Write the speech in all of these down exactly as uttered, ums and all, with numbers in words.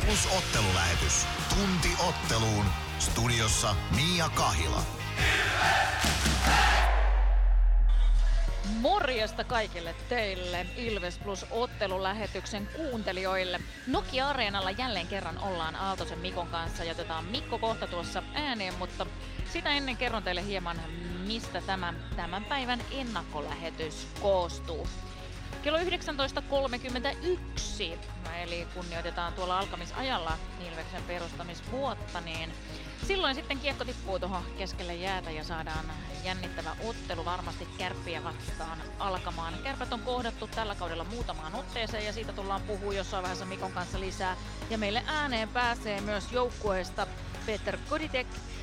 Plus ottelulähetys. Tunti otteluun. Studiossa Mia Kahila. Morjesta kaikille teille Ilves Plus ottelulähetyksen kuuntelijoille. Nokia-areenalla jälleen kerran ollaan Aaltosen Mikon kanssa ja otetaan Mikko kohta tuossa ääneen, mutta sitä ennen kerron teille hieman, mistä tämä tämän päivän ennakkolähetys koostuu. Kello yhdeksäntoista kolmekymmentäyksi, eli kunnioitetaan tuolla alkamisajalla Ilveksen perustamisvuotta, niin silloin sitten kiekko tippuu tuohon keskelle jäätä ja saadaan jännittävä ottelu varmasti Kärppiä vastaan alkamaan. Kärpät on kohdattu tällä kaudella muutamaan otteeseen ja siitä tullaan puhua jossain vaiheessa Mikon kanssa lisää. Ja meille ääneen pääsee myös joukkueesta Peter Koditek,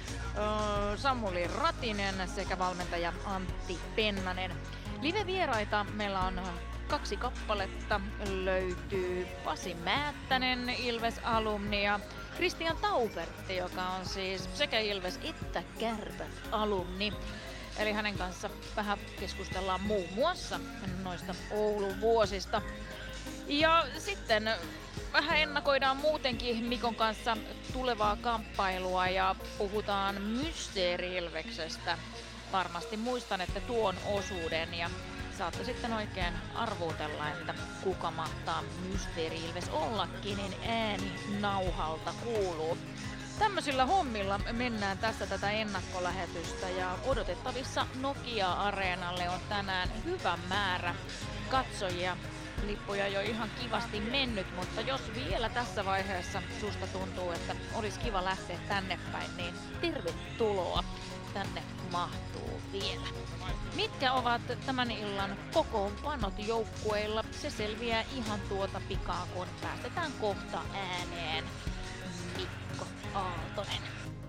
Samuli Ratinen sekä valmentaja Antti Pennanen. Live-vieraita meillä on kaksi kappaletta. Löytyy Pasi Määttänen, Ilves-alumni, ja Christian Taubertti, joka on siis sekä Ilves että Kärpät-alumni. Eli hänen kanssa vähän keskustellaan muun muassa noista Oulun vuosista. Ja sitten vähän ennakoidaan muutenkin Mikon kanssa tulevaa kamppailua ja puhutaan Mysteeri-Ilveksestä. Varmasti muistanette tuon osuuden ja saatte sitten oikein arvuutella, että kuka mahtaa Mysteeri-Ilves ollakin, niin ääni nauhalta kuuluu. Tämmöisillä hommilla mennään tässä tätä ennakkolähetystä ja odotettavissa Nokia-areenalle on tänään hyvä määrä katsojia. Lippuja jo ihan kivasti mennyt, mutta jos vielä tässä vaiheessa susta tuntuu, että olisi kiva lähteä tänne päin, niin tervetuloa. Tänne mahtuu vielä. Mitkä ovat tämän illan kokoonpanot joukkueilla? Se selviää ihan tuota pikaa, kun päästetään kohta ääneen Mikko Aaltonen.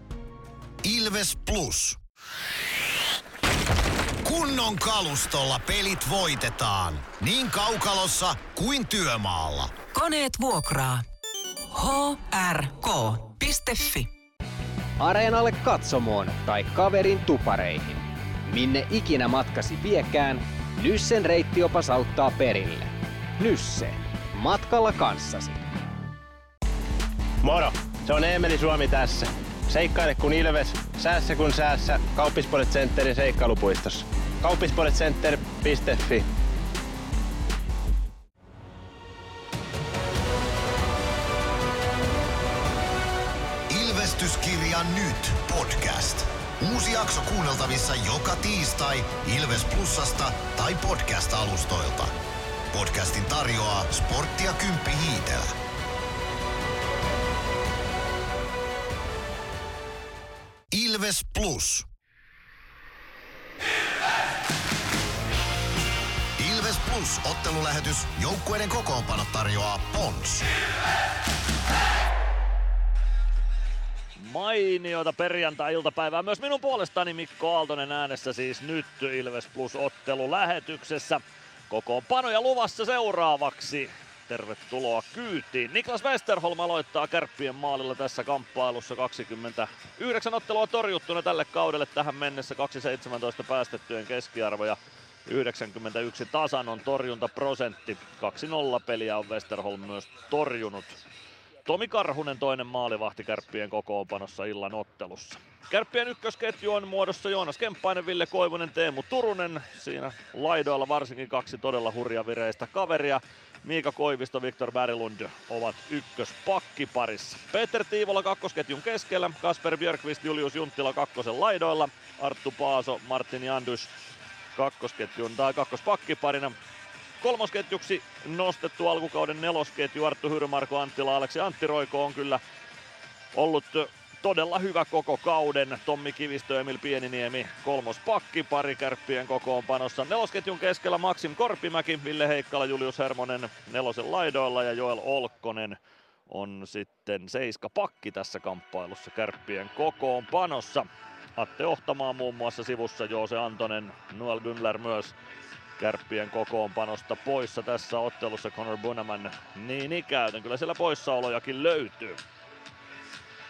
Ilves Plus. Kunnon kalustolla pelit voitetaan. Niin kaukalossa kuin työmaalla. Koneet vuokraa. h r k piste f i Areenalle, katsomoon tai kaverin tupareihin. Minne ikinä matkasi viekään, Nyssen reittiopas auttaa perille. Nysse. Matkalla kanssasi. Moro! Se on Eemeli Suomi tässä. Seikkaile kun Ilves, säässä kun säässä. Kauppisports Centerin seikkailupuistossa. kauppisports center piste f i Ilvestyskirja nyt podcast. Uusi jakso kuunneltavissa joka tiistai Ilves Plusasta tai podcast-alustoilta. Podcastin tarjoaa Sporttia Kymppi Hiitelä. Ilves Plus. Ilves! Ilves Plus ottelulähetys. Joukkueiden kokoonpanot tarjoaa Pons. Mainiota perjantai-iltapäivää myös minun puolestani. Mikko Aaltonen äänessä siis nyt Ilves Plus ottelulähetyksessä. Kokoonpanoja luvassa seuraavaksi. Tervetuloa kyytiin. Niklas Westerholm aloittaa Kärppien maalilla tässä kamppailussa. kaksikymmentäyhdeksän ottelua torjuttuna tälle kaudelle tähän mennessä. kaksi seitsemäntoista päästettyjen keskiarvo ja yhdeksänkymmentäyksi tasan on torjuntaprosentti. kaksi nolla peliä on Westerholm myös torjunut. Tomi Karhunen toinen maalivahti Kärppien kokoonpanossa illan ottelussa. Kärppien ykkösketju on muodossa Joonas Kemppainen, Ville Koivunen, Teemu Turunen. Siinä laidoilla varsinkin kaksi todella hurjavireistä kaveria. Miika Koivisto, Viktor Berglund ovat ykköspakkiparissa. Peter Tiivola kakkosketjun keskellä, Kasper Björkqvist, Julius Junttila kakkosen laidoilla. Arttu Paaso, Martin Jandus kakkosketjun tai kakkospakkiparina. Kolmosketjuksi nostettu alkukauden nelosketju Arttu Hyrö, Marko Anttila, Aleksi Antti Roiko on kyllä ollut todella hyvä koko kauden. Tommi Kivistö, Emil Pieniniemi, kolmospakkipari Kärppien kokoonpanossa. Nelosketjun keskellä Maksim Korpimäki, Ville Heikkala, Julius Hermonen nelosen laidoilla ja Joel Olkkonen on sitten seiska pakki tässä kamppailussa Kärppien kokoonpanossa. Atte Ohtamaa muun muassa sivussa, Joose Antonen, Noel Gunler myös Kärppien kokoonpanosta poissa tässä ottelussa. Connor Bunaman niin ikään, kyllä siellä poissaolojakin löytyy.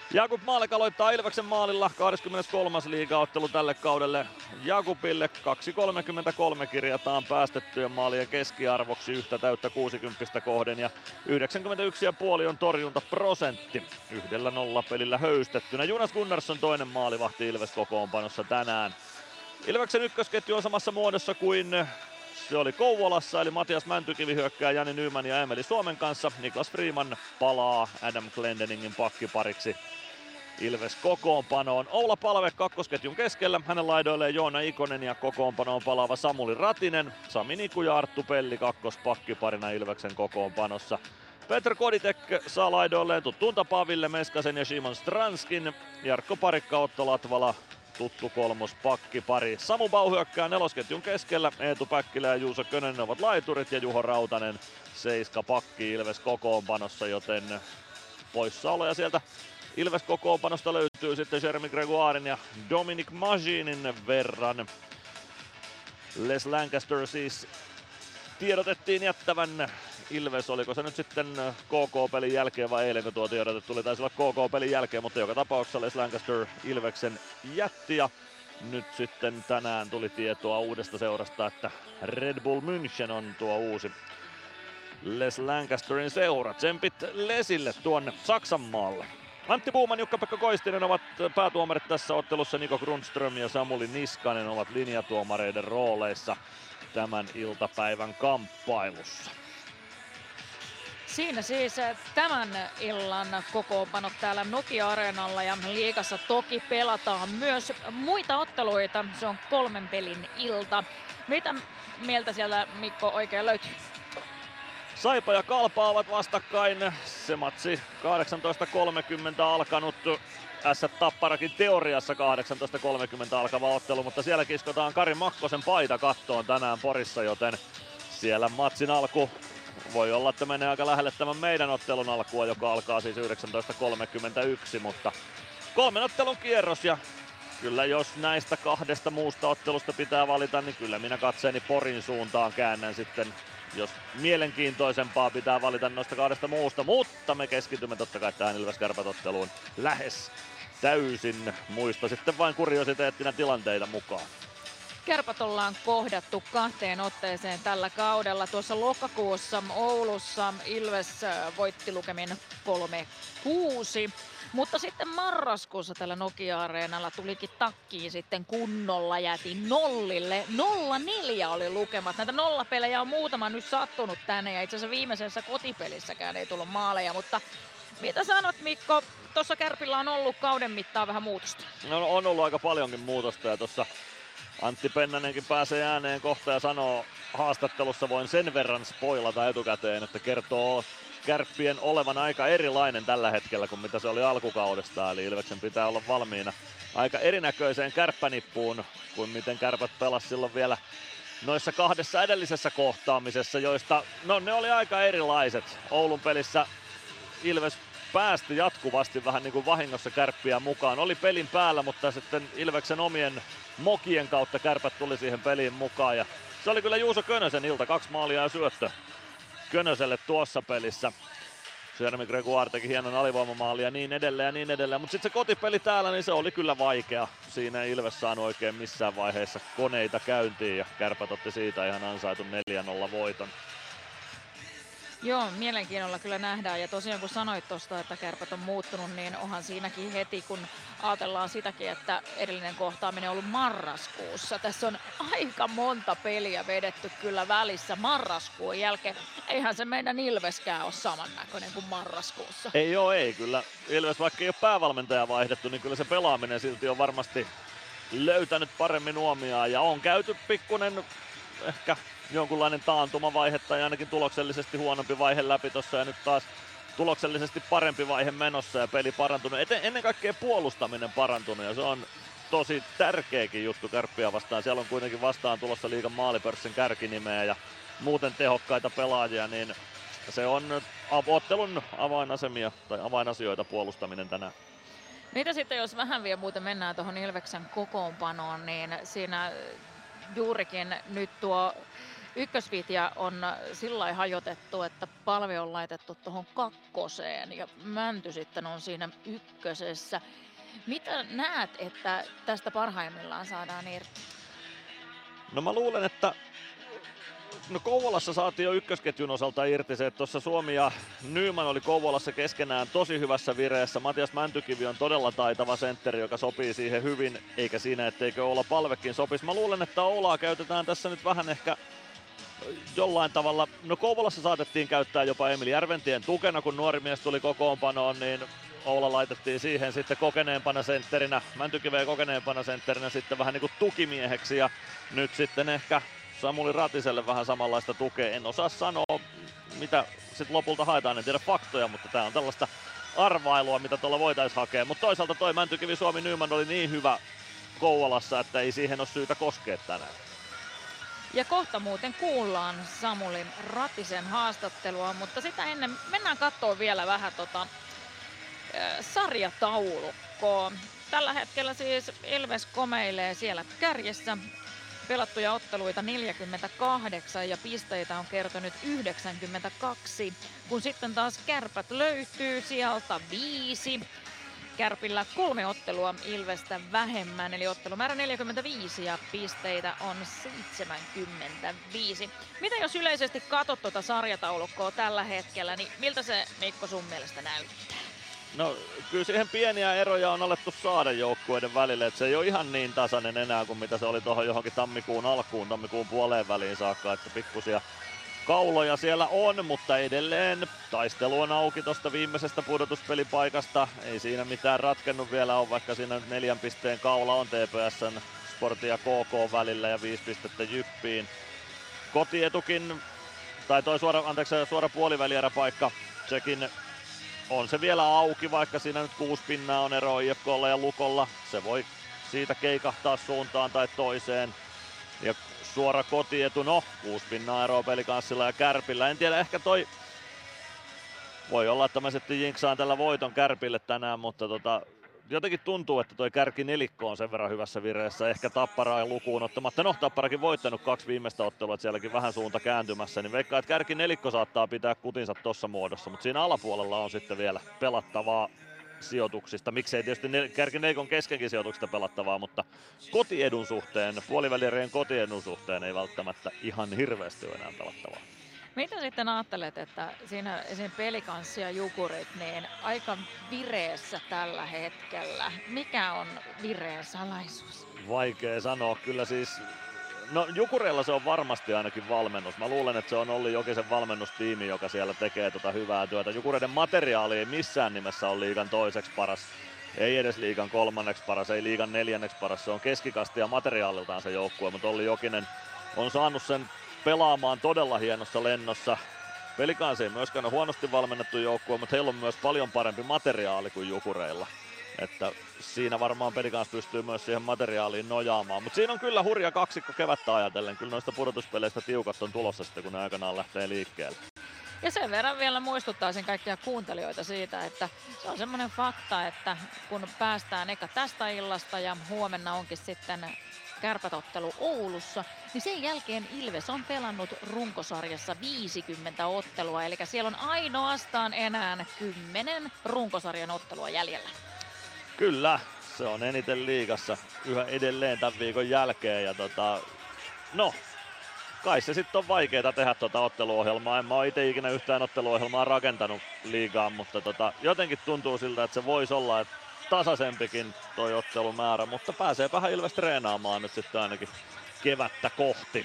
Jakub Maalek aloittaa Ilveksen maalilla, kaksikymmentäkolmas liigaottelu tälle kaudelle Jakubille. kaksi kolmekymmentäkolme kirjataan päästettyjen maalien keskiarvoksi yhtä täyttä kuusikymmentä kohden ja yhdeksänkymmentäyksi pilkku viisi on torjuntaprosentti. Yhdellä nollapelillä höystettynä. Jonas Gunnarsson toinen maalivahti Ilves kokoonpanossa tänään. Ilveksen ykkösketju on samassa muodossa kuin se oli Kouvolassa, eli Matias Mäntykivi hyökkää Jani Nyman ja Emeli Suomen kanssa. Niklas Freeman palaa Adam Glendeningin pakkipariksi Ilves kokoonpanoon. Oula Palve kakkosketjun keskellä, hänen laidoilleen Joona Ikonen ja kokoonpanoon palaava Samuli Ratinen. Sami Niku ja Arttu Pelli kakkospakkiparina Ilveksen kokoonpanossa. Petr Koditek saa laidoilleen tuttuun tapaan Ville Meskasen ja Simon Stranskin. Jarkko Parikka, Otto Latvala tuttu kolmos pakkipari. Samu Bau hyökkää nelosketjun keskellä, Eetu Päkkilä ja Juuso Könönen ovat laiturit ja Juho Rautanen seiska pakki Ilves kokoonpanossa, joten poissaoloja sieltä Ilves kokoonpanosta löytyy sitten Jeremy Gregoirin ja Dominic Maginin verran. Les Lancaster siis tiedotettiin jättävän Ilves, oliko se nyt sitten K K-pelin jälkeen vai eilen, kun tuo tiedote tuli, taisi olla K K-pelin jälkeen, mutta joka tapauksessa Les Lancaster Ilveksen jätti ja nyt sitten tänään tuli tietoa uudesta seurasta, että Red Bull München on tuo uusi Les Lancasterin seura. Tsempit Lesille tuonne Saksan maalle. Antti Buuman, Jukka-Pekka Koistinen ovat päätuomarit tässä ottelussa, Niko Grundström ja Samuli Niskanen ovat linjatuomareiden rooleissa tämän iltapäivän kamppailussa. Siinä siis tämän illan kokoonpanot täällä Nokia-areenalla ja liigassa toki pelataan myös muita otteluita. Se on kolmen pelin ilta. Mitä mieltä siellä Mikko oikein löytyy? Saipa ja Kalpa ovat vastakkain. Se matsi kahdeksantoista kolmekymmentä alkanut. Ässät Tapparakin teoriassa kahdeksantoista kolmekymmentä alkava ottelu, mutta siellä kiskotaan Kari Makkosen paita kattoon tänään Porissa, joten siellä matsin alku voi olla, että menee aika lähelle tämän meidän ottelun alkua, joka alkaa siis yhdeksäntoista kolmekymmentäyksi, mutta kolmen ottelun kierros ja kyllä jos näistä kahdesta muusta ottelusta pitää valita, niin kyllä minä katseeni Porin suuntaan käännän sitten, jos mielenkiintoisempaa pitää valita noista kahdesta muusta, mutta me keskitymme totta kai tähän Ilves-Kärpät-otteluun lähes täysin. Muista sitten vain kuriositeettina tilanteita mukaan. Kärpät ollaan kohdattu kahteen otteeseen tällä kaudella. Tuossa lokakuussa Oulussa Ilves voitti lukemin kolme kuusi. Mutta sitten marraskuussa tällä Nokia-areenalla tulikin takkiin sitten kunnolla, jäätiin nollille. nolla neljä oli lukemat. Näitä nollapelejä on muutama nyt sattunut tänne ja itse asiassa viimeisessä kotipelissäkään ei tullut maaleja. Mutta mitä sanot Mikko, tuossa Kärpillä on ollut kauden mittaan vähän muutosta? No, on ollut aika paljonkin muutosta ja tuossa Antti Pennanenkin pääsee ääneen kohta ja sanoo haastattelussa, voin sen verran spoilata etukäteen, että kertoo Kärppien olevan aika erilainen tällä hetkellä kuin mitä se oli alkukaudesta. Eli Ilveksen pitää olla valmiina aika erinäköiseen kärppänippuun kuin miten Kärpät pelasi silloin vielä noissa kahdessa edellisessä kohtaamisessa, joista no ne oli aika erilaiset. Oulun pelissä Ilves päästi jatkuvasti vähän niin kuin vahingossa Kärppiä mukaan. Oli pelin päällä, mutta sitten Ilveksen omien mokien kautta Kärpät tuli siihen peliin mukaan. Ja se oli kyllä Juuso Könösen ilta, kaksi maalia ja syöttö Könöselle tuossa pelissä. Jeremy Gregoire teki hienon alivoimamaalin ja niin edelleen ja niin edelleen. Mutta sitten se kotipeli täällä, niin se oli kyllä vaikea. Siinä ei Ilves saanut oikein missään vaiheessa koneita käyntiin ja Kärpät otti siitä ihan ansaitun neljä nolla voiton. Joo, mielenkiinnolla kyllä nähdään. Ja tosiaan kun sanoit tuosta, että Kärpät on muuttunut, niin onhan siinäkin heti, kun ajatellaan sitäkin, että edellinen kohtaaminen on ollut marraskuussa. Tässä on aika monta peliä vedetty kyllä välissä marraskuun jälkeen. Eihän se meidän Ilveskään ole samannäköinen kuin marraskuussa. Ei oo, ei. Kyllä Ilves, vaikka ei ole päävalmentaja vaihdettu, niin kyllä se pelaaminen silti on varmasti löytänyt paremmin uomiaan. Ja on käyty pikkunen ehkä jonkunlainen taantumavaihe tai ainakin tuloksellisesti huonompi vaihe läpi tossa ja nyt taas tuloksellisesti parempi vaihe menossa ja peli parantunut. Eten, ennen kaikkea puolustaminen parantunut ja se on tosi tärkeäkin juttu Kärppiä vastaan. Siellä on kuitenkin vastaan tulossa liigan maalipörssin kärkinimeä ja muuten tehokkaita pelaajia, niin se on ottelun avainasemia tai avainasioita puolustaminen tänään. Mitä sitten jos vähän vielä muuten mennään tuohon Ilveksen kokoonpanoon, niin siinä juurikin nyt tuo ykkösviitiä on sillä hajotettu, että palve on laitettu tuohon kakkoseen ja Mänty sitten on siinä ykkösessä. Mitä näet, että tästä parhaimmillaan saadaan irti? No mä luulen, että no Kouvolassa saatiin jo ykkösketjun osalta irti se, että tuossa Suomi ja Nyman oli Kouvolassa keskenään tosi hyvässä vireessä. Matias Mäntykivi on todella taitava sentteri, joka sopii siihen hyvin, eikä siinä etteikö Oula Palvekin sopisi. Mä luulen, että Oulaa käytetään tässä nyt vähän ehkä jollain tavalla. No Kouvolassa saatettiin käyttää jopa Emil Järventien tukena, kun nuori mies tuli kokoonpanoon, niin Oula laitettiin siihen sitten kokeneempana sentterinä, Mäntykiveä kokeneempana sentterinä sitten vähän niin kuin tukimieheksi ja nyt sitten ehkä Samuli Ratiselle vähän samanlaista tukea. En osaa sanoa, mitä sitten lopulta haetaan, en tiedä faktoja, mutta tää on tällaista arvailua, mitä tuolla voitaisiin hakea. Mutta toisaalta toi Mäntykivi Suomi Nyman oli niin hyvä Kouvolassa, että ei siihen ole syytä koskea tänään. Ja kohta muuten kuullaan Samuli Ratisen haastattelua, mutta sitä ennen mennään katsoa vielä vähän tota, äh, sarjataulukkoa. Tällä hetkellä siis Ilves komeilee siellä kärjessä. Pelattuja otteluita neljäkymmentäkahdeksan ja pisteitä on kertynyt yhdeksänkymmentäkaksi, kun sitten taas Kärpät löytyy sieltä viisi. Kärpillä kolme ottelua Ilvestä vähemmän, eli ottelumäärä neljäkymmentäviisi ja pisteitä on seitsemänkymmentäviisi. Mitä jos yleisesti katsot tuota sarjataulukkoa tällä hetkellä, niin miltä se, Mikko, sun mielestä näyttää? No kyllä siihen pieniä eroja on alettu saada joukkueiden välille, että se ei ole ihan niin tasainen enää kuin mitä se oli tuohon johonkin tammikuun alkuun, tammikuun puoleen väliin saakka, että pikkusia kauloja siellä on, mutta edelleen taistelu on auki tuosta viimeisestä pudotuspelipaikasta. Ei siinä mitään ratkennut vielä ole, vaikka siinä nyt neljän pisteen kaula on T P S:n, Sportin ja K K välillä ja viisi pistettä Jyppiin. Kotietukin, tai toi suora, anteeksi, suora puolivälieräpaikka, sekin on se vielä auki, vaikka siinä nyt kuusi pinnaa on ero I F K:lla ja Lukolla. Se voi siitä keikahtaa suuntaan tai toiseen. Ja suora kotietu, no kuusi pinnaa eroa Pelikanssilla ja Kärpillä. En tiedä, ehkä toi voi olla, että mä sitten jinksaan tällä voiton Kärpille tänään, mutta tota, jotenkin tuntuu, että toi kärkinelikko on sen verran hyvässä vireessä. Ehkä Tapparaa lukuun ottamatta. No, Tapparakin voittanut kaksi viimeistä ottelua, että sielläkin vähän suunta kääntymässä. Niin veikkaa, että kärkinelikko saattaa pitää kutinsa tossa muodossa, mutta siinä alapuolella on sitten vielä pelattavaa sijoituksista. Miksei tietysti nel- kärkinelikon keskenkin sijoituksista pelattavaa, mutta kotiedun suhteen, puolivälierien kotiedun suhteen ei välttämättä ihan hirveästi ole enää pelattavaa. Mitä sitten ajattelet, että siinä esim. Pelikanssi ja Jukurit, niin aika vireessä tällä hetkellä. Mikä on vireen salaisuus? Vaikea sanoa, kyllä siis. No Jukureilla se on varmasti ainakin valmennus. Mä luulen, että se on Olli Jokisen valmennustiimi, joka siellä tekee tota hyvää työtä. Jukureiden materiaali ei missään nimessä ole liigan toiseksi paras. Ei edes liigan kolmanneksi paras, ei liigan neljänneksi paras. Se on keskikasti ja materiaaliltaan se joukkue, mutta Olli Jokinen on saanut sen pelaamaan todella hienossa lennossa. Pelikanssi ei myöskään ole huonosti valmennettu joukkue, mutta heillä on myös paljon parempi materiaali kuin Jukureilla. Että siinä varmaan Pelikans pystyy myös siihen materiaaliin nojaamaan. Mutta siinä on kyllä hurja kaksikko kevättä ajatellen. Kyllä noista pudotuspeleistä tiukat on tulossa sitten, kun ne aikanaan lähtee liikkeelle. Ja sen verran vielä muistuttaisin kaikkia kuuntelijoita siitä, että se on semmoinen fakta, että kun päästään eka tästä illasta ja huomenna onkin sitten Kärpätottelu Oulussa, niin sen jälkeen Ilves on pelannut runkosarjassa viisikymmentä ottelua, eli siellä on ainoastaan enää kymmenen runkosarjan ottelua jäljellä. Kyllä, se on eniten liigassa yhä edelleen tämän viikon jälkeen ja tota, no, kai se sitten on vaikeaa tehdä tuota otteluohjelmaa. En mä ole itse ikinä yhtään otteluohjelmaa rakentanut liigaan, mutta tota, jotenkin tuntuu siltä, että se voisi olla että tasaisempikin toi ottelumäärä, mutta pääsee vähän Ilves treenaamaan nyt sitten ainakin kevättä kohti.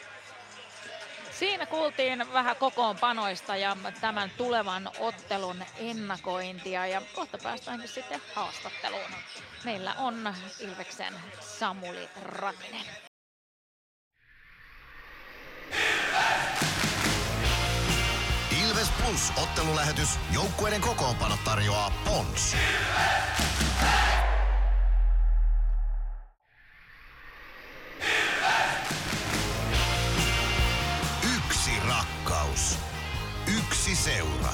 Siinä kuultiin vähän kokoonpanoista ja tämän tulevan ottelun ennakointia ja kohta päästäänkin sitten haastatteluun. Meillä on Ilveksen Samuli Ratinen. Ilves Plus -ottelulähetys. Joukkueiden kokoonpanot tarjoaa Pons. Yksi rakkaus. Yksi seura.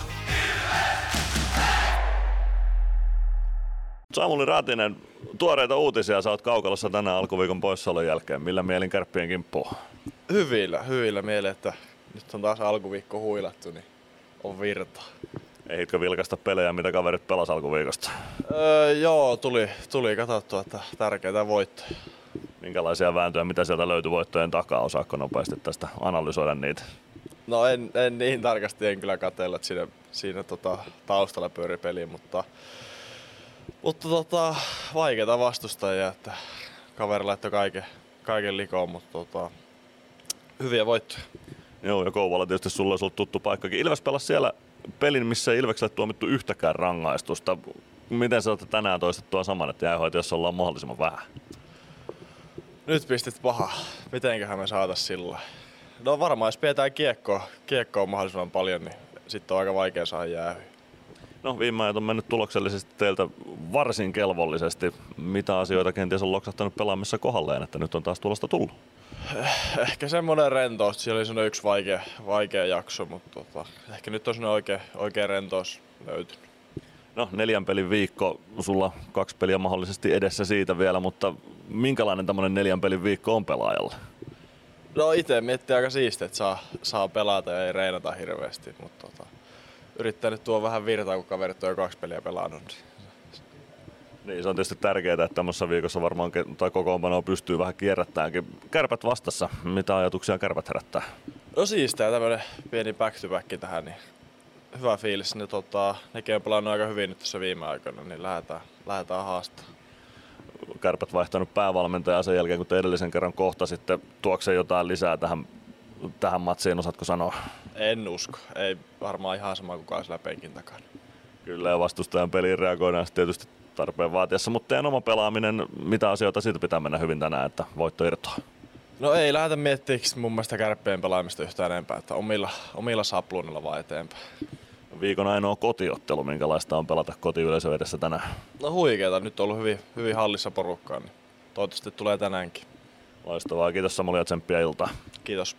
Samuli Ratinen, tuoreita uutisia sä oot kaukalossa tänään alkuviikon poissaolon jälkeen. Millä mielin Kärppien kimppuun? Hyvillä, hyvillä mieleen, että nyt on taas alkuviikko huilattu, niin on virtaa. Ehitkö vilkaista pelejä, mitä kaverit pelas alkuviikosta? Öö, joo, tuli, tuli katsottua, että tärkeitä voittoja. Minkälaisia vääntöjä, mitä sieltä löytyi voittojen takaa? Osaatko nopeasti tästä analysoida niitä? No en, en niin tarkasti en kyllä katsella, että siinä, siinä tota, taustalla pyöri peli, mutta, mutta tota, vaikeita vastustajia, että kaveri laittoi kaiken, kaiken likoon, mutta tota, hyviä voittoja. Joo, ja Kouvola tietysti sulla olisi ollut tuttu paikkakin. Ilves pelasi siellä pelin, missä ei Ilvekselle tuomittu yhtäkään rangaistusta. Miten sä olette tänään toistettua saman, että jäähoitajossa ollaan mahdollisimman vähän? Nyt pistit paha. Mitenköhän me saatais sillä? No varmaan jos pidetään kiekkoa, kiekkoa mahdollisimman paljon, niin sitten on aika vaikea saada jäähyä. No viime ajat on mennyt tuloksellisesti teiltä varsin kelvollisesti. Mitä asioita kenties on loksahtanut pelaamissa kohdalleen, että nyt on taas tulosta tullut? Ehkä semmoinen rentous. Siellä oli semmoinen yksi vaikea, vaikea jakso, mutta tota, ehkä nyt on semmoinen oikea, oikea rentous löytynyt. No neljän pelin viikko, sulla kaksi peliä mahdollisesti edessä siitä vielä, mutta minkälainen tämmöinen neljän pelin viikko on pelaajalle? No itse miettii aika siistiä, että saa, saa pelata ja ei reenata hirveästi, mutta tota, yrittää nyt tuoda vähän virtaa, kun kaverit on jo kaksi peliä pelannut. Niin, se on tietysti tärkeää, että tämmöisessä viikossa varmaan tai kokoonpanoa pystyy vähän kierrättäänkin. Kärpät vastassa, mitä ajatuksia Kärpät herättää? No siistää tämmönen pieni back to back tähän, niin hyvä fiilis. Ne, tota, nekin on pelannut aika hyvin nyt tässä viime aikoina, niin lähdetään, lähdetään haastamaan. Kärpät vaihtanut päävalmentajaa sen jälkeen, kun te edellisen kerran kohta sitten tuokseen jotain lisää tähän, tähän matsiin, osaatko sanoa? En usko. Ei varmaan ihan sama kuin siellä penkin takana. Kyllä, ja vastustajan peliin reagoidaan tietysti tarpeen vaatiessa, mutta teidän oma pelaaminen, mitä asioita siitä pitää mennä hyvin tänään, että voitto irtoaa? No ei lähdetä miettimään mun mielestä Kärppien pelaamista yhtään enempää, että omilla, omilla sapluunilla vaan eteenpäin. Viikon ainoa kotiottelu, minkälaista on pelata kotiyleisön edessä tänään? No huikeeta, nyt on ollut hyvin, hyvin hallissa porukkaa, niin toivottavasti tulee tänäänkin. Loistavaa, kiitos Samuli ja tsemppiä iltaa. Kiitos.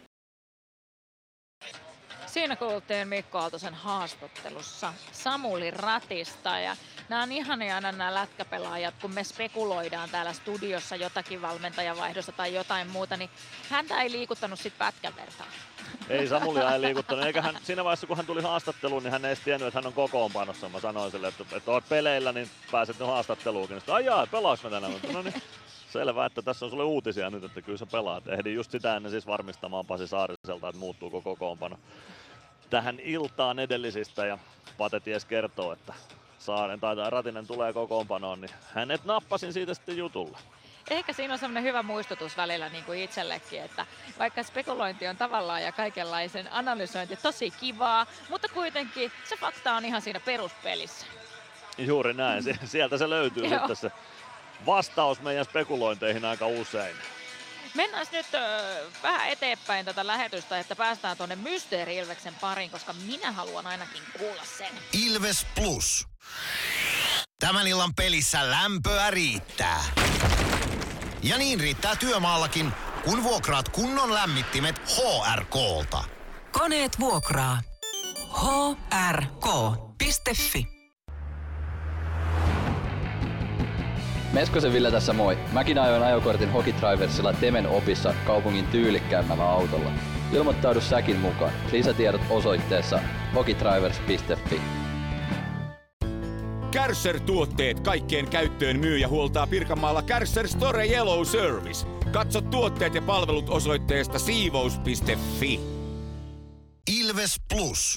Siinä kuultiin Mikko Aaltosen haastattelussa Samuli Ratista ja nämä on ihania aina nämä lätkäpelaajat, kun me spekuloidaan täällä studiossa jotakin valmentajavaihdosta tai jotain muuta, niin häntä ei liikuttanut sit pätkän vertaa. Ei Samulia ei liikuttanut, eikä hän siinä vaiheessa kun hän tuli haastatteluun, niin hän ei edes tiennyt, että hän on kokoonpanossa. Mä sanoin sille, että, että oot peleillä, niin pääset nyt haastatteluunkin. Sitten, ai jaa, pelaaks mä tänään? No niin, selvä, että tässä on sulle uutisia nyt, että kyllä sä pelaat. Ehdin just sitä ennen siis varmistamaan Pasi Saariselta, että muuttuuko kokoonpano tähän iltaan edellisistä. Ja Pate ties kertoo, että Saaren tai Ratinen tulee kokoonpanoon, niin hänet nappasin siitä sitten jutulla. Ehkä siinä on semmoinen hyvä muistutus välillä niin kuin itsellekin, että vaikka spekulointi on tavallaan ja kaikenlaisen analysointi tosi kivaa, mutta kuitenkin se fakta on ihan siinä peruspelissä. Juuri näin, sieltä se löytyy sitten se vastaus meidän spekulointeihin aika usein. Mennään nyt ö, vähän eteenpäin tätä lähetystä, että päästään tuonne Mysteeri-Ilveksen pariin, koska minä haluan ainakin kuulla sen. Ilves Plus. Tämän illan pelissä lämpöä riittää. Ja niin riittää työmaallakin, kun vuokraat kunnon lämmittimet H R K:lta. Koneet vuokraa. H R K piste F I. Meskosen Ville tässä moi. Mäkin ajoin ajokortin Hokitriversilla Temen opissa kaupungin tyylikkäämmällä autolla. Ilmoittaudu säkin mukaan. Lisätiedot osoitteessa hokitrivers piste F I. Kärcher-tuotteet kaikkeen käyttöön myy ja huoltaa Pirkanmaalla Kärcher Store Yellow Service. Katso tuotteet ja palvelut osoitteesta siivous piste F I. Ilves Plus.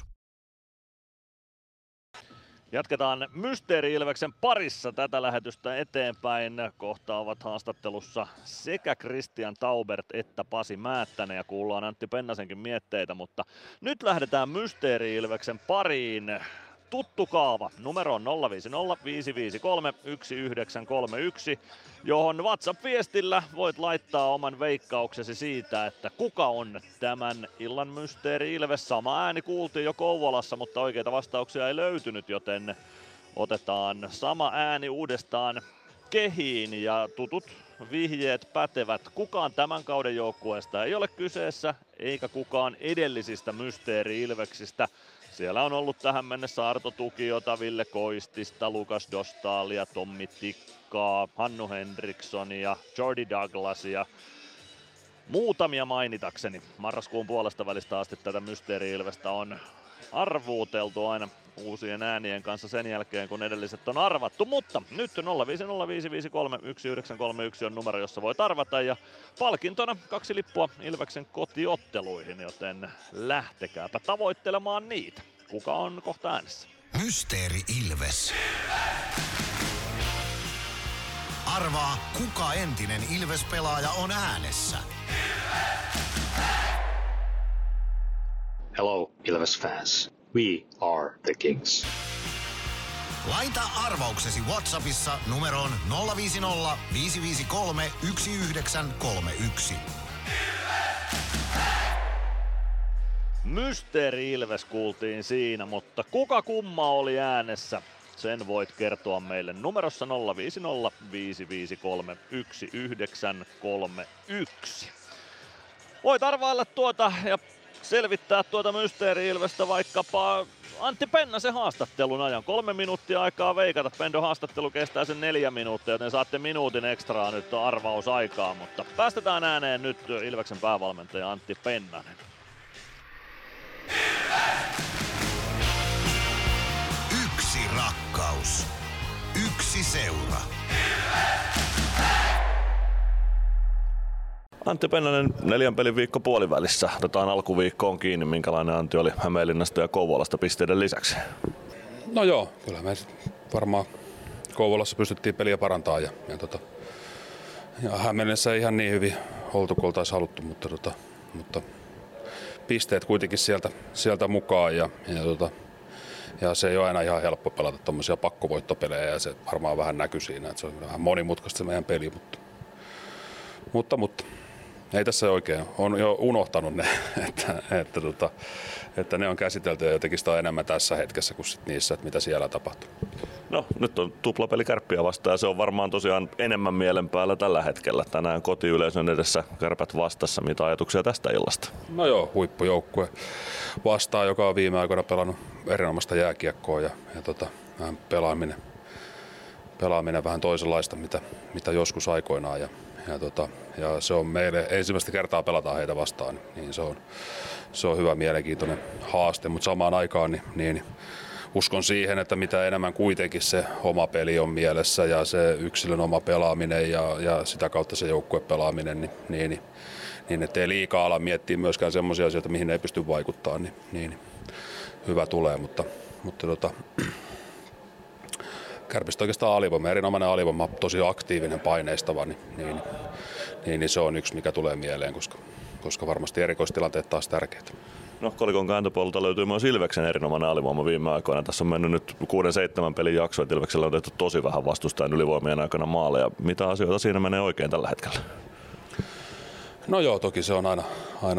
Jatketaan Mysteeri-Ilveksen parissa tätä lähetystä eteenpäin. Kohta ovat haastattelussa sekä Christian Taubert että Pasi Määttänen ja kuullaan Antti Pennasenkin mietteitä, mutta nyt lähdetään Mysteeri-Ilveksen pariin. Tuttu kaava, numero on nolla viisi nolla viisi viisi kolme yksi yhdeksän kolme yksi, johon WhatsApp-viestillä voit laittaa oman veikkauksesi siitä, että kuka on tämän illan Mysteeri Ilves. Sama ääni kuultiin jo Kouvolassa, mutta oikeita vastauksia ei löytynyt, joten otetaan sama ääni uudestaan kehiin ja tutut vihjeet pätevät. Kukaan tämän kauden joukkueesta ei ole kyseessä, eikä kukaan edellisistä Mysteeri Ilveksistä. Siellä on ollut tähän mennessä Arto Tukiota, Ville Koistista, Lukas Dostalia, Tommi Tikkaa, Hannu Henrikssonia, Jordi Douglasia. Muutamia mainitakseni. Marraskuun puolesta välistä asti tätä Mysteeri-Ilvestä on arvuuteltu aina uusien äänien kanssa sen jälkeen, kun edelliset on arvattu. Mutta nyt nolla viisi nolla viisi viisi kolme yksi yhdeksän kolme yksi on numero, jossa voit arvata. Ja palkintona kaksi lippua Ilveksen kotiotteluihin, joten lähtekääpä tavoittelemaan niitä. Kuka on kohta äänessä? Mysteeri Ilves. Arvaa, kuka entinen Ilves-pelaaja on äänessä. Hello, Ilves fans. We are the Kings. Laita arvauksesi WhatsAppissa numeroon nolla viisi nolla viisi viisi kolme yksi yhdeksän kolme yksi. Mysteeri Ilves kuultiin siinä, mutta kuka kumma oli äänessä? Sen voit kertoa meille numerossa nolla viisi nolla viisi viisi kolme yksi yhdeksän kolme yksi. Voit arvailla tuota ja selvittää tuota Mysteeri Ilvestä vaikkapa Antti Pennasen haastattelun ajan. Kolme minuuttia aikaa veikata. Pendon haastattelu kestää sen neljä minuuttia, joten saatte minuutin ekstraa nyt arvausaikaa. Mutta päästetään ääneen nyt Ilveksen päävalmentaja Antti Pennanen. Yksi rakkaus. Yksi seura. Antti Pennanen, neljän pelin viikko puolivälissä. Otetaan alkuviikkoon kiinni. Minkälainen Antti oli Hämeenlinnasta ja Kouvolasta pisteiden lisäksi? No joo, kyllä me varmaan Kouvolassa pystyttiin peliä parantamaan. Ja, ja, tota, ja Hämeenlinnassa ei ihan niin hyvin oltu kuin oltaisiin haluttu, mutta, tota, mutta pisteet kuitenkin sieltä, sieltä mukaan. Ja, ja, tota, ja se ei ole aina ihan helppo pelata tuommoisia pakkovoittopelejä ja se varmaan vähän näkyy siinä, että se on vähän monimutkaista se meidän peli, mutta, mutta, mutta ei tässä oikein, on jo unohtanut ne, että, että, että, että ne on käsitelty ja jotenkin sitä on enemmän tässä hetkessä kuin sit niissä, että mitä siellä tapahtuu. No nyt on tuplapeli Kärppiä vastaan ja se on varmaan tosiaan enemmän mielen päällä tällä hetkellä. Tänään kotiyleisön edessä Kärpät vastassa. Mitä ajatuksia tästä illasta? No joo, huippujoukkue vastaan, joka on viime aikoina pelannut erinomaista jääkiekkoa ja, ja tota, pelaaminen, pelaaminen vähän toisenlaista, mitä, mitä joskus aikoinaan. Ja, ja, tota, ja se on meille ensimmäistä kertaa pelataan heitä vastaan, niin se on, se on hyvä mielenkiintoinen haaste, mutta samaan aikaan niin, niin uskon siihen, että mitä enemmän kuitenkin se oma peli on mielessä ja se yksilön oma pelaaminen ja, ja sitä kautta se joukkuepelaaminen, niin, niin, niin, niin ettei liikaa ala miettiä myöskään semmoisia asioita, mihin ei pysty vaikuttamaan, niin, niin hyvä tulee, mutta, mutta tota, Kärpistä oikeastaan alivoima, erinomainen alivoima, tosi aktiivinen, paineistava, niin, niin, niin, niin se on yksi, mikä tulee mieleen, koska, koska varmasti erikoistilanteet taas tärkeitä. No kolikon kääntöpuolelta löytyy myös Ilveksen erinomainen alivoima viime aikoina. Tässä on mennyt nyt kuuden seitsemän pelin jakso, että Ilveksellä on tehty tosi vähän vastustajan ylivoimien aikana maaleja. Mitä asioita siinä menee oikein tällä hetkellä? No joo, toki se on aina, aina,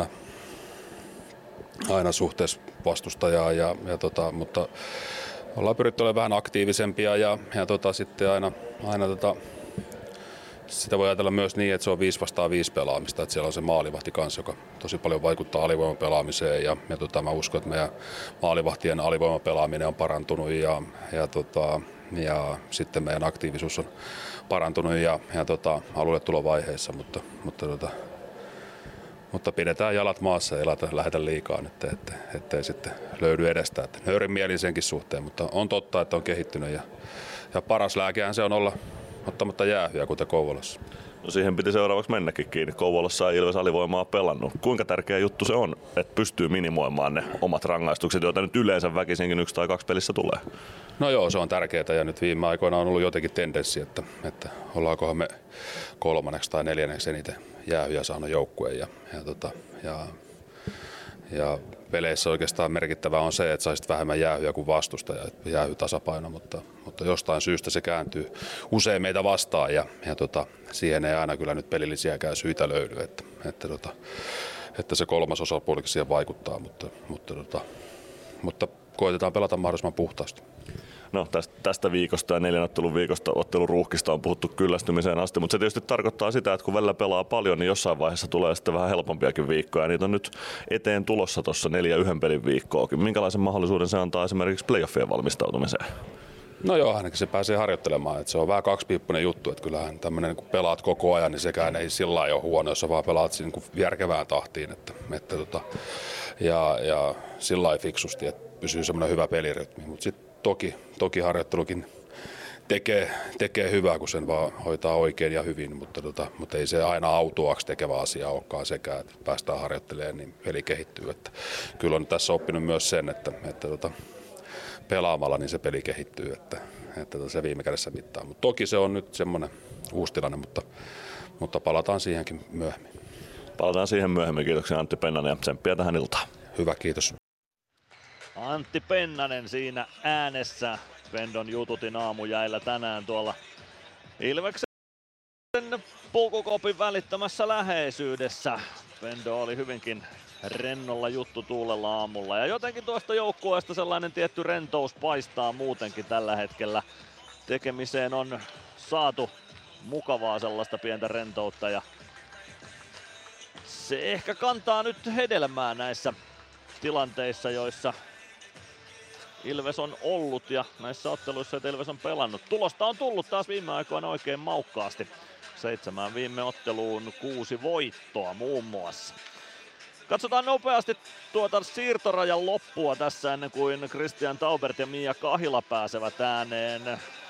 aina suhteessa vastustajaa, ja, ja tota, mutta ollaan pyritty olemaan vähän aktiivisempia ja, ja tota, sitten aina, aina tota, sitä voi ajatella myös niin, että se on viisi vastaan viisi pelaamista, että siellä on se maalivahti kanssa, joka tosi paljon vaikuttaa alivoiman pelaamiseen ja, ja tota, mä uskon, että meidän maalivahtien alivoiman pelaaminen on parantunut ja, ja, tota, ja sitten meidän aktiivisuus on parantunut ja, ja tota, alueelle tulovaiheessa, mutta, mutta, tota, mutta pidetään jalat maassa ja lähdetä liikaa, että, että, ettei sitten löydy edestä. Että nöyrin mielin senkin suhteen, mutta on totta, että on kehittynyt ja, ja paras lääkehän se on olla ottamatta jäähyä, kuten Kouvolassa. No siihen piti seuraavaksi mennäkin kiinni. Kouvolassa ei Ilves alivoimaa pelannut. Kuinka tärkeä juttu se on, että pystyy minimoimaan ne omat rangaistukset, joita nyt yleensä väkisinkin yksi tai kaksi pelissä tulee? No joo, se on tärkeää ja nyt viime aikoina on ollut jotenkin tendenssi, että, että ollaankohan me kolmanneksi tai neljänneksi eniten jäähyjä saanut joukkueen. Ja, ja, tota, ja, ja peleissä oikeastaan merkittävää on se, että saisit vähemmän jäähyä kuin vastustaja, jäähytasapaino, mutta, mutta jostain syystä se kääntyy usein meitä vastaan ja, ja tota, siihen ei aina kyllä nyt pelillisiäkään syitä löydy, että, että, tota, että se kolmas osapuolikin siihen vaikuttaa, mutta, mutta, tota, mutta koitetaan pelata mahdollisimman puhtaasti. No tästä, tästä viikosta ja neljän ottelun viikosta ottelun ruuhkista on puhuttu kyllästymiseen asti, mutta se tietysti tarkoittaa sitä, että kun välillä pelaa paljon, niin jossain vaiheessa tulee sitten vähän helpompiakin viikkoja. Niitä on nyt eteen tulossa tuossa neljä yhden pelin viikkoakin. Minkälaisen mahdollisuuden se antaa esimerkiksi playoffien valmistautumiseen? No joo, ainakin se pääsee harjoittelemaan. Et se on vähän kaksipiippunen juttu, että kyllähän tämmöinen kun pelaat koko ajan, niin sekään ei sillä lailla ole huono, jos sä vaan pelaat niin järkevään tahtiin. Että, että tota, ja, ja sillä lailla fiksusti, että pysyy semmoinen hyvä pelirytmi. Mutta sitten toki, toki harjoittelukin tekee, tekee hyvää, kun sen vaan hoitaa oikein ja hyvin, mutta, tota, mutta ei se aina autuaksi tekevä asia olekaan sekään, että päästään harjoittelemaan, niin peli kehittyy. Että kyllä on tässä oppinut myös sen, että, että tota, pelaamalla niin se peli kehittyy, että, että se viime kädessä mittaa. Mutta toki se on nyt semmoinen uusi tilanne, mutta, mutta palataan siihenkin myöhemmin. Palataan siihen myöhemmin. Kiitoksia Antti Pennanen ja tsemppiä tähän iltaan. Hyvä, kiitos. Antti Pennanen siinä äänessä. Pendon jututin aamujäillä tänään tuolla Ilveksen pukukopin välittämässä läheisyydessä. Pendo oli hyvinkin rennolla juttu tuulella aamulla ja jotenkin tuosta joukkueesta sellainen tietty rentous paistaa muutenkin tällä hetkellä. Tekemiseen on saatu mukavaa sellaista pientä rentoutta ja se ehkä kantaa nyt hedelmää näissä tilanteissa, joissa Ilves on ollut ja näissä otteluissa, että Ilves on pelannut. Tulosta on tullut taas viime aikoina oikein maukkaasti. Seitsemään viime otteluun kuusi voittoa muun muassa. Katsotaan nopeasti tuota siirtorajan loppua tässä ennen kuin Christian Taubert ja Mia Kahila pääsevät ääneen.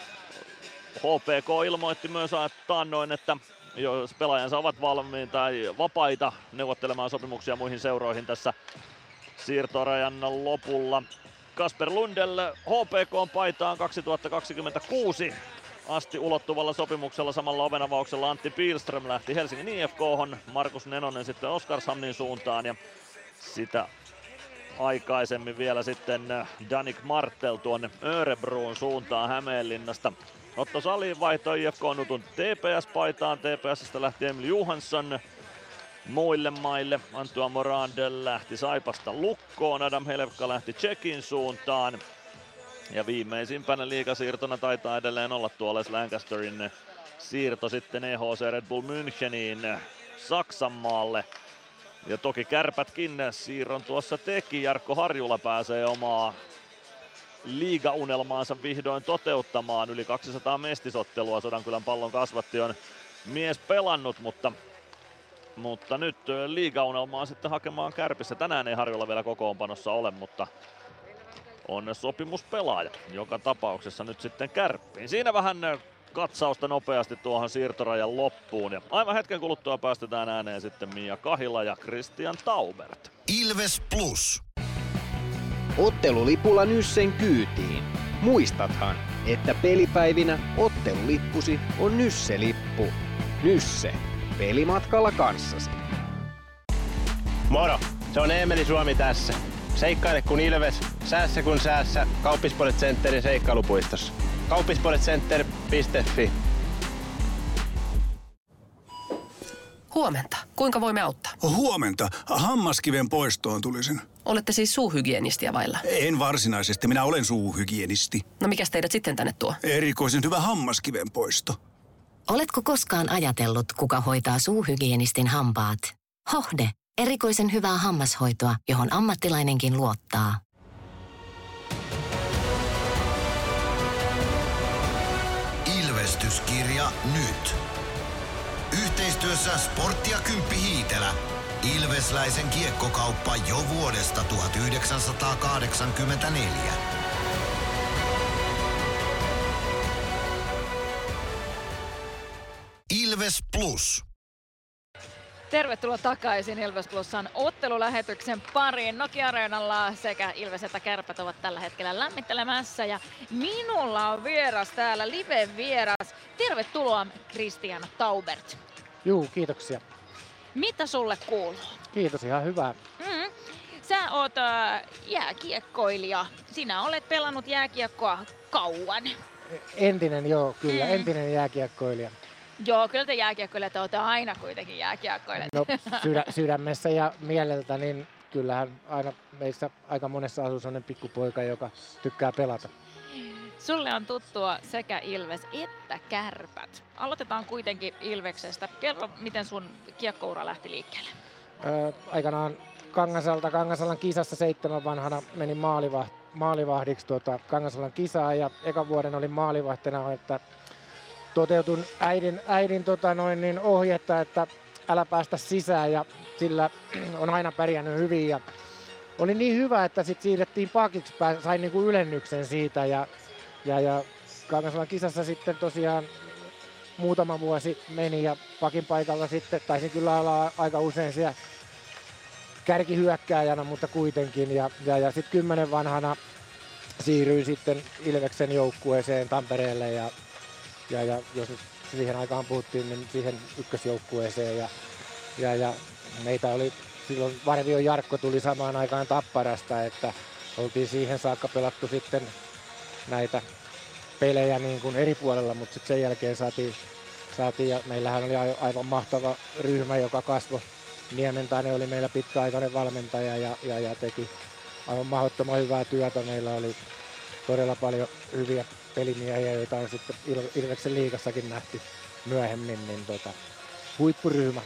H P K ilmoitti myös taannoin, että jos pelaajansa ovat valmiita tai vapaita neuvottelemaan sopimuksia muihin seuroihin tässä siirtorajan lopulla. Kasper Lundell H P K:n paitaan kaksituhattakaksikymmentäkuusi asti ulottuvalla sopimuksella. Samalla ovenavauksella Antti Pihlström lähti Helsingin I F K:hon, Markus Nenonen sitten Oskarshamnin suuntaan ja sitä aikaisemmin vielä sitten Danik Martel tuonne Örebroon suuntaan Hämeenlinnasta. Otto Salin vaihto I F K Nutun T P S-paitaan, T P S:stä lähti Emil Johansson muille maille. Antoine Morandel lähti Saipasta Lukkoon, Adam Helevka lähti Tšekin suuntaan. Ja viimeisimpänä liigasiirtona taitaa edelleen olla tuo Les Lancasterin siirto sitten E H C Red Bull Müncheniin Saksan maalle. Ja toki Kärpätkin siirron tuossa teki. Jarkko Harjula pääsee omaa liigaunelmaansa vihdoin toteuttamaan. Yli kaksisataa mestisottelua Sodankylän Pallon kasvatti on mies pelannut, mutta Mutta nyt liigaunelmaa sitten hakemaan Kärpissä. Tänään ei Harjulla vielä kokoonpanossa ole, mutta on sopimuspelaaja joka tapauksessa nyt sitten Kärppiin. Siinä vähän katsausta nopeasti tuohon siirtorajan loppuun. Ja aivan hetken kuluttua päästetään ääneen sitten Mia Kahila ja Christian Taubert. Ilves Plus. Ottelulipulla Nyssen kyytiin. Muistathan, että pelipäivinä ottelulippusi on Nysse-lippu. Nysse. Pelimatkalla kanssasi. Moro! Se on Eemeli Suomi tässä. Seikkaile kun Ilves, säässä kun säässä. Kauppisports Centerin seikkailupuistossa. kauppisports center piste fi. Huomenta. Kuinka voimme auttaa? Huomenta. Hammaskiven poistoon tulisin. Olette siis suuhygienistiä vailla? En varsinaisesti. Minä olen suuhygienisti. No mikäs teidät sitten tänne tuo? Erikoisen hyvä hammaskiven poisto. Oletko koskaan ajatellut, kuka hoitaa suuhygienistin hampaat? Hohde. Erikoisen hyvää hammashoitoa, johon ammattilainenkin luottaa. Ilvestyskirja nyt. Yhteistyössä Sportti ja Kymppi Hiitelä. Ilvesläisen kiekkokauppa jo vuodesta tuhatyhdeksänsataakahdeksankymmentäneljä. Ilves Plus. Tervetuloa takaisin Ilves Plusan ottelulähetyksen pariin. Nokia-areenalla sekä Ilves että Kärpät ovat tällä hetkellä lämmittelemässä. Ja minulla on vieras täällä, live-vieras. Tervetuloa Christian Taubert. Juu, kiitoksia. Mitä sulle kuuluu? Kiitos, ihan hyvää. Mm. Sä oot äh, jääkiekkoilija. Sinä olet pelannut jääkiekkoa kauan. Entinen, joo, kyllä. Mm. Entinen jääkiekkoilija. Joo, kyllä te jääkiekkoilijat olette aina kuitenkin jääkiekkoilijat. No sydä, sydämessä ja mieleltä, niin kyllähän aina meissä aika monessa asuu sellainen pikkupoika, joka tykkää pelata. Sulle on tuttua sekä Ilves että Kärpät. Aloitetaan kuitenkin Ilveksestä. Kerro, miten sun kiekkoura lähti liikkeelle? Öö, aikanaan Kangasalta, Kangasalan kisassa seitsemän vanhana menin maalivaht, maalivahdiksi tuota Kangasalan kisaa ja ekan vuoden olin maalivahtina, että toteutun äidin, äidin tota noin, niin ohjetta, että älä päästä sisään ja sillä on aina pärjännyt hyvin. Ja oli niin hyvä, että sitten siirrettiin pakiksi, sain niinku ylennyksen siitä ja, ja, ja Kangasalan kisassa sitten tosiaan muutama vuosi meni ja pakin paikalla sitten taisin kyllä olla aika usein siellä kärkihyökkääjänä, mutta kuitenkin. Ja, ja, ja sitten kymmenen vanhana siirryin sitten Ilveksen joukkueeseen Tampereelle ja, ja, ja jos nyt siihen aikaan puhuttiin, niin siihen ykkösjoukkueeseen. Ja, ja, ja meitä oli silloin, Varvion Jarkko tuli samaan aikaan Tapparasta, että oltiin siihen saakka pelattu sitten näitä pelejä niin kuin eri puolella, mutta sitten sen jälkeen saatiin, saatiin ja meillähän oli aivan mahtava ryhmä, joka kasvoi. Niementainen oli meillä pitkäaikainen valmentaja ja, ja, ja teki aivan mahdottoman hyvää työtä. Meillä oli todella paljon hyviä pelimiehiä, joita on sitten Ilveksen liigassakin nähty myöhemmin, niin tota, huippuryhmä.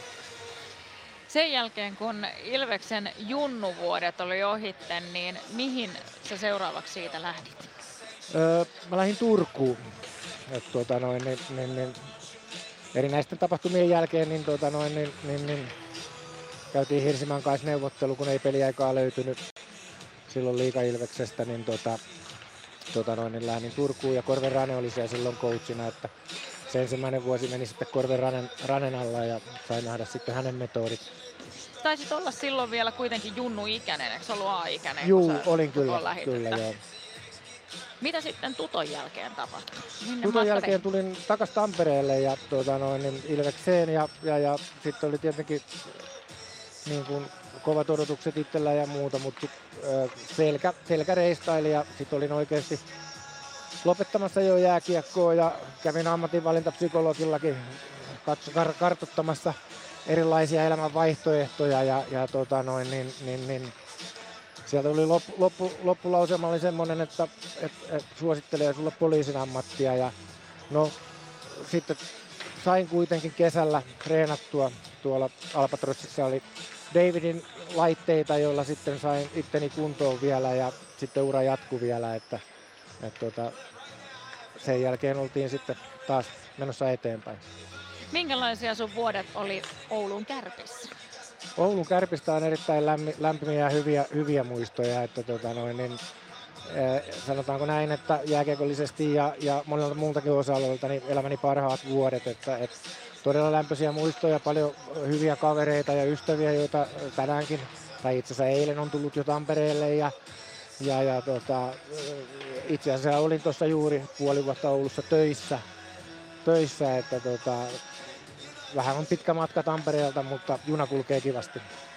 Sen jälkeen, kun Ilveksen junnuvuodet oli ohitten, niin mihin sä seuraavaksi siitä lähdit? Öö, mä lähdin Turkuun. Et, tuota, noin, niin, niin, niin, erinäisten tapahtumien jälkeen niin, tuota, noin, niin, niin, niin, käytiin Hirsimän kanssa neuvottelu, kun ei peliaikaa löytynyt silloin Liiga Ilveksestä, niin, tuota, tuota, noin, niin lähdin Turkuun ja Korven Rane oli siellä silloin coachina, että se ensimmäinen vuosi meni sitten Korven Ranen, Ranen alla ja sain nähdä sitten hänen metodit. Taisit olla silloin vielä kuitenkin junnu-ikäinen, eikö ollut A-ikäinen? Juu, olin kyllä, kyllä joo. Mitä sitten Tuton jälkeen tapahtui? Minne Tuton jälkeen tulin takaisin Tampereelle ja tuota, noin, niin Ilvekseen ja, ja, ja sitten oli tietenkin niin kuin, kovat odotukset itsellä ja muuta, mutta äh, selkä, selkä reistaili ja sitten olin oikeasti lopettamassa jo jääkiekkoa ja kävin ammatinvalintapsykologillakin katso, kar, kartoittamassa erilaisia elämän vaihtoehtoja ja, ja tota, noin, niin, niin, niin, sieltä oli loppu, loppu, loppulausema oli semmoinen, että et, et suosittelee sulle poliisin ammattia ja no sitten sain kuitenkin kesällä treenattua tuolla Albatrossissa oli Davidin laitteita, joilla sitten sain itteni kuntoon vielä ja sitten ura jatkui vielä, että et, tota, sen jälkeen oltiin sitten taas menossa eteenpäin. Minkälaisia sun vuodet oli Oulun Kärpissä? Oulun Kärpistä on erittäin lämmi, lämpimiä ja hyviä, hyviä muistoja, että tota noin, niin, eh, sanotaanko näin, että jääkiekollisesti ja, ja monelta muultakin osa-alueelta niin elämäni parhaat vuodet, että et, todella lämpöisiä muistoja, paljon hyviä kavereita ja ystäviä, joita tänäänkin, tai itse asiassa eilen on tullut jo Tampereelle ja, ja, ja tota, itse asiassa olin tuossa juuri puoli vuotta Oulussa töissä, töissä että tota, vähän on pitkä matka Tampereelta, mutta juna kulkee kivasti.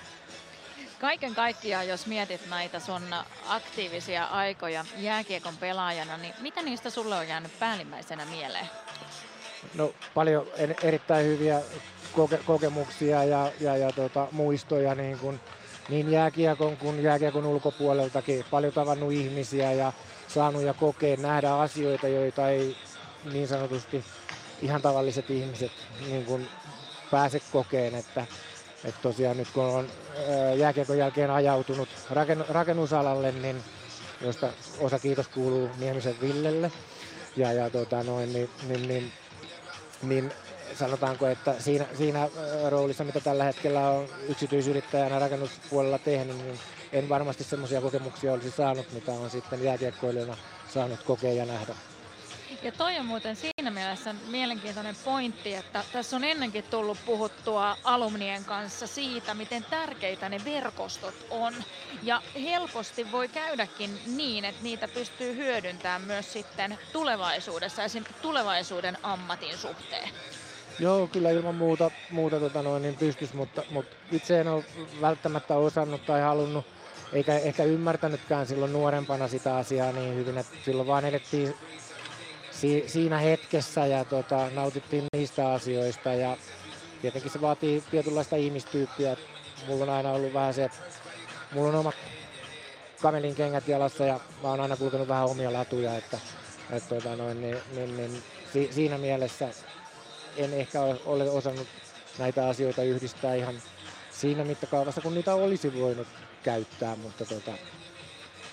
Kaiken kaikkiaan, jos mietit näitä sun aktiivisia aikoja jääkiekon pelaajana, niin mitä niistä sulle on jäänyt päällimmäisenä mieleen? No paljon erittäin hyviä koke- kokemuksia ja, ja, ja tota, muistoja niin, kuin, niin jääkiekon kuin jääkiekon ulkopuoleltakin. Paljon tavannut ihmisiä ja saanut ja kokea, nähdä asioita, joita ei niin sanotusti ihan tavalliset ihmiset niin kuin pääse kokeen, että, että tosiaan nyt kun on jääkiekon jälkeen ajautunut raken, rakennusalalle, niin josta osa kiitos kuuluu Niemisen Villelle ja, ja tota noin, niin, niin, niin, niin sanotaanko, että siinä, siinä roolissa, mitä tällä hetkellä on yksityisyrittäjänä rakennuspuolella tehnyt, niin en varmasti semmoisia kokemuksia olisi saanut, mitä on sitten jääkiekkoilijana saanut kokea ja nähdä. Ja toi on muuten siinä mielessä mielenkiintoinen pointti, että tässä on ennenkin tullut puhuttua alumnien kanssa siitä, miten tärkeitä ne verkostot on. Ja helposti voi käydäkin niin, että niitä pystyy hyödyntämään myös sitten tulevaisuudessa, esimerkiksi tulevaisuuden ammatin suhteen. Joo, kyllä ilman muuta, muuta tota noin, niin pystyisi, mutta, mutta itse en ole välttämättä osannut tai halunnut, eikä ehkä ymmärtänytkään silloin nuorempana sitä asiaa niin hyvin, että silloin vaan edettiin si- siinä hetkessä ja tota, nautittiin niistä asioista ja tietenkin se vaatii tietynlaista ihmistyyppiä. Mulla on aina ollut vähän se, että mulla on omat kamelin kengät jalassa ja mä oon aina kulkenut vähän omia latuja, että, että tota noin, niin, niin, niin, si- siinä mielessä en ehkä ole osannut näitä asioita yhdistää ihan siinä mittakaavassa, kun niitä olisi voinut käyttää, mutta tota,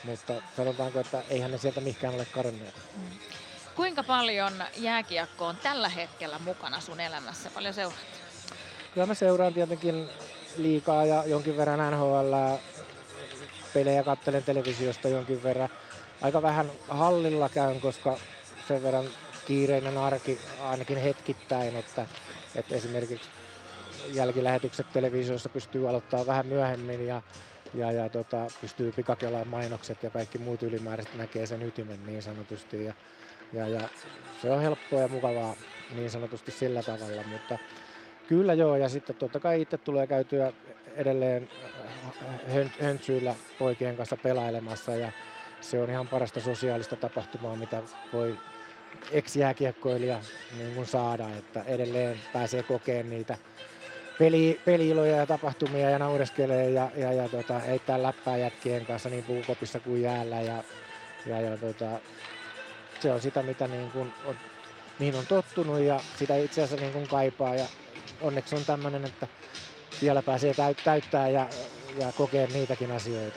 mutta sanotaanko, että eihän ne sieltä mihinkään ole kadonneet. Mm. Kuinka paljon jääkiekko on tällä hetkellä mukana sun elämässä? Paljon seuraat? Kyllä mä seuraan tietenkin liigaa ja jonkin verran N H L, pelejä katselen televisiosta jonkin verran. Aika vähän hallilla käyn, koska sen verran kiireinen arki ainakin hetkittäin, että, että esimerkiksi jälkilähetykset televisiossa pystyy aloittamaan vähän myöhemmin ja, ja, ja tota, pystyy pikakelaan mainokset ja kaikki muut ylimääräiset näkee sen ytimen niin sanotusti. Ja, ja, ja se on helppoa ja mukavaa niin sanotusti sillä tavalla, mutta kyllä joo, ja sitten totta kai itse tulee käytyä edelleen höntsyillä poikien kanssa pelailemassa ja se on ihan parasta sosiaalista tapahtumaa, mitä voi ex-jääkiekkoilija niin kuin saada, että edelleen pääsee kokemaan niitä peli, peli-iloja ja tapahtumia ja naureskelee ja, ja, ja tota, heittää läppää jätkien kanssa niin puukopissa kuin jäällä ja, ja, ja tota, se on sitä, mitä niin kuin on, mihin on tottunut ja sitä itse asiassa niin kuin kaipaa ja onneksi on tämmöinen, että vielä pääsee täyttää ja, ja kokea niitäkin asioita.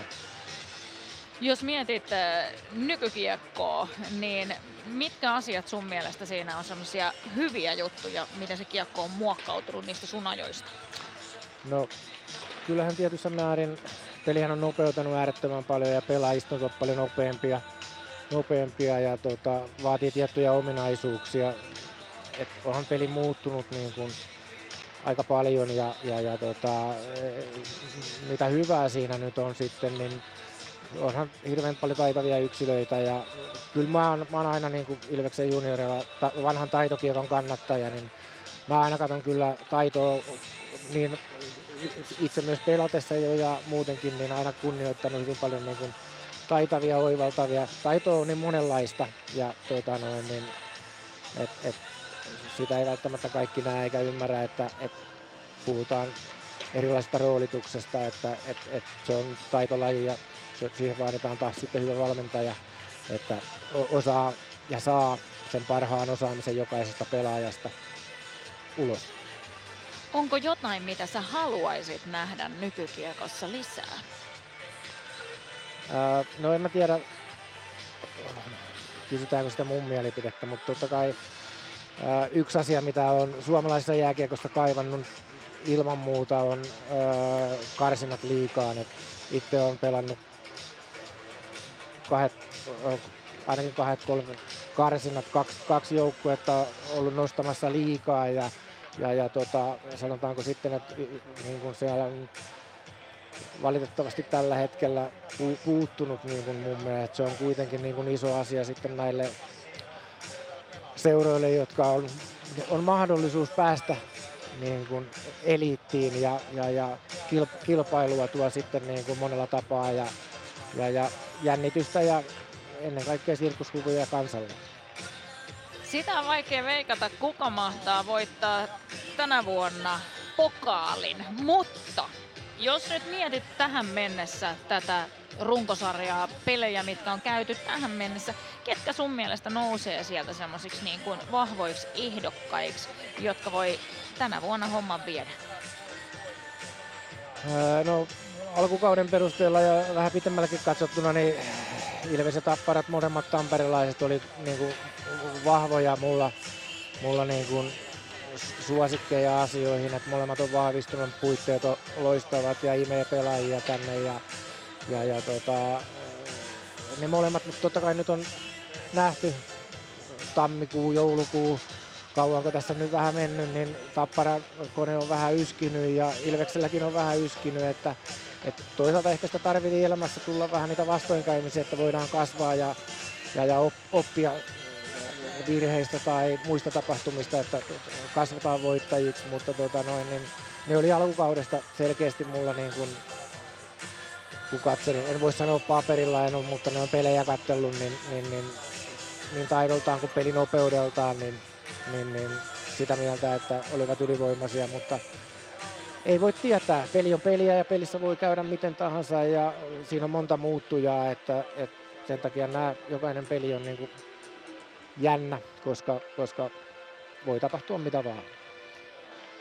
Jos mietit äh, nykykiekkoa, niin mitkä asiat sun mielestä siinä on sellaisia hyviä juttuja, miten se kiekko on muokkautunut niistä sun ajoista? No kyllähän tietyssä määrin pelihän on nopeutunut äärettömän paljon ja pelaajista on paljon nopeampia, nopeampia ja tota, vaatii tiettyjä ominaisuuksia. Et onhan peli muuttunut niin kuin aika paljon ja, ja, ja tota, mitä hyvää siinä nyt on sitten, niin onhan hirveän paljon taitavia yksilöitä ja kyllä mä oon, mä oon aina niin kuin Ilveksen juniorilla ta, vanhan taitokiekon kannattaja, niin mä aina katson kyllä taitoa niin itse myös pelatessa jo ja muutenkin, niin aina kunnioittanut hyvin paljon niin kuin taitavia, oivaltavia. Taito on niin monenlaista ja tota noin, niin, et, et, sitä ei välttämättä kaikki näe eikä ymmärrä, että et puhutaan erilaisesta roolituksesta, että et, et se on taitolaji ja siihen vaaditaan taas sitten hyvä valmentaja, että osaa ja saa sen parhaan osaamisen jokaisesta pelaajasta ulos. Onko jotain, mitä sä haluaisit nähdä nykykiekossa lisää? Ää, no en mä tiedä, kysytäänkö sitä mun mielipidettä, mutta totta kai ää, yksi asia, mitä on suomalaisessa jääkiekosta kaivannut ilman muuta on ää, karsinat liigaan. Et itse olen pelannut kahdet, ainakin kahdet kolme karsinat, kaksi, kaksi joukkuetta ollut nostamassa liigaa ja, ja, ja tota, sanotaanko sitten, että niin kuin siellä on valitettavasti tällä hetkellä puuttunut niin kuin mun mielestä. Se on kuitenkin niin kuin iso asia sitten näille seuroille, jotka on, on mahdollisuus päästä niin kuin eliittiin ja, ja, ja kilpailua tuo sitten niin kuin monella tapaa ja, ja, ja jännitystä ja ennen kaikkea sirkuskuvia kansalle. Sitä on vaikea veikata, kuka mahtaa voittaa tänä vuonna pokaalin, mutta jos nyt mietit tähän mennessä tätä runkosarjaa, pelejä, mitkä on käyty tähän mennessä, ketkä sun mielestä nousee sieltä semmoisiksi niin kuin vahvoiksi ehdokkaiksi, jotka voi tänä vuonna homman viedä? Öö, no alkukauden perusteella ja vähän pitemmälläkin katsottuna, niin Ilves ja Tapparat, molemmat tamperelaiset oli niin kuin vahvoja mulla, mulla niin kuin suosikkeja asioihin, että molemmat on vahvistunut, puitteet on loistavat ja imee pelaajia tänne ja, ja, ja tota, ne molemmat nyt totta kai nyt on nähty tammikuu, joulukuu, kauanko tässä nyt vähän mennyt, niin Tappara kone on vähän yskinyt ja Ilvekselläkin on vähän yskinyt, että, että toisaalta ehkä sitä tarvitsee elämässä tulla vähän niitä vastoinkäymisiä, että voidaan kasvaa ja, ja, ja oppia virheistä tai muista tapahtumista, että kasvataan voittajiksi, mutta tota noin, niin ne oli alkukaudesta selkeästi mulla niin kuin, kun katselin, en voi sanoa paperilla, en ole, mutta ne on pelejä katsellut, niin, niin, niin, niin taidoltaan kuin pelinopeudeltaan, niin, niin, niin sitä mieltä, että olivat ylivoimaisia, mutta ei voi tietää. Peli on peliä ja pelissä voi käydä miten tahansa ja siinä on monta muuttujaa, että, että sen takia nämä, jokainen peli on niin kuin jännä, koska, koska voi tapahtua mitä vaan.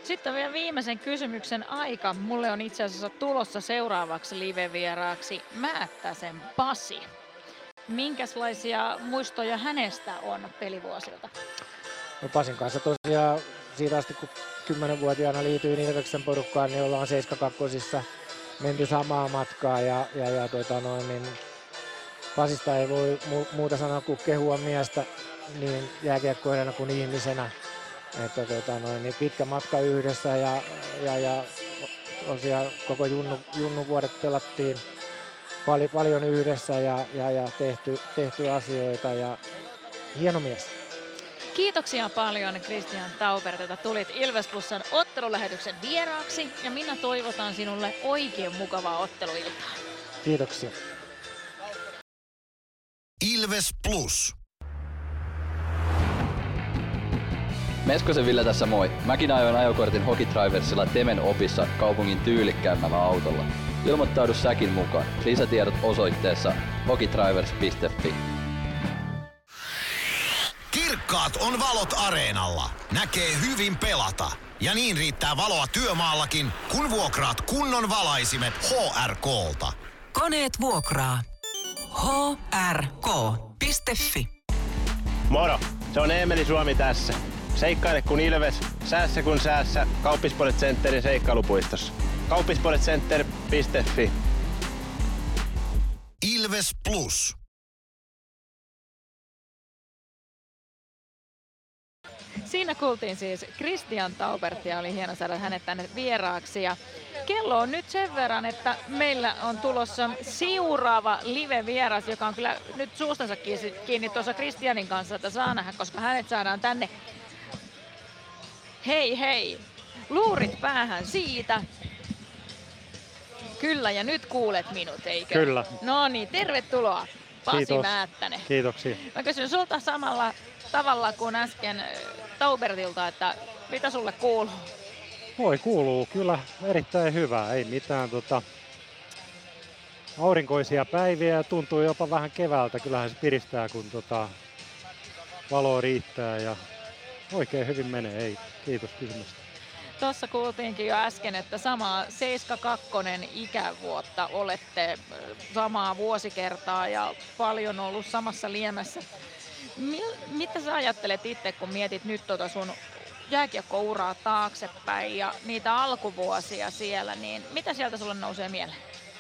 Sitten vielä viimeisen kysymyksen aika. Mulle on itse asiassa tulossa seuraavaksi live-vieraaksi Määttäsen Pasi. Minkälaisia muistoja hänestä on pelivuosilta? No Pasin kanssa tosiaan siitä asti, kun kymmenvuotiaana liityin Ilveksen porukkaan, niin ollaan seiskakakkosissa menty samaa matkaa ja, ja, ja tota noin, niin Pasista ei voi mu- muuta sanoa kuin kehua miestä niin jääkiekkoilijana kuin ihmisenä. Että tota noin, niin pitkä matka yhdessä ja, ja, ja tosiaan koko junnu, junnu vuodet pelattiin pal- paljon yhdessä ja, ja, ja tehty, tehty asioita ja hieno mies. Kiitoksia paljon Christian Taubert, että tulit Ilves Plusan ottelulähetyksen vieraaksi ja minä toivotan sinulle oikein mukavaa otteluiltaa. Kiitoksia. Ilves Plus. Meskosen Ville tässä moi. Mäkin ajoin ajokortin Hokitriversilla Temen opissa kaupungin tyylikkäämmällä autolla. Ilmoittaudu säkin mukaan. Lisätiedot osoitteessa hokitrivers piste fi. Kirkkaat on valot areenalla. Näkee hyvin pelata. Ja niin riittää valoa työmaallakin, kun vuokraat kunnon valaisimet H R K:lta. Koneet vuokraa. H R K piste fi. Moro, se on Eemeli Suomi tässä. Seikkaile kun Ilves, säässä kun säässä. Kauppisports Centerin seikkailupuistossa. kauppisports center piste fi. Ilves Plus. Siinä kuultiin siis Christian Taubert ja oli hieno saada hänet tänne vieraaksi. Ja kello on nyt sen verran, että meillä on tulossa seuraava live-vieras, joka on kyllä nyt suustansa kiinni tuossa Christianin kanssa, että saa nähdä, koska hänet saadaan tänne. Hei hei, luurit päähän siitä. Kyllä, ja nyt kuulet minut, eikö? Kyllä. No niin, tervetuloa, Pasi Kiitos. Määttänen. Kiitoksia. Mä kysyn sulta samalla tavalla kuin äsken Taubertilta, että mitä sulle kuuluu? Voi kuuluu kyllä erittäin hyvää, ei mitään tota, aurinkoisia päiviä ja tuntuu jopa vähän keväältä. Kyllähän se piristää, kun tota, valoa riittää ja oikein hyvin menee. Ei, kiitos kysymystä. Tuossa kuultiinkin jo äsken, että samaa seitsemänkymmentäkaksi ikävuotta olette samaa vuosikertaa ja paljon ollut samassa liemessä. Mil, mitä sä ajattelet itse, kun mietit nyt tuota sun jääkiekkouraa taaksepäin ja niitä alkuvuosia siellä, niin mitä sieltä sulle nousee mieleen?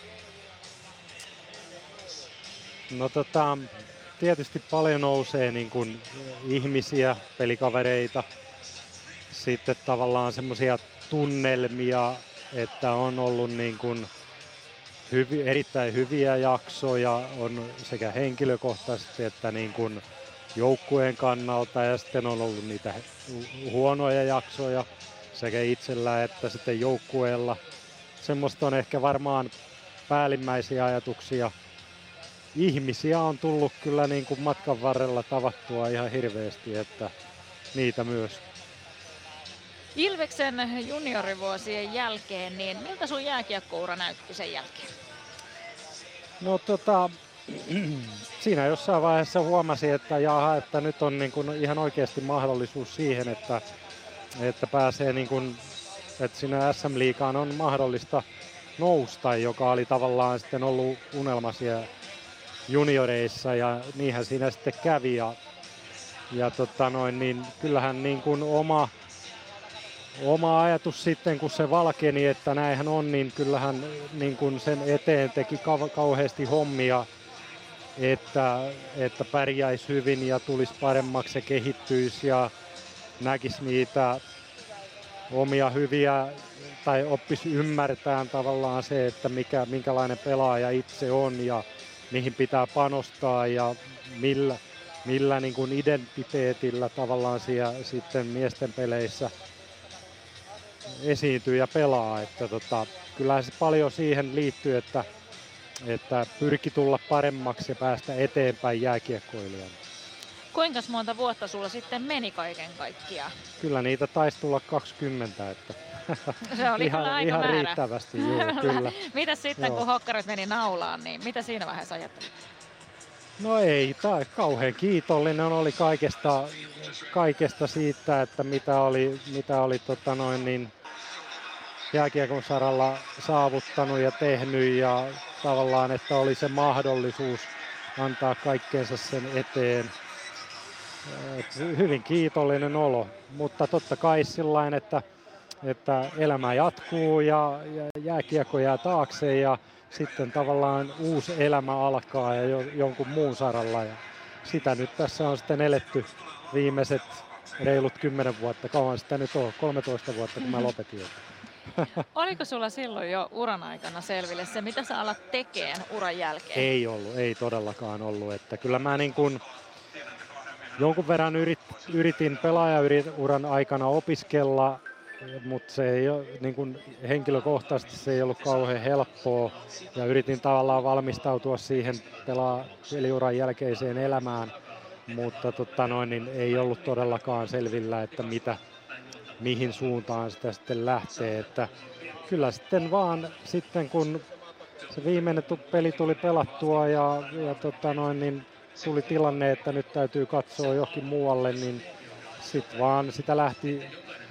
No tota, tietysti paljon nousee niin kuin ihmisiä, pelikavereita, sitten tavallaan semmoisia tunnelmia, että on ollut niin kuin hyvi, erittäin hyviä jaksoja, on sekä henkilökohtaisesti että niin kuin joukkueen kannalta ja sitten on ollut niitä huonoja jaksoja sekä itsellä että sitten joukkueella. Semmoista on ehkä varmaan päällimmäisiä ajatuksia. Ihmisiä on tullut kyllä niin kuin matkan varrella tavattua ihan hirveästi, että niitä myös. Ilveksen juniorivuosien jälkeen, niin miltä sun jääkiekkoura näytti sen jälkeen? No tota, siinä jossain vaiheessa huomasin, että jaha, että nyt on niin kuin ihan oikeasti mahdollisuus siihen, että, että pääsee niin kuin, että siinä S M-liigaan on mahdollista nousta, joka oli tavallaan sitten ollut unelma siellä junioreissa ja niinhän siinä sitten kävi ja, ja tota noin, niin kyllähän niin kuin oma, oma ajatus sitten kun se valkeni, että näinhän on, niin kyllähän niin kuin sen eteen teki kau- kauheasti hommia, että, että pärjäisi hyvin ja tulisi paremmaksi ja kehittyisi ja näkisi niitä omia hyviä tai oppisi ymmärtämään tavallaan se, että mikä, minkälainen pelaaja itse on ja mihin pitää panostaa ja millä, millä niin kuin identiteetillä tavallaan siellä sitten miesten peleissä esiintyy ja pelaa. Että tota, kyllähän se paljon siihen liittyy, että, että pyrki tulla paremmaksi ja päästä eteenpäin jääkiekkoilijana. Kuinka monta vuotta sulla sitten meni kaiken kaikkiaan? Kyllä niitä taisi tulla kaksikymmentä, että se oli ihan, kyllä aika ihan määrä. riittävästi. Juu, kyllä. Mitäs sitten Joo. kun hokkarit meni naulaan, niin mitä siinä vaiheessa ajattelit? No ei, tai kauhean kiitollinen oli kaikesta, kaikesta siitä, että mitä oli, mitä oli tota noin niin jääkiekon saralla saavuttanut ja tehnyt ja tavallaan, että oli se mahdollisuus antaa kaikkeensa sen eteen. Et hyvin kiitollinen olo, mutta totta kai sillain, että, että elämä jatkuu ja, ja jääkiekko jää taakse ja sitten tavallaan uusi elämä alkaa ja jo, jonkun muun saralla. Ja sitä nyt tässä on sitten eletty viimeiset reilut kymmenen vuotta. Kauan sitä nyt on, kolmetoista vuotta kun mä lopetin. Oliko sulla silloin jo uran aikana selville se, mitä sä alat tekemään uran jälkeen? Ei ollut, ei todellakaan ollut. Että kyllä mä niin kuin jonkun verran yrit, yritin pelaajauran aikana opiskella, mutta se ei ole, niin kuin henkilökohtaisesti se ei ollut kauhean helppoa. Ja yritin tavallaan valmistautua siihen pelaa peliuran jälkeiseen elämään, mutta totta noin, niin ei ollut todellakaan selvillä, että mitä, mihin suuntaan sitä sitten lähtee. Että kyllä sitten vaan sitten kun se viimeinen peli tuli pelattua ja, ja tota noin, niin tuli tilanne, että nyt täytyy katsoa johonkin muualle, niin sitten vaan sitä lähti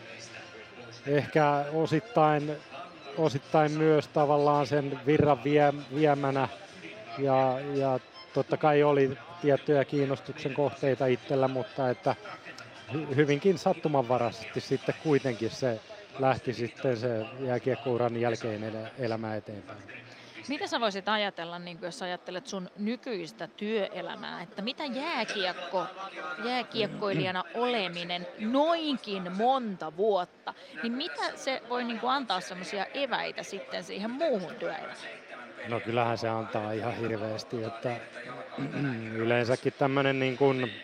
ehkä osittain, osittain myös tavallaan sen virran vie, viemänä ja, ja totta kai oli tiettyjä kiinnostuksen kohteita itsellä, mutta että hy, hyvinkin sattumanvaraisesti sitten kuitenkin se lähti sitten se jääkiekkouran jälkeinen elämä eteenpäin. Mitä sä voisit ajatella, niin jos ajattelet sun nykyistä työelämää, että mitä jääkiekko, jääkiekkoilijana oleminen noinkin monta vuotta, niin mitä se voi niin kuin antaa semmoisia eväitä sitten siihen muuhun työelämään? No kyllähän se antaa ihan hirveästi, että yleensäkin tämmöinen niin kuin,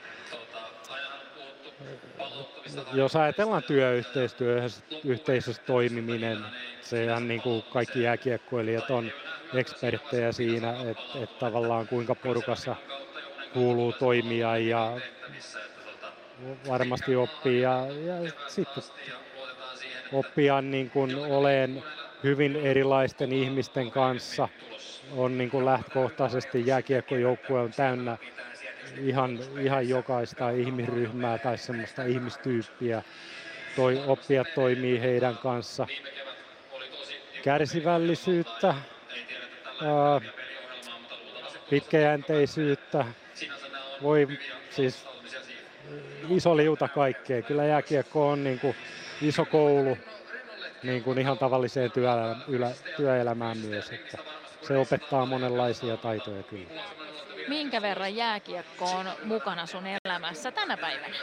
jos ajatellaan työyhteisössä toimiminen, sehän niin kuin kaikki jääkiekkoilijat on eksperttejä siinä, että, että tavallaan kuinka porukassa kuuluu toimia ja varmasti oppii ja, ja sitten oppia niin kuin olen hyvin erilaisten ihmisten kanssa. On niin kuin lähtökohtaisesti jääkiekkojoukkue on täynnä ihan, ihan jokaista ihmisryhmää tai semmoista ihmistyyppiä. Toi, oppia toimii heidän kanssa. Kärsivällisyyttä, ää, pitkäjänteisyyttä, voi siis iso liuta kaikkea. Kyllä jääkiekko on niin kuin iso koulu niin kuin ihan tavalliseen työelämään, työelämään myös, että se opettaa monenlaisia taitoja kyllä. Minkä verran jääkiekko on mukana sun elämässä tänä päivänä?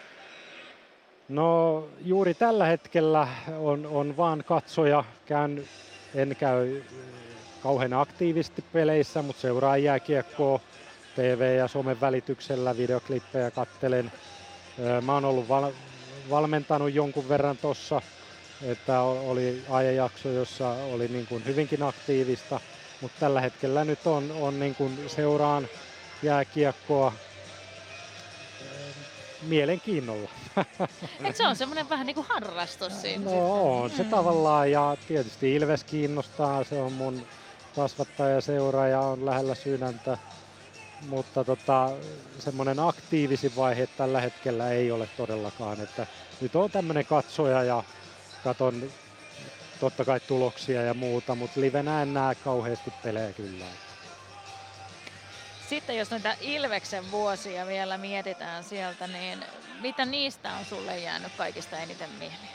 No juuri tällä hetkellä on, on vaan katsoja. Käyn, en käy kauhean aktiivisesti peleissä, mutta seuraan jääkiekkoa T V- ja somen välityksellä, videoklippejä kattelen. Mä oon ollut val, valmentanut jonkun verran tossa, että oli ajanjakso, jossa oli niin kuin hyvinkin aktiivista, mutta tällä hetkellä nyt on, on niin kuin seuraan jääkiekkoa mielenkiinnolla. Eikö se on semmoinen vähän niin kuin harrastus siinä? No on se tavallaan ja tietysti Ilves kiinnostaa, se on mun kasvattajaseura ja on lähellä sydäntä. Mutta tota, semmoinen aktiivisin vaihe tällä hetkellä ei ole todellakaan. Että nyt on tämmöinen katsoja ja katon totta kai tuloksia ja muuta, mutta livenä en näe kauheasti pelejä kyllä. Sitten jos noita Ilveksen vuosia vielä mietitään sieltä, niin mitä niistä on sulle jäänyt kaikista eniten mieleen?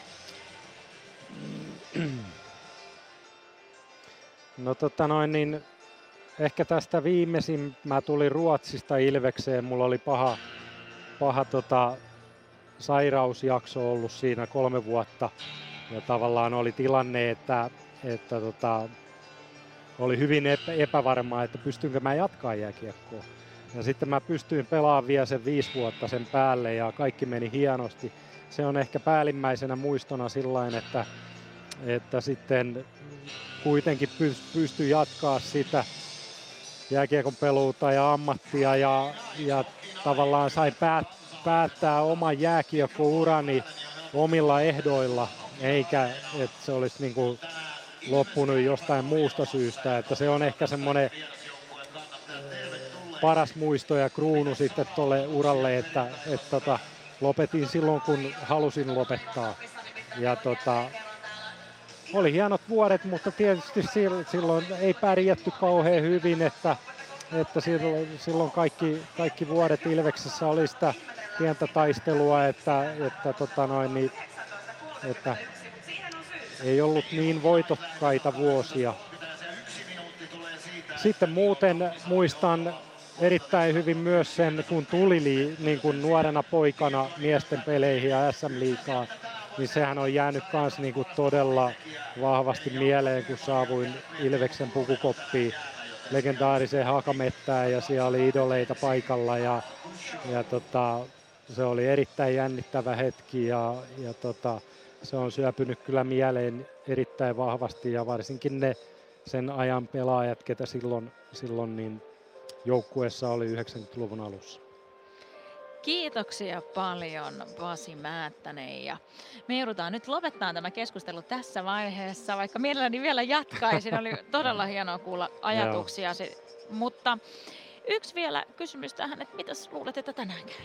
No tota noin, niin ehkä tästä viimeisin mä tulin Ruotsista Ilvekseen. Mulla oli paha, paha tota, sairausjakso ollut siinä kolme vuotta. Ja tavallaan oli tilanne, että, että tota, oli hyvin epä, epävarmaa, että pystynkö mä jatkaa jääkiekkoa. Ja sitten mä pystyin pelaamaan vielä sen viisi vuotta sen päälle ja kaikki meni hienosti. Se on ehkä päällimmäisenä muistona sillain, että, että sitten kuitenkin pystyi jatkaa sitä jääkiekon peluuta ja ammattia ja, ja tavallaan sai päät, päättää oman jääkiekkourani omilla ehdoilla, eikä että se olisi niin kuin loppunut jostain muusta syystä. Että se on ehkä semmoinen paras muisto ja kruunu sitten tuolle uralle, että et tota, lopetin silloin, kun halusin lopettaa. Ja tota, oli hienot vuodet, mutta tietysti silloin ei pärjätty kauhean hyvin, että, että silloin, silloin kaikki, kaikki vuodet Ilveksessä oli sitä pientä taistelua, että, että, tota noin, niin, että ei ollut niin voitokkaita vuosia. Sitten muuten muistan erittäin hyvin myös sen, kun tuli niin kuin nuorena poikana miesten peleihin ja S M-liigaan, niin sehän on jäänyt myös niin kuin todella vahvasti mieleen, kun saavuin Ilveksen pukukoppiin legendaariseen Hakamettään ja siellä oli idoleita paikalla ja, ja tota, se oli erittäin jännittävä hetki ja, ja tota, se on syöpynyt kyllä mieleen erittäin vahvasti ja varsinkin ne sen ajan pelaajat, ketä silloin, silloin niin joukkueessa oli yhdeksänkymmentäluvun alussa. Kiitoksia paljon Pasi Määttänen ja me joudutaan nyt lopettaa tämä keskustelu tässä vaiheessa, vaikka mielelläni vielä jatkaisin, oli todella hienoa kuulla ajatuksia, mutta yksi vielä kysymys tähän, että mitäs luulet, että tänään käy?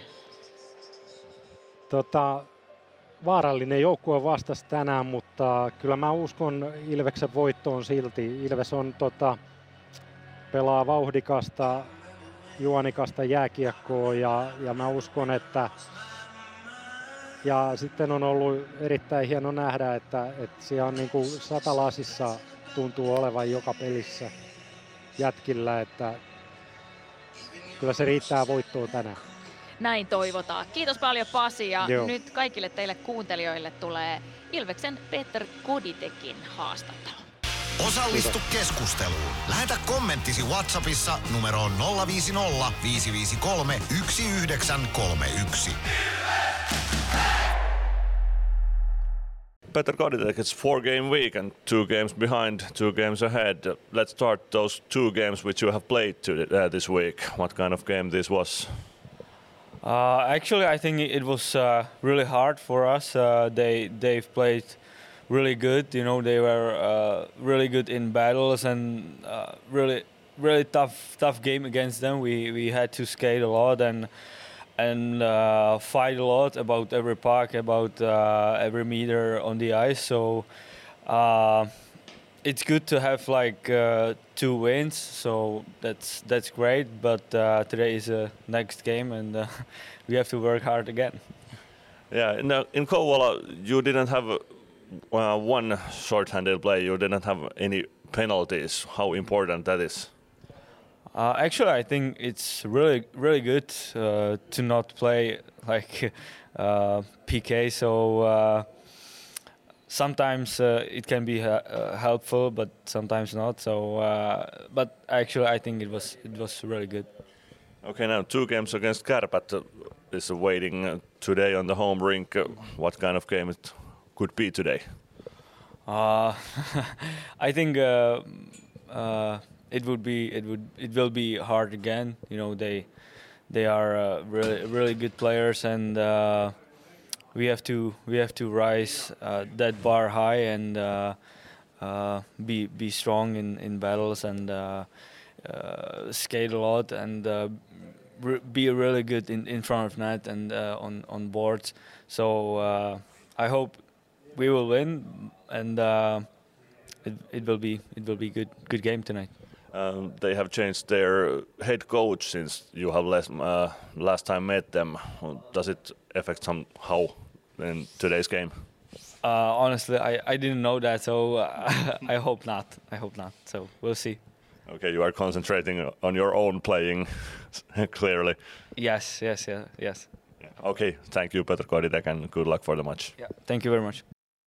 Tota, vaarallinen joukkue vastasi tänään, mutta kyllä mä uskon Ilveksen voittoon silti. Ilves on tota, pelaa vauhdikasta, juonikasta jääkiekkoa ja, ja mä uskon, että ja sitten on ollut erittäin hieno nähdä, että, että siellä on niin kuin satalasissa tuntuu olevan joka pelissä jätkillä, että kyllä se riittää voittoon tänään. Näin toivotaan. Kiitos paljon Pasi ja Joo. Nyt kaikille teille kuuntelijoille tulee Ilveksen Peter Koditekin haastattelu. Osallistu keskusteluun. Lähetä kommenttisi WhatsAppissa numeroon nolla viisi nolla viisi viisi kolme yksi yhdeksän kolme yksi. Peter Koditek, it's four game week and two games behind, two games ahead. Let's start those two games which you have played to, uh, this week. What kind of game this was? Uh, actually, I think it was uh, really hard for us. Uh, they they've played really good. You know, they were uh, really good in battles and uh, really really tough tough game against them. We we had to skate a lot and and uh, fight a lot about every puck, about uh, every meter on the ice. So uh, it's good to have like uh, two wins. So that's that's great. But uh, today is a next game, and uh, we have to work hard again. Yeah, in, uh, in Kouvola you didn't have uh, one short-handed play. You didn't have any penalties. How important that is? Uh, actually, I think it's really, really good uh, to not play like uh, P K. So uh, sometimes uh, it can be uh, helpful, but sometimes not. So, uh, but actually, I think it was it was really good. Okay, now two games against Kärpät uh, is waiting uh, today on the home rink. Uh, what kind of game it could be today? Uh, I think. Uh, uh, It would be it would it will be hard again. You know, they they are uh, really really good players, and uh, we have to we have to rise uh, that bar high and uh, uh, be be strong in, in battles and uh, uh, skate a lot and uh, re- be really good in, in front of net and uh, on on boards. So uh, I hope we will win, and uh, it it will be it will be good good game tonight. Um, they have changed their head coach since you have last, uh, last time met them. Does it affect somehow in today's game? Uh, honestly, I, I didn't know that, so uh, I hope not. I hope not. So we'll see. Okay, you are concentrating on your own playing, clearly. Yes, yes, yeah, yes. Yeah. Okay, thank you, Peter Koditek, and good luck for the match. Yeah, thank you very much.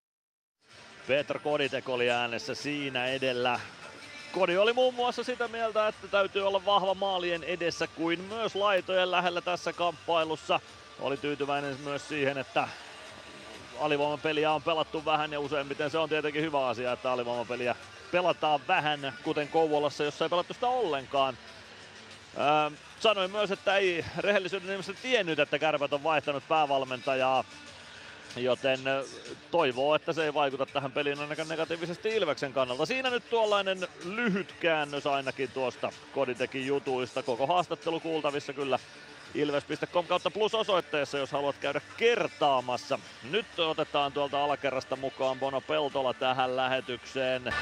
Peter Koditek oli äänessä siinä edellä. Kodi oli muun muassa sitä mieltä, että täytyy olla vahva maalien edessä kuin myös laitojen lähellä tässä kamppailussa. Oli tyytyväinen myös siihen, että alivoimapeliä on pelattu vähän ja useimmiten se on tietenkin hyvä asia, että alivoimapeliä pelataan vähän, kuten Kouvolassa, jossa ei pelattu sitä ollenkaan. Öö, sanoin myös, että ei rehellisyyden nimessä tiennyt, että Kärpät on vaihtanut päävalmentajaa. joten toivoo, että se ei vaikuta tähän peliin ainakaan negatiivisesti Ilveksen kannalta. Siinä nyt tuollainen lyhyt käännös ainakin tuosta Koditekin jutuista. Koko haastattelu kuultavissa kyllä ilves piste com kautta plus osoitteessa, jos haluat käydä kertaamassa. Nyt otetaan tuolta alakerrasta mukaan Bono Peltola tähän lähetykseen.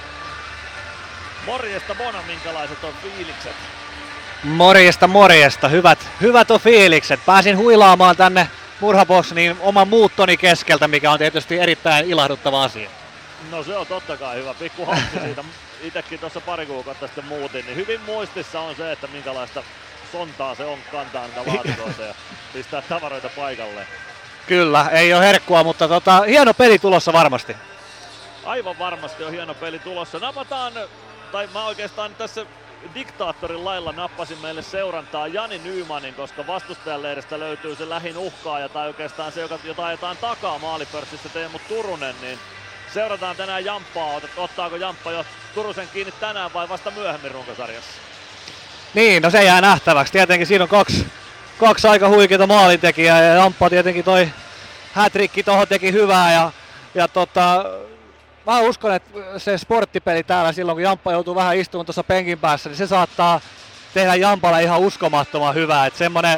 Morjesta Bono, minkälaiset on fiilikset? Morjesta, morjesta. Hyvät, hyvät on fiilikset. Pääsin huilaamaan tänne Murhaboxniin oman muuttoni keskeltä, mikä on tietysti erittäin ilahduttava asia. No se on totta kai hyvä. Pikku hauski siitä. Itekin tuossa pari kuukautta sitten muutin, niin hyvin muistissa on se, että minkälaista sontaa se on kantaa niitä laatikoita ja pistää tavaroita paikalleen. Kyllä, ei ole herkkua, mutta tota, hieno peli tulossa varmasti. Aivan varmasti on hieno peli tulossa. Napataan, tai mä oikeastaan tässä diktaattorin lailla nappasin meille seurantaa Jani Nymanin, koska vastustajan leirestä löytyy se lähin uhkaaja tai oikeastaan se, jota ajetaan takaa maalipörssissä, Teemu Turunen, niin seurataan tänään Jamppaa. Ottaako Jamppa jo Turusen kiinni tänään vai vasta myöhemmin runkosarjassa? Niin, no se jää nähtäväksi. Tietenkin siinä on kaksi, kaksi aika huikeita maalintekijää ja Jamppa tietenkin toi hätrikki tohon teki hyvää ja, ja tota, mä uskon, että se sporttipeli täällä silloin, kun Jamppa joutuu vähän istumaan tuossa penkin päässä, niin se saattaa tehdä Jampalle ihan uskomattoman hyvää. Että semmonen,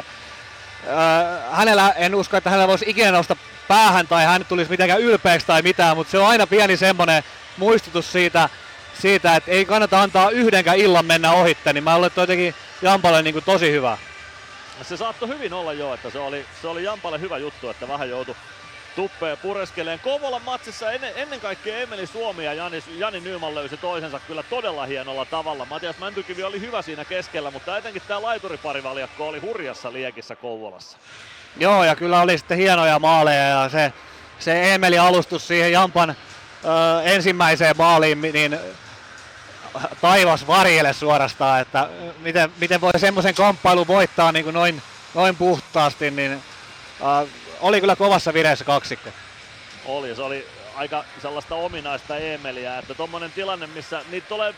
äh, hänellä, en usko, että hänellä voisi ikinä nousta päähän tai hän tulisi mitenkään ylpeäksi tai mitään, mutta se on aina pieni semmonen muistutus siitä, siitä että ei kannata antaa yhdenkään illan mennä ohitte, niin mä luulen, että toi teki Jampalle niin kuin tosi hyvää. Se saattoi hyvin olla jo, että se oli, se oli Jampalle hyvä juttu, että vähän joutui tuppeen pureskeleen. Kouvolan matsissa ennen, ennen kaikkea Emeli Suomi ja Jani, Jani Nyman löysi toisensa kyllä todella hienolla tavalla. Matias Mäntykivi oli hyvä siinä keskellä, mutta etenkin tämä laituriparivaljakko oli hurjassa liekissä Kouvolassa. Joo, ja kyllä oli sitten hienoja maaleja ja se, se Emeli alustus siihen Jampan ö, ensimmäiseen maaliin, niin taivas varjelle suorastaan, että miten, miten voi semmoisen kamppailun voittaa niin kuin noin, noin puhtaasti, niin äh, oli kyllä kovassa vireessä kaksikko. Oli, se oli aika sellaista ominaista Emeliä, että tommonen tilanne, missä niitä tulee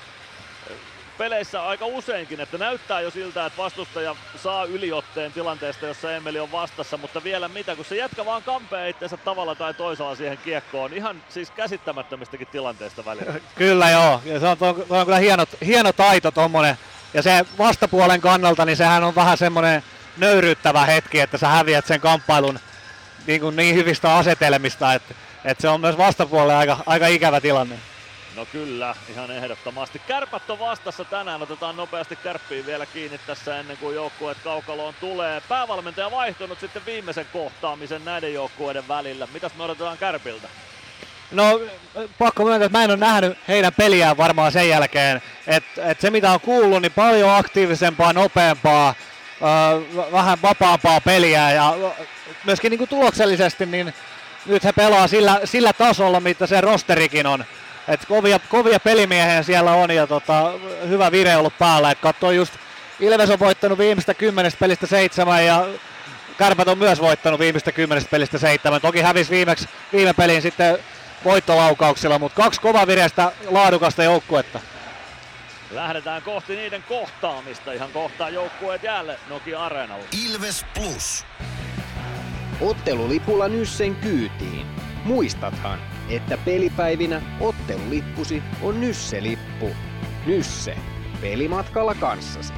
peleissä aika useinkin, että näyttää jo siltä, että vastustaja saa yliotteen tilanteesta, jossa Emeli on vastassa, mutta vielä mitä, kun se jätkä vaan kampee itseensä tavalla tai toisella siihen kiekkoon, ihan siis käsittämättömistäkin tilanteesta välillä. Kyllä joo, ja se on, to, to on kyllä hieno, hieno taito tommonen, ja se vastapuolen kannalta, niin sehän on vähän semmonen nöyryyttävä hetki, että sä häviät sen kamppailun niin, kuin niin hyvistä asetelmista, että, että se on myös vastapuolelle aika, aika ikävä tilanne. No kyllä, ihan ehdottomasti. Kärpät on vastassa tänään, otetaan nopeasti Kärppiin vielä kiinni tässä ennen kuin joukkueet kaukaloon tulee. Päävalmentaja vaihtunut sitten viimeisen kohtaamisen näiden joukkueiden välillä. Mitäs me odotetaan Kärpiltä? No pakko myöntää, että mä en ole nähnyt heidän peliään varmaan sen jälkeen. Että et se mitä on kuullut, niin paljon aktiivisempaa, nopeampaa, äh, vähän vapaampaa peliä ja myöskin niin kuin tuloksellisesti, niin nyt he pelaa sillä, sillä tasolla, mitä se rosterikin on. Et kovia, kovia pelimiehiä siellä on ja tota, hyvä vire ollut päällä. Et katsoo just, Ilves on voittanut viimeistä kymmenestä pelistä seitsemän ja Kärpät on myös voittanut viimeistä kymmenestä pelistä seitsemän. Toki hävisi viimeksi viime peliin sitten voittolaukauksilla, mutta kaksi kova vireistä laadukasta joukkuetta. Lähdetään kohti niiden kohtaamista. Ihan kohtaa joukkueet jäälle Nokia-areenalla. Ilves Plus. Ottelulipulla Nyssen kyytiin. Muistathan, että pelipäivinä ottelulippusi on Nysse-lippu. Nysse. Pelimatkalla kanssasi.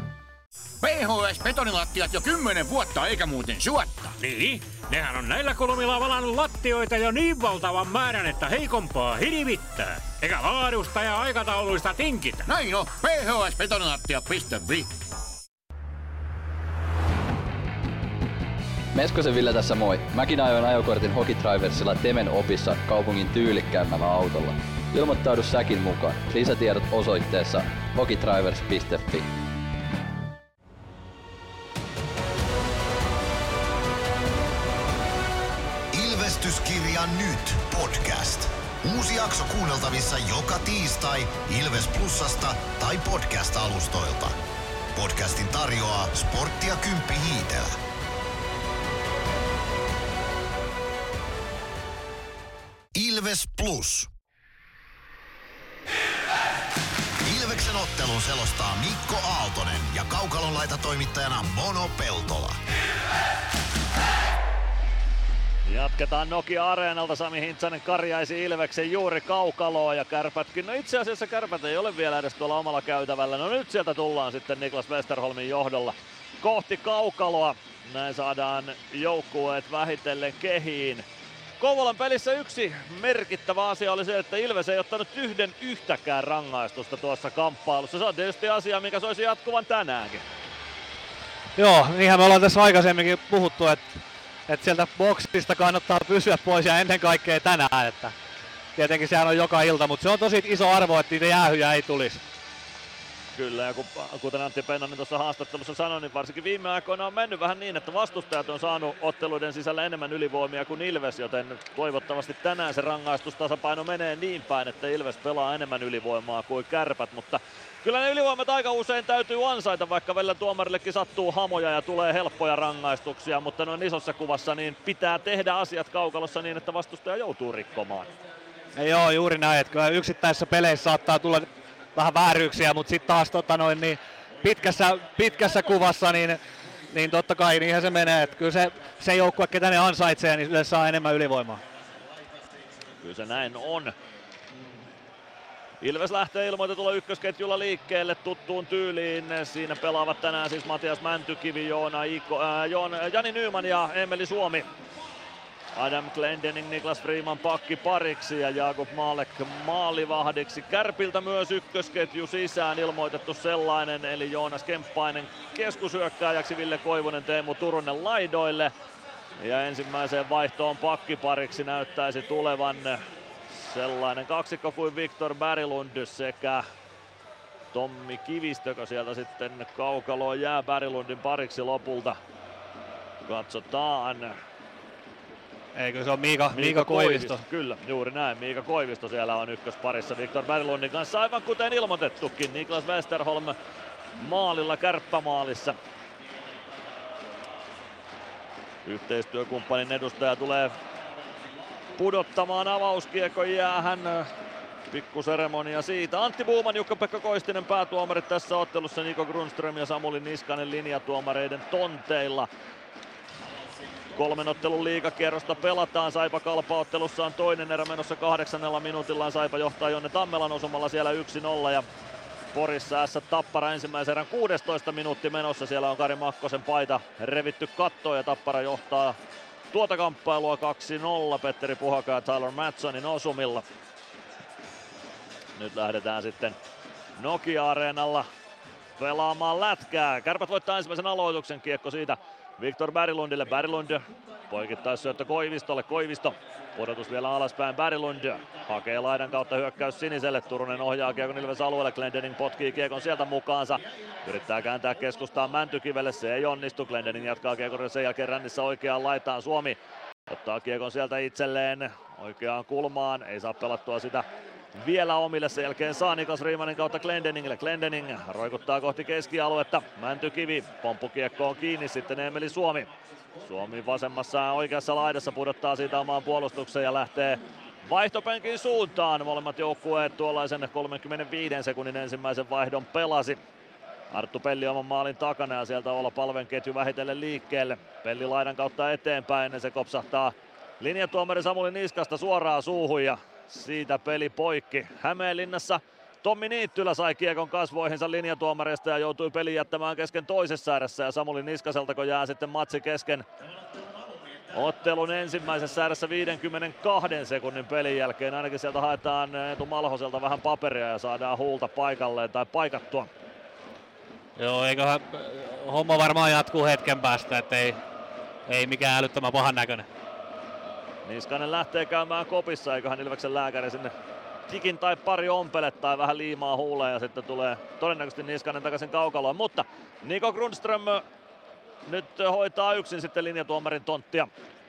P H S-betonilattiat jo kymmenen vuotta eikä muuten suotta. Niin, nehän on näillä kolmilla valannut lattioita jo niin valtavan määrän, että heikompaa hirvittää. Eikä laadusta ja aikatauluista tinkitä. Näin on, p h s betonilattia piste f i. Meskosen Ville tässä moi. Mäkin ajoin ajokortin Hokitriversilla Temen opissa kaupungin tyylikkäämmällä autolla. Ilmoittaudu säkin mukaan. Lisätiedot osoitteessa hokitrivers piste f i. Ilvestyskirja nyt podcast. Uusi jakso kuunneltavissa joka tiistai Ilves Plusasta tai podcast-alustoilta. Podcastin tarjoaa Sporttia Kymppi Hiitelä. Ilves Plus. Ilves! Ilveksen ottelun selostaa Mikko Aaltonen ja Kaukalon laitatoimittajana Bono Peltola. Ja Jatketaan Nokia-areenalta. Sami Hintsanen karjaisi Ilveksen juuri kaukaloa ja Kärpätkin. No itse asiassa Kärpät ei ole vielä edes tuolla omalla käytävällä. No nyt sieltä tullaan sitten Niklas Westerholmin johdolla kohti kaukaloa. Näin saadaan joukkueet vähitellen kehiin. Kouvolan pelissä yksi merkittävä asia oli se, että Ilves ei ottanut yhden yhtäkään rangaistusta tuossa kamppailussa. Se on tietysti asia, mikä soisi jatkuvan tänäänkin. Joo, niinhän me ollaan tässä aikaisemminkin puhuttu, että, että sieltä boksista kannattaa pysyä pois ja ennen kaikkea tänään. Että tietenkin sehän on joka ilta, mutta se on tosi iso arvo, että niitä jäähyjä ei tulisi. Kyllä, ja kuten Antti Pennanen tuossa haastattelussa sanoi, niin varsinkin viime aikoina on mennyt vähän niin, että vastustajat on saanut otteluiden sisällä enemmän ylivoimia kuin Ilves, joten toivottavasti tänään se rangaistustasapaino menee niin päin, että Ilves pelaa enemmän ylivoimaa kuin Kärpät, mutta kyllä ne ylivoimat aika usein täytyy ansaita, vaikka välillä tuomarillekin sattuu hamoja ja tulee helppoja rangaistuksia, mutta noin isossa kuvassa niin pitää tehdä asiat kaukalossa niin, että vastustaja joutuu rikkomaan. Ja joo, juuri näin, että kyllä yksittäisissä peleissä saattaa tulla vähän vääryyksiä, mutta sitten taas tota noin, niin pitkässä, pitkässä kuvassa niin, niin totta kai niinhän se menee, että kyllä se, se joukkue, ketä ne ansaitsee, niin yleensä saa enemmän ylivoimaa. Kyllä se näin on. Ilves lähtee ilmoitetulla ykkösketjulla liikkeelle tuttuun tyyliin. Siinä pelaavat tänään siis Matias Mäntykivi, Joona Iko, äh, Joon, Jani Nyman ja Emeli Suomi. Adam Glendening, Niklas Freeman pakki pariksi ja Jakub Maalek maalivahdiksi. Kärpiltä myös ykkösketju sisään, ilmoitettu sellainen, eli Joonas Kemppainen keskushyökkääjäksi, Ville Koivunen, Teemu Turunen laidoille. Ja ensimmäiseen vaihtoon pakkipariksi näyttäisi tulevan sellainen kaksikko kuin Viktor Berglund sekä Tommi Kivistökö sieltä sitten kaukaloon jää Berglundin pariksi lopulta. Katsotaan. Eikö se on Miika, Miika, Miika Koivisto. Koivisto? Kyllä, juuri näin. Miika Koivisto siellä on ykkösparissa Viktor Berglundin kanssa, aivan kuten ilmoitettukin. Niklas Westerholm maalilla, kärppämaalissa. Yhteistyökumppanin edustaja tulee pudottamaan avauskiekon jäähän. Pikkuseremonia siitä. Antti Buuman, Jukka-Pekka Koistinen päätuomarit tässä ottelussa. Niko Grundström ja Samuli Niskanen linjatuomareiden tonteilla. Kolmen ottelun liigakierrosta pelataan. Saipa Kalpa-ottelussa on toinen erä menossa kahdeksannella minuutilla. Saipa johtaa Jonne Tammelan osumalla siellä yksi nolla ja Porissa S Tappara ensimmäisen erän kuusitoista minuutti menossa. Siellä on Kari Makkosen paita revitty kattoon ja Tappara johtaa tuota kamppailua kaksi nolla Petteri Puhaka ja Tyler Mattsonin osumilla. Nyt lähdetään sitten Nokia-areenalla pelaamaan lätkää. Kärpät voittaa ensimmäisen aloituksen, kiekko siitä Viktor Berglundille. Berglund poikittaisyöttö Koivistolle. Koivisto pudotus vielä alaspäin. Berglund hakee laidan kautta hyökkäys siniselle. Turunen ohjaa kiekon Ilves alueelle. Glendening potkii kiekon sieltä mukaansa. Yrittää kääntää keskustaan Mäntykivelle. Se ei onnistu. Glendening jatkaa kiekon sen jälkeen rännissä oikeaan laitaan. Suomi ottaa kiekon sieltä itselleen oikeaan kulmaan. Ei saa pelattua sitä vielä omille, sen jälkeen saa Niklas Riimanen kautta Glendeningille. Glendening roikuttaa kohti keskialuetta. Mäntykivi, pomppukiekko on kiinni, sitten Emeli Suomi. Suomi vasemmassa ja oikeassa laidassa pudottaa siitä omaan puolustukseen ja lähtee vaihtopenkin suuntaan. Molemmat joukkueet tuollaisen kolmekymmentäviisi sekunnin ensimmäisen vaihdon pelasi. Arttu Pelli oman maalin takana ja sieltä olla Palven ketju vähitellen liikkeelle. Pelli laidan kautta eteenpäin, se kopsahtaa linjatuomari Samuli Niskasta suoraan suuhun ja siitä peli poikki. Hämeenlinnassa Tommi Niittylä sai kiekon kasvoihinsa linjatuomareista ja joutui pelin jättämään kesken toisessa erässä. Ja Samuli Niskaselta kun jää sitten matsi kesken ottelun ensimmäisessä erässä viidenkymmenenkahden sekunnin pelin jälkeen. Ainakin sieltä haetaan Eetu Malhoselta vähän paperia ja saadaan huulta paikalleen tai paikattua. Joo, eiköhän homma varmaan jatkuu hetken päästä, ettei ei mikään älyttömän pahan näköinen. Niskanen lähtee käymään kopissa, eiköhän Ilveksen lääkäri sinne tikin tai pari ompele tai vähän liimaa huuleen ja sitten tulee todennäköisesti Niskanen takaisin kaukaloon. Mutta Niko Grundström nyt hoitaa yksin sitten linjatuomarin tonttia.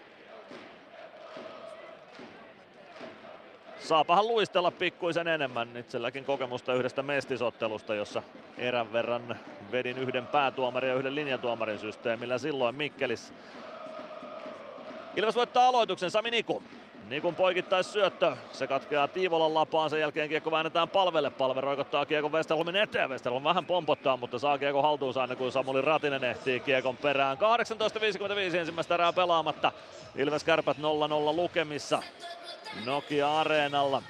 Saapahan luistella pikkuisen enemmän. Itselläkin kokemusta yhdestä mestisottelusta, jossa erän verran vedin yhden päätuomarin ja yhden linjatuomarin systeemillä silloin Mikkelissä. Ilves voittaa aloituksen, Sami Niku. Nikun poikittais syöttö, se katkeaa Tiivolan lapaan, sen jälkeen kiekko väännetään Palvelle. Palve roikottaa kiekon Westerholmin eteen, Westerholm vähän pompottaa, mutta saa kiekon haltuunsa aina kuin Samuli Ratinen ehtii kiekon perään. kahdeksantoista viisikymmentäviisi ensimmäistä erää pelaamatta. Ilves Kärpät nolla nolla lukemissa Nokia-areenalla.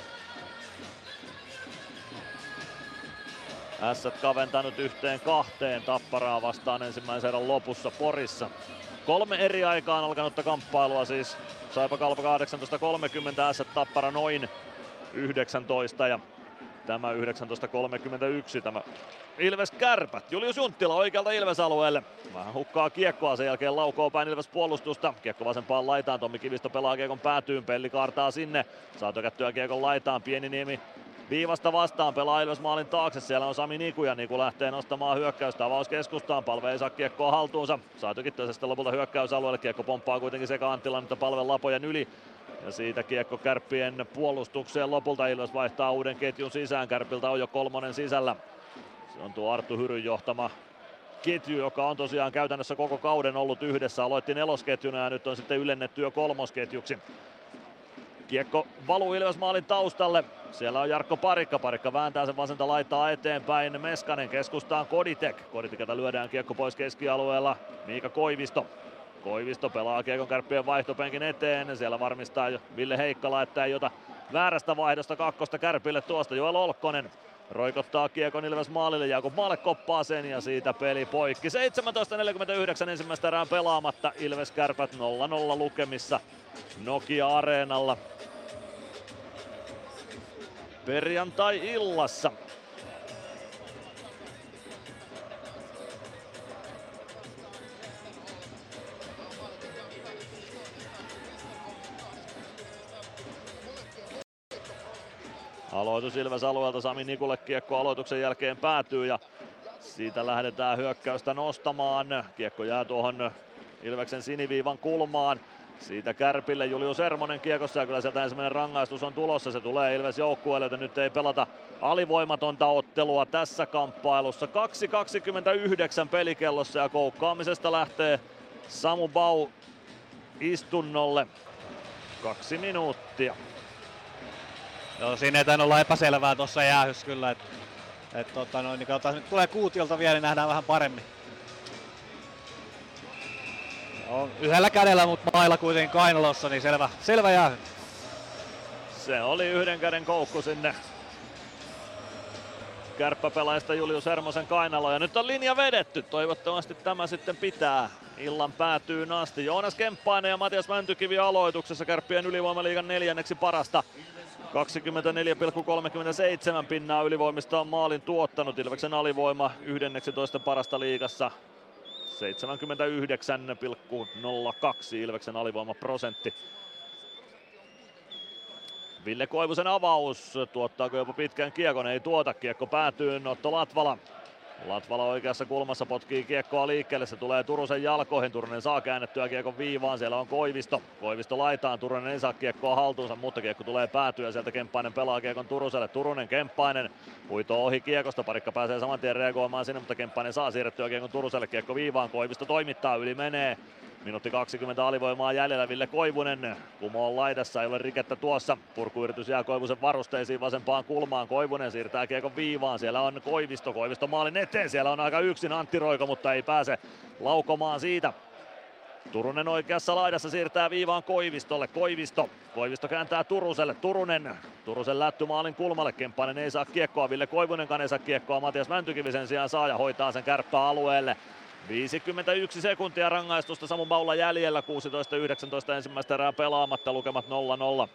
Ässät kaventanut yhteen kahteen Tapparaa vastaan ensimmäisen erän lopussa Porissa. Kolme eri aikaan alkanutta kamppailua siis. Saipa Kalpa kahdeksantoista kolmekymmentä, Ässät Tappara noin yhdeksäntoista ja tämä yhdeksäntoista kolmekymmentäyksi tämä Ilves Kärpät. Julius Junttila oikealta Ilves-alueelle. Vähän hukkaa kiekkoa, sen jälkeen laukoo päin Ilves puolustusta. Kiekko vasempaan laitaan, Tommi Kivisto pelaa kiekon päätyyn, Pelli kaartaa sinne. Saa tökättyä kiekon laitaan, Pieniniemi viivasta vastaan, pelaa Ilves maalin taakse, siellä on Sami Niku ja Niku lähtee nostamaan hyökkäystä, avaus keskustaan, Palve ei saa kiekkoa haltuunsa, saa tykittyä se sitten lopulta hyökkäysalueelle, kiekko pomppaa kuitenkin sekä Anttila, mutta Palve Lapojen yli. Ja siitä kiekko Kärppien puolustukseen lopulta, Ilves vaihtaa uuden ketjun sisään, Kärpiltä on jo kolmonen sisällä. Se on tuo Arttu Hyryn johtama ketju, joka on tosiaan käytännössä koko kauden ollut yhdessä, aloitti nelosketjuna ja nyt on sitten ylennetty jo kolmosketjuksi. Kiekko valuu Ilves maalin taustalle. Siellä on Jarkko Parikka. Parikka vääntää sen vasenta laitaa eteenpäin. Meskanen keskustaan Koditek. Koditekelta lyödään kiekko pois keskialueella. Miika Koivisto. Koivisto pelaa kiekon Kärppien vaihtopenkin eteen. Siellä varmistaa jo Ville Heikkala, että ei ota väärästä vaihdosta kakkosta Kärpille tuosta. Joel Olkkonen roikottaa kiekon Ilves maalille. Jakub Maalle koppaa sen ja siitä peli poikki. seitsemäntoista neljäkymmentäyhdeksän ensimmäistä erää pelaamatta. Ilves Kärpät nolla nolla lukemissa Nokia-areenalla. Perjantai-illassa. Aloitus Ilves alueelta, Sami Nikulle kiekko aloituksen jälkeen päätyy ja siitä lähdetään hyökkäystä nostamaan. Kiekko jää tuohon Ilveksen siniviivan kulmaan. Siitä Kärpille Julius Ermonen kiekossa ja kyllä sieltä ensimmäinen rangaistus on tulossa. Se tulee Ilves joukkueelle, joten nyt ei pelata alivoimatonta ottelua tässä kamppailussa. kaksi kaksikymmentäyhdeksän pelikellossa ja koukkaamisesta lähtee Samu Bau istunnolle. Kaksi minuuttia. Joo, siinä ei tainnut olla epäselvää tuossa jäähys kyllä. Et, et, tota, noin, niin katsotaan, nyt tulee kuutiolta vielä, niin nähdään vähän paremmin. On yhdellä kädellä, mutta mailla kuitenkin kainalossa, niin selvä, selvä jäähy. Se oli yhden käden koukku sinne kärppäpelaajista Julius Hermosen kainaloon. Ja nyt on linja vedetty. Toivottavasti tämä sitten pitää illan päätyyn asti. Joonas Kemppainen ja Matias Mäntykivi aloituksessa. Kärppien ylivoimaliigan neljänneksi parasta. kaksikymmentäneljä pilkku kolmekymmentäseitsemän pinnaa ylivoimista on maalin tuottanut. Ilveksen alivoima yhdentoista parasta liigassa. seitsemänkymmentäyhdeksän pilkku nolla kaksi Ilveksen alivoimaprosentti. Ville Koivusen avaus, tuottaako jopa pitkän kiekon, ei tuota, kiekko päätyy, Otto Latvala. Latvala oikeassa kulmassa potkii kiekkoa liikkeelle, se tulee Turusen jalkoihin, Turunen saa käännettyä kiekon viivaan, siellä on Koivisto. Koivisto laitaan, Turunen ei saa kiekkoa haltuunsa, mutta kiekko tulee päätyä, sieltä Kemppainen pelaa kiekon Turuselle, Turunen Kemppainen, huitoo ohi kiekosta, Parikka pääsee saman tien reagoimaan sinne, mutta Kemppainen saa siirrettyä kiekon Turuselle, kiekko viivaan, Koivisto toimittaa, yli menee. Minuutti kaksikymmentä alivoimaa jäljellä, Ville Koivunen kumoon laidassa, ei ole rikettä tuossa. Purkuyritys jää Koivusen varusteisiin vasempaan kulmaan, Koivunen siirtää kiekon viivaan, siellä on Koivisto, Koivisto maalin eteen, siellä on aika yksin Antti Roiko, mutta ei pääse laukomaan siitä. Turunen oikeassa laidassa siirtää viivaan Koivistolle, Koivisto, Koivisto kääntää Turuselle, Turunen, Turusen lätty maalin kulmalle, Kemppainen ei saa kiekkoa, Ville Koivunenkaan ei saa kiekkoa, Matias Mäntykivi sen sijaan saa ja hoitaa sen kärppäalueelle. viisikymmentäyksi sekuntia rangaistusta Samu Baulla jäljellä, kuusitoista yhdeksäntoista ensimmäistä erää pelaamatta, lukemat nolla nolla.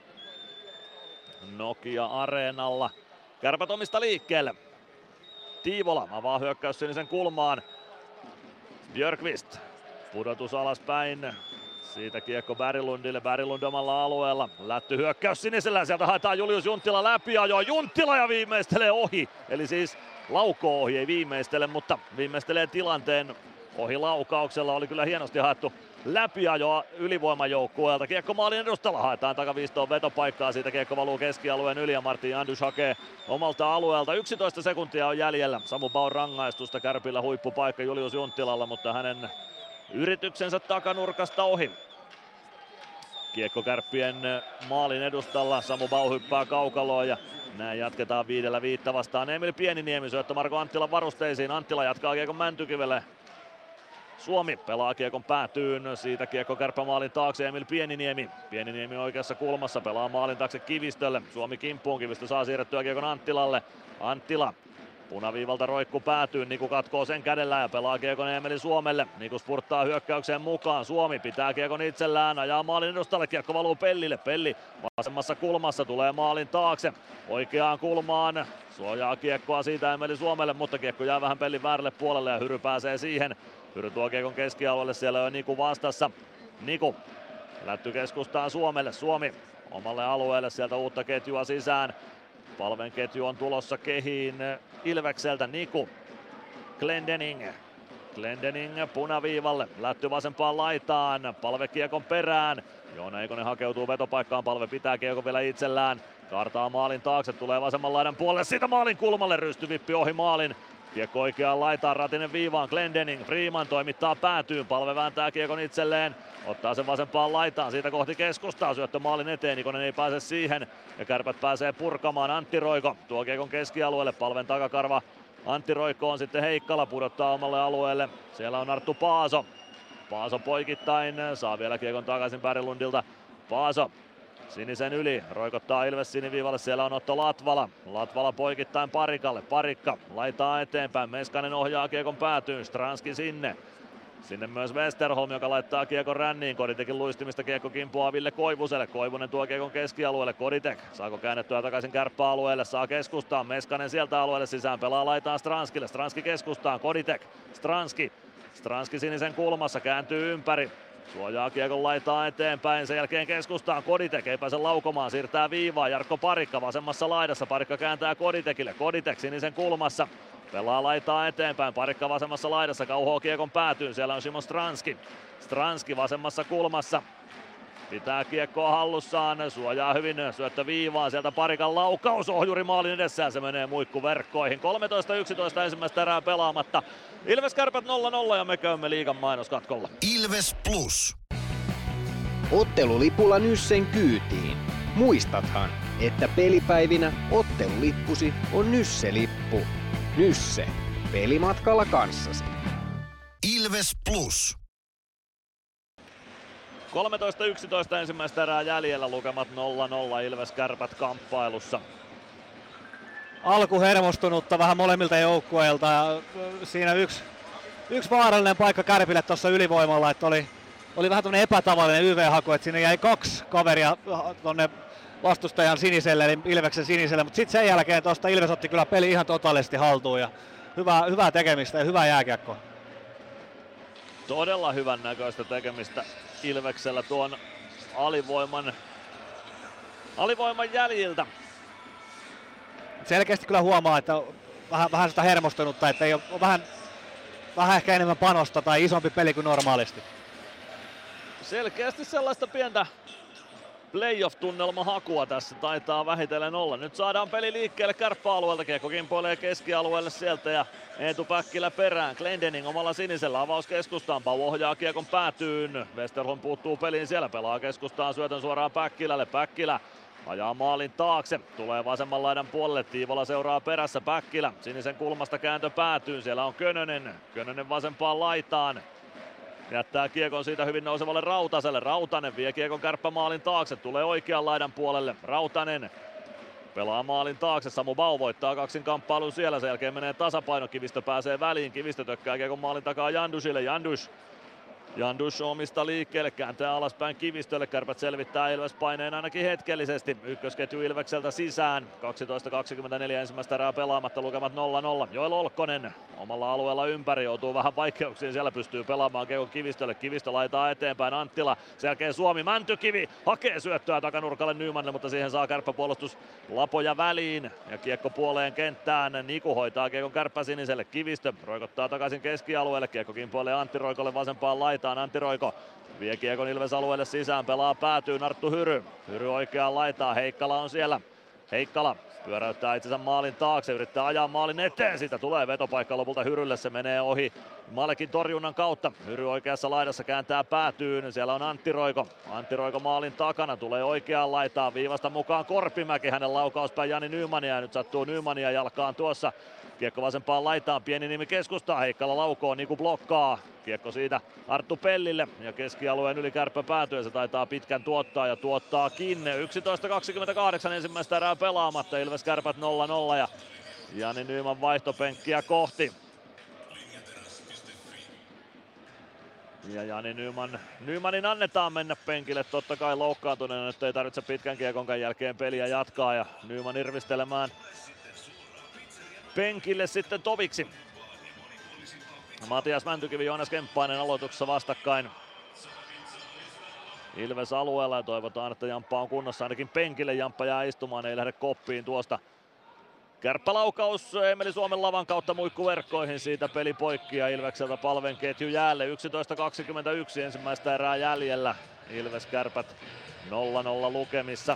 Nokia-areenalla. Kärpät omista liikkeelle. Tiivola avaa hyökkäys sinisen kulmaan. Björkvist pudotus alaspäin. Siitä kiekko Berglundille, Berglund omalla alueella. Lätty hyökkäys sinisellä, sieltä haetaan Julius Junttila läpi ajoa. Junttila ja viimeistelee ohi. Eli siis laukoo ohi, ei viimeistele, mutta viimeistelee tilanteen ohi laukauksella. Oli kyllä hienosti haettu läpiajoa ylivoimajoukkueelta. Kiekko maalin edustalla, haetaan takaviistoon vetopaikkaa. Siitä kiekko valuu keskialueen yli ja Martin Andus hakee omalta alueelta. yksitoista sekuntia on jäljellä. Samu Baun rangaistusta, Kärpillä huippupaikka Julius Junttilalla, mutta hänen yrityksensä takanurkasta ohi. Kiekko Kärppien maalin edustalla, Samu Bau hyppää kaukaloon ja näin jatketaan viidellä viittä vastaan. Emil Pieniniemi syöttö Marko Anttilan varusteisiin, Anttila jatkaa kiekon Mäntykivelle. Suomi pelaa kiekon päätyyn, siitä kiekko Kärppämaalin taakse Emil Pieniniemi. Pieniniemi oikeassa kulmassa pelaa maalin taakse Kivistölle. Suomi kimppuun, Kivistö saa siirrettyä kiekon Anttilalle. Anttila punaviivalta roikku päätyyn, Niku katkoo sen kädellä ja pelaa kiekon Emeli Suomelle. Niku spurttaa hyökkäykseen mukaan, Suomi pitää kiekon itsellään, ajaa maalin edustalle, kiekko valuu Pellille. Pelli vasemmassa kulmassa tulee maalin taakse, oikeaan kulmaan, suojaa kiekkoa siitä Emeli Suomelle, mutta kiekko jää vähän Pellin väärälle puolelle ja Hyry pääsee siihen. Hyry tuo kiekon keskialueelle, siellä on Niku vastassa. Niku lätty keskustaan Suomelle, Suomi omalle alueelle, sieltä uutta ketjua sisään. Palven ketju on tulossa kehiin Ilvekseltä, Niku, Glendening. Glendening punaviivalle, lätty vasempaan laitaan, Palve kiekon perään. Joona Eikonen hakeutuu vetopaikkaan, Palve pitää kiekon vielä itsellään. Kaartaa maalin taakse, tulee vasemman laidan puolelle, siitä maalin kulmalle, rystyvippi ohi maalin. Kiekko oikeaan laitaan, Ratinen viivaan, Glendening, Freeman toimittaa päätyyn, Palve vääntää kiekon itselleen. Ottaa sen vasempaan laitaan, siitä kohti keskustaa, syöttö maalin eteen, Ikonen ei pääse siihen. Ja Kärpät pääsee purkamaan, Antti Roiko tuo kiekon keskialueelle, Palven takakarva. Antti Roikko on sitten Heikkala, pudottaa omalle alueelle. Siellä on Arttu Paaso. Paaso poikittain, saa vielä kiekon takaisin Berglundilta. Paaso sinisen yli, roikottaa Ilves siniviivalle, siellä on Otto Latvala. Latvala poikittain Parikalle, Parikka laitaa eteenpäin, Meskanen ohjaa kiekon päätyyn, Stranski sinne. Sinne myös Westerholm, joka laittaa kiekon ränniin. Koditekin luistimista kiekko kimpoaa Ville Koivuselle. Koivunen tuo kiekon keskialueelle. Koditek saako käännettyä takaisin kärppäalueelle. Saa keskustaan. Meskanen sieltä alueelle sisään. Pelaa laitaan Stranskille. Stranski keskustaan. Koditek. Stranski. Stranski sinisen kulmassa. Kääntyy ympäri. Suojaa kiekon laitaa eteenpäin. Sen jälkeen keskustaan. Koditek ei pääse laukomaan. Siirtää viivaa. Jarkko Parikka vasemmassa laidassa. Parikka kääntää Koditekille. Koditek sinisen kulmassa. Pelaa laitaa eteenpäin, Parikka vasemmassa laidassa, kauhoo kiekon päätyyn, siellä on Simon Stranski. Stranski vasemmassa kulmassa, pitää kiekkoa hallussaan, suojaa hyvin, syöttö viivaan, sieltä Parikan laukaus, ohjuri maalin edessään, se menee muikkuverkkoihin. kolmetoista yksitoista ensimmäistä erää pelaamatta. Ilves Kärpät nolla nolla ja me käymme liigan mainoskatkolla. Ilves Plus. Ottelulipulla Nyssen kyytiin. Muistathan, että pelipäivinä ottelulippusi on Nysse-lippu. Nysse. Pelimatkalla kanssasi. Ilves Plus. kolmetoista yksitoista ensimmäistä erää jäljellä, lukemat nolla nolla Ilves Kärpät kamppailussa. Alku hermostunutta vähän molemmilta joukkueilta ja siinä yksi, yksi vaarallinen paikka Kärpille tuossa ylivoimalla, että oli, oli vähän tämmöinen epätavallinen Y V-haku, että siinä jäi kaksi kaveria tonne vastustajan siniselle, eli Ilveksen siniselle, mutta sitten sen jälkeen tuosta Ilves otti kyllä peli ihan totaalisesti haltuun ja hyvää, hyvää tekemistä ja hyvää jääkiekkoa. Todella hyvän näköistä tekemistä Ilveksellä tuon alivoiman, alivoiman jäljiltä. Selkeästi kyllä huomaa, että on vähän, vähän sitä hermostunutta, että ei ole, on vähän, vähän ehkä enemmän panosta tai isompi peli kuin normaalisti. Selkeästi sellaista pientä playoff-tunnelma hakua tässä taitaa vähitellen olla. Nyt saadaan peli liikkeelle kärppäalueelta. Kiekko kimpoilee keskialueelle sieltä ja Eetu Päkkilä perään. Glendening omalla sinisellä avaus keskustaan. Pau ohjaa kiekon päätyyn. Westerholm puuttuu peliin siellä. Pelaa keskustaan syötön suoraan Päkkilälle. Päkkilä ajaa maalin taakse. Tulee vasemman laidan puolelle. Tiivola seuraa perässä. Päkkilä sinisen kulmasta kääntö päätyyn. Siellä on Könönen. Könönen vasempaan laitaan. Jättää kiekon siitä hyvin nousevalle Rautaselle. Rautanen vie kiekon kärppämaalin taakse. Tulee oikean laidan puolelle. Rautanen pelaa maalin taakse. Samu Bau voittaa kaksin kamppailun siellä. Sen jälkeen menee tasapaino. Kivistö pääsee väliin. Kivistö tökkää kiekon maalin takaa Jandusille. Jandus. Jandus omista liikkeelle. Kääntää alaspäin Kivistölle. Kärpät selvittää Ilves paineen ainakin hetkellisesti. Ykkösketju Ilvekseltä sisään. kaksitoista kaksikymmentäneljä ensimmäistä erää pelaamatta. Lukemat nolla nolla. Joel Olkkonen omalla alueella ympäri. Joutuu vähän vaikeuksiin. Siellä pystyy pelaamaan kiekon Kivistölle. Kivistö laitaa eteenpäin Anttila. Sen jälkeen Suomi. Mäntykivi hakee syöttöä takanurkalle Nymanille, mutta siihen saa kärppäpuolustus lapoja väliin. Ja kiekko puoleen kenttään. Niku hoitaa kiekon kärppäsiniselle. Kivistö roikottaa takaisin keskialueelle. Kiekko kimpoilee Antti Roikolle vasempaan laitaan. Antti Roiko vie kiekon Ilves alueelle sisään, pelaa päätyyn Arttu Hyry. Hyry oikeaan laitaan, Heikkala on siellä. Heikkala pyöräyttää itsensä maalin taakse, yrittää ajaa maalin eteen, siitä tulee vetopaikka lopulta Hyrylle, se menee ohi Malekin torjunnan kautta. Hyry oikeassa laidassa kääntää päätyyn, siellä on Antti Roiko. Antti Roiko maalin takana, tulee oikeaan laitaan, viivasta mukaan Korpimäki, hänen laukauspäin Jani Nymania, ja nyt sattuu Nymania jalkaan tuossa. Kiekko vasempaan laitaan, pieni nimi keskustaa, Heikkala laukoo, Niku blokkaa. Kiekko siitä Arttu Pellille ja keskialueen yli Kärppä päätyy, se taitaa pitkän tuottaa ja tuottaakin. yksitoista kaksikymmentäkahdeksan ensimmäistä erää pelaamatta, Ilves Kärpät nolla nolla ja Jani Nyman vaihtopenkkiä kohti. Ja Jani Nyman, Nymanin annetaan mennä penkille, totta kai loukkaantuneena, että ei tarvitse pitkän kiekonkan jälkeen peliä jatkaa ja Nyman irvistelemään penkille sitten toviksi. Matias Mäntykivi, Joonas Kemppainen aloituksessa vastakkain Ilves alueella ja toivotaan, että Jamppa on kunnossa ainakin penkille. Jamppa jää istumaan, ei lähde koppiin tuosta. Kärppälaukaus Emeli Suomen lavan kautta muikkuverkkoihin, siitä peli poikki ja Ilvekseltä palven ketju jäälle. yksitoista kaksikymmentäyksi ensimmäistä erää jäljellä. Ilves Kärpät nolla nolla lukemissa.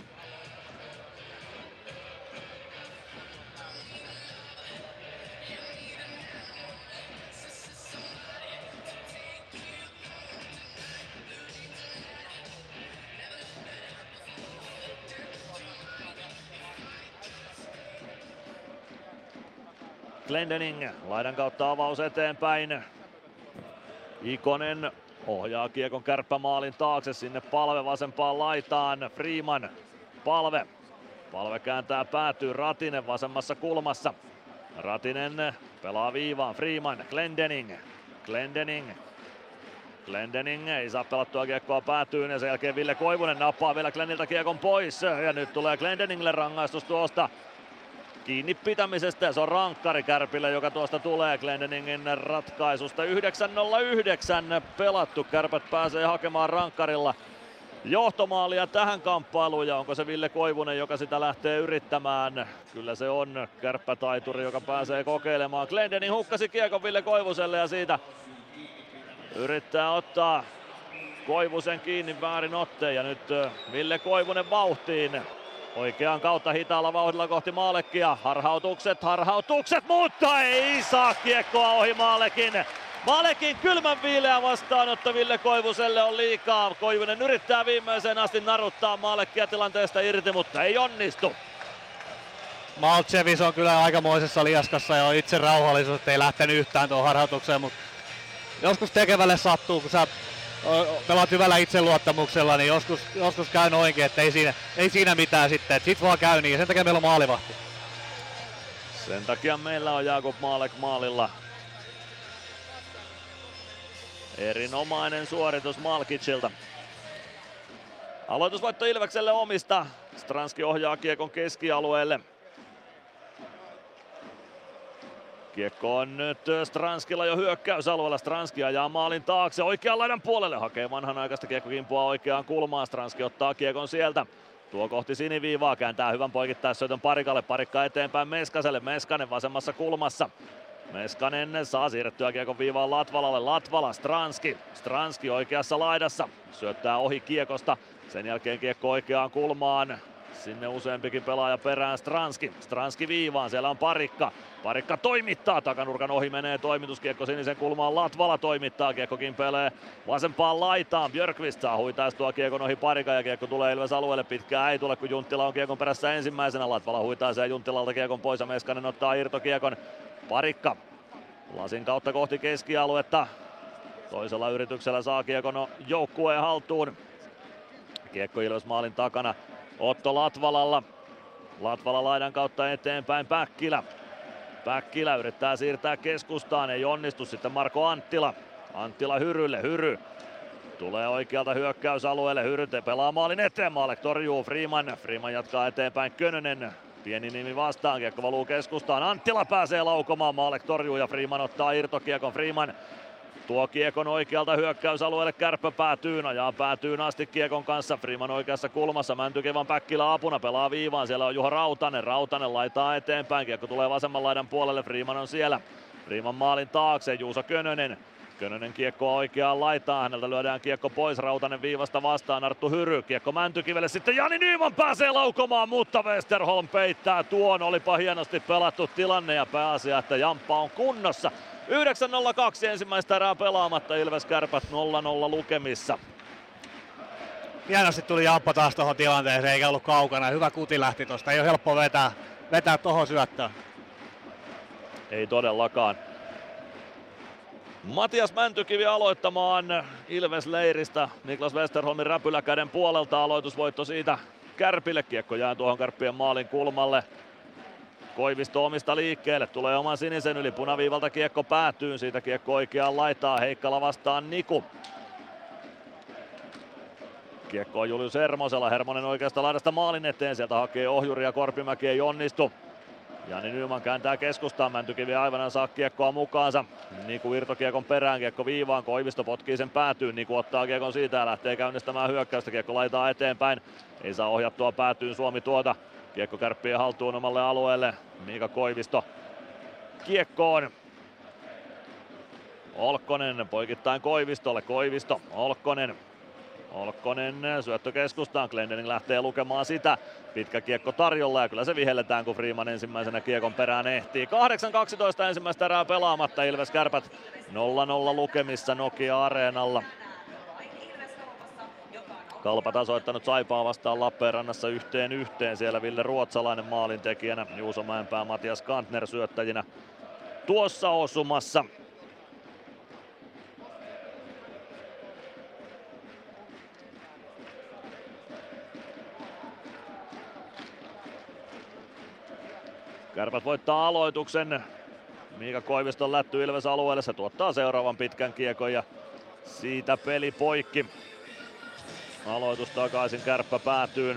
Glendening, laidan kautta avaus eteenpäin. Ikonen ohjaa kiekon Kärppämaalin taakse, sinne Palve vasempaan laitaan. Freeman, Palve. Palve kääntää päätyy, Ratinen vasemmassa kulmassa. Ratinen pelaa viivaan, Freeman, Glendening. Glendening. Glendening ei saa pelattua kiekkoa päätyyn ja sen jälkeen Ville Koivunen nappaa vielä Glenniltä kiekon pois. Ja nyt tulee Glendeningille rangaistus tuosta kiinni pitämisestä ja se on rankkari Kärpille, joka tuosta tulee Glendeningin ratkaisusta. yhdeksän nolla yhdeksän pelattu, Kärpät pääsee hakemaan rankkarilla johtomaalia tähän kamppailuun ja onko se Ville Koivunen, joka sitä lähtee yrittämään? Kyllä se on kärppätaituri, joka pääsee kokeilemaan. Glendening hukkasi kiekon Ville Koivuselle ja siitä yrittää ottaa Koivusen kiinni väärin otteen ja nyt Ville Koivunen vauhtiin. Oikean kautta hitaalla vauhdilla kohti Maalekia. Harhautukset, harhautukset, mutta ei saa kiekkoa ohi Maalekin. Maalekin kylmän viileä vastaanotto Ville Koivuselle on liikaa. Koivunen yrittää viimeiseen asti naruttaa Maalekia tilanteesta irti, mutta ei onnistu. Maltsevis on kyllä aikamoisessa liaskassa ja on itse rauhallisuus, ettei lähtenyt yhtään tuohon harhautukseen, mutta joskus tekevälle sattuu, kun sä pelaat hyvällä itseluottamuksella, niin joskus, joskus käy noinkin, että ei siinä, ei siinä mitään sitten, että sit vaan käy niin ja sen takia meillä on maalivahti. Sen takia meillä on Jakub Maalek maalilla. Erinomainen suoritus Malkicilta. Aloitusvoitto Ilvekselle omista. Stranski ohjaa kiekon keskialueelle. Kiekko on nyt Stranskilla jo hyökkäysalueella. Stranski ajaa maalin taakse oikean laidan puolelle. Hakee vanhanaikaista kiekkokimpua oikeaan kulmaan. Stranski ottaa kiekon sieltä. Tuo kohti siniviivaa. Kääntää hyvän poikittaisyötön Parikalle. Parikka eteenpäin Meskaselle. Meskanen vasemmassa kulmassa. Meskanen saa siirrettyä kiekon viivaan Latvalalle. Latvala, Stranski. Stranski oikeassa laidassa. Syöttää ohi kiekosta. Sen jälkeen kiekko oikeaan kulmaan. Sinne useampikin pelaaja perään Stranski. Stranski viivaan, siellä on Parikka. Parikka toimittaa, takanurkan ohi menee toimituskiekko sinisen kulmaan. Latvala toimittaa, kiekko kimpelee vasempaan laitaan. Björkvist saa huitaistua kiekon ohi Parikka ja kiekko tulee Ilves alueelle. Pitkään ei tule, kun Junttila on kiekon perässä ensimmäisenä. Latvala huitaisee Junttilalta kiekon pois ja Meskanen ottaa irtokiekon. Parikka lasin kautta kohti keskialuetta. Toisella yrityksellä saa kiekon joukkueen haltuun. Kiekko Ilves maalin takana. Otto Latvalalla. Latvala laidan kautta eteenpäin Päkkilä. Päkkilä yrittää siirtää keskustaan, ei onnistu. Sitten Marko Anttila. Anttila Hyrylle, Hyry. Tulee oikealta hyökkäysalueelle, Hyry pelaa maalin eteen. Maalek torjuu Freeman. Freeman jatkaa eteenpäin, Könönen. Pieni nimi vastaan, kiekko valuu keskustaan. Anttila pääsee laukomaan, Maalek torjuu ja Freeman ottaa irtokiekon. Freeman tuo kiekon oikealta hyökkäysalueelle, Kärppä päätyyn, ajaa päätyyn asti kiekon kanssa. Freeman oikeassa kulmassa, Mäntykivan Päkkilä apuna, pelaa viivaan, siellä on Juho Rautanen. Rautanen laitaa eteenpäin, kiekko tulee vasemman laidan puolelle, Freeman on siellä. Freeman maalin taakse, Juuso Könönen. Könönen kiekkoa oikeaan laitaan, häneltä lyödään kiekko pois, Rautanen viivasta vastaan, Arttu Hyry, kiekko Mäntykivelle, sitten Jani Nyman pääsee laukomaan, mutta Westerholm peittää tuon, olipa hienosti pelattu tilanne ja pääasia, että Jamppa on kunnossa. yhdeksän nolla kaksi ensimmäistä erää pelaamatta, Ilves Kärpät nolla nolla lukemissa. Hienosti tuli Jamppa taas tuohon tilanteeseen, eikä ollut kaukana, hyvä kuti lähti tosta, ei ole helppo vetää, vetää tuohon syöttöön. Ei todellakaan. Matias Mäntykivi aloittamaan Ilves-leiristä. Niklas Westerholmin räpyläkäden puolelta aloitusvoitto siitä Kärpille. Kiekko jää tuohon Kärppien maalin kulmalle. Koivisto omista liikkeelle, tulee oman sinisen yli, punaviivalta kiekko päätyy, siitä kiekko oikeaan laitaan, Heikkala vastaan Niku. Kiekko on Julius Hermosella, Hermonen oikeasta laidasta maalin eteen, sieltä hakee ohjuri ja Korpimäki ei onnistu. Jani Nyman kääntää keskustaan, Mäntykivi aivan saa kiekkoa mukaansa. Niku irtokiekon perään, kiekko viivaan, Koivisto potkii sen päätyyn, Niku ottaa kiekon siitä ja lähtee käynnistämään hyökkäystä, kiekko laitaa eteenpäin. Ei saa ohjattua päätyyn Suomi tuota. Kiekko Kärppien haltuun omalle alueelle, Miika Koivisto kiekkoon. Olkkonen poikittain Koivistolle, Koivisto, Olkkonen. Olkkonen syöttö keskustaan, Glendening lähtee lukemaan sitä. Pitkä kiekko tarjolla ja kyllä se vihelletään, kun Freeman ensimmäisenä kiekon perään ehtii. kahdeksan kaksitoista ensimmäistä erää pelaamatta, Ilves Kärpät nolla nolla lukemissa Nokia-areenalla. Kalpa tasoittanut Saipaa vastaan Lappeenrannassa yhteen yhteen. Siellä Ville Ruotsalainen maalintekijänä, Juuso Mäenpää, Matias Kantner syöttäjinä tuossa osumassa. Kärpät voittaa aloituksen. Miika Koiviston lätty Ilves alueelle, se tuottaa seuraavan pitkän kiekon ja siitä peli poikki. Aloitus takaisin Kärppä päätyyn.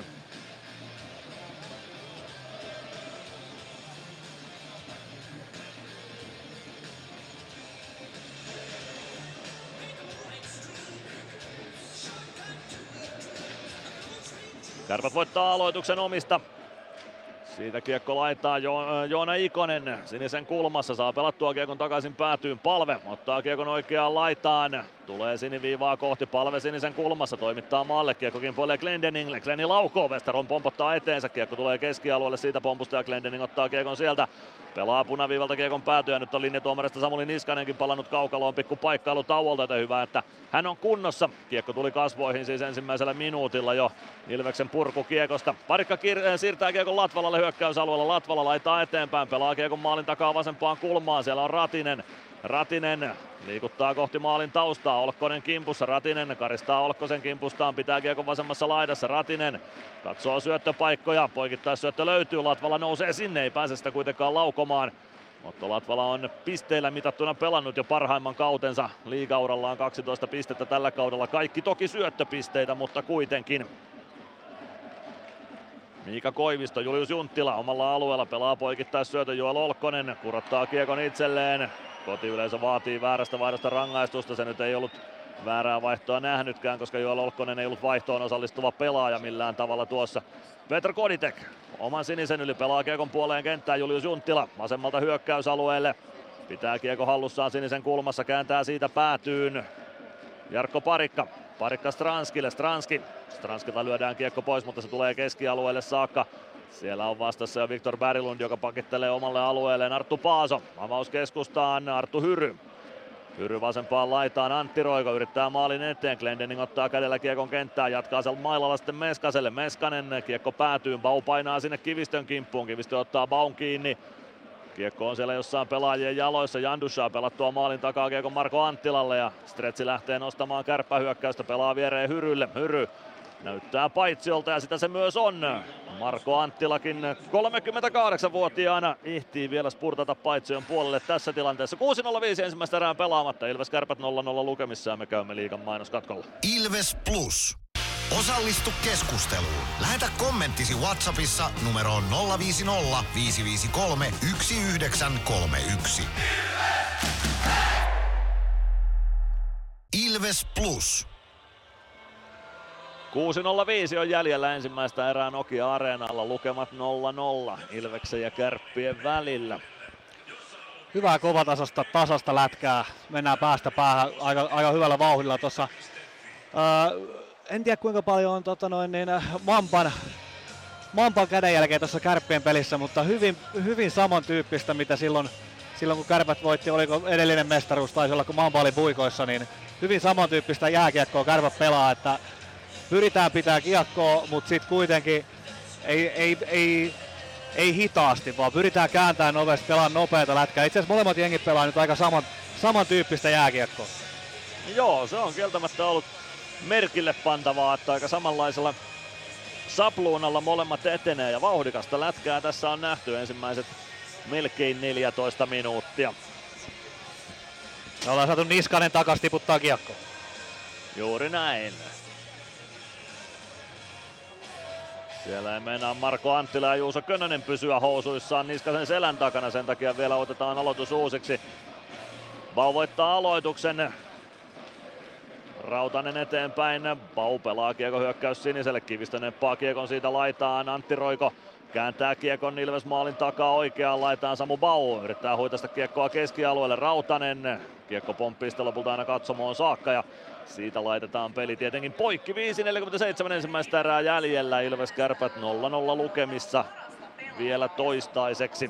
Kärpät voittaa aloituksen omista. Siitä kiekko laittaa jo- Joona Ikonen sinisen kulmassa, saa pelattua kiekon takaisin päätyyn. Palve ottaa kiekon oikeaan laitaan, tulee siniviivaa kohti, Palve sinisen kulmassa, toimittaa maalle, kiekko kimpoilee Glendeningille, Glenni laukoo, Westerholm pompottaa eteensä, kiekko tulee keskialueelle siitä pompusta ja Glendening ottaa kiekon sieltä. Pelaa punaviivalta kiekon päätyä ja nyt on linjatuomarista Samuli Niskanenkin palannut kaukaloon pikku paikkailu tauolta, että hyvä, että hän on kunnossa. Kiekko tuli kasvoihin siis ensimmäisellä minuutilla jo Ilveksen purkukiekosta. Parikka kir- siirtää kiekon Latvalalle hyökkäysalueella, Latvala laittaa eteenpäin, pelaa kiekon maalin takaa vasempaan kulmaan, siellä on Ratinen. Ratinen liikuttaa kohti maalin taustaa, Olkkonen kimpussa, Ratinen karistaa Olkkosen kimpustaan, pitää kiekon vasemmassa laidassa, Ratinen katsoo syöttöpaikkoja, poikittaisyöttö löytyy, Latvala nousee sinne, ei pääse sitä kuitenkaan laukomaan. Otto Latvala on pisteillä mitattuna pelannut jo parhaimman kautensa, liigaurallaan kaksitoista pistettä tällä kaudella, kaikki toki syöttöpisteitä, mutta kuitenkin. Miika Koivisto, Julius Junttila omalla alueella pelaa poikittaisyötön, Joel Olkkonen kurottaa kiekon itselleen. Kotiyleisö vaatii väärästä vaihdosta rangaistusta, se nyt ei ollut väärää vaihtoa nähnytkään, koska Joel Olkkonen ei ollut vaihtoon osallistuva pelaaja millään tavalla tuossa. Petr Koditek oman sinisen yli pelaa kiekon puoleen kenttään, Julius Junttila vasemmalta hyökkäysalueelle. Pitää kiekko hallussaan sinisen kulmassa, kääntää siitä päätyyn Jarkko Parikka. Parikka Stranskille, Stranski. Stranskilta lyödään kiekko pois, mutta se tulee keskialueelle saakka. Siellä on vastassa jo Viktor Berglund, joka pakittelee omalle alueelleen. Arttu Paaso, avaus keskustaan, Arttu Hyry. Hyry vasempaan laitaan, Antti Roiko yrittää maalin eteen. Glendening ottaa kädellä kiekon kenttään, jatkaa sen mailalla sitten Meskaselle. Meskanen, kiekko päätyy, Bau painaa sinne Kivistön kimppuun. Kivistö ottaa Baun kiinni. Kiekko on siellä jossain pelaajien jaloissa. Jandushaa pelattua maalin takaa kiekon Marko Anttilalle ja Stretsi lähtee nostamaan kärppähyökkäystä. Pelaa viereen Hyrylle. Hyry näyttää paitsiolta ja sitä se myös on. Marko Anttilakin kolmekymmentäkahdeksanvuotiaana ihtii vielä spurtata paitsion puolelle tässä tilanteessa. kuusi nolla viisi ensimmäistä erää pelaamatta. Ilves Kärpät nolla nolla lukemissa ja me käymme liigan mainoskatkolla. Ilves Plus. Osallistu keskusteluun. Lähetä kommenttisi WhatsAppissa numeroon nolla viisi nolla viisi viisi kolme yksi yhdeksän kolme yksi. Ilves Plus. kuusi nolla viisi on jäljellä ensimmäistä erää Nokia-areenalla. Lukemat nolla nolla Ilveksen ja Kärppien välillä. hyvää kovatasosta tasasta lätkää. Mennään päästä päähän aika, aika hyvällä vauhdilla tuossa. En tiedä kuinka paljon on tota noin, niin, Mampan, Mampan kädenjälkeen tuossa Kärppien pelissä, mutta hyvin, hyvin samantyyppistä mitä silloin, silloin kun Kärpät voitti, oliko edellinen mestaruus, taisi olla kun Mampa oli puikoissa, niin hyvin samantyyppistä jääkiekkoa Kärpät pelaa, että pyritään pitää kiekkoa, mutta sitten kuitenkin ei, ei, ei, ei hitaasti, vaan pyritään kääntämään nopeasti, pelaamaan nopeata lätkää. Itse asiassa molemmat jengit pelaa nyt aika saman, samantyyppistä jääkiekkoa. Joo, se on kieltämättä ollut merkille pantavaa, että aika samanlaisella sapluunalla molemmat etenee ja vauhdikasta lätkää tässä on nähty ensimmäiset melkein neljätoista minuuttia. Me ollaan saatu Niskanen takas tiputtaa kiekko. Juuri näin. Siellä ei meinaa Marko Anttila ja Juuso Könönen pysyä housuissaan Niskasen selän takana, sen takia vielä otetaan aloitus uusiksi. Bau voittaa aloituksen. Rautanen eteenpäin, Bau pelaa kiekon hyökkäys siniselle, Kivistö neppaa kiekon siitä laitaan, Antti Roiko kääntää kiekon Ilves maalin takaa oikeaan laitaan, Samu Bau yrittää huitaista kiekkoa keskialueelle, Rautanen, kiekko pomppii sitten lopulta aina katsomoon saakka ja siitä laitetaan peli tietenkin poikki, viisi neljäkymmentäseitsemän ensimmäistä erää jäljellä, Ilves Kärpät nolla nolla lukemissa vielä toistaiseksi.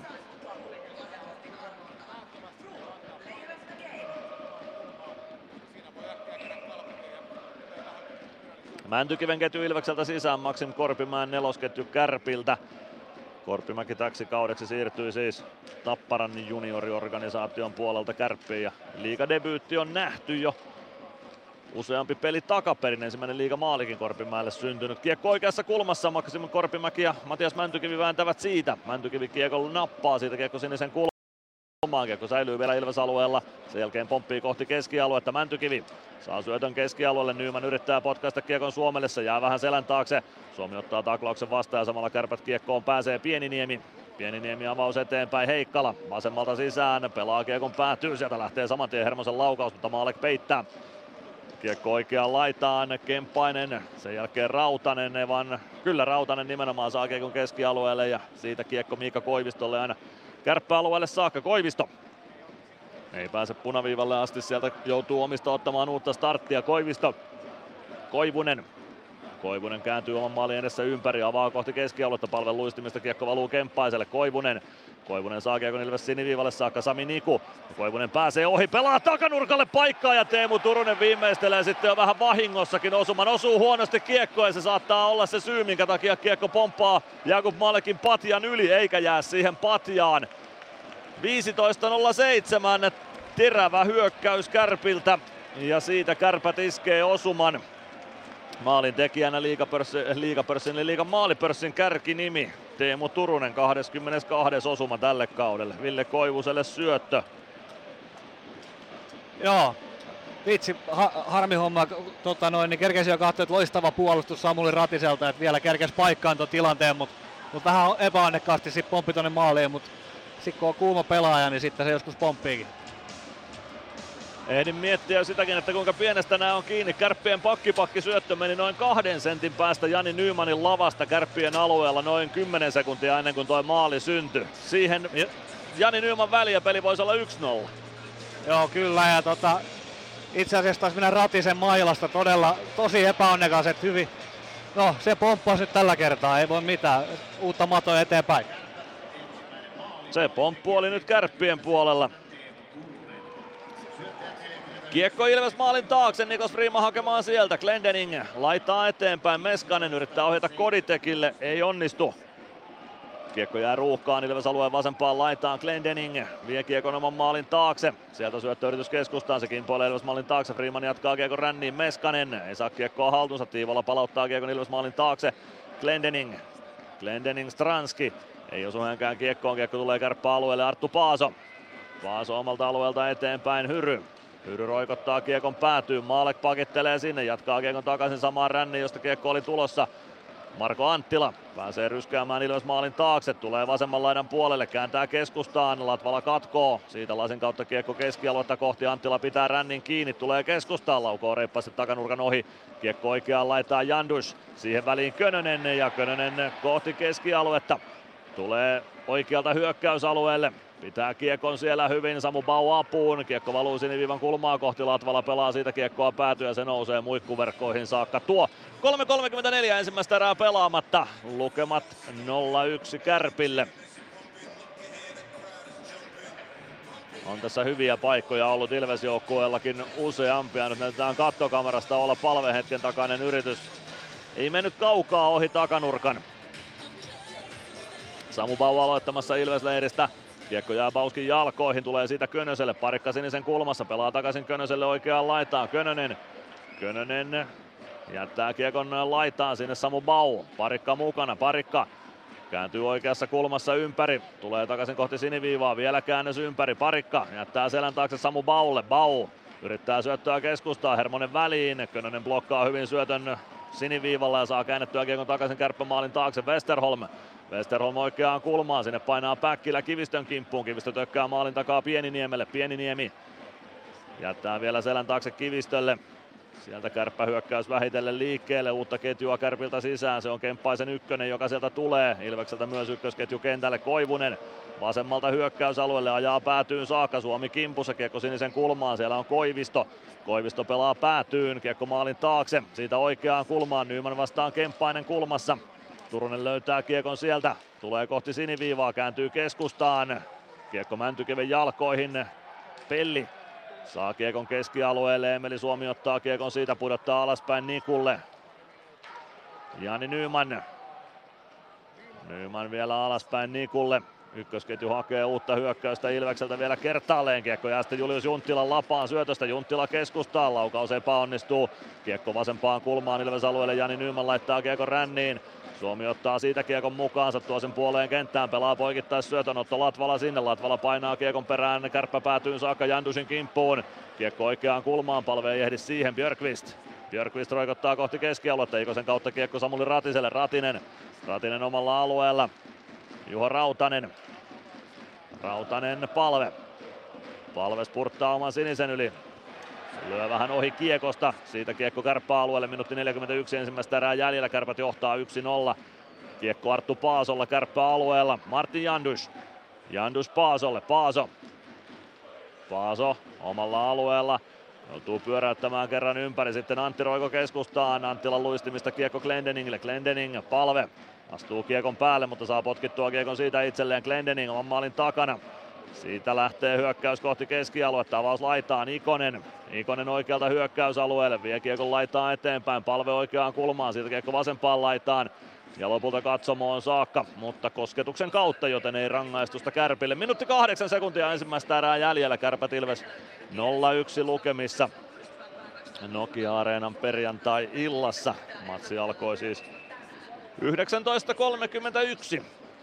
Mäntykiven ketju Ilvekseltä sisään, Maksim Korpimäen nelosketju Kärpiltä. Korpimäki täksi kaudeksi siirtyi siis Tapparan junioriorganisaation puolelta Kärppiin ja liigadebyytti on nähty jo useampi peli takaperin. Ensimmäinen liigamaalikin Korpimäelle syntynyt. Kiekko oikeassa kulmassa, Maksim Korpimäki ja Matias Mäntykivi vääntävät siitä. Mäntykivi kiekon nappaa siitä, kiekko sinisen kulmaan. Kiekko säilyy vielä Ilves-alueella. Sen jälkeen pomppii kohti keskialuetta. Mäntykivi saa syötön keskialueelle. Nyman yrittää potkaista kiekon Suomelle. Se jää vähän selän taakse. Suomi ottaa taklauksen vastaan ja samalla Kärpät kiekkoon pääsee Pieniniemi. Pieniniemi avaus eteenpäin. Heikkala vasemmalta sisään. Pelaa kiekon päätyy. Sieltä lähtee saman tien Hermosen laukaus, mutta Maalek peittää. Kiekko oikeaan laitaan. Kemppainen. Sen jälkeen Rautanen. Evan. Kyllä Rautanen nimenomaan saa kiekon keskialueelle ja siitä kiekko Miika Koivistolle aina kärppäalueelle saakka. Koivisto ei pääse punaviivalle asti, sieltä joutuu omista ottamaan uutta starttia. Koivisto, Koivunen. Koivunen kääntyy oman maalin edessä ympäri, avaa kohti keskialuetta, palvelu luistimista, kiekko valuu Kemppaiselle. Koivunen. Koivunen saa kiekon Ilves siniviivalle saakka, Sami Niku. Koivunen pääsee ohi, pelaa takanurkalle paikkaa ja Teemu Turunen viimeistelee sitten jo vähän vahingossakin osuman. Osuu huonosti kiekkoon ja se saattaa olla se syy, minkä takia kiekko pomppaa Jakub Malekin patjan yli, eikä jää siihen patjaan. viisitoista nolla seitsemän, terävä hyökkäys Kärpiltä ja siitä Kärpät iskee osuman. Maalin tekijänä liigapörssin, liigapörssin eli liigan maalipörssin kärkinimi Teemu Turunen, kaksikymmentäkaksi osuma tälle kaudelle. Ville Koivuselle syöttö. Joo, vitsi, ha- harmi homma, tota noin, niin kerkesi jo katsoa, että loistava puolustus Samuli Ratiselta, että vielä kerkesi paikkaan tuon tilanteen, mutta mut vähän epäonnekkaasti sitten pomppi tonne maaliin, mutta sitten kun on kuuma pelaaja, niin sitten se joskus pomppiikin. Ehdin miettiä sitäkin, että kuinka pienestä nämä on kiinni. Kärppien pakkipakki syöttö meni noin kahden sentin päästä Jani Nymanin lavasta Kärppien alueella noin kymmenen sekuntia ennen kuin toi maali syntyi. Siihen Jani Nyman väliä peli voisi olla yksi nolla. Joo, kyllä, ja tota, itse asiassa taisi mennä Ratisen mailasta todella tosi epäonnekas, että hyvin. No, se pomppasi nyt tällä kertaa, ei voi mitään, uutta matoa eteenpäin. Se pomppu oli nyt Kärppien puolella. Kiekko Ilves maalin taakse, Nikos Friima hakemaan sieltä, Glendening laittaa eteenpäin, Meskanen yrittää ohjata Koditekille, ei onnistu. Kiekko jää ruuhkaan Ilves alueen vasempaan laitaan, Glendening vie kiekon oman maalin taakse. Sieltä syöttöyritys keskustaan, se kimpoilee Ilves maalin taakse, Freeman jatkaa kiekon ränniin, Meskanen ei saa kiekkoa haltuunsa, Tiivola palauttaa kiekon Ilves maalin taakse, Glendening. Glendening Stranski, ei osu hänkään kiekkoon, kiekko tulee kärppäalueelle, Arttu Paaso. Paaso omalta alueelta eteenpäin, Hyry. Hyry roikottaa kiekon päätyyn, Maalek pakittelee sinne, jatkaa kiekon takaisin samaan ränniin, josta kiekko oli tulossa. Marko Anttila pääsee ryskäämään Ilves maalin taakse, tulee vasemman laidan puolelle, kääntää keskustaan, Latvala katkoo, siitä lasin kautta kiekko keskialuetta kohti, Anttila pitää rännin kiinni, tulee keskustaan, laukoo reippaasti takanurkan ohi, kiekko oikeaan laittaa Jandus, siihen väliin Könönen ja Könönen kohti keskialuetta, tulee oikealta hyökkäysalueelle, Pitää kiekon siellä hyvin, Samu Bau apuun. Kiekko valuu siniviivan kulmaa kohti, Latvala pelaa siitä kiekkoa päätyä ja se nousee muikkuverkkoihin saakka. Tuo kolme kolmekymmentäneljä ensimmäistä erää pelaamatta. Lukemat nolla yksi Kärpille. On tässä hyviä paikkoja ollut Ilves-joukkueellakin useampia. Nyt näytetään kattokamerasta olla palvehetken takainen yritys. Ei mennyt kaukaa ohi takanurkan. Samu Bau aloittamassa Ilves-leiristä. Kiekko jää Bauskin jalkoihin, tulee siitä Könöselle. Parikka sinisen kulmassa, pelaa takaisin Könöselle oikeaan laitaan. Könönen, Könönen jättää kiekon laitaan sinne Samu Bau. Parikka mukana, Parikka kääntyy oikeassa kulmassa ympäri. Tulee takaisin kohti siniviivaa, vielä käännös ympäri. Parikka jättää selän taakse Samu Baulle. Bau yrittää syöttöä keskustaa, Hermonen väliin. Könönen blokkaa hyvin syötön siniviivalla ja saa käännettyä kiekon takaisin Kärppämaalin taakse. Westerholm. Westerholm oikeaan kulmaan, sinne painaa Päkkilä Kivistön kimppuun. Kivistö tökkää maalin takaa Pieniniemelle. Pieniniemi jättää vielä selän taakse Kivistölle. Sieltä Kärppä hyökkäys vähitellen liikkeelle, uutta ketjua Kärpiltä sisään. Se on Kemppaisen ykkönen, joka sieltä tulee. Ilvekseltä myös ykkösketju kentälle. Koivunen vasemmalta hyökkäysalueelle, ajaa päätyyn saakka. Suomi kimpussa, kiekko sinisen kulmaan. Siellä on Koivisto. Koivisto pelaa päätyyn, kiekko maalin taakse. Siitä oikeaan kulmaan, Nyman vastaan Kemppainen kulmassa. Turunen löytää kiekon sieltä, tulee kohti siniviivaa, kääntyy keskustaan. Kiekko Mäntykiven jalkoihin. Pelli saa kiekon keskialueelle, Emeli Suomi ottaa kiekon siitä, pudottaa alaspäin Nikulle. Jani Nyman. Nyman vielä alaspäin Nikulle. Ykkösketju hakee uutta hyökkäystä Ilvekseltä vielä kertaalleen. Kiekko jää sitten Julius Junttilan lapaan syötöstä. Junttila keskustaan, laukaus epäonnistuu. Kiekko vasempaan kulmaan Ilves-alueelle, Jani Nyman laittaa kiekon ränniin. Suomi ottaa siitä kiekon mukaansa, tuo sen puoleen kenttään, pelaa poikittais syötönotto Latvala sinne. Latvala painaa kiekon perään, Kärppä päätyyn saakka Jandusin kimppuun. Kiekko oikeaan kulmaan, palve ei ehdi siihen, Björkqvist. Björkqvist roikottaa kohti keskialuetta, Ikosen kautta kiekko Samuli Ratiselle, Ratinen. Ratinen omalla alueella, Juho Rautanen. Rautanen palve. Palve spurttaa oman sinisen yli. Lyö vähän ohi kiekosta. Siitä kiekko Kärppä-alueelle. Minuutti neljäkymmentäyksi ensimmäistä erää jäljellä. Kärpät johtaa yksi nolla. Kiekko Arttu Paasolla Kärppä-alueella. Martin Jandus. Jandus Paasolle. Paaso. Paaso omalla alueella. Joutuu pyöräyttämään kerran ympäri. Sitten Antti Roiko keskustaan. Anttilan luistimista kiekko Glendeningille. Glendening palve. Astuu kiekon päälle, mutta saa potkittua kiekon siitä itselleen. Glendening oman maalin takana. Siitä lähtee hyökkäys kohti keskialuetta, avaus laitaan Ikonen. Ikonen oikealta hyökkäysalueelle, vie kiekon laitaan eteenpäin, palve oikeaan kulmaan, siitä kiekko vasempaan laitaan. Ja lopulta katsomoon saakka, mutta kosketuksen kautta, joten ei rangaistusta Kärpille. Minuutti kahdeksan sekuntia ensimmäistä erää jäljellä, Kärpät Ilves nolla yksi lukemissa. Nokia-areenan perjantai-illassa. Matsi alkoi siis yhdeksäntoista kolmekymmentäyksi.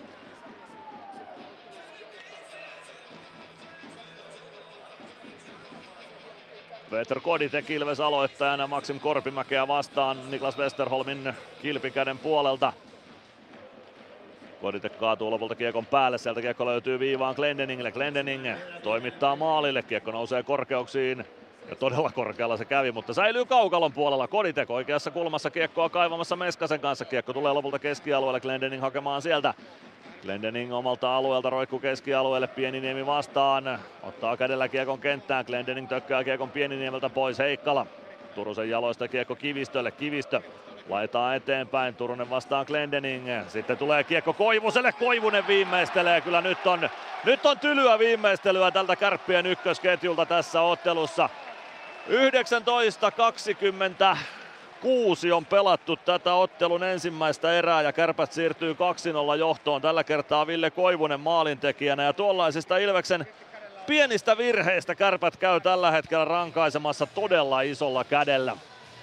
Peter Koditek Ilves aloittajana, Maxim Korpimäkeä vastaan Niklas Westerholmin kilpikäden puolelta. Koditek kaatuu lopulta kiekon päälle, sieltä kiekko löytyy viivaan Glendeningille. Glendening toimittaa maalille, kiekko nousee korkeuksiin. Ja todella korkealla se kävi, mutta säilyy kaukalon puolella. Koditek oikeassa kulmassa kiekkoa kaivamassa Meskasen kanssa. Kiekko tulee lopulta keskialueelle, Glendening hakemaan sieltä. Glendening omalta alueelta roikkuu keskialueelle, Pieniniemi vastaan. Ottaa kädellä kiekon kenttään, Glendening tökkää kiekon Pieniniemeltä pois, Heikkala. Turusen jaloista kiekko Kivistölle, Kivistö laitaa eteenpäin, Turunen vastaan Glendening. Sitten tulee kiekko Koivuselle, Koivunen viimeistelee. Kyllä nyt on, nyt on tylyä viimeistelyä tältä Kärppien ykkösketjulta tässä ottelussa. yhdeksäntoista kaksikymmentäkuusi on pelattu tätä ottelun ensimmäistä erää ja Kärpät siirtyy kaksi nolla johtoon. Tällä kertaa Ville Koivunen maalintekijänä ja tuollaisista Ilveksen pienistä virheistä Kärpät käy tällä hetkellä rankaisemassa todella isolla kädellä.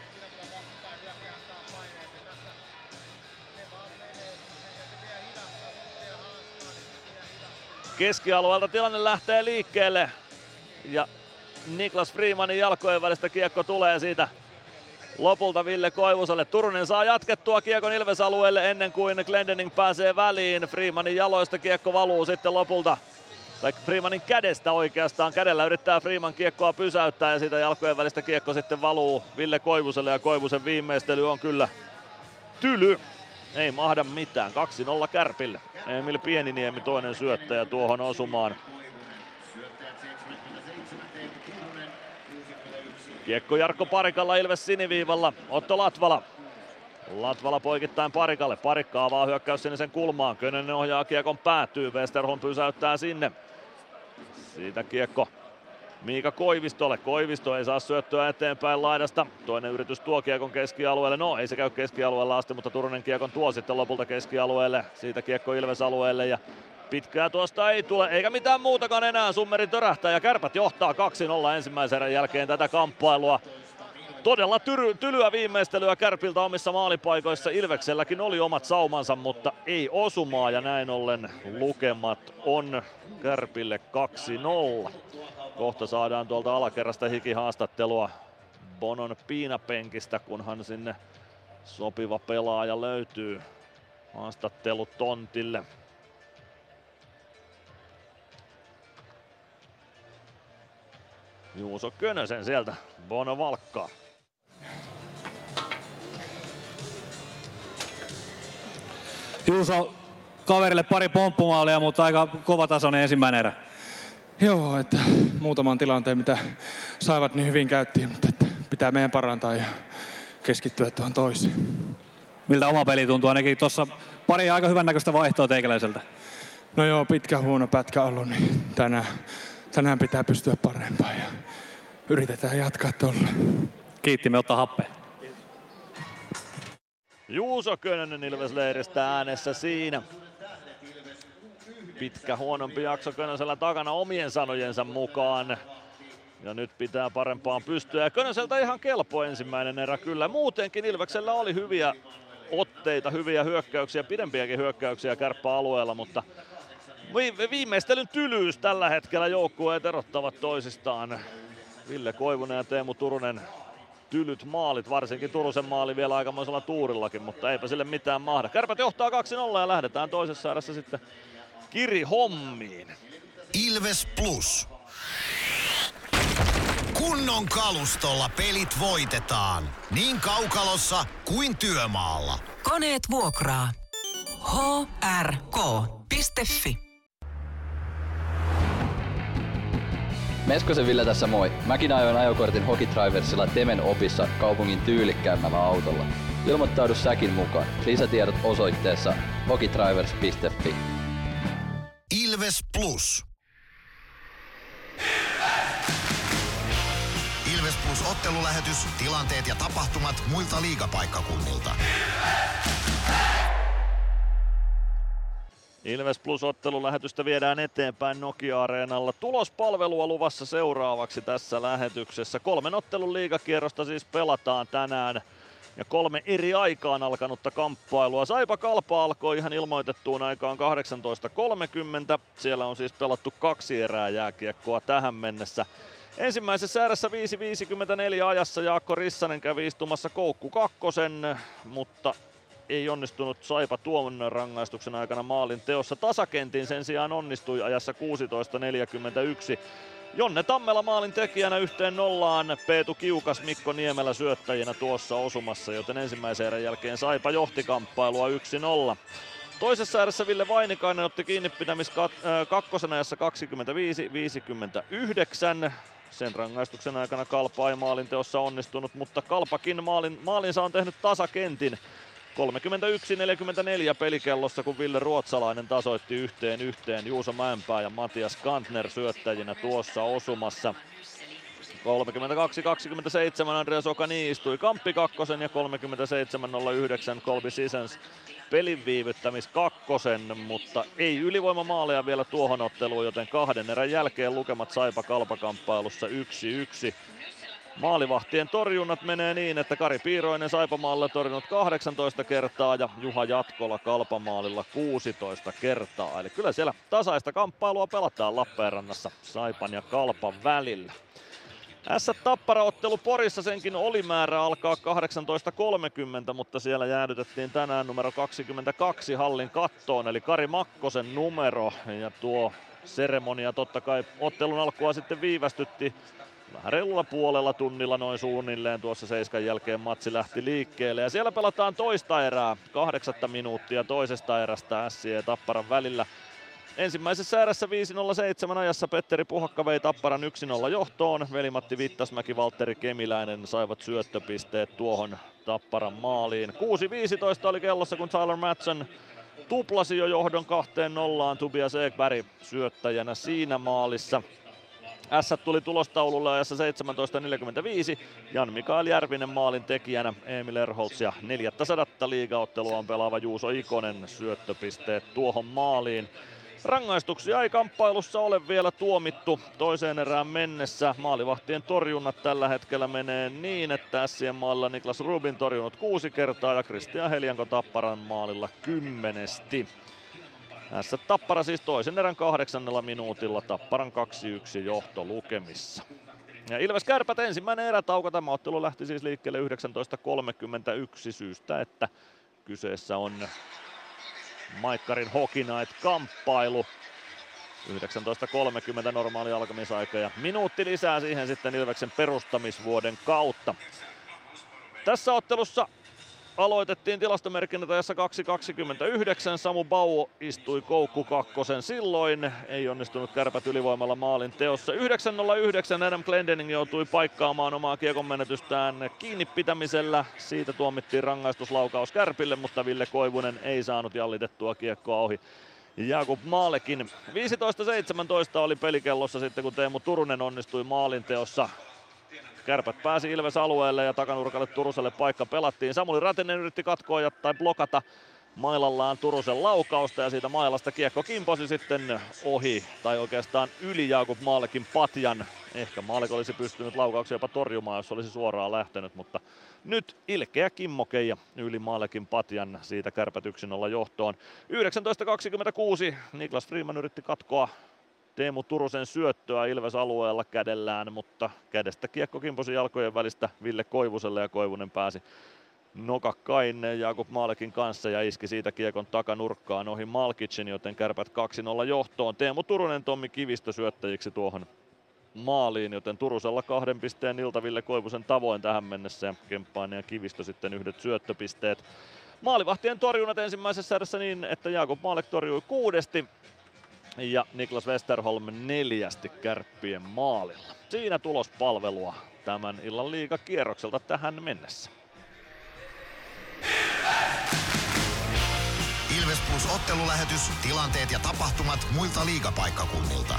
Keskialueelta tilanne lähtee liikkeelle ja Niklas Freemanin jalkojen välistä kiekko tulee siitä lopulta Ville Koivuselle. Turunen saa jatkettua kiekon Ilves-alueelle ennen kuin Glendening pääsee väliin. Freemanin jaloista kiekko valuu sitten lopulta, tai Freemanin kädestä oikeastaan. Kädellä yrittää Freeman kiekkoa pysäyttää ja siitä jalkojen välistä kiekko sitten valuu Ville Koivuselle ja Koivusen viimeistely on kyllä tyly. Ei mahda mitään. kaksi nolla Kärpille. Emil Pieniniemi toinen syöttäjä tuohon osumaan. Kiekko Jarkko Parikalla, Ilves siniviivalla, Otto Latvala. Latvala poikittain Parikalle, Parikka avaa hyökkäys sinisen kulmaan, Könönen ohjaa kiekon päätyy, Westerholm pysäyttää sinne. Siitä kiekko Miika Koivistolle, Koivisto ei saa syöttöä eteenpäin laidasta, toinen yritys tuo kiekon keskialueelle, no ei se käy keskialueella asti, mutta Turunen kiekon tuo sitten lopulta keskialueelle, siitä kiekko Ilves alueelle ja pitkää tuosta ei tule, eikä mitään muutakaan enää, Summeri törähtää ja Kärpät johtaa kaksi nolla ensimmäisen erän jälkeen tätä kamppailua. Todella tyry, tylyä viimeistelyä Kärpiltä omissa maalipaikoissa. Ilvekselläkin oli omat saumansa, mutta ei osumaa ja näin ollen lukemat on Kärpille kaksi nolla. Kohta saadaan tuolta alakerrasta hikihaastattelua Bonon piinapenkistä, kunhan sinne sopiva pelaaja löytyy haastattelutontille. Juuso Könösen sieltä Bono valkkaa. Juuso, kaverille pari pomppumaalia, mutta aika kovatasoinen ensimmäinen erä. Joo, että muutaman tilanteen mitä saivat niin hyvin käyttiin, mutta että pitää meidän parantaa ja keskittyä tuohon toiseen. Miltä oma peli tuntuu? Ainakin tuossa pari aika hyvän näköistä vaihtoa teikäläiseltä. No joo, pitkä huono pätkä ollut, niin tänään, tänään pitää pystyä parempaan ja yritetään jatkaa tuolla. Kiitti, me ottaa happea. Juuso Könönen Ilves-leiristä äänessä siinä. Pitkä huonompi jakso Könösellä takana omien sanojensa mukaan. Ja nyt pitää parempaan pystyä. Ja Könöseltä ihan kelpo ensimmäinen erä kyllä. Muutenkin Ilveksellä oli hyviä otteita, hyviä hyökkäyksiä, pidempiäkin hyökkäyksiä kärppäalueella, mutta viimeistelyn tylyys tällä hetkellä joukkueet erottavat toisistaan. Ville Koivunen ja Teemu Turunen tylyt maalit, varsinkin Turusen maali vielä aikamoisella tuurillakin, mutta eipä sille mitään mahda. Kärpät johtaa kaksi nolla ja lähdetään toisessa erässä sitten Kiri hommiin. Ilves Plus. Kunnon kalustolla pelit voitetaan. Niin kaukalossa kuin työmaalla. Koneet vuokraa. h r k piste f i Meskosen Ville tässä moi. Mäkin ajoin ajokortin Hokitriversilla Temen opissa kaupungin tyylikkäämmällä autolla. Ilmoittaudu säkin mukaan. Lisätiedot osoitteessa hokitrivers piste f i. Ilves Plus. Ilves Plus ottelulähetys, tilanteet ja tapahtumat muilta liigapaikkakunnilta. Ilves Plus ottelulähetystä viedään eteenpäin Nokia-areenalla. Tulospalvelua luvassa seuraavaksi tässä lähetyksessä. Kolmen ottelun liigakierrosta siis pelataan tänään. Ja kolme eri aikaan alkanutta kamppailua. Saipa Kalpa alkoi ihan ilmoitettuun aikaan kahdeksantoista kolmekymmentä. Siellä on siis pelattu kaksi erää jääkiekkoa tähän mennessä. Ensimmäisessä erässä viisi viisikymmentäneljä ajassa Jaakko Rissanen kävi istumassa koukku kakkosen, mutta ei onnistunut Saipa tuon rangaistuksen aikana maalin teossa. Tasakentin sen sijaan onnistui ajassa kuusitoista neljäkymmentäyksi. Jonne Tammela maalin tekijänä yhteen nollaan, Peetu Kiukas, Mikko Niemelä syöttäjinä tuossa osumassa, joten ensimmäisen erän jälkeen Saipa johti kamppailua yksi nolla. Toisessa erässä Ville Vainikainen otti kiinnipitämis kakkosen ajassa kaksikymmentäviisi viisikymmentäyhdeksän. Sen rangaistuksen aikana Kalpa ei maalin teossa onnistunut, mutta Kalpakin maalin, maalinsa on tehnyt tasakentin. kolmekymmentäyksi neljäkymmentäneljä pelikellossa, kun Ville Ruotsalainen tasoitti yhteen yhteen. Juuso Mäenpää ja Matias Kantner syöttäjinä tuossa osumassa. kolmekymmentäkaksi kaksikymmentäseitsemän Andreas Okani istui Kamppi kakkosen ja kolmekymmentäseitsemän nolla yhdeksän Colby Sissons pelin viivyttämis kakkosen, mutta ei ylivoimamaaleja vielä tuohon otteluun, joten kahden erän jälkeen lukemat Saipa Kalpa-kamppailussa yksi yksi. Maalivahtien torjunnat menee niin, että Kari Piiroinen Saipamaalilla torjunut kahdeksantoista kertaa ja Juha Jatkola Kalpamaalilla kuusitoista kertaa. Eli kyllä siellä tasaista kamppailua pelataan Lappeenrannassa Saipan ja Kalpan välillä. S-Tappara-ottelu Porissa, senkin oli määrä alkaa kahdeksantoista kolmekymmentä, mutta siellä jäädytettiin tänään numero kaksikymmentäkaksi hallin kattoon, eli Kari Makkosen numero. Ja tuo seremonia totta kai ottelun alkua sitten viivästytti. Vähän reilulla puolella tunnilla noin suunnilleen tuossa seiskan jälkeen matsi lähti liikkeelle. Ja siellä pelataan toista erää, kahdeksatta minuuttia toisesta erästä S C ja Tapparan välillä. Ensimmäisessä erässä viisi nolla seitsemän ajassa Petteri Puhakka vei Tapparan yksi nolla johtoon. Veli-Matti Vittasmäki, Valtteri Kemiläinen saivat syöttöpisteet tuohon Tapparan maaliin. kuusi viisitoista oli kellossa, kun Tyler Matson tuplasi jo johdon kahteen nollaan. Tobias Ekberg syöttäjänä siinä maalissa. Ässät tuli tulostaululle ajassa seitsemäntoista neljäkymmentäviisi. Jan-Mikael Järvinen maalin tekijänä. Emil Erholz ja neljättäsataa liigaottelua pelaava Juuso Ikonen syöttöpisteet tuohon maaliin. Rangaistuksia ei kamppailussa ole vielä tuomittu toiseen erään mennessä. Maalivahtien torjunnat tällä hetkellä menee niin, että Ässien maalilla Niklas Rubin torjunut kuusi kertaa ja Kristian Helianko Tapparan maalilla kymmenesti. Ässät Tappara siis toisen erän kahdeksannella minuutilla, Tapparan kaksi yksi johto lukemissa. Ja Ilves Kärpät ensimmäinen erätauko. Tämä ottelu lähti siis liikkeelle yhdeksäntoista kolmekymmentäyksi syystä, että kyseessä on Maikkarin Hockey Night-kamppailu. yhdeksäntoista kolmekymmentä normaali alkamisaika ja minuutti lisää siihen sitten Ilveksen perustamisvuoden kautta. Tässä ottelussa aloitettiin tilastomerkinnät ajassa kaksi kaksikymmentäyhdeksän. Samu Bau istui koukku kakkosen silloin. Ei onnistunut Kärpät ylivoimalla maalin teossa. yhdeksän nolla yhdeksän Adam Glendening joutui paikkaamaan omaa kiekon menetystään kiinni pitämisellä. Siitä tuomittiin rangaistuslaukaus Kärpille, mutta Ville Koivunen ei saanut jallitettua kiekkoa ohi Jakub Maalekin. viisitoista seitsemäntoista oli pelikellossa sitten, kun Teemu Turunen onnistui maalinteossa. Kärpät pääsi Ilves alueelle ja takanurkalle Turuselle paikka pelattiin. Samuli Ratinen yritti katkoa ja tai blokata mailallaan Turusen laukausta ja siitä mailasta kiekko kimposi sitten ohi tai oikeastaan yli Jakub Maalekin patjan. Ehkä Maalek olisi pystynyt laukauksia jopa torjumaan, jos olisi suoraan lähtenyt, mutta nyt ilkeä kimmoke ja yli Maalekin patjan, siitä Kärpät yksi nolla johtoon. yhdeksäntoista kaksikymmentäkuusi Niklas Freeman yritti katkoa Teemu Turusen syöttöä Ilves alueella kädellään, mutta kädestä kiekko kimposi jalkojen välistä Ville Koivuselle ja Koivunen pääsi nokakkain Jakub Maalekin kanssa ja iski siitä kiekon takanurkkaan ohi Malkicin, joten Kärpät kaksi nolla johtoon. Teemu Turunen, Tommi Kivistö syöttäjiksi tuohon maaliin, joten Turusella kahden pisteen ilta Ville Koivusen tavoin tähän mennessä ja Kemppainen ja Kivistö sitten yhdet syöttöpisteet. Maalivahtien torjunnat ensimmäisessä erässä niin, että Jakub Maalek torjui kuudesti ja Niklas Westerholm neljästi Kärppien maalilla. Siinä tulospalvelua tämän illan liigakierrokselta tähän mennessä. Ilves Plus ottelulähetys, tilanteet ja tapahtumat muilta liigapaikkakunnilta.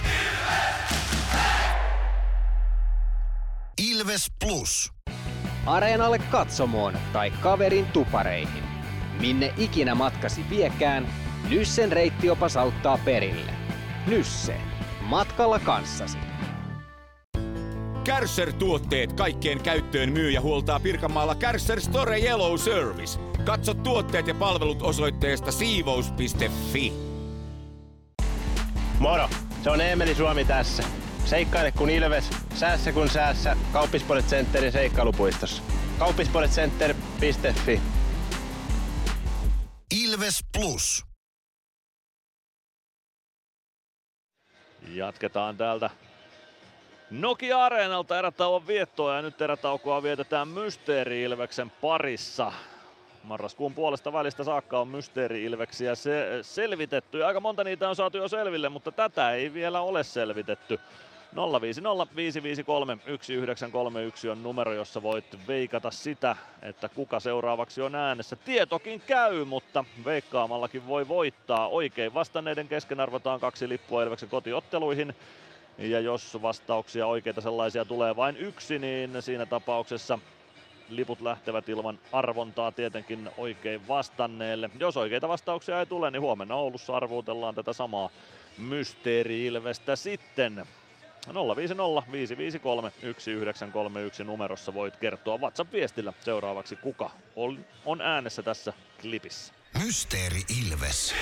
Ilves Plus. Areenalle, katsomoon tai kaverin tupareihin. Minne ikinä matkasi viekään, Nyssen reittiopas auttaa perille. Nysse. Matkalla kanssasi. Kärcher-tuotteet kaikkeen käyttöön myy ja huoltaa Pirkanmaalla Kärcher Store Yellow Service. Katso tuotteet ja palvelut osoitteesta siivous piste fi. Moro! Se on Eemeli Suomi tässä. Seikkaile kun Ilves, säässä kun säässä. Kauppisports Centerin seikkailupuistossa. kauppisports center piste fi. Ilves Plus. Jatketaan täältä Nokia-areenalta erätauon viettoa ja nyt erätaukoa vietetään Mysteeri-Ilveksen parissa. Marraskuun puolesta välistä saakka on Mysteeri-Ilveksiä se- selvitetty ja aika monta niitä on saatu jo selville, mutta tätä ei vielä ole selvitetty. nolla viisi nolla viisi viisi kolme yksi yhdeksän kolme yksi on numero, jossa voit veikata sitä, että kuka seuraavaksi on äänessä. Tietokin käy, mutta veikkaamallakin voi voittaa. Oikein vastanneiden kesken arvotaan kaksi lippua Ilveksen kotiotteluihin. Ja jos vastauksia oikeita sellaisia tulee vain yksi, niin siinä tapauksessa liput lähtevät ilman arvontaa tietenkin oikein vastanneelle. Jos oikeita vastauksia ei tule, niin huomenna Oulussa arvuutellaan tätä samaa Mysteeri-Ilvestä sitten. nolla viisi nolla viisi viisi kolme yksi yhdeksän kolme yksi numerossa voit kertoa WhatsApp-viestillä seuraavaksi kuka on, on äänessä tässä klipissä. Mysteeri Ilves.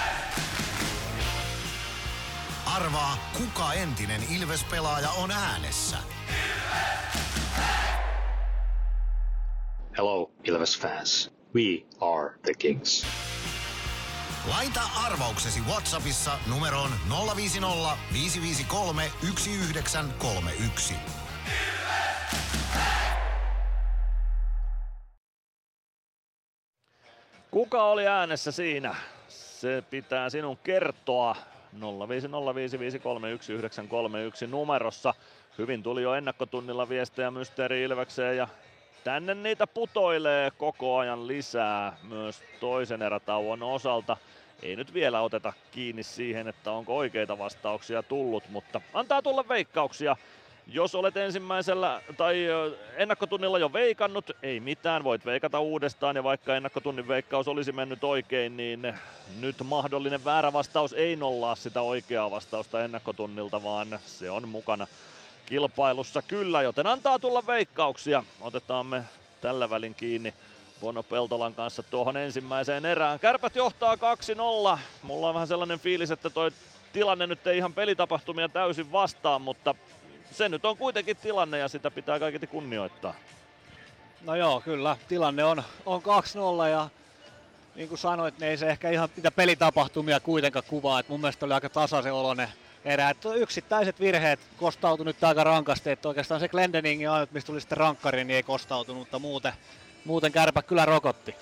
Arvaa, kuka entinen Ilves-pelaaja on äänessä. Hello, Ilves fans. We are the Kings. Laita arvauksesi WhatsAppissa numeroon nolla viisi nolla viisi viisi kolme yksi yhdeksän kolme yksi. Kuka oli äänessä siinä? Se pitää sinun kertoa. nolla viisi nolla viisi viisi kolme yksi yhdeksän kolme yksi numerossa. Hyvin tuli jo ennakkotunnilla viestejä Mysteeri Ilvekseen ja tänne niitä putoilee koko ajan lisää myös toisen erätauon osalta. Ei nyt vielä oteta kiinni siihen, että onko oikeita vastauksia tullut, mutta antaa tulla veikkauksia. Jos olet ensimmäisellä tai ennakkotunnilla jo veikannut, ei mitään, voit veikata uudestaan ja vaikka ennakkotunnin veikkaus olisi mennyt oikein, niin nyt mahdollinen väärä vastaus ei nollaa sitä oikeaa vastausta ennakkotunnilta, vaan se on mukana kilpailussa kyllä, joten antaa tulla veikkauksia. Otetaan me tällä välin kiinni Bono Peltolan kanssa tuohon ensimmäiseen erään. Kärpät johtaa kaksi nolla. Mulla on vähän sellainen fiilis, että toi tilanne nyt ei ihan pelitapahtumia täysin vastaan, mutta se nyt on kuitenkin tilanne ja sitä pitää kaiketi kunnioittaa. No joo, kyllä. Tilanne on, on kaksi nolla ja niin kuin sanoit, niin ei se ehkä ihan mitä pelitapahtumia kuitenkaan kuvaa. Et mun mielestä oli aika tasaisen oloinen erä. Et yksittäiset virheet kostautu nyt aika rankasti. Et oikeastaan se Glendeningin ainut, mistä tuli sitten rankkari, niin ei kostautunut, mutta muuten, muuten Kärpät kyllä rokotti.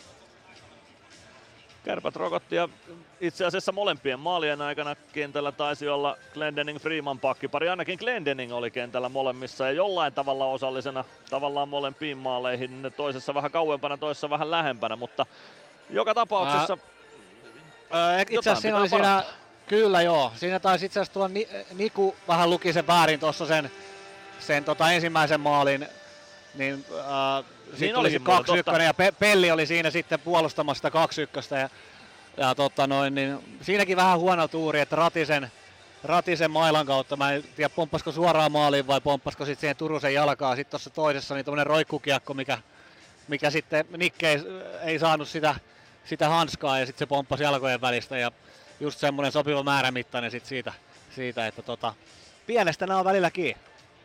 Kärpät rokotti ja itse asiassa molempien maalien aikana kentällä taisi olla Glendening Freeman pakkipari. Ainakin Glendening oli kentällä molemmissa ja jollain tavalla osallisena tavallaan molempiin maaleihin. Toisessa vähän kauempana, toisessa vähän lähempänä, mutta joka tapauksessa ää, ää, itse asiassa siinä oli siinä, kyllä joo, siinä taisi itse asiassa tulla ni, Niku vähän luki sen väärin tuossa sen, sen tota ensimmäisen maalin. Niin, äh, sitten oli se kaksi yksi ja Pe- Pelli oli siinä sitten puolustamassa sitä kaksi yksi ja, ja tota noin, niin siinäkin vähän huono tuuri, että Ratisen, Ratisen mailan kautta, mä en tiedä pomppasko suoraan maaliin vai pomppasko sitten siihen Turusen jalkaa, sitten tuossa toisessa niin tommonen roikkukiekko, mikä, mikä sitten Nikke ei, ei saanut sitä, sitä hanskaa ja sitten se pomppasi jalkojen välistä ja just semmonen sopiva määrämittainen sit siitä, siitä, että tota, pienestä nämä on välillä kiinni.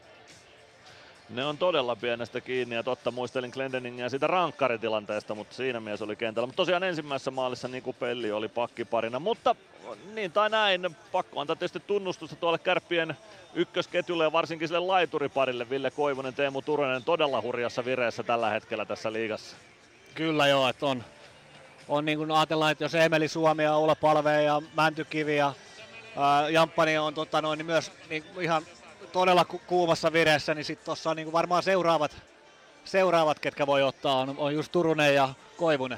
Ne on todella pienestä kiinni ja totta muistelin Glendeningia siitä rankkaritilanteesta, mutta siinä mies oli kentällä. Mutta tosiaan ensimmäisessä maalissa Niku Pelli oli pakkiparina, mutta niin tai näin, pakko antaa tietysti tunnustusta tuolle Kärppien ykkösketjulle ja varsinkin sille laituriparille Ville Koivunen, Teemu Turunen todella hurjassa vireessä tällä hetkellä tässä liigassa. Kyllä joo, että on, on niin kuin ajatellaan, että jos Emeli Suomi ja Oula Palve ja Mäntykivi ja ää, Jamppani on tota noin, niin myös niin ihan todella ku- kuumassa vireessä, niin sitten tuossa on niin varmaan seuraavat, seuraavat, ketkä voi ottaa, on, on just Turunen ja Koivunen.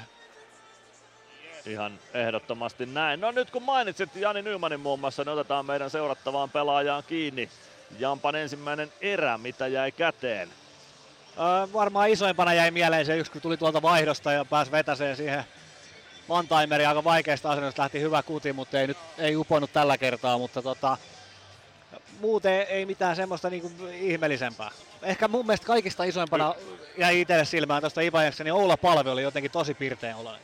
Ihan ehdottomasti näin. No nyt kun mainitsit Jani Nymanin muun muassa, niin otetaan meidän seurattavaan pelaajaan kiinni. Jampan ensimmäinen erä, mitä jäi käteen? Öö, varmaan isoimpana jäi mieleen se yksi, kun tuli tuolta vaihdosta ja pääsi vetäseen siihen one-timeriin. Aika vaikeasta asennosta lähti hyvä kuti, mutta ei nyt ei uponnut tällä kertaa, mutta tota, muuten ei mitään semmoista niinku ihmeellisempää. Ehkä mun mielestä kaikista isoimpana jäi itselle silmään tuosta Ibajaksen, niin Oula Palve oli jotenkin tosi pirteä oloinen.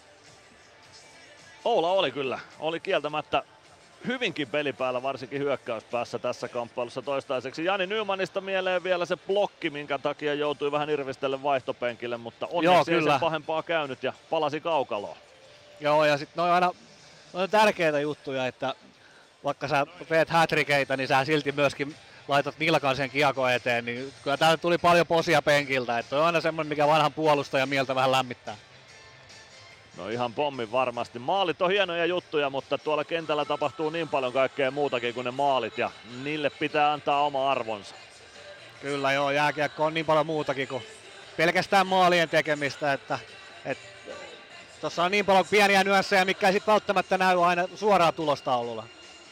Oula oli kyllä. Oli kieltämättä hyvinkin pelipäällä, varsinkin hyökkäyspäässä tässä kamppailussa toistaiseksi. Jani Nymanista mieleen vielä se blokki, minkä takia joutui vähän irvistelle vaihtopenkille, mutta onneksi ei sen pahempaa käynyt ja palasi kaukaloon. Joo, ja sitten ne on aina ne on tärkeitä juttuja, että vaikka sä teet hätrikeitä, niin sä silti myöskin laitat nilkan sen kiekon eteen, niin kyllä täällä tuli paljon posia penkiltä, että on aina semmoinen, mikä vanhan puolustajan mieltä vähän lämmittää. No ihan pommin varmasti. Maalit on hienoja juttuja, mutta tuolla kentällä tapahtuu niin paljon kaikkea muutakin kuin ne maalit ja niille pitää antaa oma arvonsa. Kyllä joo, jääkiekko on niin paljon muutakin kuin pelkästään maalien tekemistä, että, että tuossa on niin paljon pieniä nyansseja, mikä ei sitten välttämättä näy aina suoraan tulostaululla.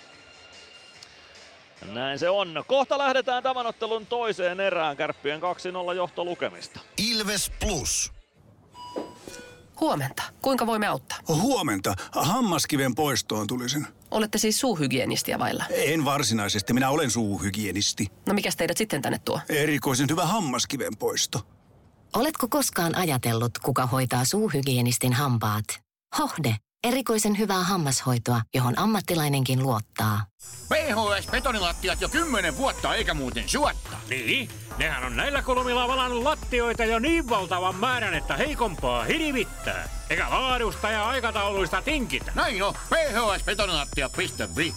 Näin se on. Kohta lähdetään tämän ottelun toiseen erään. Kärppien kaksi nolla johtolukemista. Ilves Plus. Huomenta. Kuinka voimme auttaa? Huomenta. Hammaskiven poistoon tulisin. Olette siis suuhygienistiä vailla? En varsinaisesti. Minä olen suuhygienisti. No mikäs teidät sitten tänne tuo? Erikoisen hyvä hammaskiven poisto. Oletko koskaan ajatellut, kuka hoitaa suuhygienistin hampaat? Hohde. Erikoisen hyvää hammashoitoa, johon ammattilainenkin luottaa. P H S-betonilattiat jo kymmenen vuotta eikä muuten suotta. Niin, nehän on näillä kolmilla valannut lattioita jo niin valtavan määrän, että heikompaa hirvittää. Eikä laadusta ja aikatauluista tinkitä. Näin on, p h s betonilattia piste f i.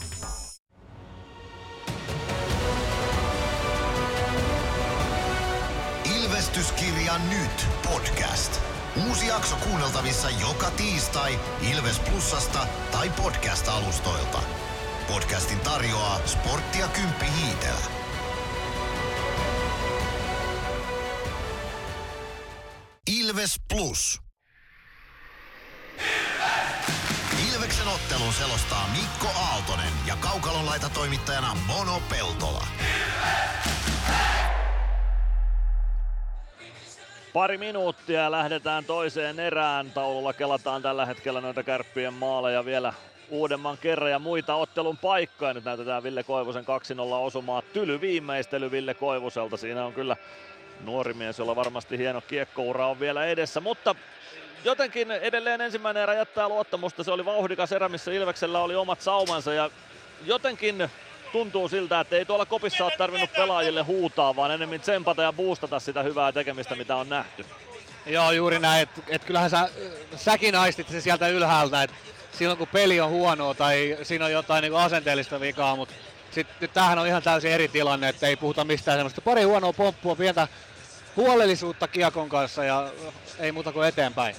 Ilvestyskirja nyt podcast. Uusi jakso kuunneltavissa joka tiistai Ilves Plusasta tai podcast-alustoilta. Podcastin tarjoaa Sporttia Kymppi Hiitelä. Ilves Plus. Ilveksen ottelun selostaa Mikko Aaltonen ja Kaukalon laitatoimittajana Mono Peltola. Pari minuuttia ja lähdetään toiseen erään. Taululla kelataan tällä hetkellä noita Kärppien maaleja vielä uudemman kerran ja muita ottelun paikkoja. Nyt näytetään Ville Koivusen kaksi nolla osumaa. Tyly viimeistely Ville Koivuselta. Siinä on kyllä nuori mies, jolla varmasti hieno kiekkoura on vielä edessä, mutta jotenkin edelleen ensimmäinen erä jättää luottamusta. Se oli vauhdikas erä, missä Ilveksellä oli omat saumansa ja jotenkin tuntuu siltä, että ei tuolla kopissa ole tarvinnut pelaajille huutaa, vaan enemmän tsempata ja boostata sitä hyvää tekemistä, mitä on nähty. Joo, juuri näin. Että et kyllähän sä, säkin aistit se sieltä ylhäältä, että silloin kun peli on huonoa tai siinä on jotain niin kuin asenteellista vikaa, mutta sitten nyt tämähän on ihan täysin eri tilanne, että ei puhuta mistään semmoista. Pari huonoa pomppua, pientä huolellisuutta kiekon kanssa ja ei muuta kuin eteenpäin.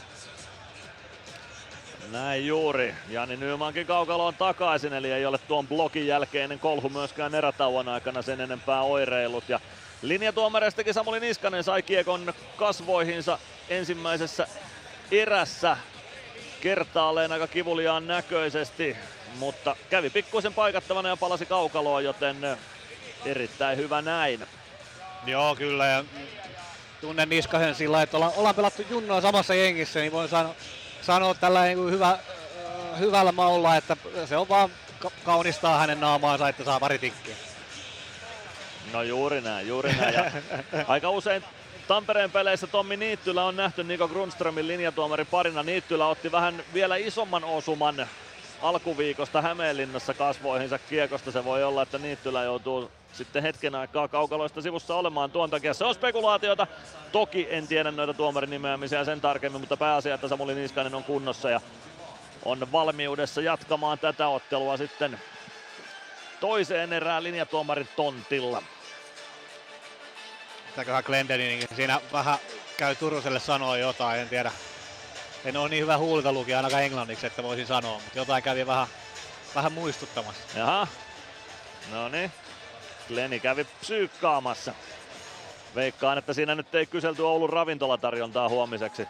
Näin juuri. Jani Nymankin kaukaloon takaisin, eli ei ole tuon blokin jälkeinen kolhu myöskään erätauon aikana sen enempää oireilut. Ja linjatuomareistakin Samuli Niskanen sai kiekon kasvoihinsa ensimmäisessä erässä kertaalleen aika kivuliaan näköisesti, mutta kävi pikkuisen paikattavana ja palasi kaukaloon, joten erittäin hyvä näin. Joo, kyllä. Ja tunnen Niskasen sillä, että ollaan, ollaan pelattu junnoa samassa jengissä, niin voin sanoa, sanoa tällä niin kuin hyvä, äh, hyvällä maulla, että se on vaan ka- kaunistaa hänen naamaansa, että saa pari tikkiä. No juuri näin, juuri näin. Ja aika usein Tampereen peleissä Tommi Niittylä on nähty Niko Grundströmin linjatuomari parina. Niittylä otti vähän vielä isomman osuman alkuviikosta Hämeenlinnassa kasvoihinsa kiekosta. Se voi olla, että Niittylä joutuu sitten hetken aikaa kaukaloista sivussa olemaan tuon takia. Se on spekulaatiota. Toki en tiedä noita tuomarin nimeämisiä sen tarkemmin, mutta pääasia, että Samuli Niskanen on kunnossa ja on valmiudessa jatkamaan tätä ottelua sitten toiseen erään linjatuomarin tontilla. Mitäköhän Glendening siinä vähän käy Turuselle sanoa jotain, en tiedä. En ole niin hyvä huulilukija ainakaan englanniksi, että voisin sanoa, mutta jotain kävi vähän, vähän muistuttamassa. Jaha, no niin. Glenni kävi psyykkaamassa. Veikkaan, että siinä nyt ei kyselty Oulun ravintolatarjontaa huomiseksi.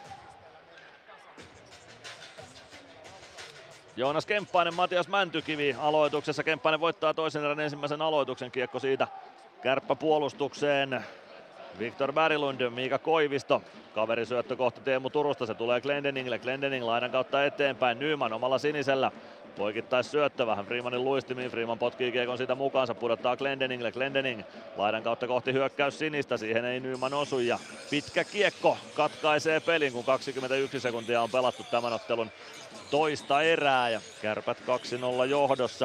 Joonas Kemppainen, Matias Mäntykivi aloituksessa. Kemppainen voittaa toisen erän ensimmäisen aloituksen, kiekko siitä kärppäpuolustukseen. Viktor Berglund, Miika Koivisto. Kaverisyöttö kohti Teemu Turusta, se tulee Glendeningille. Glendening laidan kautta eteenpäin, Nyman omalla sinisellä. Poikittais syöttö vähän Freemanin luistimiin, Freeman potkii kiekon siitä mukaansa, pudottaa Glendeningille. Glendening laidan kautta kohti hyökkäys sinistä, siihen ei Nyman osu ja pitkä kiekko katkaisee pelin, kun kaksikymmentäyksi sekuntia on pelattu tämän ottelun toista erää ja Kärpät kaksi nolla johdossa.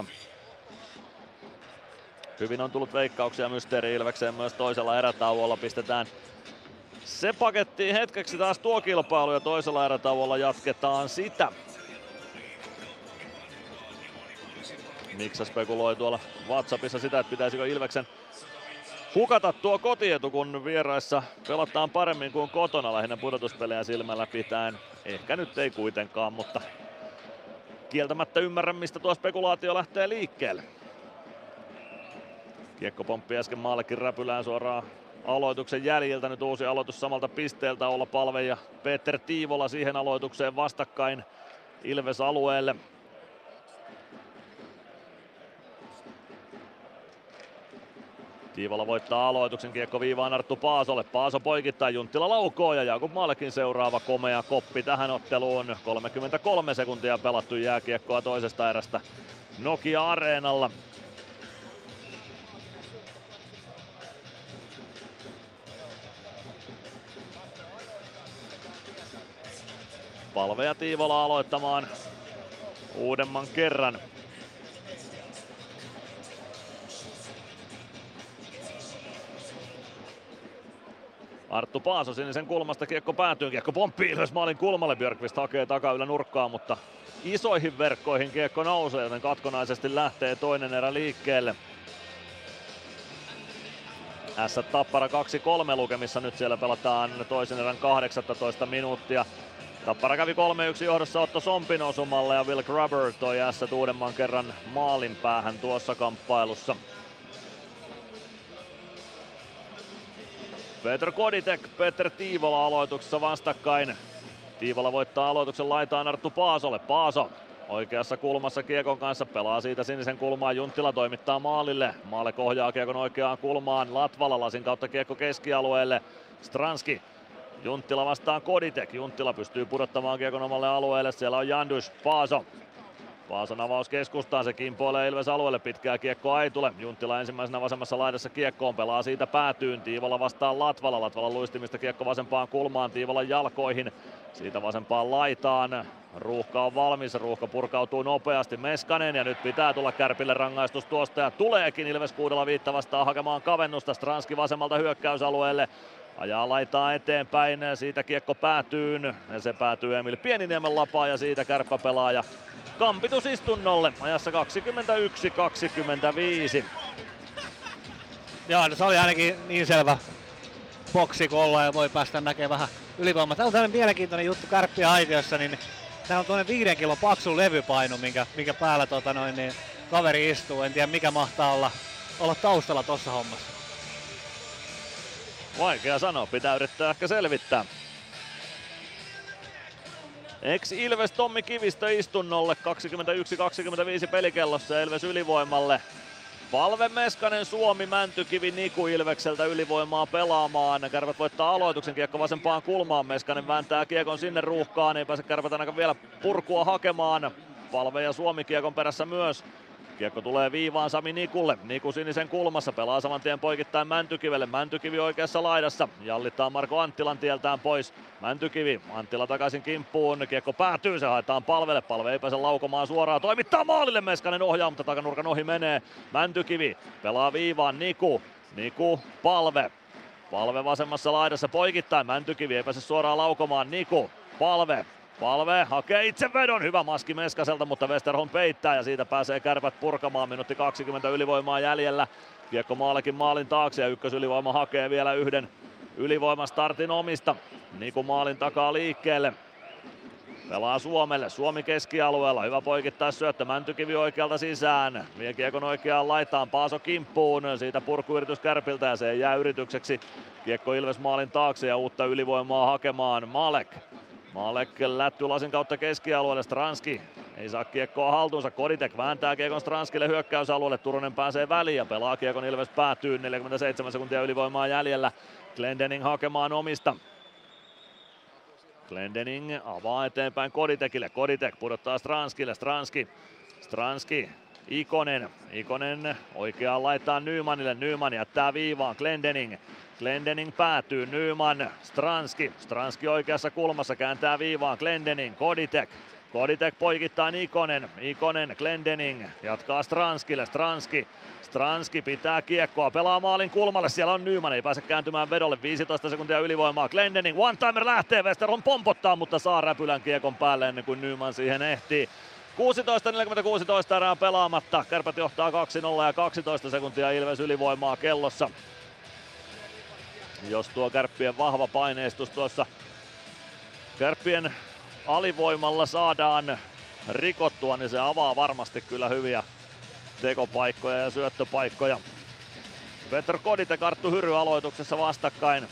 Hyvin on tullut veikkauksia Mysteeri Ilvekseen myös toisella erätauolla. Pistetään se pakettiin hetkeksi taas tuo kilpailu ja toisella erätauolla jatketaan sitä. Miksa spekuloi tuolla WhatsAppissa sitä, että pitäisikö Ilveksen hukata tuo kotietu, kun vieraissa pelataan paremmin kuin kotona lähinnä pudotuspelejä silmällä pitäen. Ehkä nyt ei kuitenkaan, mutta kieltämättä ymmärrän, mistä tuo spekulaatio lähtee liikkeelle. Kiekko pomppi äsken maallekin räpylään suoraan aloituksen jäljiltä. Nyt uusi aloitus samalta pisteeltä. Olla Palve ja Peter Tiivola siihen aloitukseen vastakkain Ilves alueelle. Tiivola voittaa aloituksen, kiekko viivaan Arttu Paasolle. Paaso poikittaa, Junttila laukoo ja Jakub Malkin seuraava komea koppi tähän otteluun. kolmekymmentäkolme sekuntia pelattu jääkiekkoa toisesta erästä Nokia-areenalla. Palve ja Tiivola aloittamaan uudemman kerran. Arttu Paaso sinisen kulmasta, kiekko päätyy, kiekko pomppii ylös maalin kulmalle, Björkqvist hakee takaylä nurkkaa, mutta isoihin verkkoihin kiekko nousee, joten katkonaisesti lähtee toinen erä liikkeelle. Ässät Tappara kaksi kolme lukemissa, nyt siellä pelataan toisen erän kahdeksantoista minuuttia. Tappara kävi kolme yksi johdossa Otto Sompin osumalle ja Will Grubber toi ässät uudemman kerran maalin päähän tuossa kamppailussa. Petr Koditek, Petr Tiivola aloituksessa vastakkain. Tiivola voittaa aloituksen laitaan Arttu Paasolle. Paaso oikeassa kulmassa kiekon kanssa, pelaa siitä sinisen kulmaan, Junttila toimittaa maalille. Maalle kohjaa kiekon oikeaan kulmaan, Latvala lasin kautta kiekko keskialueelle. Stranski, Junttila vastaan Koditek. Junttila pystyy pudottamaan kiekon omalle alueelle, siellä on Jandus. Paaso. Paason avaus keskustaan, se kimpoilee Ilves alueelle, pitkää kiekko Aitule. Junttila ensimmäisenä vasemmassa laidassa kiekkoon, pelaa siitä päätyyn. Tiivola vastaan Latvala, Latvala luistimista kiekko vasempaan kulmaan, Tiivolan jalkoihin. Siitä vasempaan laitaan. Ruuhka on valmis, Ruuhka purkautuu nopeasti. Meskanen ja nyt pitää tulla Kärpille rangaistus tuosta ja tuleekin Ilves kuudella viittä vastaan hakemaan kavennusta. Stranski vasemmalta hyökkäysalueelle. Ajaa laitaa eteenpäin, siitä kiekko päätyyn ja se päätyy Emil Pieniniemen lapaan ja siitä kärppäpelaaja kampitus istunnolle ajassa kaksikymmentäyksi kaksikymmentäviisi. Joo, no se oli ainakin niin selvä boksi kun ollaan ja voi päästä näkemään vähän ylivoimaa. Tämä on tämmöinen mielenkiintoinen juttu Kärppien aitiossa, niin täällä on tuonne viiden kilon paksu levypaino, minkä, minkä päällä tota noin, niin kaveri istuu. En tiedä mikä mahtaa olla, olla taustalla tossa hommassa. Vaikea sanoa, pitää yrittää ehkä selvittää. Ex-Ilves Tommi Kivistö istunnolle, kaksikymmentäyksi kaksikymmentäviisi pelikellossa ja Ilves ylivoimalle. Palve, Meskanen, Suomi, Mäntykivi, Niku Ilvekseltä ylivoimaa pelaamaan. Kärpät voittaa aloituksen, kiekko vasempaan kulmaan. Meskanen vääntää kiekon sinne Ruuhkaan, ei pääse Kärpät ainakaan vielä purkua hakemaan. Palve ja Suomi kiekon perässä myös. Kiekko tulee viivaan Sami Nikulle. Niku sinisen kulmassa, pelaa saman tien poikittain Mäntykivelle. Mäntykivi oikeassa laidassa. Jallittaa Marko Anttilan tieltään pois. Mäntykivi, Anttila takaisin kimppuun. Kiekko päätyy, se haetaan Palvelle. Palve ei pääse laukomaan suoraan. Toimittaa maalille, Meskanen ohjaa, mutta takanurkan ohi menee. Mäntykivi pelaa viivaan, Niku. Niku, Palve. Palve vasemmassa laidassa poikittain. Mäntykivi ei pääse suoraan laukomaan. Niku, Palve. Palve hakee itsevedon, hyvä maski Meskaselta, mutta Westerholm peittää ja siitä pääsee Kärpät purkamaan. Minuutti kaksikymmentä ylivoimaa jäljellä. Kiekko maallekin maalin taakse ja ykkösylivoima hakee vielä yhden ylivoimastartin omista. Niku maalin takaa liikkeelle. Pelaa Suomelle, Suomi keskialueella, hyvä poikittais syöttö, Mäntykivi oikealta sisään. Vie kiekon oikeaan laitaan, Paaso kimppuun, siitä purkuyritys Kärpiltä ja se ei jää yritykseksi. Kiekko Ilves maalin taakse ja uutta ylivoimaa hakemaan Malek. Malek lätty lasin kautta keskialueelle, Stranski ei saa kiekkoa haltuunsa, Koditek vääntää kiekon Stranskille hyökkäysalueelle, Turunen pääsee väliin ja pelaa kiekon, Ilves päätyy, neljäkymmentäseitsemän sekuntia ylivoimaa jäljellä, Glendening hakemaan omista. Glendening avaa eteenpäin Koditekille, Koditek pudottaa Stranskille, Stranski, Stranski, Ikonen, Ikonen oikeaan laittaa Nymanille, Nyman jättää viivaan, Glendening. Glendening päätyy, Nyman, Stranski, Stranski oikeassa kulmassa kääntää viivaan, Glendening, Koditek, Koditek poikittaa Ikonen, Ikonen, Glendening, jatkaa Stranskille, Stranski, Stranski pitää kiekkoa, pelaa maalin kulmalle, siellä on Nyman, ei pääse kääntymään vedolle, viisitoista sekuntia ylivoimaa, Glendening, one-timer lähtee, Westerholm pompottaa, mutta saa räpylän kiekon päälle ennen kuin Nyman siihen ehtii. kuusitoista neljäkymmentäkuusi erää pelaamatta, Kärpät johtaa kaksi nolla ja kaksitoista sekuntia Ilves ylivoimaa kellossa. Jos tuo Kärppien vahva paineistus tuossa Kärppien alivoimalla saadaan rikottua, niin se avaa varmasti kyllä hyviä tekopaikkoja ja syöttöpaikkoja. Petr Koditek, Arttu Hyry aloituksessa vastakkain.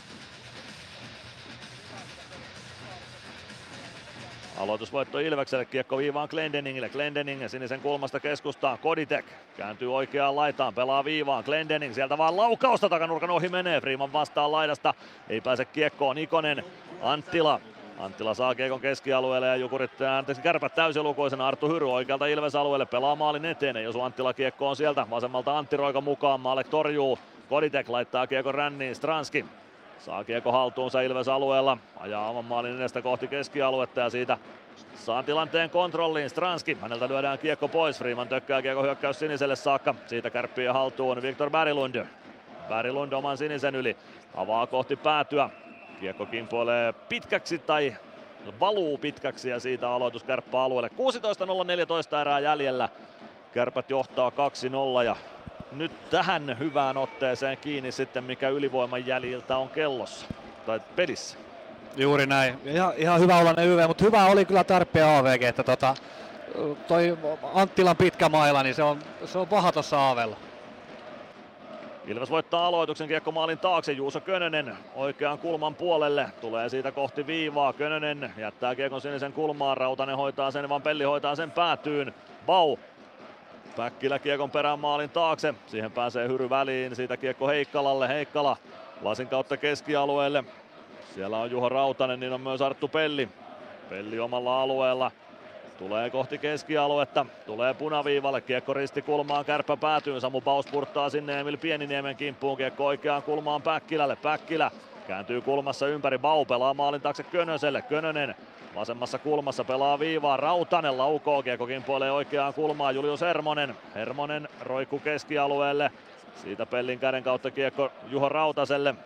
Aloitusvoitto Ilvekselle, kiekko viivaan Glendeningille, Glendening sinisen kulmasta keskustaan, Koditek kääntyy oikeaan laitaan, pelaa viivaan, Glendening sieltä vaan laukausta, takanurkan ohi menee, Freeman vastaan laidasta, ei pääse kiekkoon, Ikonen, Anttila, Anttila saa kiekon keskialueelle ja Jukurit, anteeksi Kärpät täysilukuisena, Arttu Hyry oikealta Ilves alueelle, pelaa maalin eteen, jos Anttila kiekko on sieltä, vasemmalta Antti Roika mukaan, Malek torjuu, Koditek laittaa kiekon ränniin, Stranski saa kiekko haltuunsa Ilves alueella, ajaa oman maalin edestä kohti keskialuetta ja siitä saa tilanteen kontrolliin Stranski. Häneltä lyödään kiekko pois, Freeman tökkää kiekko hyökkäys siniselle saakka, siitä Kärppien haltuun Viktor Berglund. Berglund oman sinisen yli, avaa kohti päätyä, kiekko kimpoilee pitkäksi tai valuu pitkäksi ja siitä aloitus Kärppä alueelle. kuusitoista nolla neljätoista erää jäljellä, Kärpät johtaa kaksi nolla ja nyt tähän hyvään otteeseen kiinni sitten, mikä ylivoiman jäljiltä on kellossa tai pelissä. Juuri näin. Ihan, ihan hyvä olla ne Y V, mutta hyvä oli kyllä tarpeen A V G, että tota, toi Anttilan pitkä maila, niin se on, se on paha tuossa Aavella. Ilves voittaa aloituksen, kiekko maalin taakse, Juuso Könönen oikean kulman puolelle, tulee siitä kohti viivaa, Könönen jättää kiekon sinisen kulmaan, Rautanen hoitaa sen, vaan Pelli hoitaa sen päätyyn, Bau. Päkkilä kiekon perään maalin taakse, siihen pääsee Hyry väliin, siitä kiekko Heikkalalle, Heikkala lasin kautta keskialueelle. Siellä on Juho Rautanen, niin on myös Arttu Pelli. Pelli omalla alueella. Tulee kohti keskialuetta, tulee punaviivalle, kiekko ristikulmaan, Kärppä päätyy, Samu Baus purttaa sinne Emil Pieniniemen kimppuun, kiekko oikeaan kulmaan Päkkilälle, Päkkilä kääntyy kulmassa ympäri, Bau pelaa maalin taakse Könöselle, Könönen vasemmassa kulmassa pelaa viivaa, Rautanen laukoo, kiekko kimpoilee oikeaan kulmaan, Julius Hermonen, Hermonen roikku keskialueelle, siitä Pellin käden kautta kiekko Juho Rautaselle.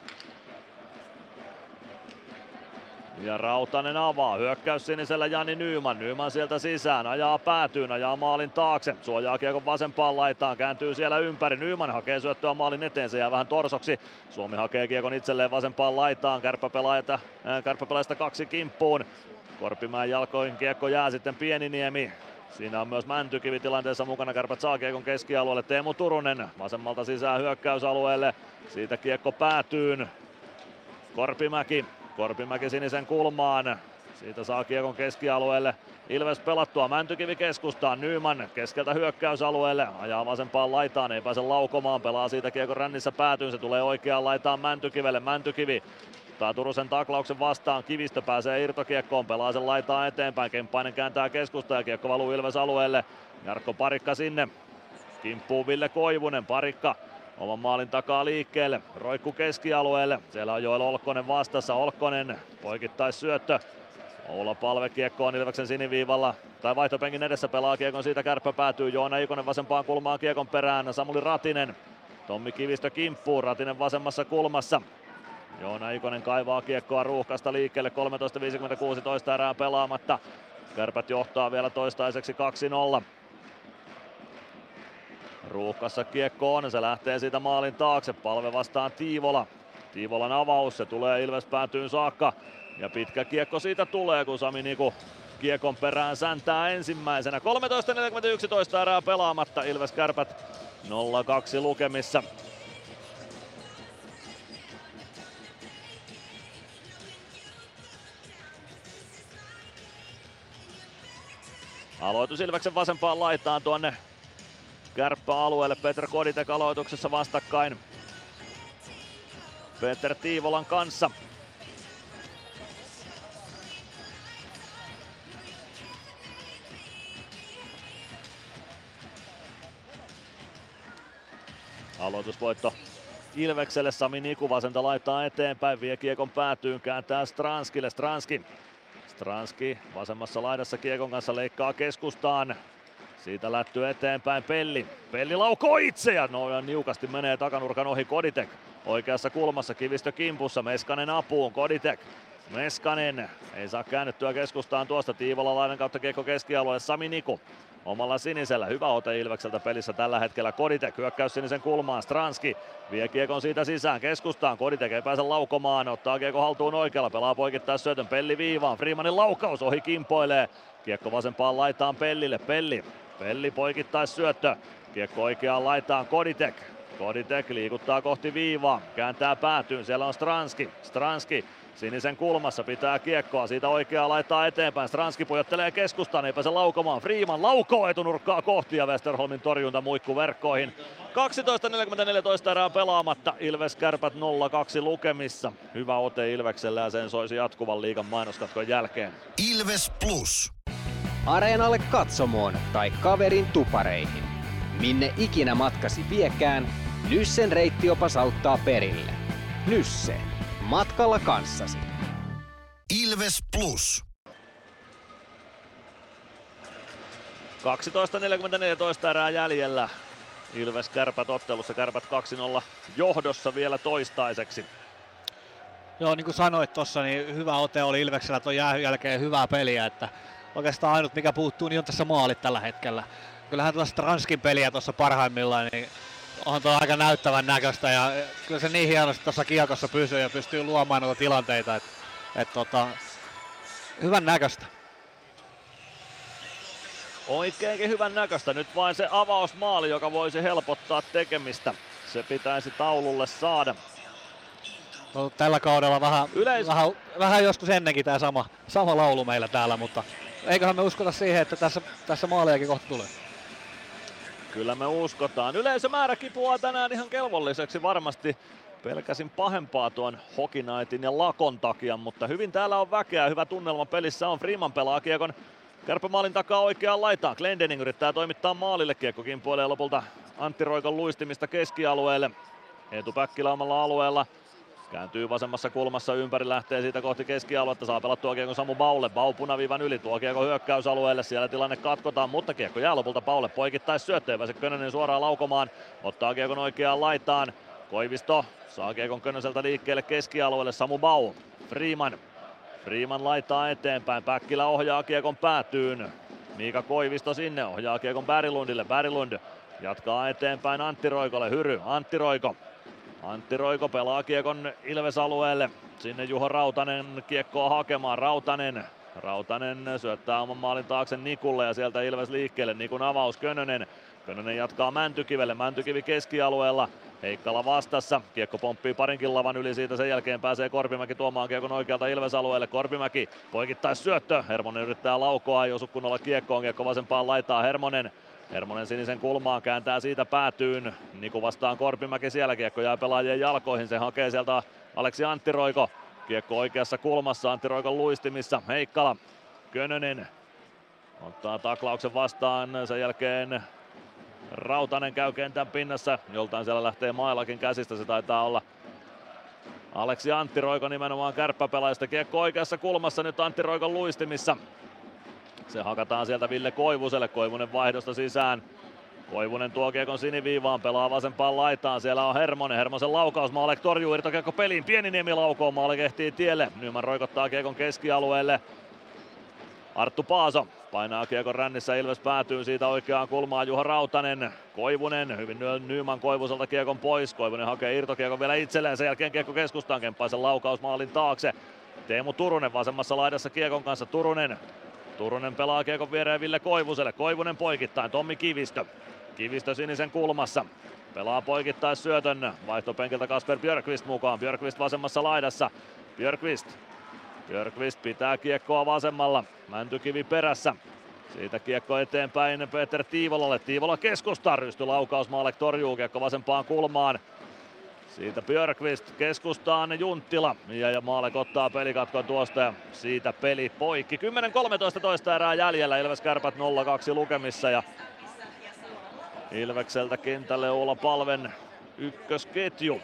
Ja Rautanen avaa, hyökkäys sinisellä Jani Nyman, Nyman sieltä sisään, ajaa päätyyn, ajaa maalin taakse, suojaa kiekon vasempaan laitaan, kääntyy siellä ympäri, Nyman hakee syöttöä maalin eteen, se jää vähän torsoksi, Suomi hakee kiekon itselleen vasempaan laitaan, kärppäpelaajista, äh, kärppäpelaajista kaksi kimppuun, Korpimäen jalkoihin kiekko jää sitten Pieniniemi, siinä on myös Mäntykivi tilanteessa mukana, Kärpät saa kiekon keskialueelle, Teemu Turunen vasemmalta sisään hyökkäysalueelle, siitä kiekko päätyyn, Korpimäki. Korpimäki sinisen kulmaan, siitä saa kiekon keskialueelle, Ilves pelattua, Mäntykivi keskustaan, Nyman keskeltä hyökkäysalueelle, ajaa vasempaan laitaan, ei pääse laukomaan, pelaa siitä kiekon rännissä päätyyn, se tulee oikeaan laitaan Mäntykivelle, Mäntykivi ottaa Turusen taklauksen vastaan, Kivistö pääsee irtokiekkoon, pelaa sen laitaan eteenpäin, Kemppainen kääntää keskustaan ja kiekko valuu Ilves alueelle, Jarkko Parikka sinne, kimppuu Ville Koivunen, Parikka oman maalin takaa liikkeelle, roikku keskialueelle, siellä on Joel Olkkonen vastassa, Olkkonen poikittais syöttö, Oula Palve kiekko on Ilveksen siniviivalla, tai vaihtopenkin edessä pelaa kiekon, siitä Kärppä päätyy, Joona Ikonen vasempaan kulmaan kiekon perään, Samuli Ratinen, Tommi Kivistö kimppuu, Ratinen vasemmassa kulmassa, Joona Ikonen kaivaa kiekkoa Ruuhkasta liikkeelle, kolmetoista viisikymmentäkuusi erää pelaamatta, Kärpät johtaa vielä toistaiseksi kaksi nolla. Ruuhkassa kiekko on, se lähtee siitä maalin taakse, Palve vastaan Tiivola. Tiivolan avaus, se tulee Ilves päätyyn saakka. Ja pitkä kiekko siitä tulee, kun Sami Niku kiekon perään säntää ensimmäisenä. kolmetoista neljäkymmentäyksi erää pelaamatta, Ilves Kärpät nolla kaksi lukemissa. Aloitus Ilveksen vasempaan laitaan tuonne Kärppä-alueelle, Petr Koditek aloituksessa vastakkain Peter Tiivolan kanssa. Aloitusvoitto Ilvekselle, Sami Niku vasenta laittaa eteenpäin, vie kiekon päätyyn, kääntää Stranskille, Stranski. Stranski vasemmassa laidassa kiekon kanssa leikkaa keskustaan. Siitä lätty eteenpäin Pelli. Pelli laukoo itse ja noin niukasti menee takanurkan ohi Koditek. Oikeassa kulmassa Kivistö kimpussa, Meskanen apuun, Koditek. Meskanen ei saa käännettyä keskustaan tuosta, Tiivola laidan kautta kiekko keskialueelle, Sami Niku. Omalla sinisellä, hyvä ote Ilvekseltä pelissä tällä hetkellä, Koditek hyökkäys sinisen kulmaan, Stranski vie kiekon siitä sisään keskustaan, Koditek ei pääse laukomaan, ottaa kiekko haltuun oikealla, pelaa poikittais syötön, Pelli viivaan, Freemanin laukaus ohi kimpoilee, kiekko vasempaan laitaan Pellille, Pelli, Pelli poikittais syöttö, kiekko oikeaan laitaan Koditek, Koditek liikuttaa kohti viivaa, kääntää päätyyn, siellä on Stranski, Stranski sinisen kulmassa pitää kiekkoa, siitä oikeaa laittaa eteenpäin, Stranski pujottelee keskustaan, ei pääse laukomaan, Freeman laukoo etunurkkaa kohti ja Westerholmin torjunta muikku verkkoihin. kaksitoista neljäkymmentäneljä erää pelaamatta, Ilves Kärpät nolla kaksi lukemissa. Hyvä ote Ilveksellä ja sen soisi jatkuvan liigan mainoskatkon jälkeen. Ilves Plus. Areenalle, katsomoon tai kaverin tupareihin. Minne ikinä matkasi viekään, Nyssen reittiopas auttaa perille. Nysse. Matkalla kanssasi. Ilves Plus. kaksitoista neljäkymmentäneljä erää jäljellä. Ilves Kärpät ottelussa, Kärpät kaksi nolla johdossa vielä toistaiseksi. Joo, niin kuin sanoit tuossa, niin hyvä ote oli Ilveksellä tuon jäähyn jälkeen, hyvää peliä, että oikeastaan ainut mikä puuttuu, niin on tässä maalit tällä hetkellä. Kyllähän tuossa Stranskin peliä tuossa parhaimmillaan, niin on tuo aika näyttävän näköistä ja kyllä se niin hienosti tuossa kiekossa pysyy ja pystyy luomaan noita tilanteita. Että Et tota, hyvän näköistä. Oikeinkin hyvän näköistä. Nyt vain se avausmaali, joka voisi helpottaa tekemistä. Se pitäisi taululle saada. No, tällä kaudella vähän, Yleis- vähän, vähän joskus ennenkin tämä sama, sama laulu meillä täällä, mutta eiköhän me uskota siihen, että tässä, tässä maalejakin kohta tulee. Kyllä me uskotaan. Yleisömäärä kipuaa tänään ihan kelvolliseksi varmasti. Pelkäsin pahempaa tuon Hockey Nightin ja lakon takia, mutta hyvin täällä on väkeä. Hyvä tunnelma pelissä on. Freeman pelaa kiekon kärppämaalin takaa oikeaan laitaan. Glendening yrittää toimittaa maalille. Kiekko kimpoilee lopulta Antti Roikon luistimista keskialueelle. Eetu Päkkilä omalla alueella. Kääntyy vasemmassa kulmassa ympäri, lähtee siitä kohti keskialuetta, saa pelattua kiekon Samu Baulle. Bau punaviivan yli, tuo kiekko hyökkäysalueelle, siellä tilanne katkotaan, mutta kiekko jää lopulta Baulle. Poikittais syöttö, ei pääse Könönen suoraan laukomaan, ottaa kiekon oikeaan laitaan. Koivisto saa kiekon Könöseltä liikkeelle keskialueelle, Samu Bau. Freeman. Freeman laittaa eteenpäin, Päkkilä ohjaa kiekon päätyyn. Miika Koivisto sinne, ohjaa kiekon Berglundille, Berglund jatkaa eteenpäin Antti Roikolle, Hyry, Antti Roiko. Antti Roiko pelaa kiekon Ilves-alueelle. Sinne Juho Rautanen kiekkoa hakemaan. Rautanen. Rautanen syöttää oman maalin taakse Nikulle ja sieltä Ilves liikkeelle. Nikun avaus Könönen. Könönen jatkaa Mäntykivelle. Mäntykivi keskialueella. Heikkala vastassa. Kiekko pomppii parinkin lavan yli, siitä sen jälkeen pääsee Korpimäki tuomaan kiekon oikealta Ilves-alueelle. Korpimäki poikittais syöttö. Hermonen yrittää laukoa, ei osu kunnolla kiekkoon. Kiekko vasempaan laitaa Hermonen. Hermonen sinisen kulmaan, kääntää siitä päätyyn. Niku vastaan Korpimäki, siellä kiekko jää pelaajien jalkoihin. Se hakee sieltä Aleksi Antti Roiko. Kiekko oikeassa kulmassa Antti Roikon luistimissa. Heikkala, Könönen ottaa taklauksen vastaan. Sen jälkeen Rautanen käy kentän pinnassa. Joltain siellä lähtee mailakin käsistä, se taitaa olla Aleksi Antti Roiko nimenomaan kärppäpelaajista. Kiekko oikeassa kulmassa nyt Antti Roikon luistimissa. Se hakataan sieltä Ville Koivuselle, Koivunen vaihdosta sisään. Koivunen tuo kiekon siniviivaan, pelaa vasempaan laitaan, siellä on Hermonen, Hermosen laukaus, Maalek torjuu, irtokiekko peliin, Pieniniemi laukoo, Maalek ehtii tielle, Nyman roikottaa kiekon keskialueelle. Arttu Paaso painaa kiekon rännissä, Ilves päätyy siitä oikeaan kulmaan, Juha Rautanen, Koivunen, hyvin Nyman Koivuselta kiekon pois, Koivunen hakee irtokiekon vielä itselleen, sen jälkeen kiekko keskustaan, Kemppaisen laukaus maalin taakse. Teemu Turunen vasemmassa laidassa kiekon kanssa, Turunen. Turunen pelaa kiekon viereen Ville Koivuselle. Koivunen poikittain. Tommi Kivistö. Kivistö sinisen kulmassa. Pelaa poikittais syötön. Vaihtopenkiltä Kasper Björkqvist mukaan. Björkqvist vasemmassa laidassa. Björkqvist. Björkqvist pitää kiekkoa vasemmalla. Mäntykivi perässä. Siitä kiekko eteenpäin Peter Tiivolalle. Tiivola keskustaa. Rysty laukaus. Maalek torjuu kiekko vasempaan kulmaan. Siitä Björkqvist keskustaan Junttila ja, ja Maalek ottaa pelikatkon tuosta ja siitä peli poikki. kymmenen kolmetoista toista erää jäljellä, Ilves Kärpät nolla kaksi lukemissa ja Ilvekseltä kentälle Oula Palven ykkösketju.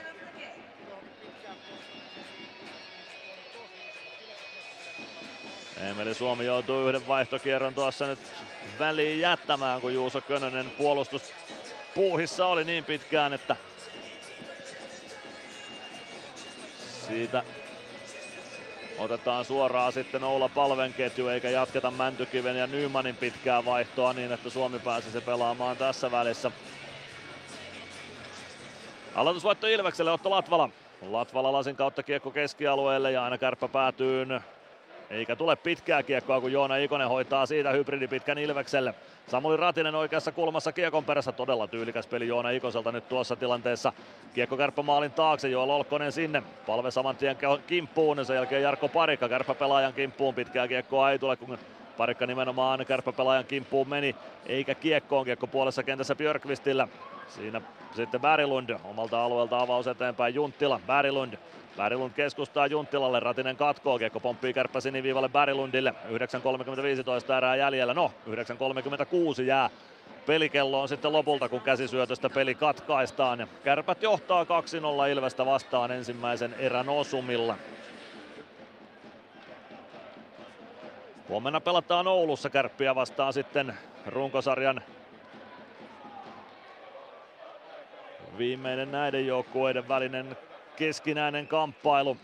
Eemeli Suomi joutuu yhden vaihtokierron tuossa nyt väliin jättämään, kun Juuso Könönen puolustus puuhissa oli niin pitkään, että siitä otetaan suoraan sitten Oula Palven ketju, eikä jatketa Mäntykiven ja Nymanin pitkää vaihtoa niin, että Suomi pääsisi pelaamaan tässä välissä. Aloitusvoitto Ilvekselle, Otto Latvala. Latvala lasin kautta kiekko keskialueelle ja aina kärppä päätyyn. Eikä tule pitkää kiekkoa, kun Joona Ikonen hoitaa siitä hybridipitkän Ilvekselle. Samuli Ratinen oikeassa kulmassa kiekon perässä. Todella tyylikäs peli Joona Ikoselta nyt tuossa tilanteessa. Kiekko kärppämaalin taakse, Joel Olkkonen sinne. Palve saman tien kimppuun, sen jälkeen Jarkko Parikka kärppäpelaajan kimppuun. Pitkää kiekkoa ei tule, kun Parikka nimenomaan kärppäpelaajan kimppuun meni. Eikä kiekkoon, kiekko puolessa kentässä Björkqvistillä. Siinä sitten Berglund omalta alueelta avaus eteenpäin Junttila, Berglund. Berglund keskustaa Junttilalle, Ratinen katkoo, kiekko pomppii kärppä siniviivalle Berglundille. yhdeksän kolmekymmentäviisi erää jäljellä, no yhdeksän kolmekymmentäkuusi jää pelikelloon sitten lopulta, kun käsisyötöstä peli katkaistaan. Ja Kärpät johtaa kaksi nolla Ilvestä vastaan ensimmäisen erän osumilla. Huomenna pelataan Oulussa Kärppiä vastaan sitten runkosarjan viimeinen näiden joukkueiden välinen keskinäinen kamppailu.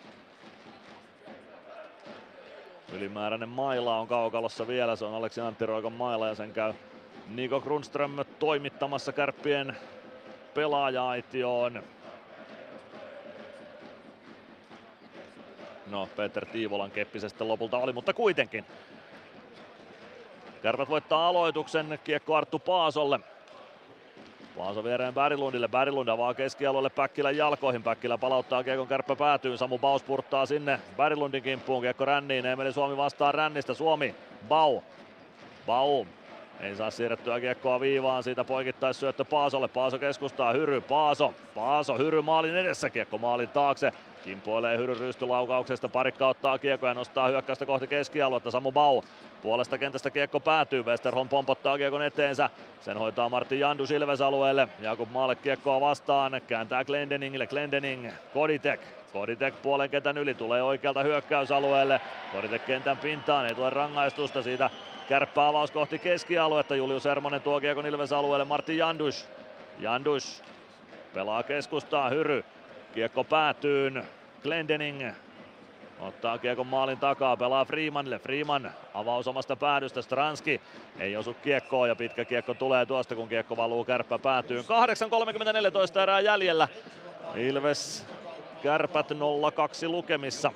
Ylimääräinen maila on kaukalossa vielä, se on Aleksi Antti Roikon maila ja sen käy Niko Grundström toimittamassa Kärppien pelaaja-aitioon. No, Peter Tiivolan keppi se sitten lopulta oli, mutta kuitenkin. Kärpät voittaa aloituksen, kiekko Arttu Paasolle. Paaso viereen Berglundille, Berglund avaa keskialueelle Päkkilän jalkoihin, Päkkilä palauttaa kiekon, Kärppä päätyy, Samu Bau spurttaa sinne Berglundin kimppuun, kiekko ränniin, Eemeli Suomi vastaa rännistä, Suomi, Bau, Bau. Ei saa siirrettyä kiekkoa viivaan, siitä poikittais syöttö Paasolle, Paaso keskustaa, Hyry, Paaso, Paaso, Hyry maalin edessä, kiekko maalin taakse, kimpoilee Hyry rystylaukauksesta, Parikka ottaa kiekko ja nostaa hyökkäystä kohti keskialuetta, Samu Bau. Puolesta kentästä kiekko päätyy, Westerholm pompottaa kiekon eteensä, sen hoitaa Martin Jandus Ilves alueelle, Jakub Maalle kiekkoa vastaan, kääntää Glendeningille, Glendening, Koditek, Koditek puolen kentän yli, tulee oikealta hyökkäysalueelle, Koditek kentän pintaan, ei tule rangaistusta siitä, Kärppä avaus kohti keskialuetta, Julius Hermonen tuo kiekon Ilves alueelle, Martin Jandus, Jandus pelaa keskustaa, Hyry, kiekko päätyyn, Glendening, ottaa kiekon maalin takaa, pelaa Freemanille, Freeman avaus omasta päädystä, Stranski ei osu kiekkoon ja pitkä kiekko tulee tuosta kun kiekko valuu Kärppä päätyyn. kahdeksan kolmekymmentäneljä erää jäljellä, Ilves Kärpät nolla kaksi lukemissa.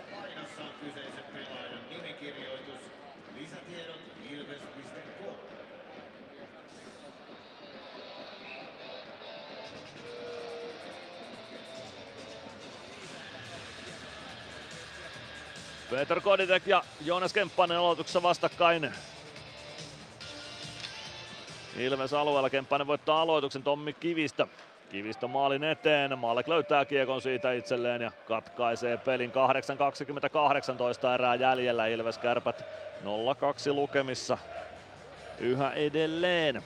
Peter Koditek ja Joonas Kemppainen aloituksessa vastakkain. Ilves alueella, Kemppainen voittaa aloituksen, Tommi Kivistö. Kivistö maalin eteen, Maalek löytää kiekon siitä itselleen ja katkaisee pelin. kahdeksan kaksikymmentäkahdeksan erää jäljellä, Ilves Kärpät nolla kaksi lukemissa yhä edelleen.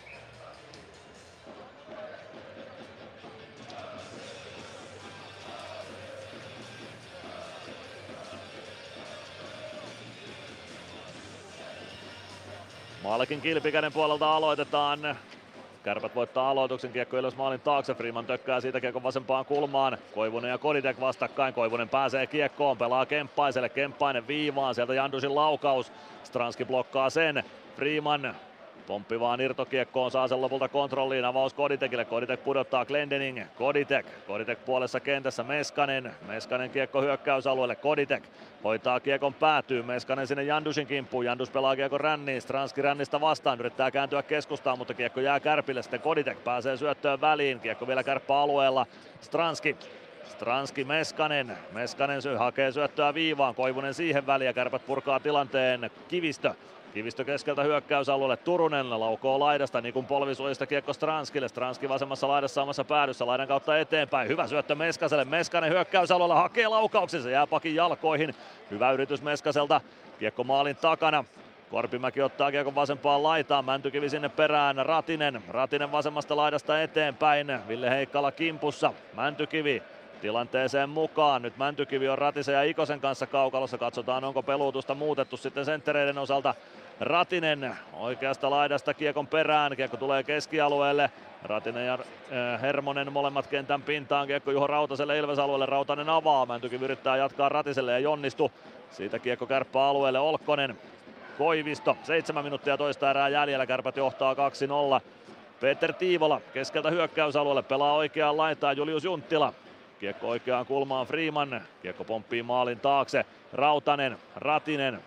Maalekin kilpikäden puolelta aloitetaan. Kärpät voittaa aloituksen, kiekko Ilves maalin taakse, Freeman tökkää siitä kiekon vasempaan kulmaan. Koivunen ja Koditek vastakkain, Koivunen pääsee kiekkoon, pelaa Kemppaiselle, Kemppainen viivaan, sieltä Jandusin laukaus. Stranski blokkaa sen, Freeman pomppi vaan irtokiekkoon, saa sen lopulta kontrolliin, avaus Koditekille, Koditek pudottaa Glendening, Koditek, Koditek puolessa kentässä, Meskanen, Meskanen kiekko hyökkäysalueelle, Koditek hoitaa kiekon päätyy, Meskanen sinne Jandusin kimppuun, Jandus pelaa kiekon ränniin, Stranski rännistä vastaan, yrittää kääntyä keskustaan, mutta kiekko jää Kärpille, sitten Koditek pääsee syöttöön väliin, kiekko vielä Kärppä-alueella, Stranski, Stranski Meskanen, Meskanen syy hakee syöttöä viivaan, Koivunen siihen väliin ja Kärpät purkaa tilanteen, Kivistö, Kivistö keskeltä hyökkäysalueelle, Turunen laukoo laidasta niin kuin polvisuojista kiekko Stranskille. Stranski vasemmassa laidassa omassa päädyssä, laidan kautta eteenpäin. Hyvä syöttö Meskaselle, Meskanen hyökkäysalueella hakee laukauksen, se jää pakin jalkoihin. Hyvä yritys Meskaselta, kiekko maalin takana. Korpimäki ottaa kiekon vasempaan laitaan, Mäntykivi sinne perään, Ratinen. Ratinen vasemmasta laidasta eteenpäin, Ville Heikkala kimpussa, Mäntykivi tilanteeseen mukaan. Nyt Mäntykivi on Ratisen ja Ikosen kanssa kaukalossa. Katsotaan onko peluutusta muutettu sitten senttereiden osalta. Ratinen oikeasta laidasta kiekon perään. Kiekko tulee keskialueelle. Ratinen ja äh, Hermonen molemmat kentän pintaan. Kiekko Juho Rautaselle Ilves-alueelle. Rautanen avaa. Mäntykivi yrittää jatkaa Ratiselle ja onnistu. Siitä kiekko Kärppä-alueelle. Olkkonen. Koivisto. Seitsemän minuuttia toista erää jäljellä. Kärpät johtaa kaksi nolla. Peter Tiivola keskeltä hyökkäysalueelle. Pelaa oikeaan laitaan Julius Junttila. Kiekko oikeaan kulmaan Freeman, kiekko pomppii maalin taakse, Rautanen, Ratinen,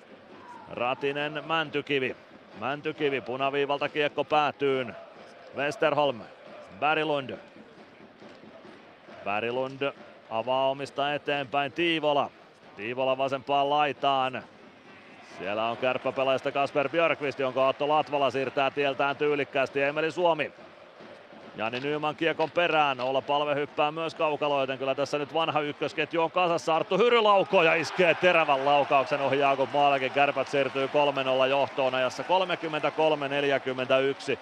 Ratinen, Mäntykivi, Mäntykivi punaviivalta kiekko päätyyn, Westerholm, Berglund, Berglund avaa omista eteenpäin, Tiivola, Tiivola vasempaan laitaan, siellä on kärppäpelaajista Kasper Björkvist, jonka Otto Latvala siirtää tieltään tyylikkäästi, Emeli Suomi. Jani Nyman kiekon perään, Olla Palve hyppää myös kaukalo, joten kyllä tässä nyt vanha ykkösketju on kasassa. Arttu Hyry laukoo ja iskee terävän laukauksen ohi Jakub Maalekin. Kärpät siirtyy kolme nolla johtoon ajassa kolmekymmentäkolme neljäkymmentäyksi.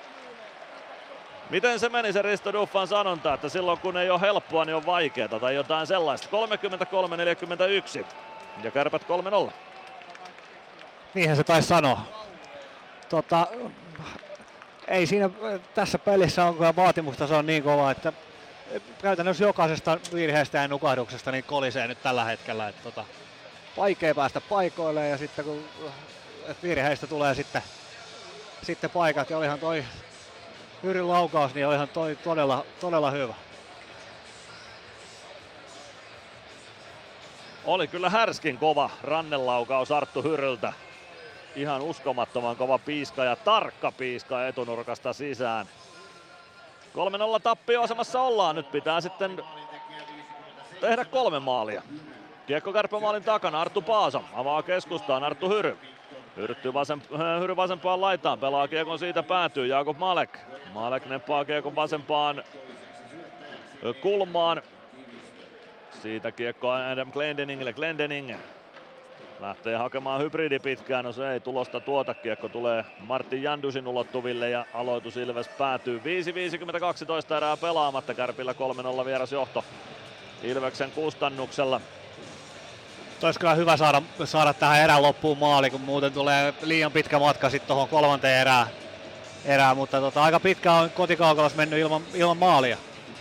Miten se meni se Risto Duffan sanonta, että silloin kun ei ole helppoa, niin on vaikeaa tai jotain sellaista. kolmekymmentäkolme neljäkymmentäyksi ja Kärpät kolme nolla. Niinhän se taisi sanoa. Tota, ei siinä tässä pelissä on kyllä vaatimustaso on niin kova, että käytännössä jokaisesta virheestä ja nukahduksesta niin kolisee nyt tällä hetkellä. Että tota, vaikea päästä paikoille ja sitten kun virheistä tulee sitten, sitten paikat ja olihan toi Hyryn laukaus, niin olihan toi todella, todella hyvä. Oli kyllä härskin kova rannelaukaus Arttu Hyryltä. Ihan uskomattoman kova piiska ja tarkka piiska etunurkasta sisään. kolme nolla tappioasemassa ollaan. Nyt pitää sitten tehdä kolme maalia. Kiekko Kärppämaalin takana. Arttu Paaso avaa keskustaan. Arttu Hyry. Hyrttyy vasem, Hyry vasempaan laitaan. Pelaa kiekon siitä päätyy. Jakub Malek. Malek neppaa kiekon vasempaan kulmaan. Siitä kiekko Adam Glendeningille. Glendening lähtee hakemaan hybridi pitkään, no se ei tulosta tuota. Kiekko tulee Martin Jandusin ulottuville ja aloitus Ilves päätyy. viisi viisikymmentäkaksi erää pelaamatta, Kärpillä kolme nolla vierasjohto Ilveksen kustannuksella. Olisi kyllä hyvä saada, saada tähän erän loppuun maali, kun muuten tulee liian pitkä matka sitten tuohon kolmanteen erään. erään mutta tota, aika pitkä on kotikaukolas mennyt ilman, ilman maalia.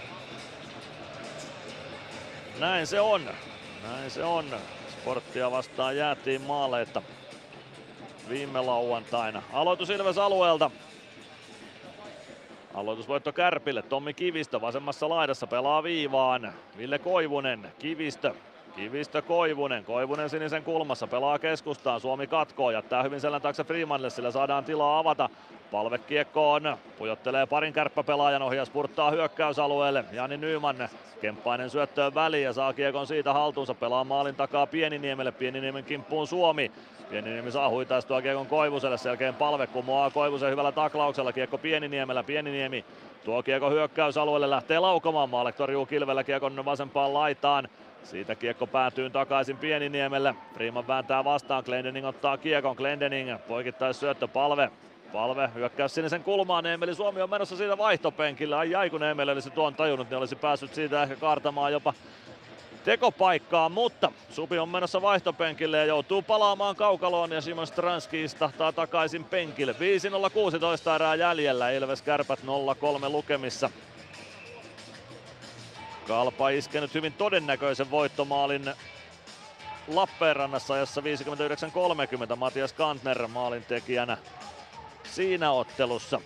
Näin se on. Näin se on. Sporttia vastaan jäätiin maaleita viime lauantaina. Aloitus Ilves alueelta. Aloitusvoitto Kärpille. Tommi Kivistö vasemmassa laidassa pelaa viivaan. Ville Koivunen. Kivistö. Kivistö Koivunen. Koivunen sinisen kulmassa pelaa keskustaan. Suomi katkoo. Jättää hyvin selän taakse Freemanille. Sillä saadaan tilaa avata. Palve kiekkoon. Pujottelee parin kärppäpelaajan ohjaa. Spurttaa hyökkäysalueelle. Jani Nyman. Kemppainen syöttöön väliin ja saa kiekon siitä haltuunsa. Pelaa maalin takaa Pieniniemelle. Pieniniemen kimppuun Suomi. Pieniniemi saa huitaistua kiekon Koivuselle. Selkeän Palve kumoaa Koivusen hyvällä taklauksella. Kiekko Pieniniemellä. Pieniniemi tuo kiekko hyökkäysalueelle. Lähtee laukomaan. Maalek torjuu kilvellä kiekon vasempaan laitaan. Siitä kiekko päätyy takaisin Pieniniemelle. Freeman vääntää vastaan. Glendening ottaa kiekon. Glendening poikittais syöttö Palve. Palve hyökkäys sinisen kulmaan. Eemeli Suomi on menossa siitä vaihtopenkille. Ai ai kun Eemeli olisi tuon tajunnut, niin olisi päässyt siitä ehkä kaartamaan jopa tekopaikkaa. Mutta Supi on menossa vaihtopenkille ja joutuu palaamaan kaukaloon ja Simon Stranski istahtaa takaisin penkille. viisi nolla kuusitoista erää jäljellä. Ilves Kärpät nolla kolme lukemissa. Kalpa iskenyt hyvin todennäköisen voittomaalin Lappeenrannassa ajassa viisikymmentäyhdeksän kolmekymmentä. Matias Kantner maalintekijänä siinä ottelussa.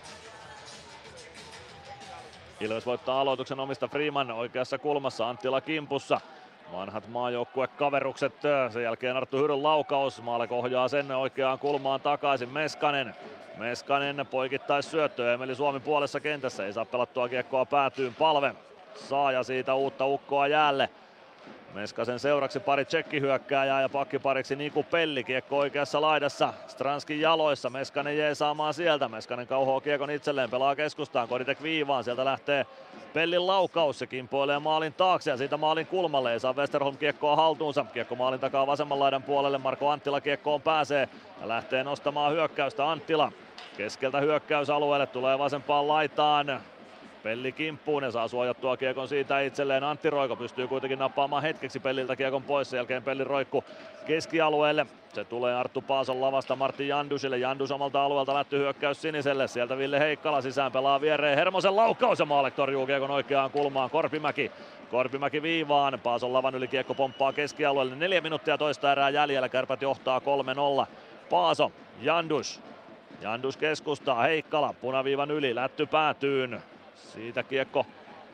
Ilves voittaa aloituksen omista. Freeman oikeassa kulmassa, Anttila kimpussa. Vanhat maajoukkuekaverukset, sen jälkeen Arttu Hyryn laukaus. Maalek ohjaa sen oikeaan kulmaan takaisin. Meskanen. Meskanen poikittais syöttö. Emeli Suomi puolessa kentässä. Ei saa pelattua kiekkoa päätyyn. Palve saa ja siitä uutta ukkoa jäälle. Meskasen seuraksi pari tsekkihyökkääjää ja pakkipariksi Niku Pelli. Kiekko oikeassa laidassa Stranskin jaloissa. Meskanen jää saamaan sieltä. Meskanen kauhoo kiekon itselleen, pelaa keskustaan. Koditek viivaan. Sieltä lähtee Pellin laukaus. Se kimpoilee maalin taakse ja siitä maalin kulmalle. Ei saa Westerholm kiekkoa haltuunsa. Kiekko maalin takaa vasemman laidan puolelle. Marko Anttila kiekkoon pääsee ja lähtee nostamaan hyökkäystä. Anttila keskeltä hyökkäysalueelle tulee vasempaan laitaan. Pelli kimppuun ja saa suojattua kiekon siitä itselleen. Antti Roiko pystyy kuitenkin nappaamaan hetkeksi Pelliltä kiekon pois. Sen jälkeen Pelli roikku keskialueelle. Se tulee Arttu Paason lavasta Martin Jandusille. Jandus omalta alueelta lätty hyökkäys siniselle. Sieltä Ville Heikkala sisään pelaa viereen. Hermosen laukaus ja Maalek torjuu kiekon oikeaan kulmaan. Korpimäki. Korpimäki viivaan. Paason lavan yli kiekko pomppaa keskialueelle. Neljä minuuttia toista erää jäljellä. Kärpät johtaa kolme nolla. Paaso. Jandus. Jandus keskustaa. Heikkala punaviivan yli. Lätty päätyyn. Siitä kiekko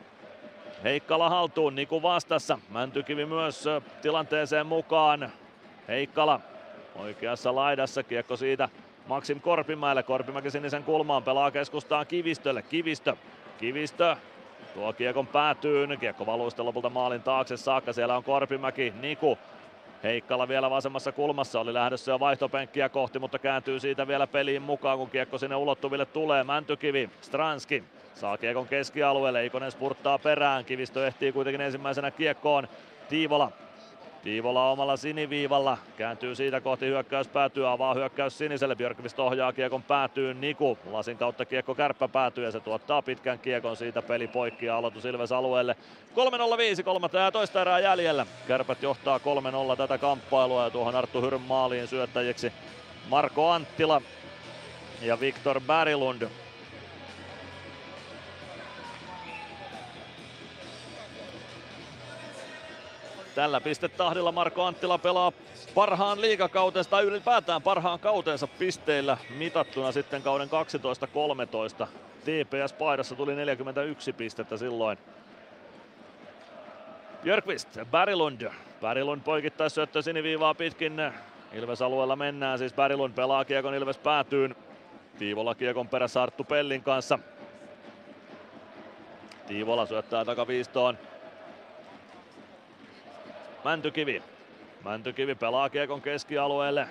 Heikkala haltuun, Niku vastassa. Mäntykivi myös tilanteeseen mukaan. Heikkala oikeassa laidassa, kiekko siitä Maxim Korpimäelle. Korpimäki sinisen kulmaan, pelaa keskustaan Kivistölle. Kivistö, Kivistö tuo kiekon päätyyn. Kiekko valuu sitten lopulta maalin taakse saakka. Siellä on Korpimäki, Niku. Heikkala vielä vasemmassa kulmassa, oli lähdössä jo vaihtopenkkiä kohti, mutta kääntyy siitä vielä peliin mukaan, kun kiekko sinne ulottuville tulee. Mäntykivi, Stranski saa kiekon keskialueelle, Ikonen spurttaa perään, Kivistö ehtii kuitenkin ensimmäisenä kiekkoon. Tiivola, Tiivola omalla siniviivalla, kääntyy siitä kohti hyökkäys päätyy, avaa hyökkäys siniselle, Björkvist ohjaa kiekon päätyyn, Niku, lasin kautta kiekko kärppä päätyy ja se tuottaa pitkän kiekon, siitä peli poikki ja aloitus Ilves alueelle. kolme nolla viisi, kolmetoista erää jäljellä, Kärpät johtaa kolme nolla tätä kamppailua ja tuohon Arttu Hyryn maaliin syöttäjiksi Marko Anttila ja Viktor Berglund. Tällä pistetahdilla Marko Anttila pelaa parhaan liigakautensa tai ylipäätään parhaan kautensa pisteillä mitattuna sitten kauden kaksitoista kolmetoista. T P S-paidassa tuli neljäkymmentäyksi pistettä silloin. Björkvist, Berglund Berglund poikittaisyöttö siniviivaa pitkin. Ilves alueella mennään, siis Berglund pelaa kiekon Ilves päätyyn. Tiivola kiekon perässä Arttu Pellin kanssa. Tiivola syöttää takaviistoon. Mäntykivi. Mäntykivi pelaa kiekon keskialueelle.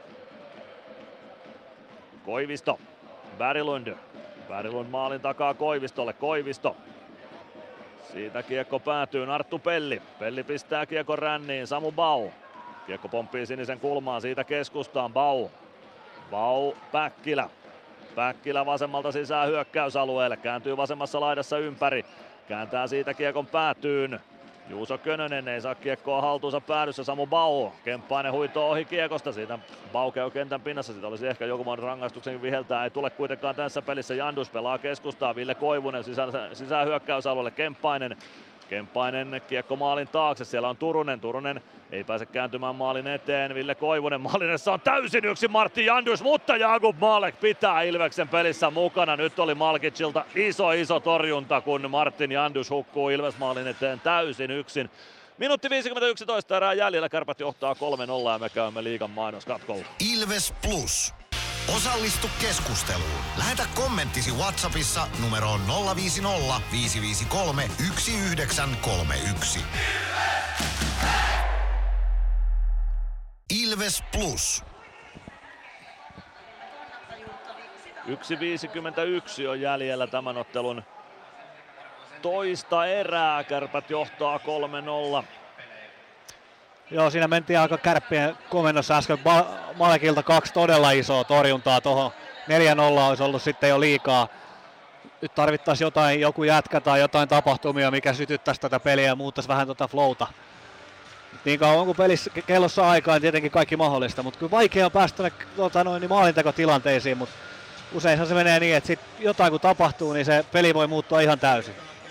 Koivisto. Berglund. Berglund maalin takaa Koivistolle. Koivisto. Siitä kiekko päätyy Arttu Pelli. Pelli pistää kiekon ränniin. Samu Bau. Kiekko pomppii sinisen kulmaan. Siitä keskustaan. Bau. Bau. Päkkilä. Päkkilä vasemmalta sisään hyökkäysalueelle. Kääntyy vasemmassa laidassa ympäri. Kääntää siitä kiekon päätyyn. Juuso Könönen ei saa kiekkoa haltuunsa päädyssä. Samu Bau. Kemppainen huitoo ohi kiekosta. Siitä Bau käy kentän pinnassa. Siitä olisi ehkä joku muodon rangaistuksen viheltää. Ei tule kuitenkaan tässä pelissä. Jandus pelaa keskustaa. Ville Koivunen sisään, sisään hyökkäysalueelle. Kemppainen. Kemppainen kiekko maalin taakse. Siellä on Turunen. Turunen ei pääse kääntymään maalin eteen. Ville Koivunen maalinessa on täysin yksi Martti Jandus, mutta Jakub Malek pitää Ilveksen pelissä mukana. Nyt oli Malkicilta iso iso torjunta, kun Martin Jandus hukkuu Ilves maalin eteen täysin yksin. Minuutti viisikymmentäyksi erää jäljellä, Kärpät johtaa kolme nolla ja me käymme liigan mainoskatkolla. Ilves Plus. Osallistu keskusteluun. Lähetä kommenttisi WhatsAppissa numeroon nolla viisi nolla viisi viisi kolme yksi yhdeksän kolme yksi. Ilves Plus. yksi viisikymmentäyksi on jäljellä tämän ottelun toista erää. Kärpät johtaa kolme nolla. Joo, siinä mentiin aika Kärppien komennossa äsken. Malekilta kaksi todella isoa torjuntaa tuohon. neljä nolla olisi ollut sitten jo liikaa. Nyt tarvittaisiin jotain, joku jätkä tai jotain tapahtumia, mikä sytyttäisi tätä peliä ja muuttaisi vähän tuota flowta. Niin kauan kun pelissä kellossa aikaa, niin tietenkin kaikki mahdollista, mutta kyllä vaikea on päästä tuonne tuota, noin, niin maalintekotilanteisiin, mutta useinhan se menee niin, että sit jotain kun tapahtuu, niin se peli voi muuttua ihan täysin.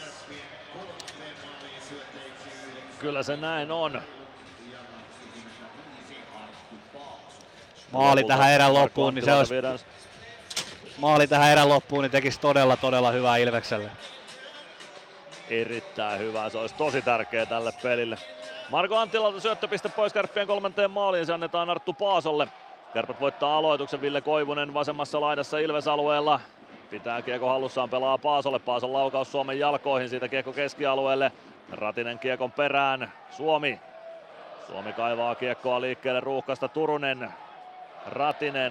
Kyllä se näin on. Maali tähän erän loppuun, niin se olisi, maali tähän erän loppuun, niin tekisi todella todella hyvää Ilvekselle. Erittäin hyvä, se olisi tosi tärkeä tälle pelille. Marko Anttilalta syöttöpiste pois Kärppien kolmanteen maaliin, se annetaan Arttu Paasolle. Kärpät voittaa aloituksen, Ville Koivunen vasemmassa laidassa Ilves-alueella. Pitää kiekko hallussaan, pelaa Paasolle, Paason laukaus Suomen jalkoihin, siitä kiekko keskialueelle. Ratinen kiekon perään, Suomi. Suomi kaivaa kiekkoa liikkeelle ruuhkasta, Turunen. Ratinen.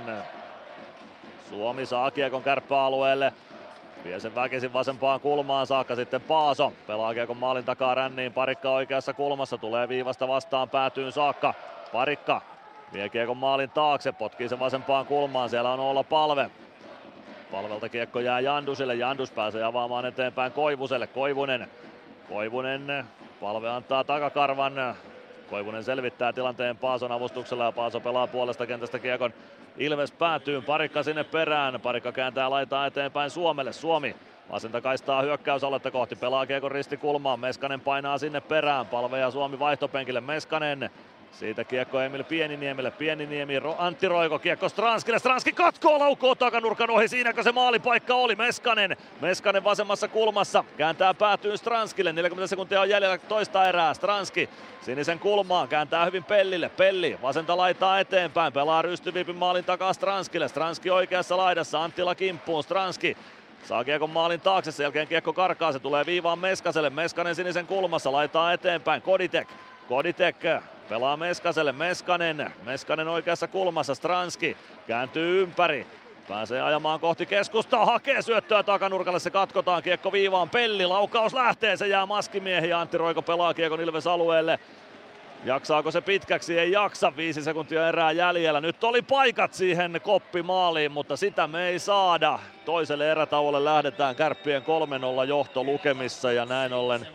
Suomi saa kiekon kärppäalueelle. Vie sen väkisin vasempaan kulmaan saakka, sitten Paaso. Pelaa kiekon maalin takaa ränniin, Parikka oikeassa kulmassa, tulee viivasta vastaan päätyyn saakka. Parikka vie kiekon maalin taakse, potkii sen vasempaan kulmaan, siellä on Olla Palve. Palvelta kiekko jää Jandusille, Jandus pääsee avaamaan eteenpäin Koivuselle, Koivunen. Koivunen, Palve antaa takakarvan. Koivunen selvittää tilanteen Paason avustuksella ja Paaso pelaa puolesta kentästä kiekon Ilves päätyy, Parikka sinne perään, Parikka kääntää laitaa eteenpäin Suomelle, Suomi vasenta kaistaa hyökkäysaluetta kohti, pelaa kiekon ristikulmaan, Meskanen painaa sinne perään, Palve ja Suomi vaihtopenkille, Meskanen. Siitä kiekko Emil Pieniniemelle, Pieniniemi, Antti Roiko, kiekko Stranskille, Stranski katkoo, laukoo takanurkan ohi, siinäkö se maalipaikka oli, Meskanen, Meskanen vasemmassa kulmassa, kääntää päätyyn Stranskille, neljäkymmentä sekuntia on jäljellä toista erää, Stranski sinisen kulmaan, kääntää hyvin Pellille, Pelli vasenta laitaa eteenpäin, pelaa rystyviipin maalin takaa Stranskille, Stranski oikeassa laidassa, Anttila kimppuun, Stranski saa kiekon maalin taakse, sen jälkeen kiekko karkaa, se tulee viivaan Meskaselle, Meskanen sinisen kulmassa, laitaa eteenpäin, Koditek, Koditek pelaa Meskaselle, Meskanen, Meskanen oikeassa kulmassa, Stranski kääntyy ympäri, pääsee ajamaan kohti keskustaa, hakee syöttöä takanurkalle, se katkotaan, kiekko viivaan, Pelli, laukaus lähtee, se jää maskimiehi ja Antti Roiko pelaa kiekon Ilves alueelle. Jaksaako se pitkäksi? Ei jaksa, viisi sekuntia erää jäljellä. Nyt oli paikat siihen koppimaaliin, mutta sitä me ei saada. Toiselle erätauolle lähdetään, Kärppien kolme nolla johto lukemissa ja näin ollen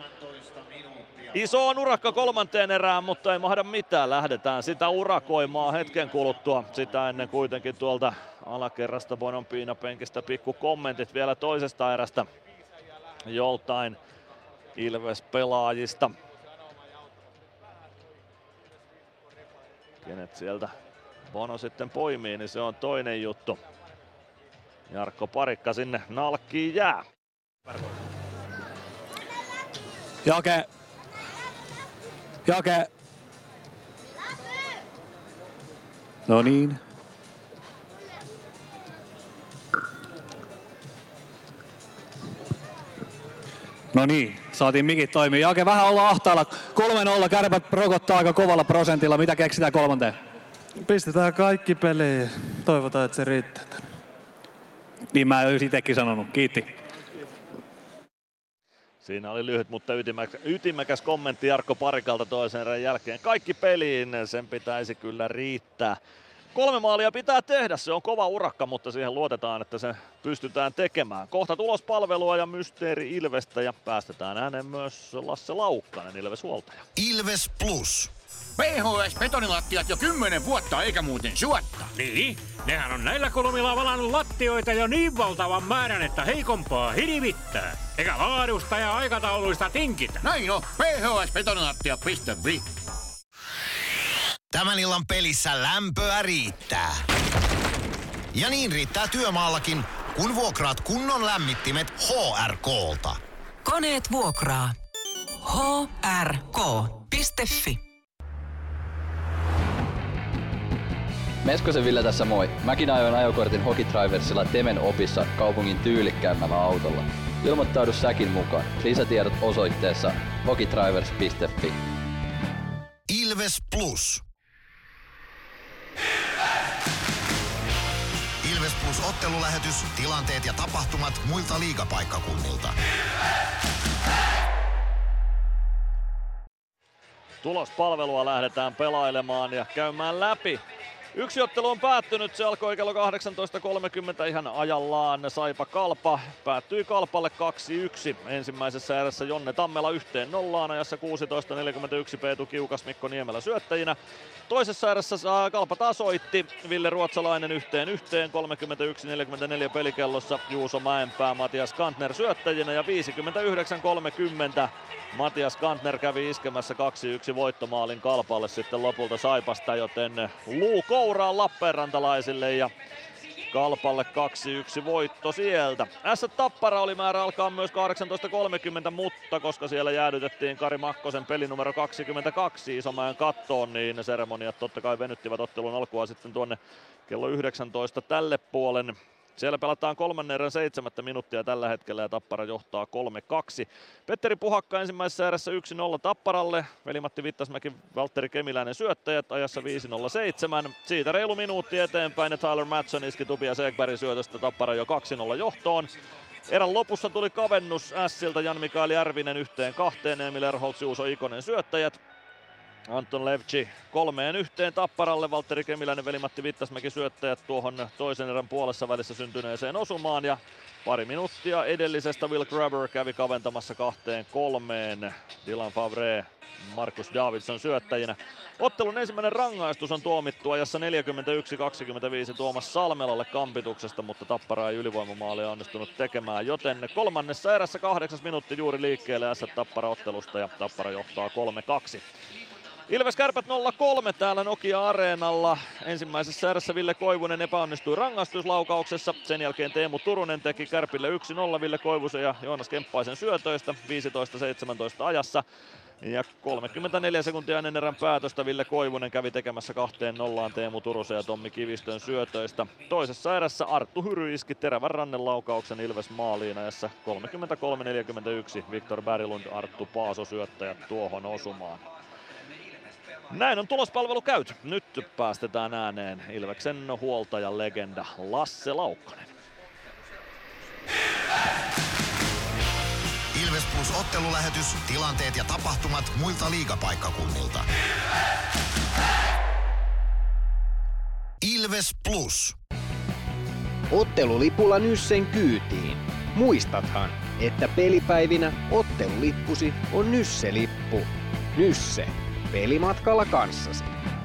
iso on urakka kolmanteen erään, mutta ei mahda mitään. Lähdetään sitä urakoimaan hetken kuluttua. Sitä ennen kuitenkin tuolta alakerrasta Bonon piinapenkistä pikku kommentit vielä toisesta erästä joltain Ilves-pelaajista. Kenet sieltä Bono sitten poimii, niin se on toinen juttu. Jarkko Parikka sinne nalkkiin jää. Jake. Jake. No niin. No niin, saatiin mikit toimii. Ja oikein vähän olla ahtaalla. kolme nolla, Kärpät rokottaa aika kovalla prosentilla. Mitä keksitään kolmanteen? Pistetään kaikki peleihin. Toivotaan, että se riittää. Niin mä olisin itsekin sanonut. Kiitti. Siinä oli lyhyt, mutta ytimäkäs, ytimäkäs kommentti Jarkko Parikalta toisen erän jälkeen. Kaikki peliin, sen pitäisi kyllä riittää. Kolme maalia pitää tehdä, se on kova urakka, mutta siihen luotetaan, että se pystytään tekemään. Kohta tulospalvelua ja Mysteeri Ilvestä ja päästetään ääneen myös Lasse Laukkanen, Ilves-huoltaja. Ilves Plus. P H S-betonilattiat jo kymmenen vuotta eikä muuten suotta. Niin, nehän on näillä kolmilla valannut lattioita jo niin valtavan määrän, että heikompaa hirvittää. Eikä laadusta ja aikatauluista tinkitä. Näin on, p h s betonilattia piste f i. Tämän illan pelissä lämpöä riittää. Ja niin riittää työmaallakin, kun vuokraat kunnon lämmittimet H R K:lta. Koneet vuokraa. h r k piste f i. Meskosen Ville tässä moi. Mäkin ajoin ajokortin Hokitriversilla Temen opissa kaupungin tyylikkäämmällä autolla. Ilmoittaudu säkin mukaan. Lisätiedot osoitteessa hokitrivers piste f i. Ilves Plus. Ilves Plus -ottelulähetys, tilanteet ja tapahtumat muilta liigapaikkakunnilta. Tulospalvelua lähdetään pelailemaan ja käymään läpi. Yksi ottelu on päättynyt, se alkoi kello kahdeksantoista kolmekymmentä ihan ajallaan. Saipa Kalpa päättyi Kalpalle kaksi yksi. Ensimmäisessä erässä Jonne Tammela yhteen nollaan ajassa kuusitoista neljäkymmentäyksi, Peetu Kiukas, Mikko Niemelä syöttäjinä. Toisessa erässä Kalpa tasoitti, Ville Ruotsalainen yhteen yhteen, kolmekymmentäyksi neljäkymmentäneljä pelikellossa, Juuso Mäenpää, Matias Kantner syöttäjinä ja viisikymmentäyhdeksän kolmekymmentä. Matias Kantner kävi iskemässä kaksi yksi voittomaalin Kalpalle sitten lopulta Saipasta, joten luu kouraan Lappeenrantalaisille ja Kalpalle kaksi yksi voitto sieltä. S Tappara oli määrä alkaa myös kahdeksantoista kolmekymmentä, mutta koska siellä jäädytettiin Kari Makkosen peli numero kaksikymmentäkaksi Isomäen kattoon, niin seremoniat totta kai venyttivät ottelun alkua sitten tuonne kello yhdeksäntoista tälle puolen. Siellä pelataan kolmannen erän seitsemättä minuuttia tällä hetkellä ja Tappara johtaa kolme kaksi. Petteri Puhakka ensimmäisessä erässä yksi nolla Tapparalle. Veli-Matti Vittasmäki, Valtteri Kemiläinen syöttäjät ajassa viisi nolla seitsemän. Siitä reilu minuutti eteenpäin ja Tyler Matson iski Tobias Ekbergin syötöstä Tappara jo kaksi nolla johtoon. Erän lopussa tuli kavennus Ässiltä, Jan-Mikael Järvinen yhteen kahteen, Emil Erholtz, Juuso Ikonen syöttäjät. Anton Levci kolmeen yhteen Tapparalle, Valtteri Kemiläinen, Veli-Matti Vittasmäki syöttäjät tuohon toisen erän puolessa välissä syntyneeseen osumaan ja pari minuuttia edellisestä Will Grabber kävi kaventamassa kahteen kolmeen. Dylan Favre, Markus Davidson syöttäjinä. Ottelun ensimmäinen rangaistus on tuomittu ajassa neljäkymmentäyksi kaksikymmentäviisi Tuomas Salmelalle kampituksesta, mutta Tappara ei ylivoimamaalia onnistunut tekemään, joten kolmannessa erässä kahdeksas minuutti juuri liikkeelle S Tappara ottelusta ja Tappara johtaa kolme kaksi. Ilves Kärpät nolla kolme täällä Nokia-areenalla. Ensimmäisessä erässä Ville Koivunen epäonnistui rangaistuslaukauksessa. Sen jälkeen Teemu Turunen teki Kärpille yksi nolla Ville Koivusen ja Joonas Kemppaisen syötöistä viisitoista seitsemäntoista ajassa. Ja kolmekymmentäneljä sekuntia ennen erän päätöstä Ville Koivunen kävi tekemässä kahteen nollaan Teemu Turusen ja Tommi Kivistön syötöistä. Toisessa erässä Arttu Hyry iski terävän rannelaukauksen Ilves maaliin ajassa kolmekymmentäkolme neljäkymmentäyksi. Viktor Berglund, Arttu Paaso syöttäjät tuohon osumaan. Näin on tulospalvelu käyty. Nyt päästetään ääneen Ilveksen huoltajan legenda Lasse Laukkanen. Ilves Plus -ottelulähetys, tilanteet ja tapahtumat muilta liigapaikkakunnilta. Ilves Plus. Ottelulipulla Nyssen kyytiin. Muistathan, että pelipäivinä ottelulippusi on Nysse-lippu. Nysse. Pelimatkalla kanssasi.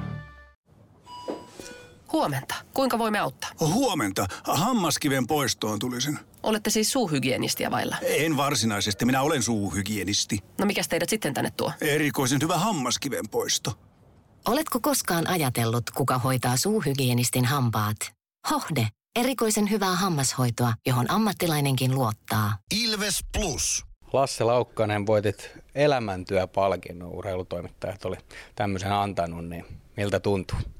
Huomenta. Kuinka voimme auttaa? Huomenta. Hammaskiven poistoon tulisin. Olette siis suuhygienistiä vailla? En varsinaisesti. Minä olen suuhygienisti. No mikäs teidät sitten tänne tuo? Erikoisen hyvä hammaskiven poisto. Oletko koskaan ajatellut, kuka hoitaa suuhygienistin hampaat? Hohde. Erikoisen hyvää hammashoitoa, johon ammattilainenkin luottaa. Ilves Plus. Lasse Laukkanen, voitit elämäntyöpalkinnon, urheilutoimittajat oli tämmöisen antanut, niin miltä tuntuu?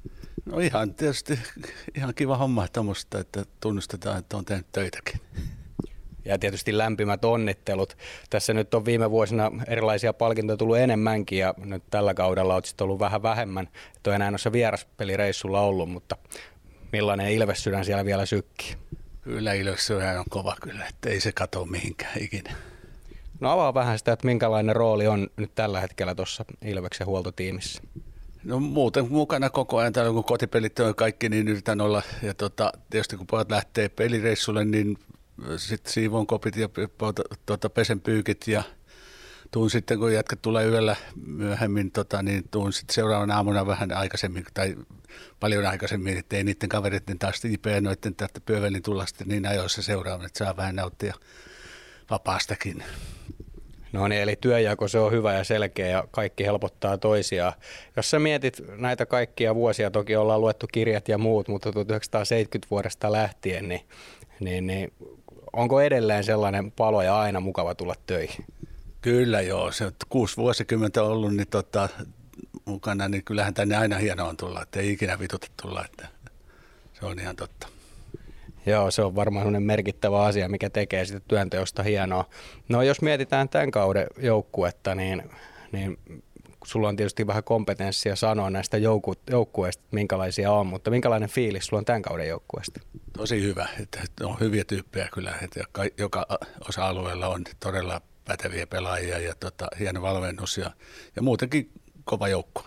No ihan tietysti ihan kiva homma tuommoista, että tunnustetaan, että on tehnyt töitäkin. Ja tietysti lämpimät onnittelut. Tässä nyt on viime vuosina erilaisia palkintoja tullut enemmänkin ja nyt tällä kaudella olet sitten ollut vähän vähemmän. Et ole enää noissa vieraspelireissulla ollut, mutta millainen Ilves-sydän siellä vielä sykkii? Kyllä Ilves-sydän on kova kyllä, että ei se katoa mihinkään ikinä. No avaa vähän sitä, että minkälainen rooli on nyt tällä hetkellä tuossa Ilveksen huoltotiimissä. No muuten mukana koko ajan, täällä kun kotipelit on kaikki, niin yritän olla. Ja tota, tietysti kun pojat lähtee pelireissulle, niin sitten siivoon kopit ja tota, pesen pyykit ja tuun sitten, kun jätkät tulee yöllä myöhemmin, tota, niin tuun sitten seuraavana aamuna vähän aikaisemmin tai paljon aikaisemmin, ettei niiden kaveritten taas I P noiden tästä pyövelin tulla sitten niin ajoissa seuraavana, että saa vähän nauttia vapaastakin. No niin, eli työnjako se on hyvä ja selkeä ja kaikki helpottaa toisiaan. Jos sä mietit näitä kaikkia vuosia, toki ollaan luettu kirjat ja muut, mutta tuhatyhdeksänsataaseitsemänkymmentä vuodesta lähtien, niin, niin, niin onko edelleen sellainen palo ja aina mukava tulla töihin? Kyllä joo, se on kuusi vuosikymmentä ollut niin tota, mukana, niin kyllähän tänne aina hienoa on tulla, että ei ikinä vituta tulla, että se on ihan totta. Joo, se on varmaan sellainen merkittävä asia, mikä tekee sitä työnteosta hienoa. No jos mietitään tämän kauden joukkuetta, niin, niin sulla on tietysti vähän kompetenssia sanoa näistä joukku, joukkueista, minkälaisia on, mutta minkälainen fiilis sulla on tämän kauden joukkueesta? Tosi hyvä, että on hyviä tyyppejä kyllä, että joka osa-alueella on todella päteviä pelaajia ja tota, hieno valmennus ja, ja muutenkin kova joukkue.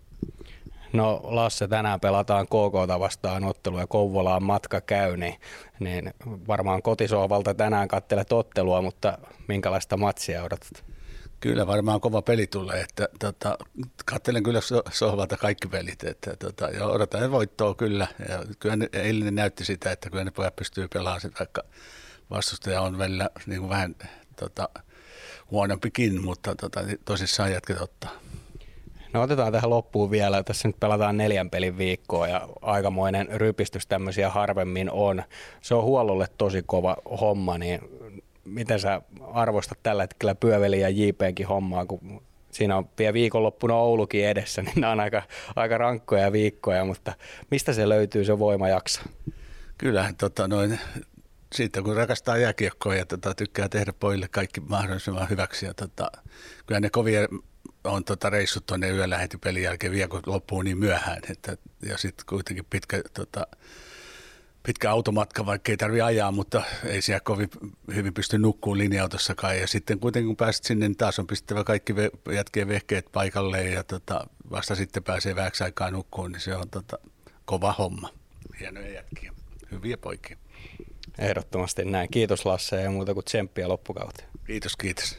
No Lasse, tänään pelataan K K:ta vastaan ottelu ja Kouvolaan matka käy, niin, niin varmaan kotisohvalta tänään katselet ottelua, mutta minkälaista matsia odotat? Kyllä varmaan kova peli tulee, että tota, katselen kyllä so- sohvalta kaikki pelit, että tota, ja odotan voittoa kyllä. Ja kyllä ne, eilinen näytti sitä, että kyllä ne pojat pystyy pelaamaan sitä, vaikka vastustaja on välillä niin kuin vähän tota, huonompikin, mutta tota, tosissaan jatket ottaa. No otetaan tähän loppuun vielä. Tässä nyt pelataan neljän pelin viikkoa ja aikamoinen rypistys tämmöisiä harvemmin on. Se on huollolle tosi kova homma, niin miten sä arvostat tällä hetkellä Pyövelin ja J P:nkin hommaa, kun siinä on vielä viikonloppuna Oulukin edessä, niin nämä on aika, aika rankkoja viikkoja, mutta mistä se löytyy se voima jaksaa? Kyllähän tota noin, siitä kun rakastaa jääkiekkoa ja tota, tykkää tehdä pojille kaikki mahdollisimman hyväksi ja tota, kyllä ne kovia on tota reissut tuonne yöllä heti pelin jälkeen vielä, kun loppuu niin myöhään. Että, ja sitten kuitenkin pitkä, tota, pitkä automatka, vaikka ei tarvitse ajaa, mutta ei siellä kovin hyvin pysty nukkumaan linja-autossakaan. Ja sitten kuitenkin kun pääset sinne, niin taas on pistettävä kaikki ve- jätkien vehkeet paikalleen ja tota, vasta sitten pääsee vähäksi aikaa nukkuun, niin se on tota, kova homma. Hienoja jätkiä, hyviä poikia. Ehdottomasti näin. Kiitos Lasse ja muuta kuin tsemppiä loppukauteen. Kiitos, kiitos.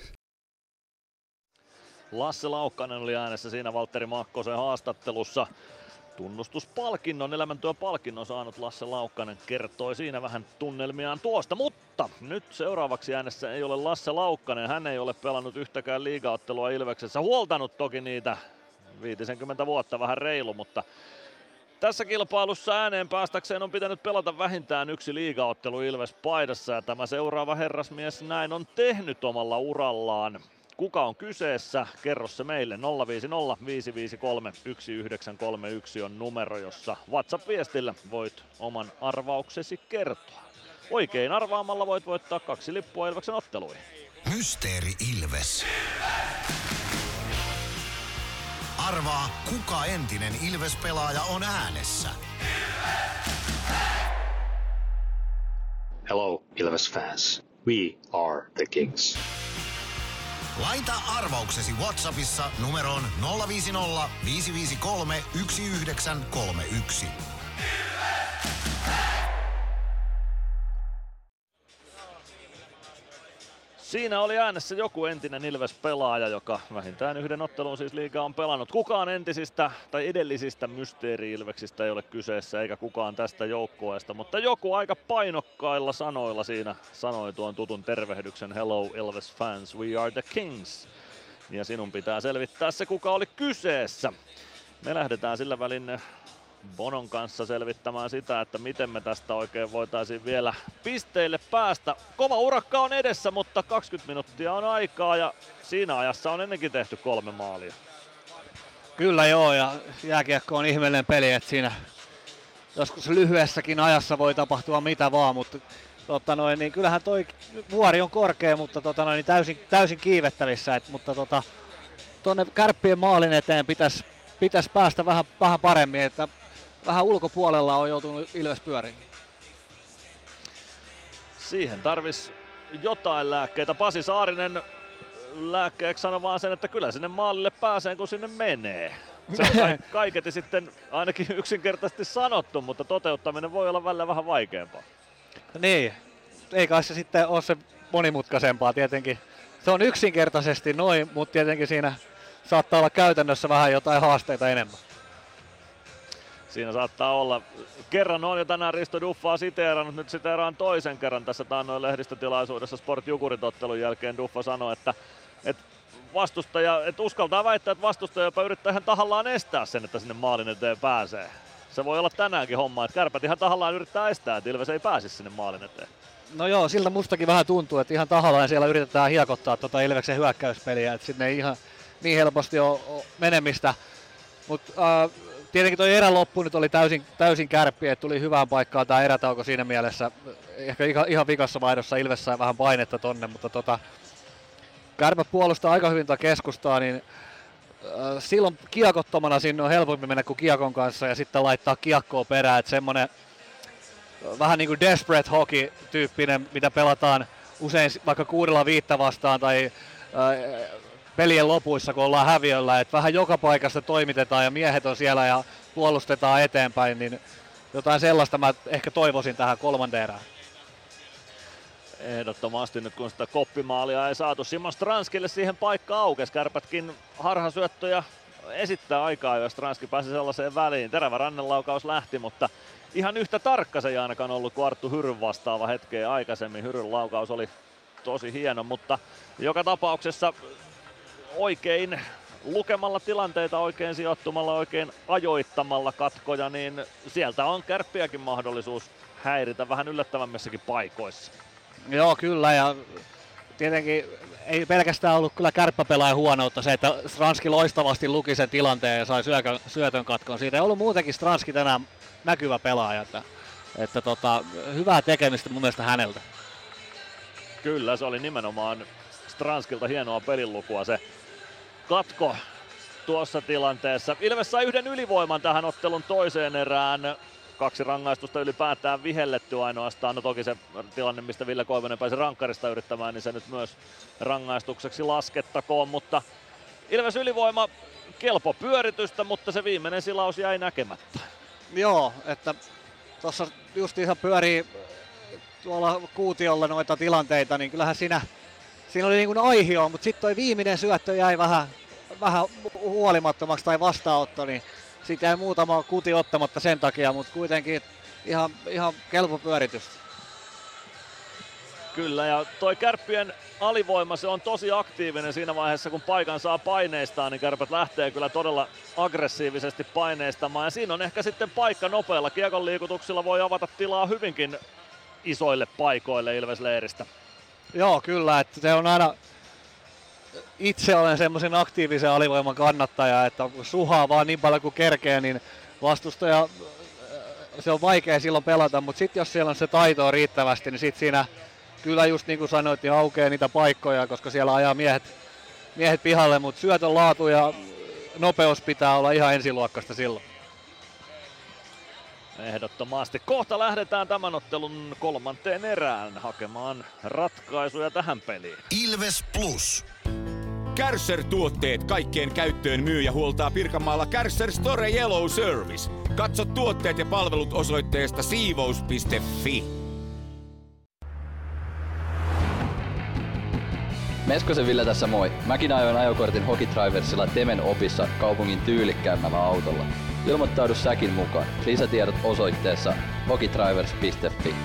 Lasse Laukkanen oli äänessä siinä Valtteri Makkosen haastattelussa. Tunnustuspalkinnon, elämäntyöpalkinnon saanut Lasse Laukkanen kertoi siinä vähän tunnelmiaan tuosta, mutta nyt seuraavaksi äänessä ei ole Lasse Laukkanen. Hän ei ole pelannut yhtäkään liigaottelua Ilveksessä, huoltanut toki niitä viisikymmentä vuotta, vähän reilu, mutta tässä kilpailussa ääneen päästäkseen on pitänyt pelata vähintään yksi liigaottelu Ilves-paidassa ja tämä seuraava herrasmies näin on tehnyt omalla urallaan. Kuka on kyseessä? Kerro se meille. nolla viisi nolla viisi viisi kolme yksi yhdeksän kolme yksi on numero, jossa WhatsApp-viestillä voit oman arvauksesi kertoa. Oikein arvaamalla voit voittaa kaksi lippua Ilveksen otteluihin. Mysteeri Ilves. Arvaa, kuka entinen Ilves-pelaaja on äänessä. Hello, Ilves fans. We are the Kings. Laita arvauksesi WhatsAppissa numeroon nolla viisi nolla viisi viisi kolme yksi yhdeksän kolme yksi. Siinä oli äänessä joku entinen Ilves-pelaaja, joka vähintään yhden ottelun siis liigaa on pelannut. Kukaan entisistä tai edellisistä Mysteeri-Ilveksistä ei ole kyseessä, eikä kukaan tästä joukkueesta, mutta joku aika painokkailla sanoilla siinä sanoi tuon tutun tervehdyksen Hello Ilves fans, we are the Kings. Ja sinun pitää selvittää se, kuka oli kyseessä. Me lähdetään sillä välin Bonon kanssa selvittämään sitä, että miten me tästä oikein voitaisiin vielä pisteille päästä. Kova urakka on edessä, mutta kaksikymmentä minuuttia on aikaa ja siinä ajassa on ennenkin tehty kolme maalia. Kyllä joo, ja jääkiekko on ihmeellinen peli, että siinä joskus lyhyessäkin ajassa voi tapahtua mitä vaan, mutta tota noin, niin kyllähän toi vuori on korkea, mutta tota noin, niin täysin, täysin kiivettävissä, et, mutta tota, tuonne Kärppien maalin eteen pitäisi pitäis päästä vähän, vähän paremmin, että vähän ulkopuolella on joutunut Ilves pyöriin. Siihen tarvis jotain lääkkeitä. Pasi Saarinen lääkkeeksi sanoi vaan sen, että kyllä sinne maalille pääsee, kun sinne menee. Se on kaiketi sitten ainakin yksinkertaisesti sanottu, mutta toteuttaminen voi olla välillä vähän vaikeampaa. Niin, ei kai se sitten ole se monimutkaisempaa tietenkin. Se on yksinkertaisesti noin, mutta tietenkin siinä saattaa olla käytännössä vähän jotain haasteita enemmän. Siinä saattaa olla. Kerran on jo tänään Risto Duffaa siteerannut, nyt siteeraan toisen kerran tässä taannoin lehdistötilaisuudessa Sport Jukurit-ottelun jälkeen. Duffa sanoi, että, että vastustaja, että uskaltaa väittää, että vastustaja jopa yrittää ihan tahallaan estää sen, että sinne maalin eteen pääsee. Se voi olla tänäänkin homma, että Kärpät ihan tahallaan yrittää estää, että Ilves ei pääsisi sinne maalin eteen. No joo, siltä mustakin vähän tuntuu, että ihan tahallaan siellä yritetään hiekottaa tuota Ilveksen hyökkäyspeliä, että sinne ei ihan niin helposti ole, ole menemistä. Mutta äh, tietenkin tuo erän loppu nyt oli täysin, täysin Kärppi, että tuli hyvään paikkaan tämä erätauko siinä mielessä. Ehkä ihan, ihan vikassa vaihdossa Ilves sai vähän painetta tonne, mutta tota, Kärpät puolustaa aika hyvin tuota keskustaa, niin äh, silloin kiekottomana sinne on helpompi mennä kuin kiekon kanssa ja sitten laittaa kiekkoa perään, että semmoinen vähän niin kuin desperate hockey-tyyppinen, mitä pelataan usein vaikka kuudella viittä vastaan tai äh, pelien lopuissa, kun ollaan häviöllä, että vähän joka paikasta toimitetaan ja miehet on siellä ja puolustetaan eteenpäin, niin jotain sellaista mä ehkä toivoisin tähän kolmanteen erään. Ehdottomasti nyt kun sitä koppimaalia ei saatu. Simon Stranskille siihen paikka aukesi. Kärpätkin harhasyöttöjä esittää aikaa, jos Stranski pääsi sellaiseen väliin. Terävä rannenlaukaus lähti, mutta ihan yhtä tarkka se ei ainakaan ollut kuin Arttu Hyryn vastaava hetkeä aikaisemmin. Hyryn laukaus oli tosi hieno, mutta joka tapauksessa oikein lukemalla tilanteita, oikein sijoittumalla, oikein ajoittamalla katkoja, niin sieltä on Kärppiäkin mahdollisuus häiritä vähän yllättävämmissäkin paikoissa. Joo, kyllä, ja tietenkin ei pelkästään ollut kyllä kärppäpelaajan huonoutta se, että Stranski loistavasti luki sen tilanteen ja sai syökön, syötön katkon. Siitä ei ollut muutenkin Stranski tänään näkyvä pelaaja, että, että tota, hyvää tekemistä mun mielestä häneltä. Kyllä, se oli nimenomaan Stranskilta hienoa pelinlukua se katko tuossa tilanteessa. Ilves sai yhden ylivoiman tähän ottelun toiseen erään. Kaksi rangaistusta ylipäätään vihelletty ainoastaan. No toki se tilanne, mistä Ville Koivunen pääsi rankkarista yrittämään, niin se nyt myös rangaistukseksi laskettakoon. Mutta Ilves ylivoima, kelpo pyöritystä, mutta se viimeinen silaus jäi näkemättä. Joo, että tuossa justiinsa pyörii tuolla kuutiolla noita tilanteita, niin kyllähän siinä, siinä oli niin kuin aihio, mutta sitten toi viimeinen syöttö jäi vähän, vähän huolimattomaksi tai vastaanotto, niin siitä jäi muutama kuti ottamatta sen takia, mutta kuitenkin ihan, ihan kelpo pyöritys. Kyllä, ja toi Kärppien alivoima, se on tosi aktiivinen siinä vaiheessa, kun paikan saa paineistaan, niin Kärpät lähtee kyllä todella aggressiivisesti paineistamaan. Ja siinä on ehkä sitten paikka nopealla kiekon liikutuksilla, voi avata tilaa hyvinkin isoille paikoille Ilves-leiristä. Joo, kyllä, että se on aina... Itse olen semmoisen aktiivisen alivoiman kannattaja, että kun suhaa vaan niin paljon kuin kerkee, niin vastustaja, se on vaikea silloin pelata, mutta sitten jos siellä on se taitoa riittävästi, niin sitten siinä kyllä just niin kuin sanoit, niin aukeaa niitä paikkoja, koska siellä ajaa miehet, miehet pihalle, mutta syötön laatu ja nopeus pitää olla ihan ensiluokkaista silloin. Ehdottomasti. Kohta lähdetään tämän ottelun kolmanteen erään hakemaan ratkaisuja tähän peliin. Ilves Plus. Kärcher-tuotteet kaikkeen käyttöön myy ja huoltaa Pirkanmaalla Kärcher Store Yellow Service. Katso tuotteet ja palvelut osoitteesta siivous piste fi. Meskosen Ville tässä moi. Mäkin ajoin ajokortin Hokitriversilla Temen opissa kaupungin tyylikkäämmällä autolla. Ilmoittaudu säkin mukaan. Lisätiedot osoitteessa hokitrivers piste fi.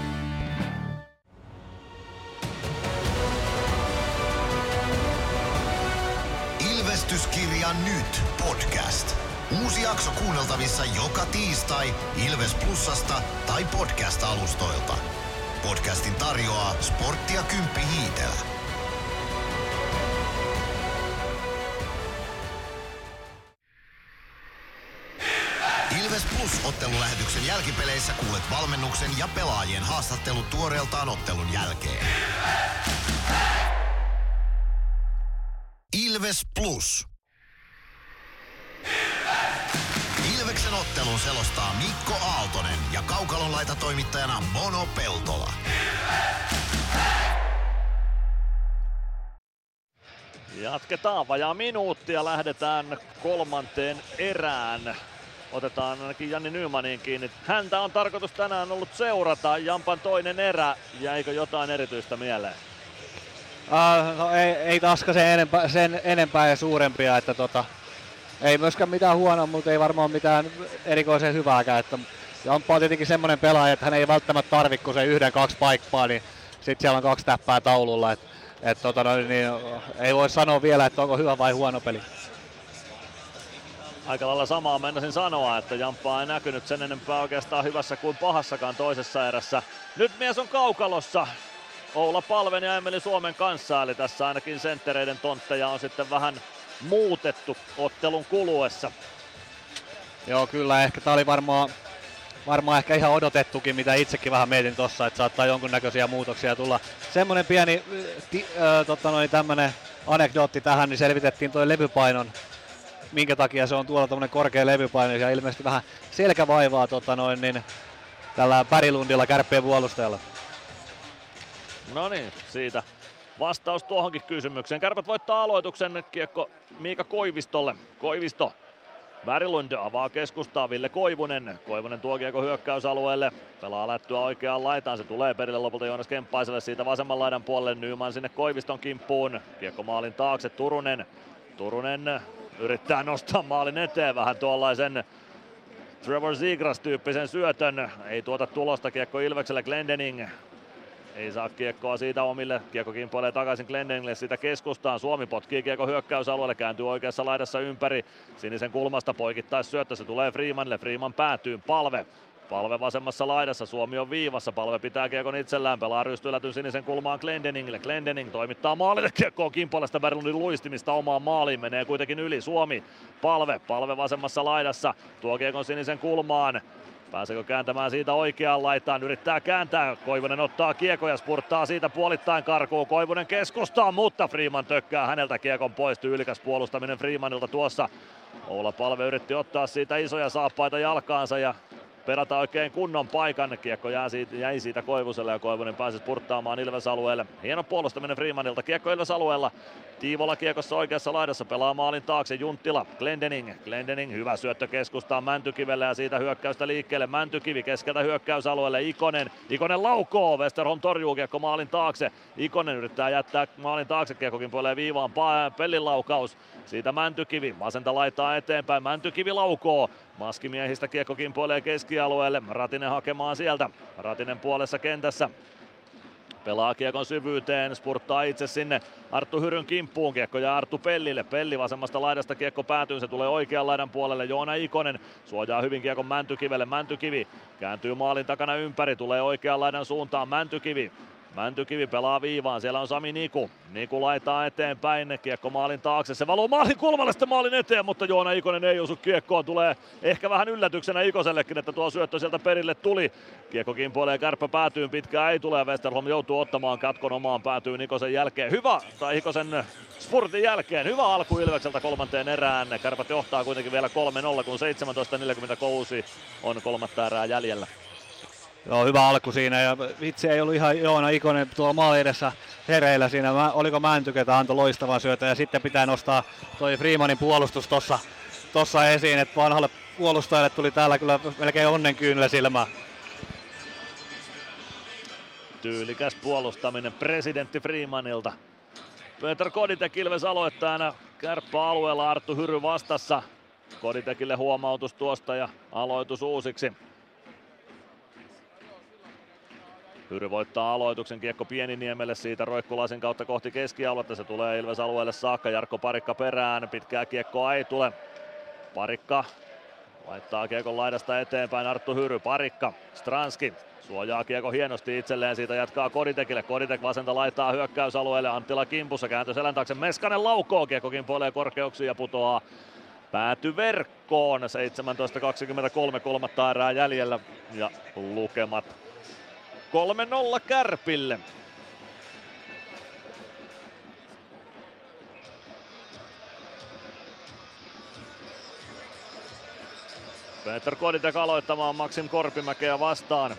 Ilvestyskirja nyt podcast. Uusi jakso kuunneltavissa joka tiistai Ilves Plusasta tai podcast-alustoilta. Podcastin tarjoaa Sporttia Kymppi Hiitelä. Ilves Plus-ottelulähetyksen jälkipeleissä kuulet valmennuksen ja pelaajien haastattelut tuoreeltaan ottelun jälkeen. Ilves Plus. Ilves! Ilveksen ottelun selostaa Mikko Aaltonen ja Kaukalon laitatoimittajana Mono Peltola. Jatketaan vajaa minuuttia, lähdetään kolmanteen erään. Otetaan ainakin Janni Nymanin kiinni. Häntä on tarkoitus tänään ollut seurata. Jampan toinen erä. Jäikö jotain erityistä mieleen? Uh, no ei, ei taaskaan sen enempää, sen enempää ja suurempia. Että tota, ei myöskään mitään huonoa, mutta ei varmaan mitään erikoisen hyvääkään. Että Jamppa on tietenkin semmoinen pelaaja, että hän ei välttämättä tarvitse kuin se yhden, kaksi paikkaa, niin sitten siellä on kaksi täppää taululla. Et, et tota, no, niin, ei voi sanoa vielä, että onko hyvä vai huono peli. Aika lailla samaa mennäisin sanoa, että Jamppaa ei näkynyt sen enempää oikeastaan hyvässä kuin pahassakaan toisessa erässä. Nyt mies on kaukalossa Oula Palven ja Emeli Suomen kanssa, eli tässä ainakin senttereiden tontteja on sitten vähän muutettu ottelun kuluessa. Joo, kyllä ehkä tää oli varmaan, varmaan ehkä ihan odotettukin, mitä itsekin vähän mietin tossa, että saattaa jonkunnäköisiä muutoksia tulla. Semmonen pieni ti, äh, tota noin, tämmönen anekdootti tähän, niin selvitettiin toi levypainon, minkä takia se on tuolla tommonen korkea levypaino ja ilmeisesti vähän selkävaivaa tota noin, niin tällä Pärilundilla Kärppien puolustajalla. No niin, siitä vastaus tuohonkin kysymykseen. Kärpät voittaa aloituksen, kiekko Miika Koivistolle. Koivisto. Berglund avaa keskustaa, Ville Koivunen. Koivunen tuo kiekko hyökkäysalueelle. Pelaa lättyä oikeaan laitaan, se tulee perille lopulta Joonas Kemppaiselle siitä vasemman laidan puolelle. Nyman sinne Koiviston kimppuun. Kiekko maalin taakse, Turunen. Turunen yrittää nostaa maalin eteen vähän tuollaisen Trevor Zegras-tyyppisen syötön. Ei tuota tulosta, kiekko Ilvekselle, Glendening. Ei saa kiekkoa siitä omille. Kiekko kimpoilee takaisin Glendeningille siitä keskustaan. Suomi potkii kiekko hyökkäysalueelle. Kääntyy oikeassa laidassa ympäri. Sinisen kulmasta poikittais syöttö. Se tulee Freemanille. Freeman päätyy. Palve. Palve vasemmassa laidassa. Suomi on viivassa. Palve pitää kiekon itsellään. Pelaa rystylätyn sinisen kulmaan Glendeningille. Glendening toimittaa maalille. Kiekkoon kimpoilesta Berglundin luistimista omaan maaliin. Menee kuitenkin yli. Suomi. Palve. Palve vasemmassa laidassa. Tuo kiekon sinisen kulmaan. Pääseekö kääntämään siitä oikeaan laitaan? Yrittää kääntää. Koivunen ottaa kiekko ja spurttaa siitä puolittain karkuun. Koivunen keskustaa, mutta Freeman tökkää häneltä kiekon pois. Tyylikäs puolustaminen Freemanilta tuossa. Oula Palve yritti ottaa siitä isoja saappaita jalkaansa ja perata oikein kunnon paikan. Kiekko jäi siitä, jäi siitä Koivuselle ja Koivunen pääsi spurttaamaan Ilves-alueelle. Hieno puolustaminen Freemanilta. Kiekko Ilves-alueella. Tiivola kiekossa oikeassa laidassa, pelaa maalin taakse Junttila, Glendening, Glendening, hyvä syöttö keskustaan Mäntykivelle ja siitä hyökkäystä liikkeelle, Mäntykivi keskeltä hyökkäysalueelle, Ikonen, Ikonen laukoo, Westerholm torjuu kiekko maalin taakse, Ikonen yrittää jättää maalin taakse, kiekkokin puolee viivaan, Pellin laukaus, siitä Mäntykivi, vasenta laittaa eteenpäin, Mäntykivi laukoo, maskimiehistä kiekko kimpoilee keskialueelle, Ratinen hakemaan sieltä, Ratinen puolessa kentässä. Pelaa kiekon syvyyteen, spurttaa itse sinne Arttu Hyryn kimppuun, kiekko ja Arttu Pellille. Pelli vasemmasta laidasta kiekko päätyy, se tulee oikean laidan puolelle. Joona Ikonen suojaa hyvin kiekon Mäntykivelle. Mäntykivi kääntyy maalin takana ympäri, tulee oikean laidan suuntaan Mäntykivi. Mäntykivi pelaa viivaan, siellä on Sami Niku. Niku laitaa eteenpäin, kiekko maalin taakse, se valuu maalin kulmalle sitten maalin eteen, mutta Joona Ikonen ei osu kiekkoon. Tulee ehkä vähän yllätyksenä Ikosellekin, että tuo syöttö sieltä perille tuli. Kiekko kimpoilee, Kärppä päätyyn, pitkään ei tule, Westerholm joutuu ottamaan katkon omaan päätyyn Ikosen jälkeen. Hyvä, tai Ikosen spurtin jälkeen, hyvä alku Ilvekseltä kolmanteen erään. Kärpät johtaa kuitenkin vielä kolme nolla, kun seitsemäntoista neljäkymmentäkuusi on kolmatta erää jäljellä. Joo, hyvä alku siinä ja vitsi ei ollut ihan Joona Ikonen tuolla maali edessä hereillä siinä. Mä, oliko Mäntykä, että antoi loistavan syötön ja sitten pitää nostaa toi Freemanin puolustus tossa, tossa esiin, että vanhalle puolustajalle tuli täällä kyllä melkein onnenkyynellä silmään. Tyylikäs puolustaminen presidentti Freemanilta. Peter Koditek Ilves aloittajana Kärppä-alueella, Arttu Hyry vastassa. Koditekille huomautus tuosta ja aloitus uusiksi. Hyry voittaa aloituksen, kiekko Pieniniemelle siitä Roikkulaisen kautta kohti keskialuetta. Se tulee Ilves alueelle saakka, Jarkko Parikka perään, pitkää kiekkoa ei tule. Parikka laittaa kiekon laidasta eteenpäin, Arttu Hyry, Parikka, Stranski. Suojaa kiekko hienosti itselleen, siitä jatkaa Koditekille. Koditek vasenta laittaa hyökkäysalueelle, Anttila kimpussa, kääntö selän taakse, Meskanen laukoo, kiekko kimpoilee korkeuksiin ja putoaa pääty verkkoon. seitsemäntoista kaksikymmentäkolme kolmatta erää jäljellä ja lukemat kolme nolla Kärpille. Peter Koditek aloittamaan Maxim Korpimäkeä vastaan.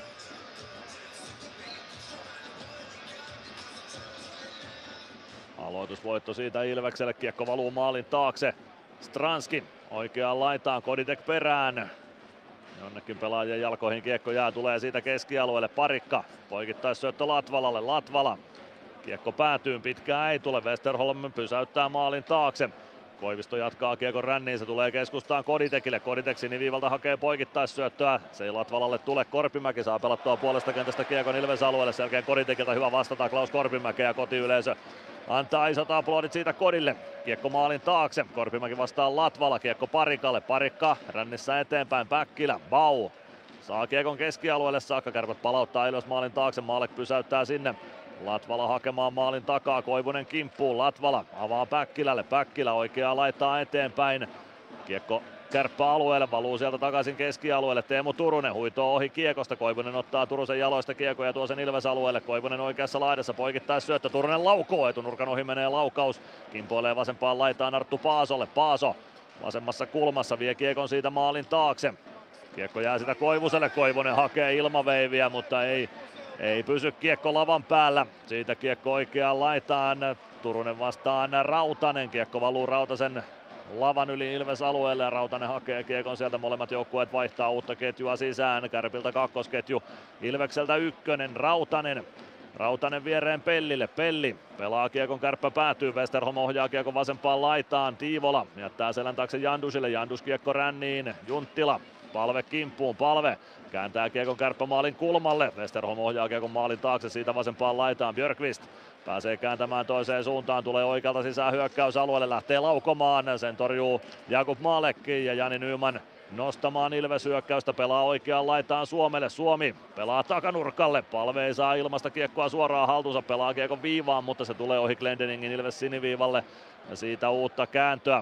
Aloitusvoitto siitä Ilvekselle, kiekko valuu maalin taakse. Stranski oikeaan laitaan, Koditek perään. Jonnekin pelaajien jalkoihin kiekko jää, tulee siitä keskialueelle, Parikka. Poikittaissyöttö Latvalalle, Latvala. Kiekko päätyy, pitkään ei tule, Westerholm pysäyttää maalin taakse. Koivisto jatkaa kiekon ränniin, se tulee keskustaan Koditekille. Koditek siniviivalta hakee poikittaissyöttöä. Se ei Latvalalle tule, Korpimäki saa pelattua puolesta kentästä kiekon Ilves alueelle. Sen jälkeen Koditekilta hyvä vastata Klaus Korpimäki ja kotiyleisö antaa isot aplodit siitä Kodille. Kiekko maalin taakse, Korpimäki vastaa Latvala, kiekko Parikalle, Parikka rännissä eteenpäin, Päkkilä, Bau. Saa kiekon keskialueelle saakka, Kärpät palauttaa Ilves maalin taakse, Maalek pysäyttää sinne. Latvala hakemaan maalin takaa, Koivunen kimppuun, Latvala avaa Päkkilälle, Päkkilä oikeaa laittaa eteenpäin. Kiekko Kärppä-alueelle, valuu sieltä takaisin keskialueelle, Teemu Turunen huitoo ohi kiekosta, Koivunen ottaa Turusen jaloista kiekko ja tuo sen Ilves-alueelle, Koivunen oikeassa laidassa, poikittais syöttö, Turunen laukoo, etunurkan ohi menee laukaus, kimpoilee vasempaan laitaan Arttu Paasolle, Paaso vasemmassa kulmassa vie kiekon siitä maalin taakse. Kiekko jää sitä Koivuselle, Koivunen hakee ilmaveiviä, mutta ei Ei pysy kiekko lavan päällä, siitä kiekko oikeaan laitaan, Turunen vastaan Rautanen, kiekko valuu Rautasen lavan yli Ilves alueelle ja Rautanen hakee kiekon sieltä, molemmat joukkueet vaihtaa uutta ketjua sisään, Kärpiltä kakkosketju, Ilvekseltä ykkönen, Rautanen. Rautanen viereen Pellille, Pelli pelaa kiekon, Kärppä päätyy, Westerholm ohjaa kiekon vasempaan laitaan, Tiivola jättää selän taakse Jandusille, Jandus kiekko ränniin, Junttila. Palve kimppuun, Palve kääntää kiekon Kärppämaalin kulmalle. Westerholm ohjaa kiekon maalin taakse, siitä vasempaan laitaan. Björkqvist pääsee kääntämään toiseen suuntaan, tulee oikealta sisään hyökkäysalueelle, lähtee laukomaan. Sen torjuu Jakub Malekki ja Jani Nyman nostamaan Ilves hyökkäystä, pelaa oikeaan laitaan Suomelle. Suomi pelaa takanurkalle, Palve ei saa ilmasta kiekkoa suoraan haltuunsa, pelaa kiekon viivaan, mutta se tulee ohi Glendeningin Ilves siniviivalle ja siitä uutta kääntöä.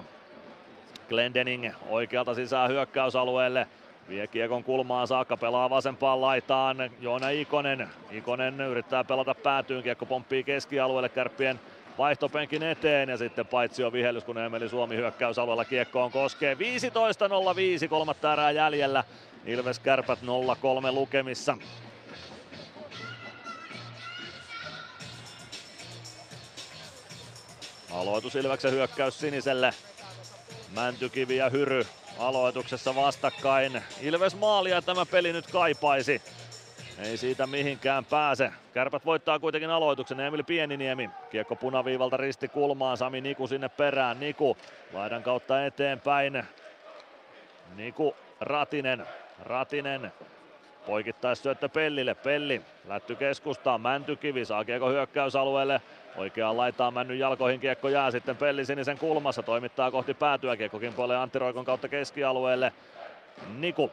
Glendening oikealta sisään hyökkäysalueelle. Vie kiekon kulmaan saakka, pelaa vasempaan laitaan Joona Ikonen. Ikonen yrittää pelata päätyyn, kiekko pomppii keskialueelle, Kärppien vaihtopenkin eteen ja sitten paitsio vihellys, kun Emeli Suomi hyökkäysalueella kiekkoon koskee. viisitoista nolla viisi, kolmatta erää jäljellä. Ilves Kärpät nolla kolme lukemissa. Aloitus Ilveksen hyökkäys siniselle. Mäntykivi ja Hyry aloituksessa vastakkain. Ilves maalia tämä peli nyt kaipaisi. Ei siitä mihinkään pääse. Kärpät voittaa kuitenkin aloituksen. Emil Pieniniemi. Kiekko punaviivalta risti kulmaan. Sami Niku sinne perään. Niku laidan kautta eteenpäin. Niku Ratinen. Ratinen. Poikittaissyöttö Pellille. Pelli lätty keskustaan. Mäntykivi saa kiekko hyökkäysalueelle. Oikeaan laitaan Männyn jalkoihin, kiekko jää sitten Pelli sinisen kulmassa, toimittaa kohti päätyä, kiekko kimpoilee Antti Roikon kautta keskialueelle. Niku.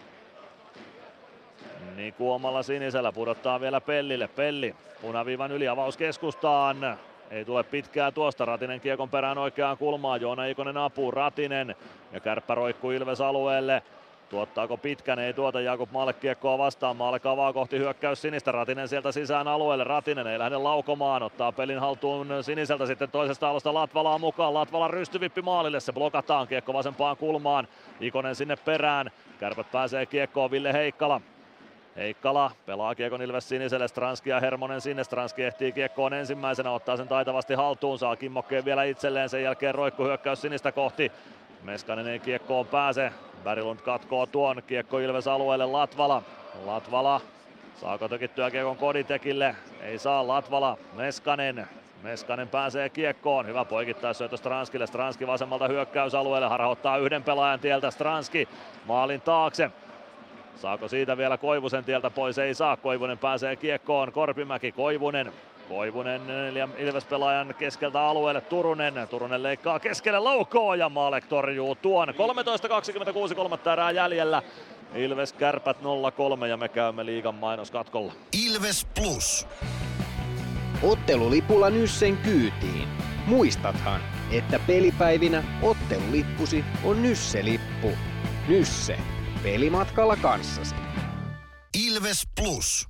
Niku omalla sinisellä pudottaa vielä Pellille, Pelli punaviivan yli avaus keskustaan. Ei tule pitkää tuosta, Ratinen kiekon perään oikeaan kulmaan, Joona Ikonen apuun, Ratinen ja Kärppä roikkuu Ilves alueelle. Tuottaako pitkän, ei tuota, Jakub Maalek kiekkoa vastaan, Maalek avaa kohti hyökkäys sinistä, Ratinen sieltä sisään alueelle, Ratinen ei lähde laukomaan, ottaa pelin haltuun siniseltä sitten toisesta alusta Latvalaa mukaan, Latvalan rystyvippi maalille, se blokataan, kiekko vasempaan kulmaan, Ikonen sinne perään, Kärpät pääsee kiekkoon, Ville Heikkala. Heikkala pelaa kiekon Ilves siniselle, Stranski ja Hermonen sinne, Stranski ehtii kiekkoon ensimmäisenä, ottaa sen taitavasti haltuun, saa kimmokkeen vielä itselleen, sen jälkeen roikku hyökkäys sinistä kohti, Meskanen ei kiekkoon pääse. Berglund katkoo tuon, kiekko Ilves alueelle, Latvala. Latvala saako tökittyä kiekon Koditekille? Ei saa, Latvala, Meskanen. Meskanen pääsee kiekkoon, hyvä poikittaisyöttö Stranskille, Stranski vasemmalta hyökkäysalueelle, harhauttaa yhden pelaajan tieltä, Stranski maalin taakse. Saako siitä vielä Koivusen tieltä pois? Ei saa, Koivunen pääsee kiekkoon, Korpimäki, Koivunen. Koivunen neljän Ilves-pelaajan keskeltä alueelle, Turunen. Turunen leikkaa keskelle, laukoo ja Maalek torjuu tuon. kolmetoista kaksikymmentäkuusi, kolmatta erää jäljellä. Ilves Kärpät nolla kolme ja me käymme liigan mainoskatkolla. Ilves Plus. Ottelulipulla Nyssen kyytiin. Muistathan, että pelipäivinä ottelulippusi on Nysse-lippu. Nysse. Pelimatkalla kanssasi. Ilves Plus.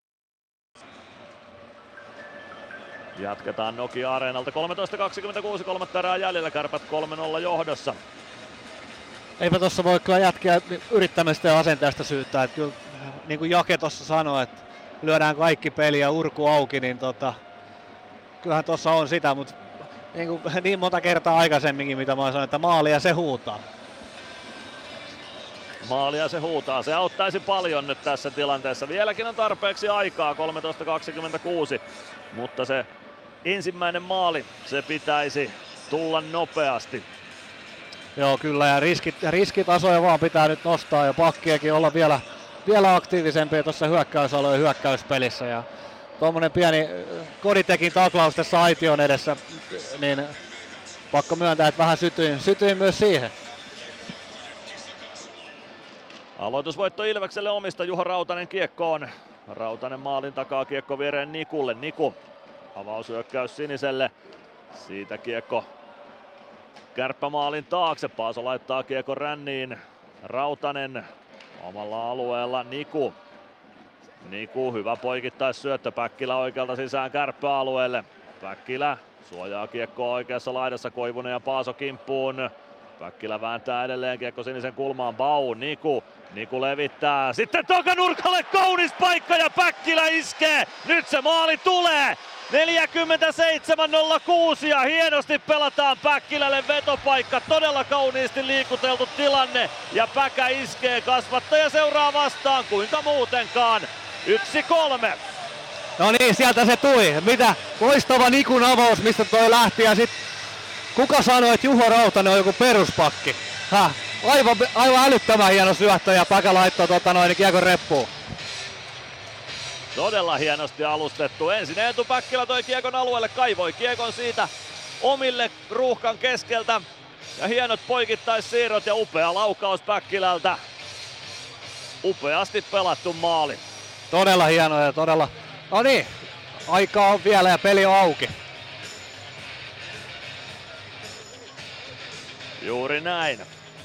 Jatketaan Nokia-areenalta. kolmetoista kaksikymmentäkuusi, kolmatta erää jäljellä. Kärpät kolme nolla johdossa. Eipä tuossa voi kyllä jätkiä yrittämistä ja asenteesta syyttää. Että kyllä, niin kuin Jake tuossa sanoi, että lyödään kaikki peli ja urku auki, niin tota, kyllähän tuossa on sitä, mutta niin, kuin, niin monta kertaa aikaisemminkin, mitä mä sanoin, että maalia se huutaa. Maalia se huutaa. Se auttaisi paljon nyt tässä tilanteessa. Vieläkin on tarpeeksi aikaa, kolmetoista kaksikymmentäkuusi, mutta se ensimmäinen maali, se pitäisi tulla nopeasti. Joo, kyllä, ja riskit, riskitasoja vaan pitää nyt nostaa ja pakkiakin olla vielä, vielä aktiivisempia tuossa hyökkäysalueen hyökkäyspelissä. Ja tuommoinen pieni Koditekin taklaus tässä aition edessä, niin pakko myöntää, että vähän sytyin, sytyin myös siihen. Aloitusvoitto Ilvekselle omista, Juho Rautanen kiekkoon. Rautanen maalin takaa, kiekko viereen Nikulle. Niku, avaushyökkäys Siniselle. Siitä kiekko kärppämaalin taakse. Paaso laittaa kiekko ränniin. Rautanen omalla alueella, Niku. Niku, hyvä poikittaisyöttö. Päkkilä oikealta sisään kärppäalueelle. Päkkilä suojaa kiekkoa oikeassa laidassa, Koivunen ja Paaso kimppuun. Päkkilä vääntää edelleen kiekko sinisen kulmaan. Bau, Niku. Niku levittää. Sitten takanurkalle, kaunis paikka ja Päkkilä iskee. Nyt se maali tulee. neljäkymmentäseitsemän nolla kuusi ja hienosti pelataan Päkkilälle vetopaikka. Todella kauniisti liikuteltu tilanne ja Päkä iskee, kasvattaja seuraa vastaan. Kuinka muutenkaan. yksi kolme. No niin, sieltä se tuli. Mitä loistava Nikun avaus, mistä toi lähti ja sit kuka sanoi, että Juho Rautanen on joku peruspakki? Häh? Aivan, aivan älyttömän hieno syöttö ja Päkä laittoi tota noin kiekon reppuun. Todella hienosti alustettu. Ensin Eetu Päkkilä toi kiekon alueelle, kaivoi kiekon siitä omille ruuhkan keskeltä. Ja hienot poikittaissiirrot ja upea laukaus Päkkilältä. Upeasti pelattu maali. Todella hieno ja todella... No niin, aikaa on vielä ja peli on auki. Juuri näin.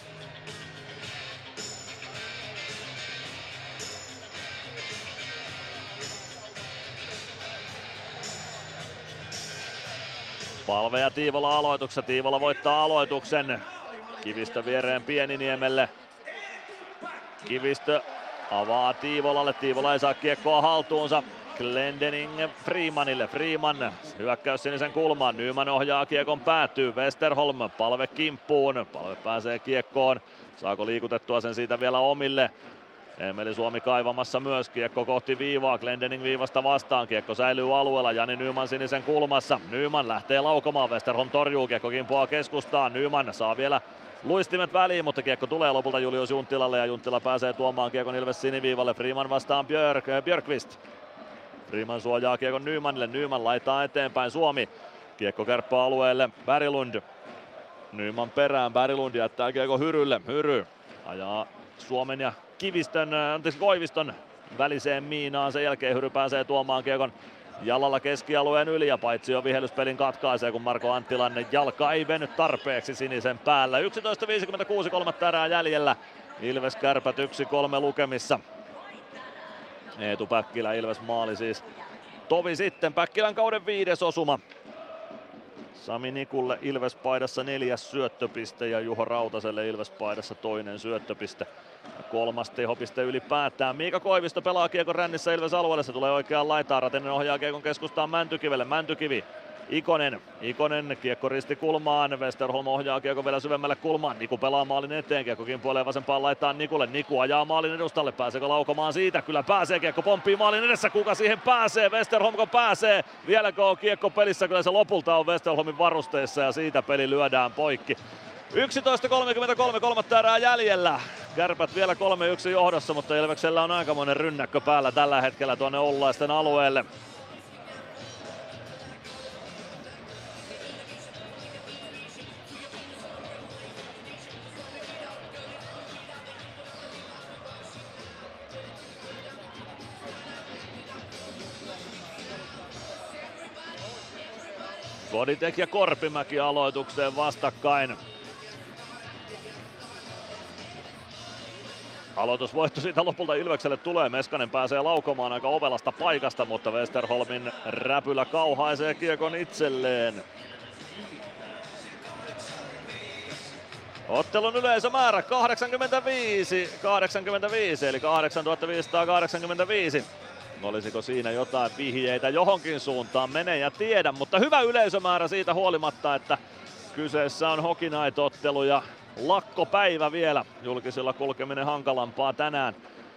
Palve ja Tiivola aloituksessa. Tiivola voittaa aloituksen. Kivistö viereen Pieniniemelle. Kivistö avaa Tiivolalle. Tiivola ei saa kiekkoa haltuunsa. Glendening Freemanille. Freeman hyökkäys sinisen kulmaan. Nyman ohjaa kiekon päätyy. Westerholm Palve kimppuun. Palve pääsee kiekkoon. Saako liikutettua sen siitä vielä omille? Emeli Suomi kaivamassa myös, kiekko kohti viivaa, Glendening viivasta vastaan, kiekko säilyy alueella, Jani Nyman sinisen kulmassa, Nyman lähtee laukomaan, Westerholm torjuu, kiekko kimpoaa keskustaan, Nyman saa vielä luistimet väliin, mutta kiekko tulee lopulta Julius Junttilalle ja Junttila pääsee tuomaan kiekon Ilves siniviivalle, Freeman vastaan Björk, Björkvist. Freeman suojaa kiekon Nymanille, Nyman laittaa eteenpäin, Suomi, kiekko kärppää alueelle, Berglund. Nyman perään, Berglund jättää kiekko Hyrylle, Hyry ajaa Suomen ja Kivistön, anteeksi Koiviston väliseen miinaan. Sen jälkeen Hyry pääsee tuomaan kiekon jalalla keskialueen yli ja paitsi jo vihellyspelin katkaisee, kun Marko Anttilainen jalka ei vennyt tarpeeksi sinisen päällä. yksitoista viisikymmentäkuusi, kolmatta erää jäljellä. Ilves Kärpät yksi kolme lukemissa. Eetu Päkkilä, Ilves maali siis tovi sitten. Päkkilän kauden viides osuma. Sami Nikulle Ilves-paidassa neljäs syöttöpiste ja Juho Rautaselle Ilves-paidassa toinen syöttöpiste. Ja kolmas tehopiste ylipäätään. Miika Koivisto pelaa kiekon rännissä Ilves-alueelle. Se tulee oikeaan laitaan. Ratinen ohjaa kiekon keskustaan Mäntykivelle. Mäntykivi. Ikonen. Ikonen kiekko risti kulmaan. Westerholm ohjaa kiekko vielä syvemmälle kulmaan. Niku pelaa maalin eteen. Kiekko kimpoilee vasempaan laitaan Nikulle. Niku ajaa maalin edustalle. Pääseekö laukomaan siitä? Kyllä pääsee. Kiekko pomppii maalin edessä. Kuka siihen pääsee? Westerholmko pääsee? Vieläkö on kiekko pelissä? Kyllä se lopulta on Westerholmin varusteissa ja siitä peli lyödään poikki. yksitoista kolmekymmentäkolme, kolmatta erää jäljellä. Kärpät vielä kolme yksi johdossa, mutta Ilveksellä on aikamoinen rynnäkkö päällä tällä hetkellä tuonne oululaisten alueelle. Koditek ja Korpimäki aloitukseen vastakkain. Aloitusvoitto siitä lopulta Ilvekselle tulee. Meskanen pääsee laukomaan aika ovelasta paikasta, mutta Westerholmin räpylä kauhaisee kiekon itselleen. Ottelun yleisömäärä kahdeksankymmentäviisi, kahdeksankymmentäviisi eli kahdeksantuhattaviisisataakahdeksankymmentäviisi. Olisiko siinä jotain vihjeitä johonkin suuntaan, mene ja tiedä, mutta hyvä yleisömäärä siitä huolimatta, että kyseessä on Hockey Night-ottelu ja lakkopäivä vielä. Julkisilla kulkeminen hankalampaa tänään.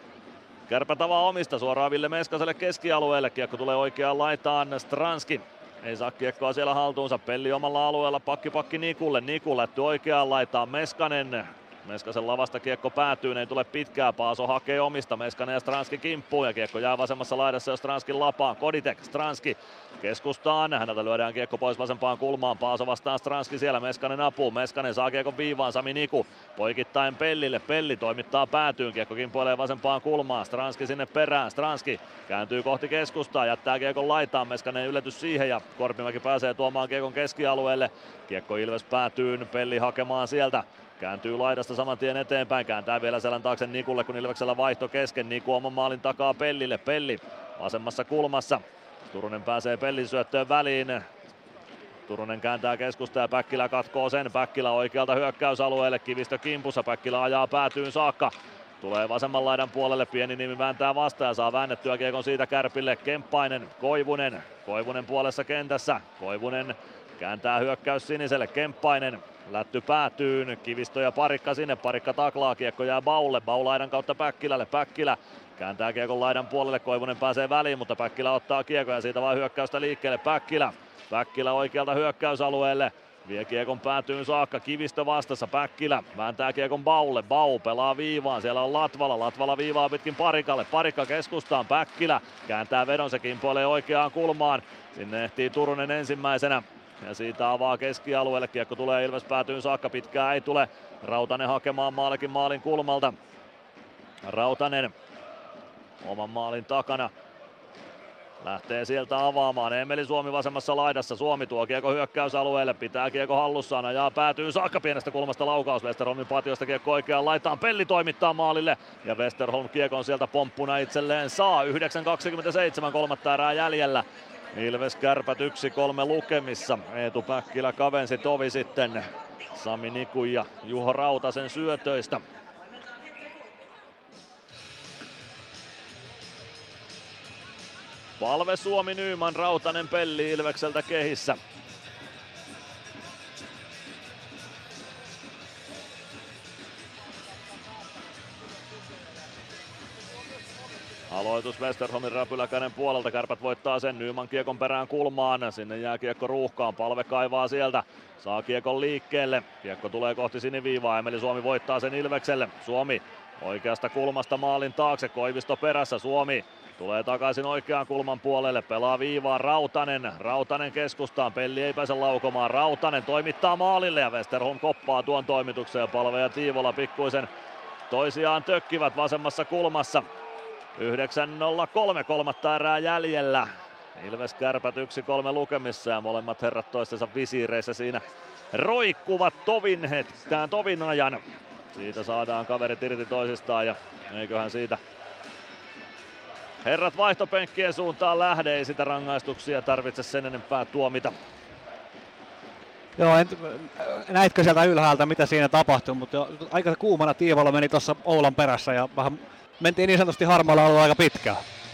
Kärpät avaa omista suoraan Ville Meskaselle keskialueelle. Kiekko tulee oikeaan laitaan. Stranski ei saa kiekkoa siellä haltuunsa. Pelli omalla alueella. Pakki pakki Nikulle. Niku lähty oikeaan laitaan. Meskanen. Meskasen lavasta kiekko päätyy, ei tule pitkää. Paaso hakee omista. Meskanen ja Stranski kimppuu ja kiekko jää vasemmassa laidassa jo Stranskin lapaan. Koditek, Stranski keskustaan. Häneltä lyödään kiekko pois vasempaan kulmaan. Paaso vastaan Stranski siellä. Meskanen apuu. Meskanen saa kiekon viivaan. Sami Niku poikittain Pellille. Pelli toimittaa päätyyn. Kiekko kimpoilee vasempaan kulmaan. Stranski sinne perään. Stranski kääntyy kohti keskustaa. Jättää kiekon laitaan. Meskanen yllätys siihen ja Korpimäki pääsee tuomaan kiekon keskialueelle. Kiekko Ilves päätyyn. Pelli hakemaan sieltä. Kääntyy laidasta saman tien eteenpäin, kääntää vielä selän taakse Nikulle, kun Ilveksellä vaihto kesken. Niku oman maalin takaa Pellille, Pelli vasemmassa kulmassa. Turunen pääsee Pellin syöttöön väliin. Turunen kääntää keskusta ja Päkkilä katkoo sen. Päkkilä oikealta hyökkäysalueelle, Kivistö kimpussa, Päkkilä ajaa päätyyn saakka. Tulee vasemman laidan puolelle, pieni nimi vääntää vastaan ja saa väännettyä kiekon siitä Kärpille. Kemppainen, Koivunen, Koivunen puolessa kentässä. Koivunen kääntää hyökkäys siniselle, Kemppainen. Lätty päätyyn, Kivistö ja Parikka sinne, Parikka taklaa, kiekko jää Baulle, Bau laidan kautta Päkkilälle, Päkkilä kääntää kiekon laidan puolelle, Koivunen pääsee väliin, mutta Päkkilä ottaa kiekon ja siitä vaan hyökkäystä liikkeelle, Päkkilä, Päkkilä oikealta hyökkäysalueelle, vie kiekon päätyyn saakka, Kivistö vastassa, Päkkilä vääntää kiekon Baulle, Bau pelaa viivaan, siellä on Latvala, Latvala viivaa pitkin Parikalle, Parikka keskustaan, Päkkilä kääntää vedon, se kimpoilee oikeaan kulmaan, sinne ehtii Turunen ensimmäisenä. Ja siitä avaa keskialueelle, kiekko tulee Ilves päätyyn saakka, pitkää ei tule. Rautanen hakemaan maalikin maalin kulmalta. Rautanen oman maalin takana. Lähtee sieltä avaamaan. Emeli Suomi vasemmassa laidassa. Suomi tuo kiekko hyökkäysalueelle. Pitää kiekko hallussaan. Ajaa päätyyn saakka pienestä kulmasta laukaus. Westerholmin patiosta kiekko oikeaan laitaan. Pelli toimittaa maalille. Ja Westerholm kiekon sieltä pomppuna itselleen saa. yhdeksän kaksikymmentäseitsemän kolmatta erää jäljellä. Ilves Kärpät yksi kolme lukemissa. Eetu Päkkilä kavensi tovi sitten Sami Niku ja Juho Rautasen syötöistä. Palve Suomi, Nyman, Rautanen, Pelli Ilvekseltä kehissä. Aloitus Westerholmin räpyläkäden puolelta, Kärpät voittaa sen, Nyman kiekon perään kulmaan, sinne jää kiekko ruuhkaan, Palve kaivaa sieltä, saa kiekon liikkeelle, kiekko tulee kohti siniviivaa, Emeli Suomi voittaa sen Ilvekselle, Suomi oikeasta kulmasta maalin taakse, Koivisto perässä, Suomi tulee takaisin oikean kulman puolelle, pelaa viivaa Rautanen, Rautanen keskustaan, Pelli ei pääse laukomaan, Rautanen toimittaa maalille ja Westerholm koppaa tuon toimituksen ja Palve ja Tiivola pikkuisen toisiaan tökkivät vasemmassa kulmassa. yhdeksän nolla kolme kolmatta erää jäljellä. Ilves Kärpät yksi kolme lukemissa ja molemmat herrat toistensa visiireissä siinä roikkuvat tovin hetkään, tovin ajan. Siitä saadaan kaverit irti toisistaan ja eiköhän siitä herrat vaihtopenkkien suuntaan lähde, ei sitä rangaistuksia tarvitse sen enempää tuomita. Joo, en, näitkö sieltä ylhäältä mitä siinä tapahtui, mutta jo, aika kuumana Tiivola meni tuossa Oulan perässä ja vähän mentiin niin sanotusti harmaalla alueella aika pitkään.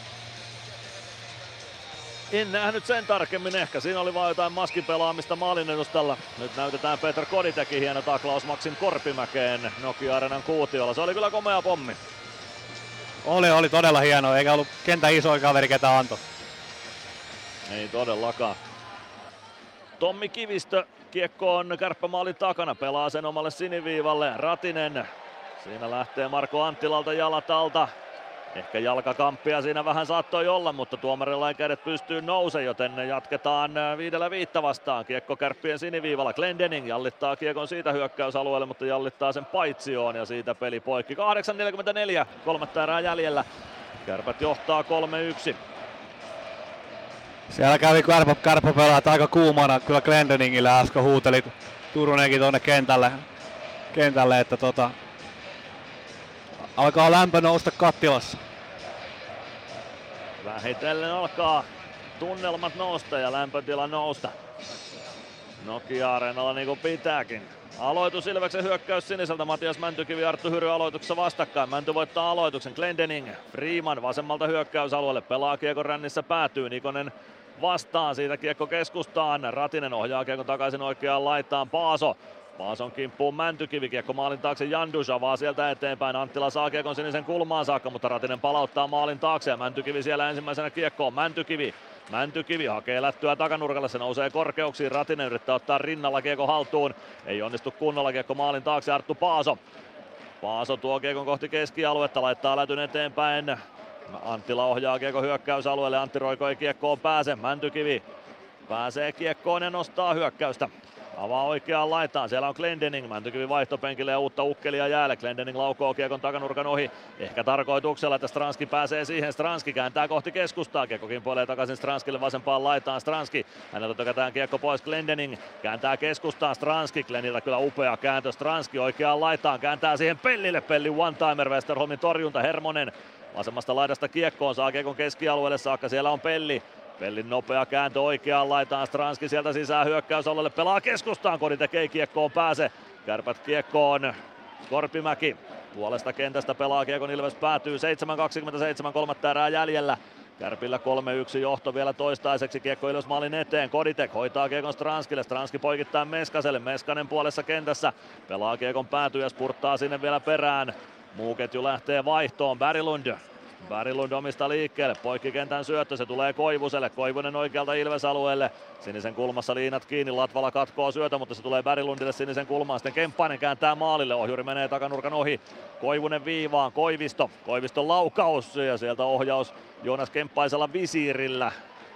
En nähnyt sen tarkemmin ehkä. Siinä oli vain jotain maskipelaamista maalin edustalla. Nyt näytetään Petr Koditekin hieno taklaus Maksim Korpimäkeen Nokia-areenan kuutiolla. Se oli kyllä komea pommi. Oli, oli todella hieno, eikä ollut kentän isoin kaveri ketä antoi. Ei todellakaan. Tommi Kivistö kiekko on kärppämaalin takana, pelaa sen omalle siniviivalle. Ratinen. Siinä lähtee Marko Anttilalta jalat alta. Ehkä jalkakamppia siinä vähän saattoi olla, mutta tuomarilla ei kädet pystyy nouse, joten jatketaan viidellä viittä vastaan. Kiekko Kärppien siniviivalla. Glendening jallittaa kiekon siitä hyökkäysalueelle, mutta jallittaa sen paitsioon ja siitä peli poikki. kahdeksan neljäkymmentäneljä, kolmatta erää jäljellä. Kärpät johtaa kolme yksi. Siellä kävi kärpä, kärppäpelaat aika kuumana kyllä Glendeningillä äsken huuteli Turunenkin tuonne kentälle, kentälle että tota, alkaa lämpö nousta kattilassa. Vähitellen alkaa tunnelmat nousta ja lämpötila nousta. Nokia-areenalla niin kuin pitääkin. Aloitus Ilveksen hyökkäys siniseltä. Matias Mäntykivi ja Arttu Hyry aloituksessa vastakkain. Mänty voittaa aloituksen. Glendening, Freeman vasemmalta hyökkäysalueelle. Pelaa kiekon rännissä, päätyy. Nikonen vastaan, siitä kiekko keskustaan. Ratinen ohjaa kiekon takaisin oikeaan laitaan. Paaso. Paason kimppuun Mäntykivi. Kiekko maalin taakse. Jandus avaa sieltä eteenpäin. Anttila saa kiekon sinisen kulmaan saakka, mutta Ratinen palauttaa maalin taakse. Ja Mäntykivi siellä ensimmäisenä kiekkoon. Mäntykivi. Mäntykivi hakee lättyä takanurkalle, se nousee korkeuksiin. Ratinen yrittää ottaa rinnalla kiekko haltuun. Ei onnistu kunnolla, kiekko maalin taakse. Arttu Paaso. Paaso tuo kiekon kohti keskialuetta, laittaa lätyn eteenpäin. Anttila ohjaa kiekko hyökkäysalueelle. Antti Roiko ei kiekkoon pääse. Mäntykivi pääsee kiekkoon ja nostaa hyökkäystä. Avaa oikeaan laitaan, siellä on Glendening, Mäntykivi vaihtopenkille ja uutta ukkelia jäälle. Glendening laukoo kiekon takanurkan ohi, ehkä tarkoituksella, että Stranski pääsee siihen. Stranski kääntää kohti keskustaa, kiekko kimpoilee takaisin Stranskille vasempaan laitaan. Stranski, häneltä tökätään kiekko pois. Glendening kääntää keskustaan. Stranski, Gleniltä kyllä upea kääntö. Stranski oikeaan laitaan, kääntää siihen Pellille. Pelli one-timer, Westerholmin torjunta. Hermonen vasemmasta laidasta kiekkoon, saa kiekon keskialueelle saakka, siellä on Pelli. Pellin nopea kääntö oikeaan laitaan, Stranski sieltä sisään hyökkäysalueelle, pelaa keskustaan, Koditek ei kiekkoon pääse. Kärpät kiekkoon, Korpimäki puolesta kentästä pelaa kiekon, Ilves päätyy seitsemän kaksikymmentäseitsemän, kolmatta erää jäljellä. Kärpillä kolme yksi johto vielä toistaiseksi, kiekko Ilves maalin eteen, Koditek hoitaa kiekon Stranskille, Stranski poikittaa Meskaselle, Meskanen puolessa kentässä, pelaa kiekon päätyy ja spurttaa sinne vielä perään. Muu ketju lähtee vaihtoon, Berglund. Berglund omista liikkeelle, poikkikentän syöttö, se tulee Koivuselle, Koivunen oikealta Ilves-alueelle, sinisen kulmassa liinat kiinni, Latvala katkoo syötö, mutta se tulee Berglundille sinisen kulmaan, sitten Kemppainen kääntää maalille, ohjuri menee takanurkan ohi, Koivunen viivaan, Koivisto, Koiviston laukaus ja sieltä ohjaus Joonas Kemppaisella visiirillä.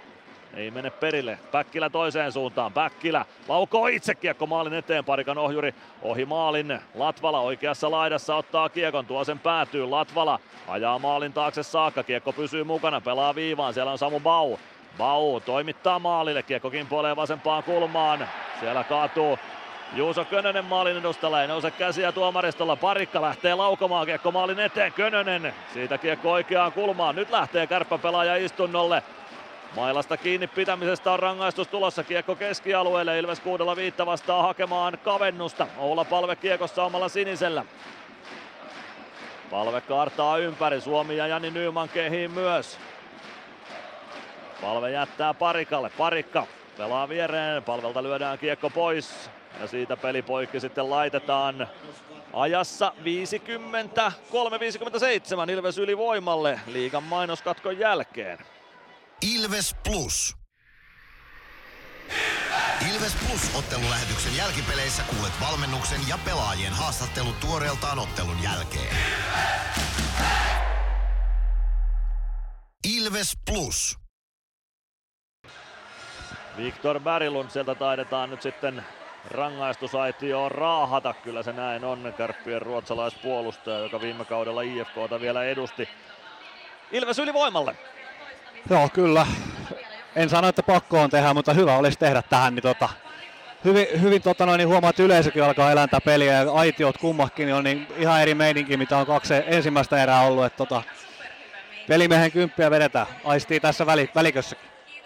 Ei mene perille. Päkkilä toiseen suuntaan. Päkkilä laukoo itse kiekko maalin eteen. Parikan ohjuri ohi maalin. Latvala oikeassa laidassa ottaa kiekon. Tuo sen päätyy. Latvala ajaa maalin taakse saakka. Kiekko pysyy mukana. Pelaa viivaan. Siellä on Samu Bau. Bau toimittaa maalille. Kiekko kimpoilee vasempaan kulmaan. Siellä kaatuu Juuso Könönen maalin edustalla. Ei nouse käsiä tuomaristolla. Parikka lähtee laukomaan kiekko maalin eteen. Könönen. Siitä kiekko oikeaan kulmaan. Nyt lähtee kärppäpelaaja istunnolle. Mailasta kiinni pitämisestä on rangaistus tulossa, kiekko keskialueelle, Ilves kuudella viittä vastaa hakemaan kavennusta. Oula Palve kiekossa omalla sinisellä. Palve kaartaa ympäri, Suomi ja Jani Nyman kehiin myös. Palve jättää Parikalle, Parikka pelaa viereen, Palvelta lyödään kiekko pois ja siitä peli poikki sitten laitetaan. Ajassa viisikymmentäkolme viisikymmentäseitsemän Ilves ylivoimalle liigan mainoskatkon jälkeen. Ilves Plus. Ilves Plus -ottelulähetyksen jälkipeleissä kuulet valmennuksen ja pelaajien haastattelut tuoreeltaan ottelun jälkeen. Ilves Plus. Viktor Berglund, sieltä taidetaan nyt sitten rangaistusaitioon raahata. Kyllä se näin on, Kärppien ruotsalaispuolustaja, joka viime kaudella I F K:ta vielä edusti. Ilves ylivoimalle. Joo, kyllä. En sano, että pakko on tehdä, mutta hyvä olisi tehdä tähän. Niin tota, hyvin hyvin tota noin, niin huomaa, että yleisökin alkaa elää tätä peliä ja aitiot kummakin niin on niin ihan eri meininki, mitä on kaksi ensimmäistä erää ollut. Että tota, pelimiehen kymppiä vedetään. Aistii tässä väli, välikössäkin.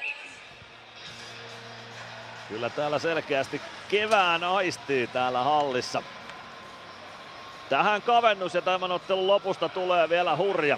Kyllä täällä selkeästi kevään aistii täällä hallissa. Tähän kavennus ja tämän ottelun lopusta tulee vielä hurja.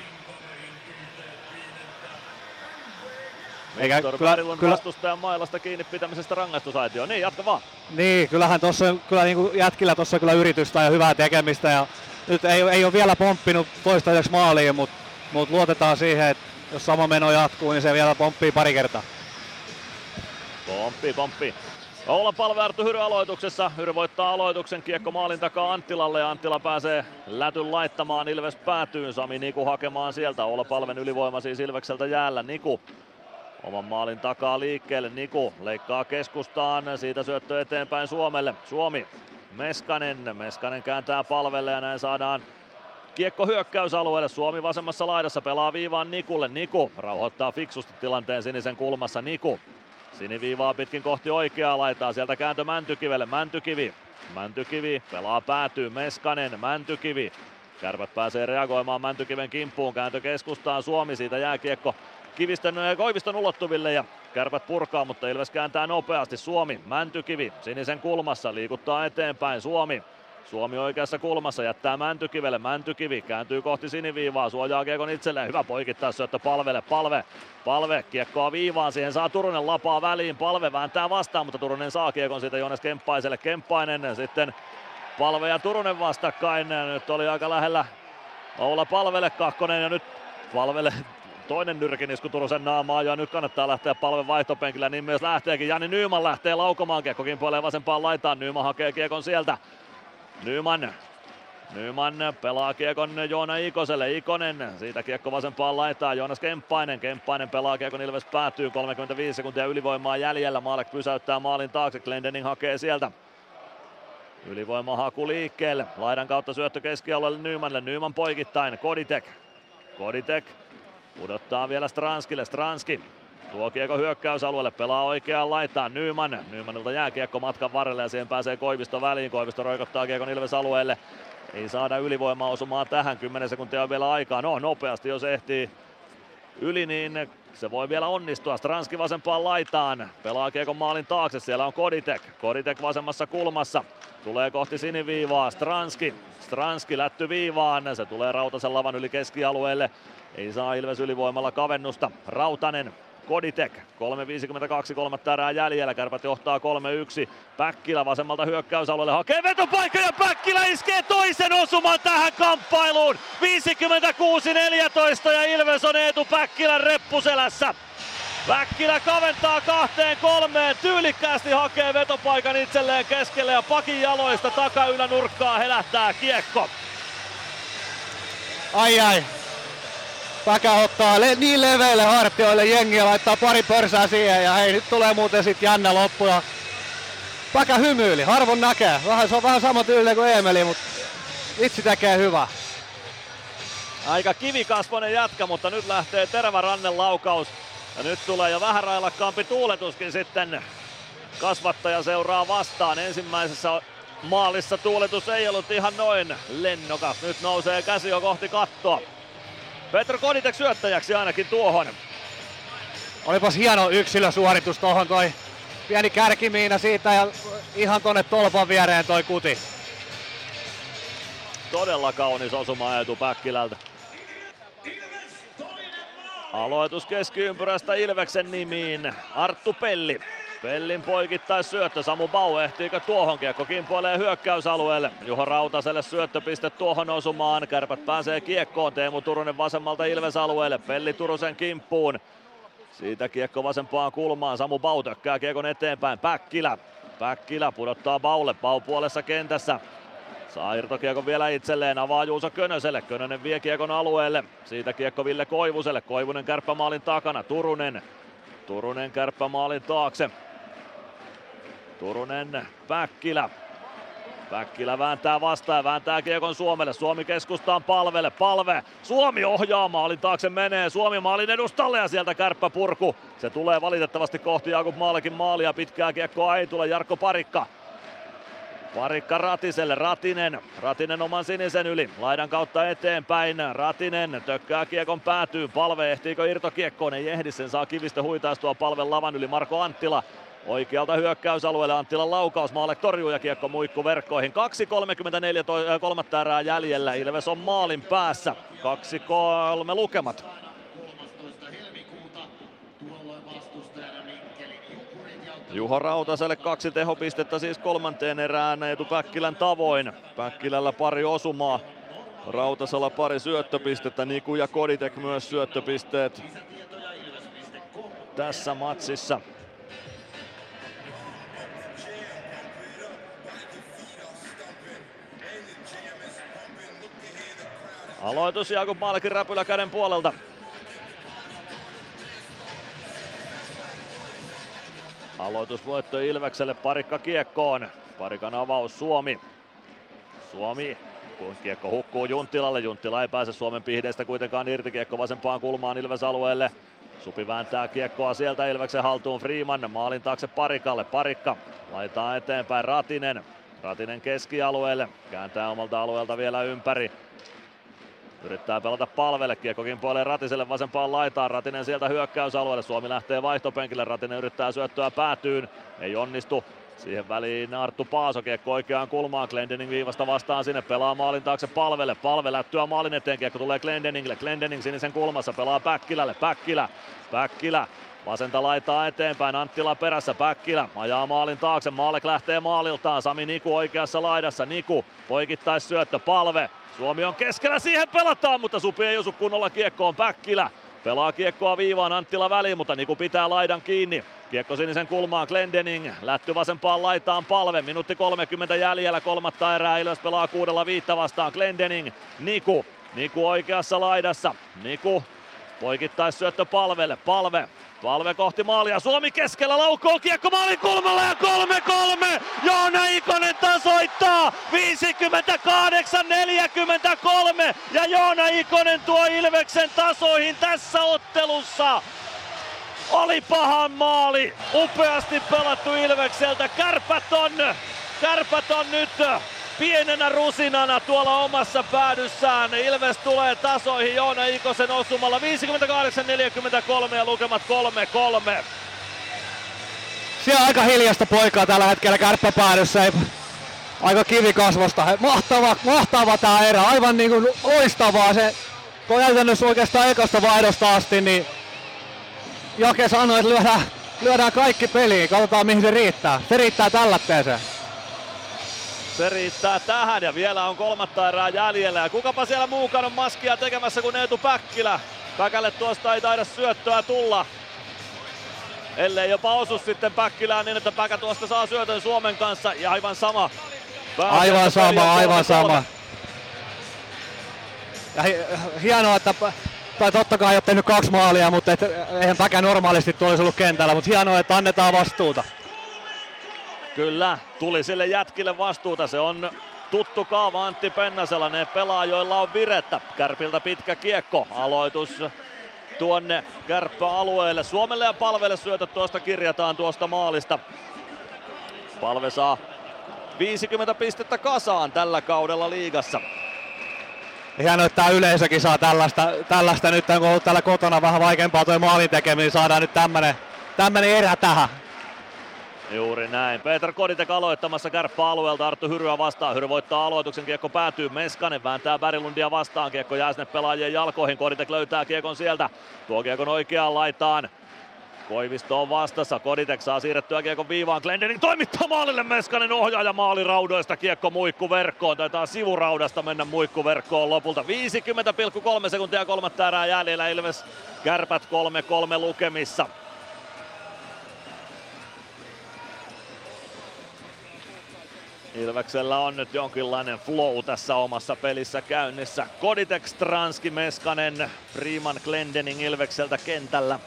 Viktor Berglund vastustajan mailasta kiinni pitämisestä rangaistusaitio. Niin, jatka vaan. Niin, kyllähän tuossa on kyllä niinku jätkillä tuossa on kyllä yritystä ja hyvää tekemistä ja nyt ei, ei ole vielä pomppinut toistaiseksi maaliin, mutta mut luotetaan siihen, että jos sama meno jatkuu, niin se vielä pomppii pari kertaa. Pomppii, pomppii. Oula Palve, Arttu Hyry aloituksessa. Hyry voittaa aloituksen, kiekko maalin takaa Anttilalle ja Anttila pääsee lätyn laittamaan. Ilves päätyy, Sami Niku hakemaan sieltä. Oula Palven ylivoima siis Ilvekseltä jäällä. Niku oman maalin takaa liikkeelle. Niku leikkaa keskustaan, siitä syöttö eteenpäin Suomelle. Suomi, Meskanen, Meskanen kääntää Palvelle ja näin saadaan kiekko hyökkäysalueelle, Suomi vasemmassa laidassa pelaa viivaan Nikulle, Niku rauhoittaa fiksusti tilanteen sinisen kulmassa, Niku siniviivaa pitkin kohti oikeaa laitaa, sieltä kääntö Mäntykivelle, Mäntykivi, Mäntykivi pelaa päätyy, Meskanen, Mäntykivi, Kärpät pääsee reagoimaan Mäntykiven kimppuun, kääntö keskustaan, Suomi, siitä jää kiekko Kivistön ja Koiviston ulottuville ja Kärpät purkaa, mutta Ilves kääntää nopeasti, Suomi, Mäntykivi sinisen kulmassa, liikuttaa eteenpäin, Suomi, Suomi oikeassa kulmassa, jättää Mäntykivelle, Mäntykivi kääntyy kohti siniviivaa, suojaa kiekon itselleen, hyvä poikittaa syöttö Palvelle, Palve, Palve kiekkoa viivaan, siihen saa Turunen lapaa väliin, Palve vääntää vastaan, mutta Turunen saa kiekon siitä Joonas Kemppaiselle, Kemppainen sitten Palve ja Turunen vastakkain, nyt oli aika lähellä olla Palvelle kakkonen ja nyt Palvelle toinen nyrkinisku Turusen naamaa ja nyt kannattaa lähteä Palven vaihtopenkillä, niin myös lähteekin, Jani Nyman lähtee laukomaan, kiekko kimpoilee vasempaan laitaan, Nyman hakee kiekon sieltä. Nyman, Nyman pelaa kiekon Joona Ikoselle, Ikonen, siitä kiekko vasempaan laitaan, Joonas Kemppainen, Kemppainen pelaa kiekon, Ilves päätyy, kolmekymmentäviisi sekuntia ylivoimaa jäljellä, Maalek pysäyttää maalin taakse, Glendening hakee sieltä. Ylivoimahaku liikkeelle, laidan kautta syöttö keskialueelle Nymanille, Nyman poikittain, Koditek, Koditek pudottaa vielä Stranskille, Stranski. Tuo kiekko hyökkäysalueelle, pelaa oikeaan laitaan, Nyman. Nymanilta jää kiekko matkan varrelle ja siihen pääsee Koivisto väliin. Koivisto roikottaa kiekon Ilves alueelle. Ei saada ylivoimaa osumaan tähän, kymmenen sekuntia on vielä aikaa. No nopeasti jos ehtii yli, niin se voi vielä onnistua. Stranski vasempaan laitaan, pelaa kiekon maalin taakse, siellä on Koditek. Koditek vasemmassa kulmassa, tulee kohti siniviivaa, Stranski. Stranski lätty viivaan, se tulee Rautasen lavan yli keskialueelle. Ei saa Ilves ylivoimalla kavennusta. Rautanen, Koditek, kolme viisikymmentäkaksi, kolmatta erää jäljellä, Kärpät johtaa kolme yksi. Päkkilä vasemmalta hyökkäysalueelle hakee vetopaikka ja Päkkilä iskee toisen osuman tähän kamppailuun. viisikymmentäkuusi neljätoista ja Ilves on Eetu Päkkilän reppuselässä. Päkkilä kaventaa kahteen kolmeen, tyylikkäästi hakee vetopaikan itselleen keskelle ja pakin jaloista takaylänurkkaa helähtää kiekko. Ai ai. Päkä ottaa le- niin leveille hartioille jengiä, laittaa pari pörsää siihen ja hei, nyt tulee muuten sit jännä loppu ja Päkä hymyili, harvoin näkee. Vähän, se on vähän sama tyylinen kuin Eemeli, mutta vitsi tekee hyvää. Aika kivikasvoinen jätkä, mutta nyt lähtee terävä rannen laukaus. Ja nyt tulee jo vähän railakkaampi tuuletuskin sitten. Kasvattaja seuraa vastaan. Ensimmäisessä maalissa tuuletus ei ollut ihan noin lennokas. Nyt nousee käsi jo kohti kattoa. Petro Koditek syöttäjäksi ainakin tuohon. Olipas hieno yksilösuoritus tohon, toi pieni kärkimiina siitä ja ihan tonne tolpan viereen toi kuti. Todella kaunis osuma Eetu Päkkilältä. Aloitus keskiympyrästä Ilveksen nimiin. Arttu Pelli. Pellin poikittais syöttö. Samu Bau ehtiikö tuohon, kiekko kimpoilee hyökkäysalueelle. Juho Rautaselle syöttöpiste tuohon osumaan. Kärpät pääsee kiekkoon. Teemu Turunen vasemmalta Ilves alueelle. Pelli Turusen kimppuun. Siitä kiekko vasempaan kulmaan. Samu Bau tökkää kiekon eteenpäin. Päkkilä. Päkkilä pudottaa Baulle. Bau puolessa kentässä. Saa irtokiekon vielä itselleen, avaa Juuso Könöselle. Könönen vie kiekon alueelle. Siitä kiekko Ville Koivuselle. Koivunen kärppämaalin takana. Turunen. Turunen kärppämaalin taakse. Turunen, Päkkilä. Päkkilä vääntää vastaan ja vääntää kiekon Suomelle. Suomi keskustaan Palvelle. Palve. Suomi ohjaa maalin taakse menee. Suomi maalin edustalle ja sieltä kärppäpurku. Se tulee valitettavasti kohti Jakub Maalekin maalia. Pitkää kiekkoa ei tule. Jarkko Parikka. Parikka Ratiselle, Ratinen, Ratinen oman sinisen yli, laidan kautta eteenpäin, Ratinen tökkää kiekon päätyyn, Palve ehtiikö irtokiekkoon, ei ehdi, sen saa Kivistö huitaistua Palven lavan yli, Marko Anttila oikealta hyökkäysalueelle, Anttilan laukaus, Maalek torjuu ja kiekko muikku verkkoihin, kaksi kolmekymmentäneljä kolmatta erää jäljellä, Ilves on maalin päässä, kaksi kolme lukemat. Juho Rautaselle kaksi tehopistettä siis kolmanteen erään Eetu Päkkilän tavoin. Päkkilällä pari osumaa, Rautasella pari syöttöpistettä, Niku ja Koditek myös syöttöpisteet tässä matsissa. Aloitus Jakub Maalekin räpylä käden puolelta. Aloitusvoitto Ilvekselle, Parikka kiekkoon. Parikan avaus Suomi. Suomi Kiekko hukkuu Junttilalle, Junttila ei pääse Suomen pihdeistä kuitenkaan irti, kiekko vasempaan kulmaan Ilves-alueelle. Supi vääntää kiekkoa sieltä Ilveksen haltuun, Freeman maalin taakse Parikalle, Parikka laitaa eteenpäin Ratinen. Ratinen keskialueelle, kääntää omalta alueelta vielä ympäri. Yrittää pelata Palvelle, kiekko kimpoilee Ratiselle vasempaan laitaan, Ratinen sieltä hyökkäysalueelle, Suomi lähtee vaihtopenkille, Ratinen yrittää syöttöä päätyyn, ei onnistu. Siihen väliin Arttu Paaso, kiekko oikeaan kulmaan, Glendening viivasta vastaan sinne, pelaa maalin taakse Palvelle, Palve lättyä maalin eteen, kiekko tulee Glendeningille, Glendening sinisen kulmassa, pelaa Päkkilälle, Päkkilä, Päkkilä, vasenta laitaa eteenpäin, Anttila perässä, Päkkilä ajaa maalin taakse, Maalek lähtee maaliltaan, Sami Niku oikeassa laidassa, Niku poikittais syöttö, Palve, Suomi on keskellä, siihen pelataan, mutta Supi ei osu kunnolla kiekkoon, Päkkilä pelaa kiekkoa viivaan, Anttila väliin, mutta Niku pitää laidan kiinni. Kiekko sinisen kulmaan, Glendening, lätty vasempaan laitaan Palve, minuutti kolmekymmentä jäljellä, kolmatta erää, Ilves pelaa kuudella viittä vastaan, Glendening, Niku, Niku oikeassa laidassa, Niku poikittais syöttö Palvelle, Palve, Palve kohti maalia, Suomi keskellä laukoo, kiekko maalin kulmalla ja kolme kolme, Joona Ikonen tasoittaa, viisikymmentäkahdeksan neljäkymmentäkolme ja Joona Ikonen tuo Ilveksen tasoihin tässä ottelussa. Oli pahan maali, upeasti pelattu Ilvekseltä, Kärpät on, Kärpät on nyt pienenä rusinana tuolla omassa päädyssään. Ilves tulee tasoihin Joona Ikosen osumalla, viisikymmentäkahdeksan neljäkymmentäkolme ja lukemat kolme kolme. Siellä on aika hiljasta poikaa tällä hetkellä kärppäpäädyssä, ei, aika kivikasvosta. Mahtava, mahtava tää erä, aivan niin kuin loistavaa se, käytännössä oikeastaan ekasta vaihdosta asti, niin Jake sanoi, että lyödään, lyödään kaikki peliin, katsotaan mihin se riittää. Se riittää tällätteeseen. Se riittää tähän ja vielä on kolmatta erää jäljellä. Ja kukapa siellä muukaan on maskia tekemässä kuin Eetu Päkkilä. Päkälle tuosta ei taida syöttöä tulla. Ellei jopa osu sitten Päkkilään niin, että Päkä tuosta saa syötön Suomen kanssa. Ja aivan sama. Aivan sama, aivan sama. Ja hi- hienoa, että tai totta kai ei ole tehnyt kaksi maalia, mutta et, eihän Päkä normaalisti tuo olisi ollut kentällä, mutta hienoa, että annetaan vastuuta. Kyllä, tuli sille jätkille vastuuta. Se on tuttu kaava Antti Pennasella. Ne pelaa, joilla on virettä. Kärpiltä pitkä kiekko. Aloitus tuonne kärppäalueelle. Suomelle ja Palvelle syötöt tuosta kirjataan tuosta maalista. Palve saa viisikymmentä pistettä kasaan tällä kaudella liigassa. Hienoa, että tämä yleisökin saa tällaista, tällaista nyt, kun on ollut täällä kotona vähän vaikeampaa tuo maalin tekeminen, niin saadaan nyt tämmönen, tämmönen erä tähän. Juuri näin. Peter Koditek aloittamassa kärppäalueelta, Arttu Hyryä vastaan. Hyry voittaa aloituksen, kiekko päätyy, Meskanen vääntää Berglundia vastaan, kiekko jää sinne pelaajien jalkoihin, Koditek löytää kiekon sieltä, tuo kiekon oikeaan laitaan. Koivisto on vastassa, Koditek saa siirrettyä kiekon viivaan, Glendening toimittaa maalille, Meskanen ohjaaja maaliraudoista, kiekko muikkuverkkoon, taitaa sivuraudasta mennä muikkuverkkoon lopulta. viisikymmentä pilkku kolme sekuntia kolmatta erää jäljellä, Ilves Kärpät kolme kolme lukemissa. Ilveksellä on nyt jonkinlainen flow tässä omassa pelissä käynnissä. Koditek, Stranski, Meskanen, Freeman, Glendening Ilvekseltä kentällä.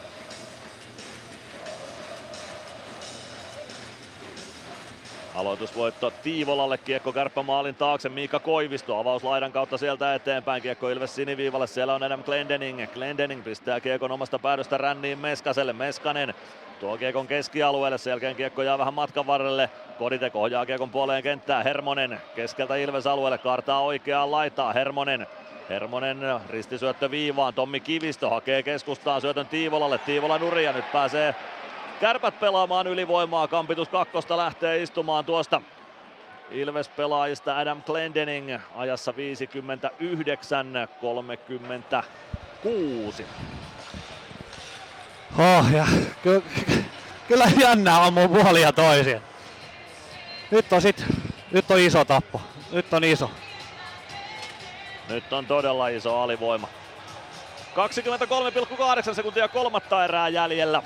Aloitusvoitto Tiivolalle, kiekko kärppämaalin taakse, Miika Koivisto avauslaidan kautta sieltä eteenpäin, kiekko Ilves siniviivalle, siellä on Adam Glendening. Glendening pistää kiekon omasta päädystä ränniin Meskaselle, Meskanen tuo kiekon keskialueelle, sen jälkeen kiekko jää vähän matkan varrelle. Koditek ohjaa kiekon puoleen kenttää, Hermonen keskeltä Ilves alueelle, kaartaa oikeaan laitaa, Hermonen. Hermonen ristisyöttö viivaan, Tommi Kivistö hakee keskustaan syötön Tiivolalle, Tiivola nurin ja nyt pääsee Kärpät pelaamaan ylivoimaa, Kampitus kakkosta lähtee istumaan tuosta Ilves-pelaajista Adam Glendening ajassa viisikymmentäyhdeksän kolmekymmentäkuusi. Oh, ja ky- kyllä jännää on mun puolia toisia. Nyt on sit, nyt on iso tappo, nyt on iso. Nyt on todella iso alivoima. kaksikymmentäkolme pilkku kahdeksan sekuntia kolmatta erää jäljellä.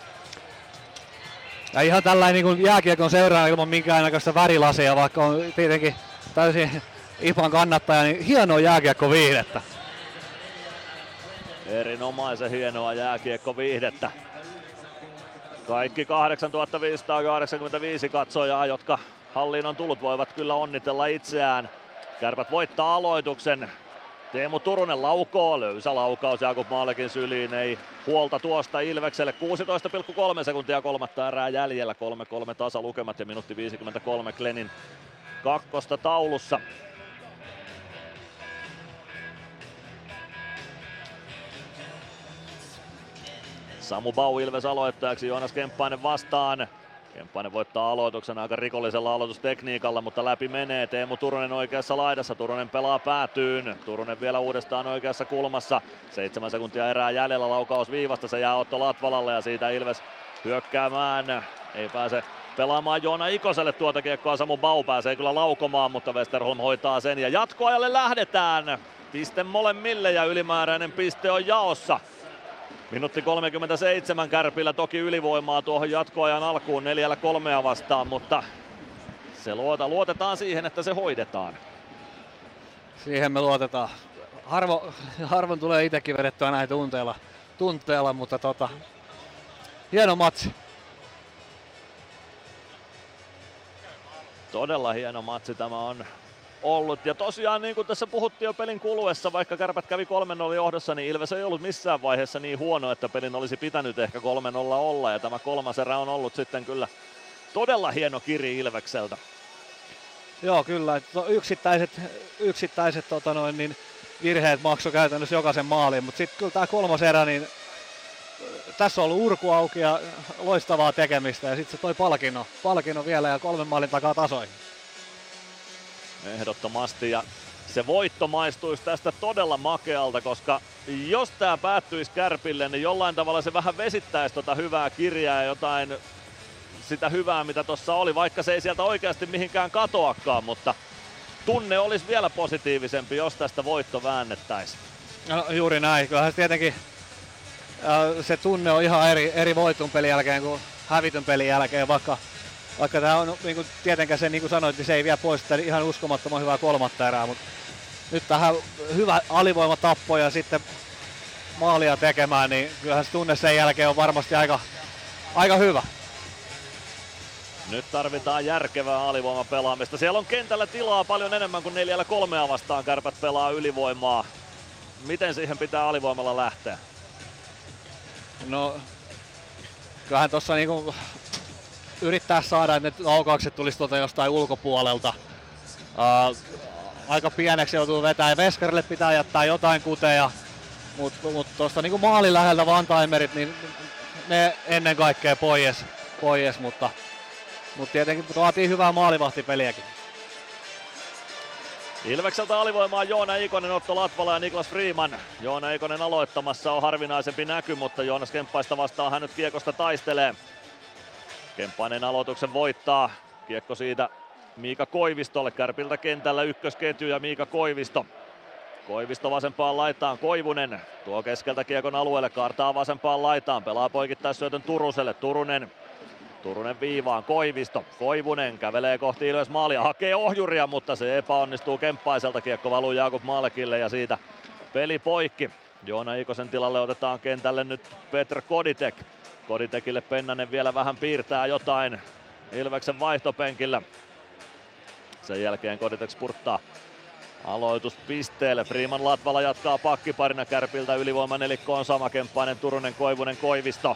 Ja ihan tällainen niin jääkiekon seuraaja ilman minkäännäköistä värilaseja, vaikka on tietenkin täysin I P A:n kannattaja, niin hienoa jääkiekkoviihdettä. Erinomaisen hienoa jääkiekkoviihdettä. Kaikki kahdeksantuhatta viisisataakahdeksankymmentäviisi katsojaa, jotka halliin on tullut, voivat kyllä onnitella itseään. Kärpät voittaa aloituksen. Teemu Turunen laukoo, löysä laukaus Jakub Maalekin syliin, ei huolta tuosta Ilvekselle. kuusitoista pilkku kolme sekuntia kolmatta erää jäljellä, kolme kolme tasa lukemat ja minuutti viisikymmentäkolme Glennin kakkosta taulussa. Samu Bau Ilves aloittajaksi, Joonas Kemppainen vastaan. Kemppainen voittaa aloituksen aika rikollisella aloitustekniikalla, mutta läpi menee. Teemu Turunen oikeassa laidassa, Turunen pelaa päätyyn. Turunen vielä uudestaan oikeassa kulmassa. Seitsemän sekuntia erää jäljellä, laukaus viivasta, se jää Otto Latvalalle ja siitä Ilves hyökkäämään. Ei pääse pelaamaan Joona Ikoselle tuota kiekkoa, Samu Bau pääsee kyllä laukomaan, mutta Westerholm hoitaa sen ja jatkoajalle lähdetään. Piste molemmille ja ylimääräinen piste on jaossa. Minuutti kolmekymmentäseitsemän Kärpillä toki ylivoimaa tuohon jatkoajan alkuun neljällä kolmea vastaan, mutta se luota, luotetaan siihen, että se hoidetaan. Siihen me luotetaan. Harvo, harvoin tulee itsekin vedettyä näin tunteella, tunteella mutta tota, hieno matsi. Todella hieno matsi tämä on ollut. Ja tosiaan niin kuin tässä puhuttiin jo pelin kuluessa, vaikka Kärpät kävi kolme nolla johdossa, niin Ilves ei ollut missään vaiheessa niin huono, että pelin olisi pitänyt ehkä kolme nolla olla. Ja tämä kolmas erä on ollut sitten kyllä todella hieno kiri Ilvekseltä. Joo kyllä, yksittäiset, yksittäiset tota noin, niin virheet maksoi käytännössä jokaisen maaliin, mutta sitten kyllä tämä kolmas erä, niin tässä on ollut urku auki ja loistavaa tekemistä ja sitten se toi palkinnon, palkinnon vielä ja kolmen maalin takaa tasoihin. Ehdottomasti ja se voitto maistuisi tästä todella makealta, koska jos tämä päättyisi Kärpille, niin jollain tavalla se vähän vesittäisi tota hyvää kirjaa ja jotain sitä hyvää, mitä tuossa oli, vaikka se ei sieltä oikeasti mihinkään katoakaan, mutta tunne olisi vielä positiivisempi, jos tästä voitto väännettäisiin. No, juuri näin, kyllähän tietenkin äh, se tunne on ihan eri, eri voitun pelin jälkeen kuin hävityn pelin jälkeen, vaikka Vaikka tämä on niin kuin tietenkään se, niin kuin sanoit, niin se ei vie pois sitä ihan uskomattoman hyvää kolmatta erää, mutta nyt tähän hyvä alivoimatappo ja sitten maalia tekemään, niin kyllähän se tunne sen jälkeen on varmasti aika, aika hyvä. Nyt tarvitaan järkevää alivoimapelaamista. Siellä on kentällä tilaa paljon enemmän kuin neljällä kolmea vastaan. Kärpät pelaa ylivoimaa. Miten siihen pitää alivoimalla lähteä? No, kyllähän tuossa niinku yrittää saada, että ne laukaukset tulisi tuolta jostain ulkopuolelta. Uh, aika pieneksi joutuu vetämään ja Veskarille pitää jättää jotain kuteja, mutta mut tuosta niinku maalin läheltä one-timerit, niin ne ennen kaikkea pois, pois mutta, mutta tietenkin vaatii hyvää maalivahtipeliäkin. Ilvekseltä alivoimaa Joona Ikonen, Otto Latvala ja Niklas Freeman. Joona Ikonen aloittamassa on harvinaisempi näky, mutta Joonas Kemppaista vastaan hän nyt kiekosta taistelee. Kemppainen aloituksen voittaa. Kiekko siitä Miika Koivistolle. Kärpiltä kentällä ykkösketju ja Miika Koivisto. Koivisto vasempaan laitaan. Koivunen tuo keskeltä kiekon alueelle. Kaartaa vasempaan laitaan. Pelaa poikittaisyötön Turuselle. Turunen. Turunen viivaan. Koivisto. Koivunen kävelee kohti Ilves maalia. Hakee ohjuria, mutta se epäonnistuu Kemppaiselta. Kiekko valuu Jakub Malekille ja siitä peli poikki. Joona Ikosen tilalle otetaan kentälle nyt Petr Koditek. Koditekille Pennanen vielä vähän piirtää jotain Ilveksen vaihtopenkillä. Sen jälkeen Koditek spurttaa aloituspisteelle. Freeman Latvala jatkaa pakkiparina. Kärpiltä ylivoima nelikko on sama. Kemppainen, Turunen, Koivunen, Koivisto.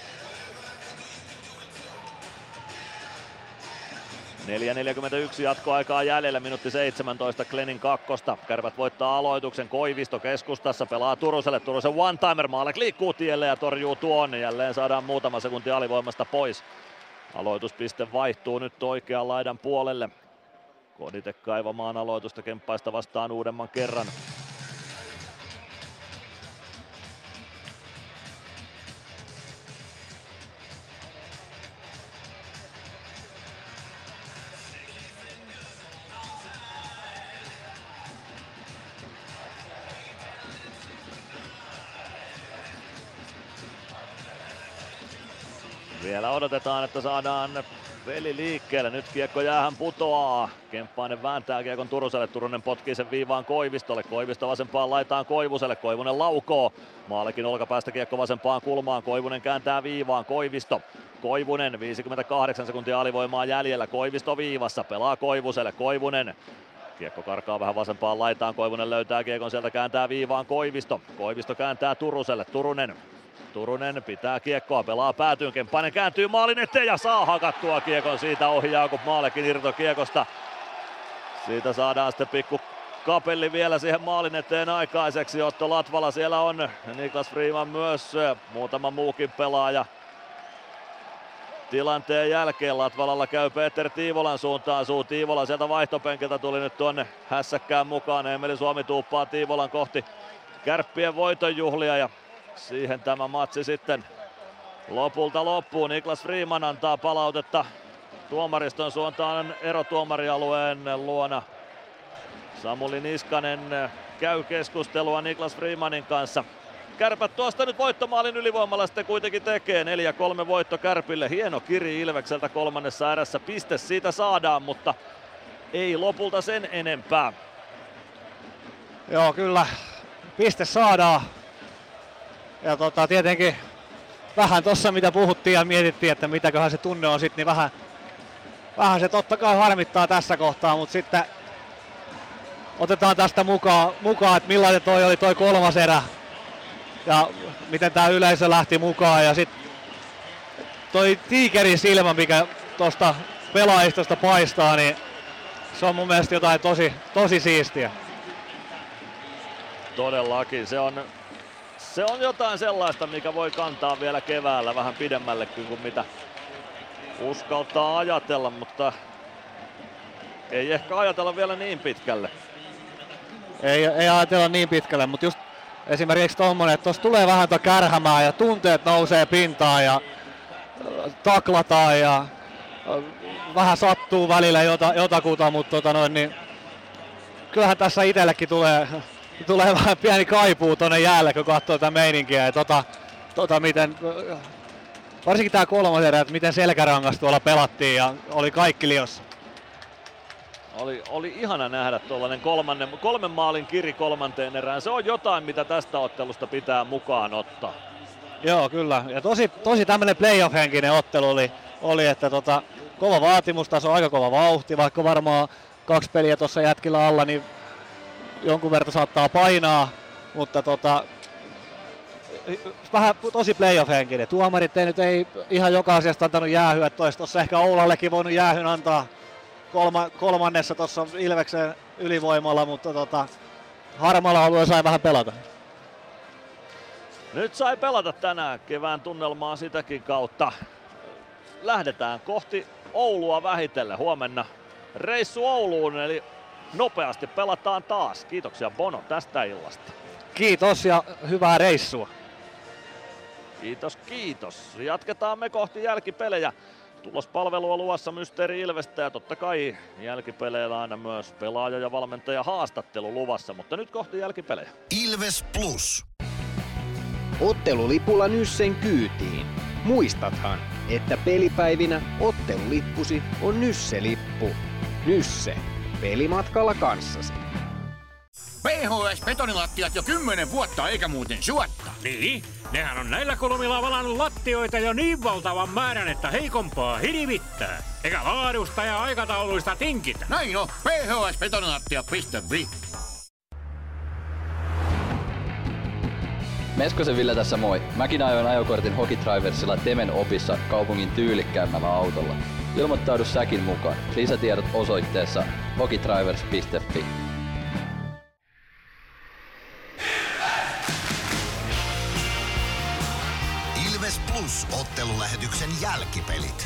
neljä neljäkymmentäyksi jatkoaikaa jäljellä, minuutti seitsemäntoista Glennin kakkosta. Kärpät voittaa aloituksen, Koivisto keskustassa, pelaa Turuselle, Turusen one-timer, Maalek liikkuu tielle ja torjuu tuon. Jälleen saadaan muutama sekunti alivoimasta pois. Aloituspiste vaihtuu nyt oikean laidan puolelle. Koditek kaivamaan aloitusta Kemppaista vastaan uudemman kerran. Vielä odotetaan, että saadaan peli liikkeelle. Nyt kiekko jäähän putoaa. Kemppainen vääntää kiekon Turuselle. Turunen potkii sen viivaan Koivistolle. Koivisto vasempaan laitaan Koivuselle. Koivunen laukoo. Maalekin olkapäästä kiekko vasempaan kulmaan. Koivunen kääntää viivaan. Koivisto. Koivunen viisikymmentäkahdeksan sekuntia alivoimaa jäljellä. Koivisto viivassa. Pelaa Koivuselle. Koivunen Kiekko karkaa vähän vasempaan laitaan, Koivunen löytää kiekon, sieltä kääntää viivaan Koivisto. Koivisto kääntää Turuselle, Turunen. Turunen pitää kiekkoa, pelaa päätyyn, Kemppainen kääntyy maalin eteen ja saa hakattua kiekon siitä ohi Jakub Maalekin irtokiekosta. Siitä saadaan sitten pikku kapelli vielä siihen maalin eteen aikaiseksi. Otto Latvala siellä on, Niklas Freeman myös, muutama muukin pelaaja. Tilanteen jälkeen Latvalalla käy Peter Tiivolan suuntaan. Suu Tiivola sieltä vaihtopenkiltä tuli nyt tuonne hässäkkään mukaan. Emeli Suomi tuuppaa Tiivolan kohti Kärppien voitonjuhlia ja siihen tämä matsi sitten lopulta loppuu. Niklas Freeman antaa palautetta tuomariston suuntaan erotuomarialueen luona. Samuli Niskanen käy keskustelua Niklas Freemanin kanssa. Kärpät tuosta nyt voittomaalin ylivoimalla sitten kuitenkin tekee. neljä kolme voitto Kärpille. Hieno kiri Ilvekseltä kolmannessa erässä. Piste siitä saadaan, mutta ei lopulta sen enempää. Joo, kyllä. Piste saadaan. Ja tota, tietenkin vähän tossa mitä puhuttiin ja mietittiin, että mitäköhän se tunne on sitten, niin vähän, vähän se totta kai harmittaa tässä kohtaa, mutta sitten otetaan tästä mukaan, mukaan että millainen toi oli toi kolmas erä. Ja miten tää yleisö lähti mukaan ja sitten toi tiikerin silmä, mikä tosta pelaajistosta paistaa, niin se on mun mielestä jotain tosi, tosi siistiä. Todellakin, se on, se on jotain sellaista, mikä voi kantaa vielä keväällä vähän pidemmällekin kuin mitä uskaltaa ajatella, mutta ei ehkä ajatella vielä niin pitkälle. Ei, ei ajatella niin pitkälle, mutta just esimerkiksi tommonen, että tuossa tulee vähän tuota kärhämää ja tunteet nousee pintaan ja taklataan ja vähän sattuu välillä jota, jotakuta, mutta tota noin, niin kyllähän tässä itsellekin tulee, tulee vähän pieni kaipuu tonne jäälle, kun katsoo tätä meininkiä ja tota, tota miten, varsinkin tää kolmas erä, että miten selkärangas tuolla pelattiin ja oli kaikki liossa. Oli, oli ihana nähdä tuollainen kolmannen, kolmen maalin kiri kolmanteen erään. Se on jotain, mitä tästä ottelusta pitää mukaan ottaa. Joo, kyllä. Ja tosi, tosi tämmönen playoff-henkinen ottelu oli, oli että tota, kova vaatimustaso, aika kova vauhti, vaikka varmaan kaksi peliä tuossa jätkillä alla, niin jonkun verran saattaa painaa, mutta tota, vähän tosi playoff-henkinen. Tuomarit ei nyt ei ihan joka asiasta antanut jäähyä, että olisi tuossa ehkä Oulallekin voinut jäähyn antaa kolma, kolmannessa tuossa Ilveksen ylivoimalla, mutta tota, harmaalla alue sai vähän pelata. Nyt sai pelata tänään kevään tunnelmaa sitäkin kautta. Lähdetään kohti Oulua vähitellen. Huomenna reissu Ouluun, eli nopeasti pelataan taas. Kiitoksia Bono tästä illasta. Kiitos ja hyvää reissua. Kiitos, kiitos. Jatketaan me kohti jälkipelejä. Tulospalvelua luvassa Mysteeri Ilvestä ja totta kai jälkipeleillä aina myös pelaaja ja valmentaja haastattelu luvassa, mutta nyt kohti jälkipelejä. Ilves Plus. Ottelulipulla Nyssen kyytiin. Muistathan, että pelipäivinä ottelulippusi on Nysse-lippu. Nysse. Pelimatkalla kanssasi. P H S-betonilattiat jo kymmenen vuotta eikä muuten suotta. Niin, nehän on näillä kolmilla valannut lattioita jo niin valtavan määrän, että heikompaa hirvittää. Eikä laadusta ja aikatauluista tinkitä. Näin on, p h s betonilattia piste f i. Meskosen Ville tässä moi. Mäkin ajoin ajokortin Hokitriversilla Temen opissa kaupungin tyylikkäämmällä autolla. Ilmoittaudu säkin mukaan. Lisätiedot osoitteessa hokitrivers piste f i. Ilves Plus -ottelulähetyksen jälkipelit.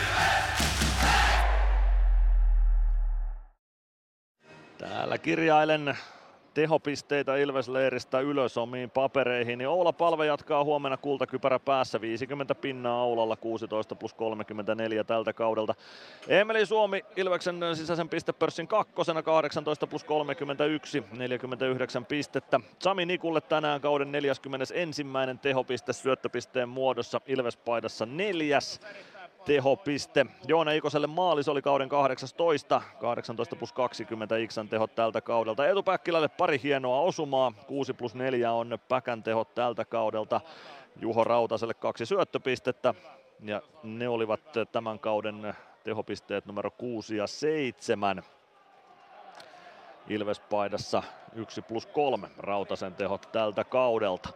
Täällä kirjailen tehopisteitä Ilves-leiristä ylös omiin papereihin. Niin Oula Palve jatkaa huomenna kultakypärä päässä. viisikymmentä pinnaa Oulalla, kuusitoista plus kolmekymmentäneljä tältä kaudelta. Emeli Suomi Ilveksen sisäisen pistepörssin kakkosena, kahdeksantoista plus kolmekymmentäyksi, neljäkymmentäyhdeksän pistettä. Sami Nikulle tänään kauden neljäskymmenesensimmäinen tehopiste syöttöpisteen muodossa, Ilves-paidassa neljäs tehopiste. Joona Ikoselle maalis oli kauden kahdeksantoista, kahdeksantoista plus kaksikymmentä Iksan tehot tältä kaudelta. Eetu Päkkilälle pari hienoa osumaa, kuusi plus neljä on Päkän tehot tältä kaudelta. Juho Rautaselle kaksi syöttöpistettä ja ne olivat tämän kauden tehopisteet numero kuusi ja seitsemän. Ilves-paidassa yksi plus kolme Rautasen tehot tältä kaudelta.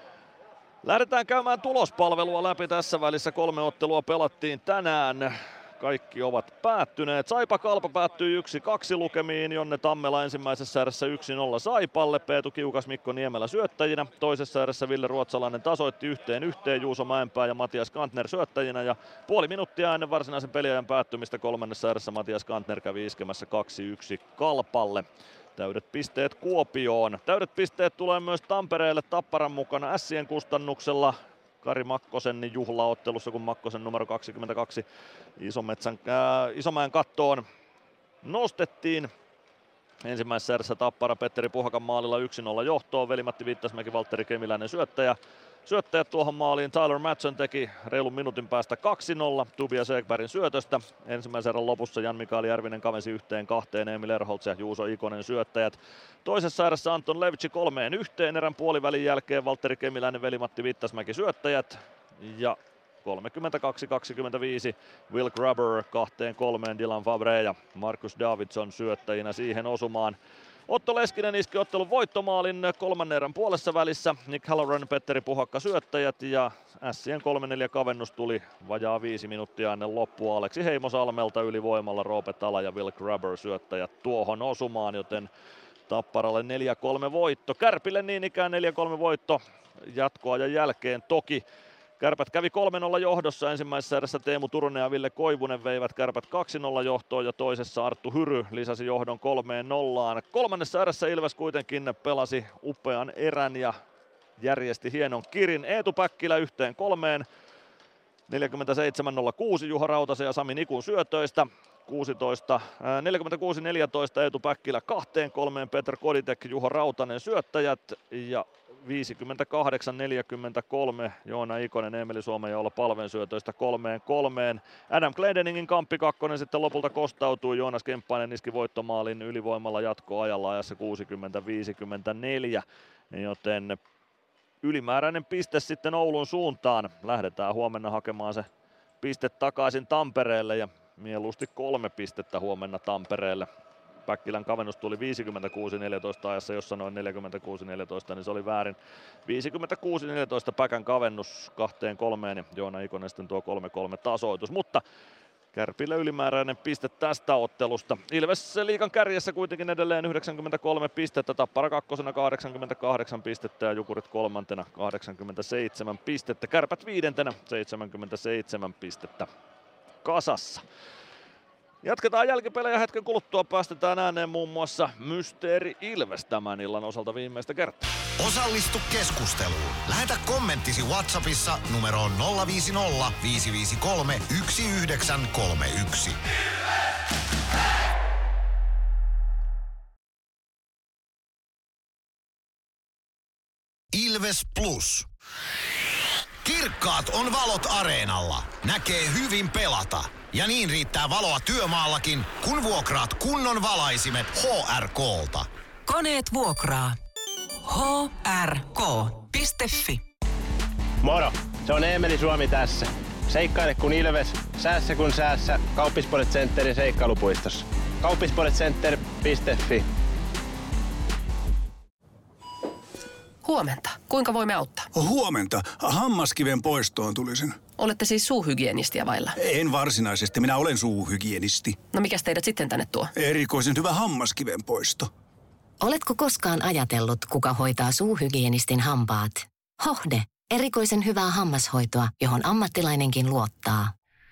Lähdetään käymään tulospalvelua läpi tässä välissä. Kolme ottelua pelattiin tänään. Kaikki ovat päättyneet. Saipa Kalpa päättyi yksi kaksi lukemiin. Jonne Tammela ensimmäisessä erässä yksi nolla Saipalle. Peetu Kiukas, Mikko Niemelä syöttäjinä. Toisessa erässä Ville Ruotsalainen tasoitti yhteen yhteen Juuso Mäenpää ja Matias Kantner syöttäjinä. Ja puoli minuuttia ennen varsinaisen peliajan päättymistä kolmannessa erässä Matias Kantner kävi iskemässä kaksi yksi Kalpalle. Täydet pisteet Kuopioon. Täydet pisteet tulee myös Tampereelle Tapparan mukana Ässien kustannuksella. Kari Makkosen juhlaottelussa, kun Makkosen numero kaksikymmentäkaksi Isometsän, ää, Isomäen kattoon nostettiin. Ensimmäisessä erässä Tappara Petteri Puhakan maalilla yksi nolla johtoon. Veli-Matti Vittasmäki, Valtteri Kemiläinen syöttäjä. Syöttäjät tuohon maaliin. Tyler Matson teki reilun minuutin päästä kaksi nolla Tobias Ekbergin syötöstä. Ensimmäisen erän lopussa Jan-Mikael Järvinen kavensi yhteen kahteen Emil Erholtz ja Juuso Ikonen syöttäjät. Toisessa erässä Anton Levci kolmeen yhteen erän puolivälin jälkeen Valtteri Kemiläinen, Veli-Matti Vittasmäki syöttäjät. Ja kolmekymmentäkaksi kaksikymmentäviisi Will Grubber kahteen kolmeen Dylan Fabre ja Marcus Davidson syöttäjinä siihen osumaan. Otto Leskinen iski ottelun voittomaalin kolmannen erän puolessa välissä. Nick Halloran, Petteri Puhakka syöttäjät ja Ässien kolme neljä kavennus tuli vajaa viisi minuuttia ennen loppua. Aleksi Heimosalmelta ylivoimalla Roope Tala ja Will Grubber syöttäjät tuohon osumaan, joten Tapparalle neljä kolme voitto. Kärpille niin ikään neljä kolme voitto jatkoajan jälkeen toki. Kärpät kävi kolme nolla johdossa. Ensimmäisessä erässä Teemu Turunen ja Ville Koivunen veivät Kärpät kaksi nolla johtoon ja toisessa Arttu Hyry lisäsi johdon kolmeen nollaan. Kolmannessa erässä Ilves kuitenkin pelasi upean erän ja järjesti hienon kirin. Eetu Päkkilä yhteen kolmeen. neljäkymmentäseitsemän nolla kuusi Juha Rautasen ja Sami Nikun syötöistä. kuusitoista, neljäkymmentäkuusi neljätoista Eetu Päkkilä kahteen kolmeen Petr Koditek, Juho Rautanen syöttäjät ja viisikymmentäkahdeksan neljäkymmentäkolme Joona Ikonen, Emeli Suomen ja Olla Palven syötöistä kolmeen kolmeen. Adam Glendeningin kamppi kakkonen sitten lopulta kostautui. Joonas Kemppainen iski voittomaalin ylivoimalla jatkoajalla ajassa kuusikymmentä viisikymmentäneljä, joten ylimääräinen piste sitten Oulun suuntaan. Lähdetään huomenna hakemaan se piste takaisin Tampereelle ja mieluusti kolme pistettä huomenna Tampereelle. Päkkilän kavennus tuli viisikymmentäkuusi neljätoista ajassa, jossa noin neljäkymmentäkuusi neljätoista, niin se oli väärin. viisikymmentäkuusi neljätoista Päkän kavennus kahteen kolmeen ja Joona Ikonen sitten tuo kolme kolme tasoitus. Mutta Kärpille ylimääräinen piste tästä ottelusta. Ilves liigan kärjessä kuitenkin edelleen yhdeksänkymmentäkolme pistettä, Tappara kakkosena kahdeksankymmentäkahdeksan pistettä ja Jukurit kolmantena kahdeksankymmentäseitsemän pistettä. Kärpät viidentenä seitsemänkymmentäseitsemän pistettä kasassa. Jatketaan jälkipelejä hetken kuluttua, päästetään ääneen muun muassa Mysteeri Ilves tämän illan osalta viimeistä kertaa. Osallistu keskusteluun. Lähetä kommenttisi WhatsAppissa numeroon nolla viisi nolla viisi viisi kolme yksi yhdeksän kolme yksi. Ilves Plus. Kirkkaat on valot areenalla. Näkee hyvin pelata. Ja niin riittää valoa työmaallakin, kun vuokraat kunnon valaisimet H R K:lta. Koneet vuokraa. H R K piste F I. Moro, se on Eemeli Suomi tässä. Seikkaile kun Ilves, säässä kun säässä. Kauppisports Centerin seikkailupuistossa. kauppisports center piste F I. Huomenta. Kuinka voimme auttaa? Huomenta. Hammaskiven poistoon tulisin. Olette siis suuhygienistiä vailla? En varsinaisesti. Minä olen suuhygienisti. No mikäs teidät sitten tänne tuo? Erikoisen hyvä hammaskiven poisto. Oletko koskaan ajatellut, kuka hoitaa suuhygienistin hampaat? Hohde. Erikoisen hyvää hammashoitoa, johon ammattilainenkin luottaa.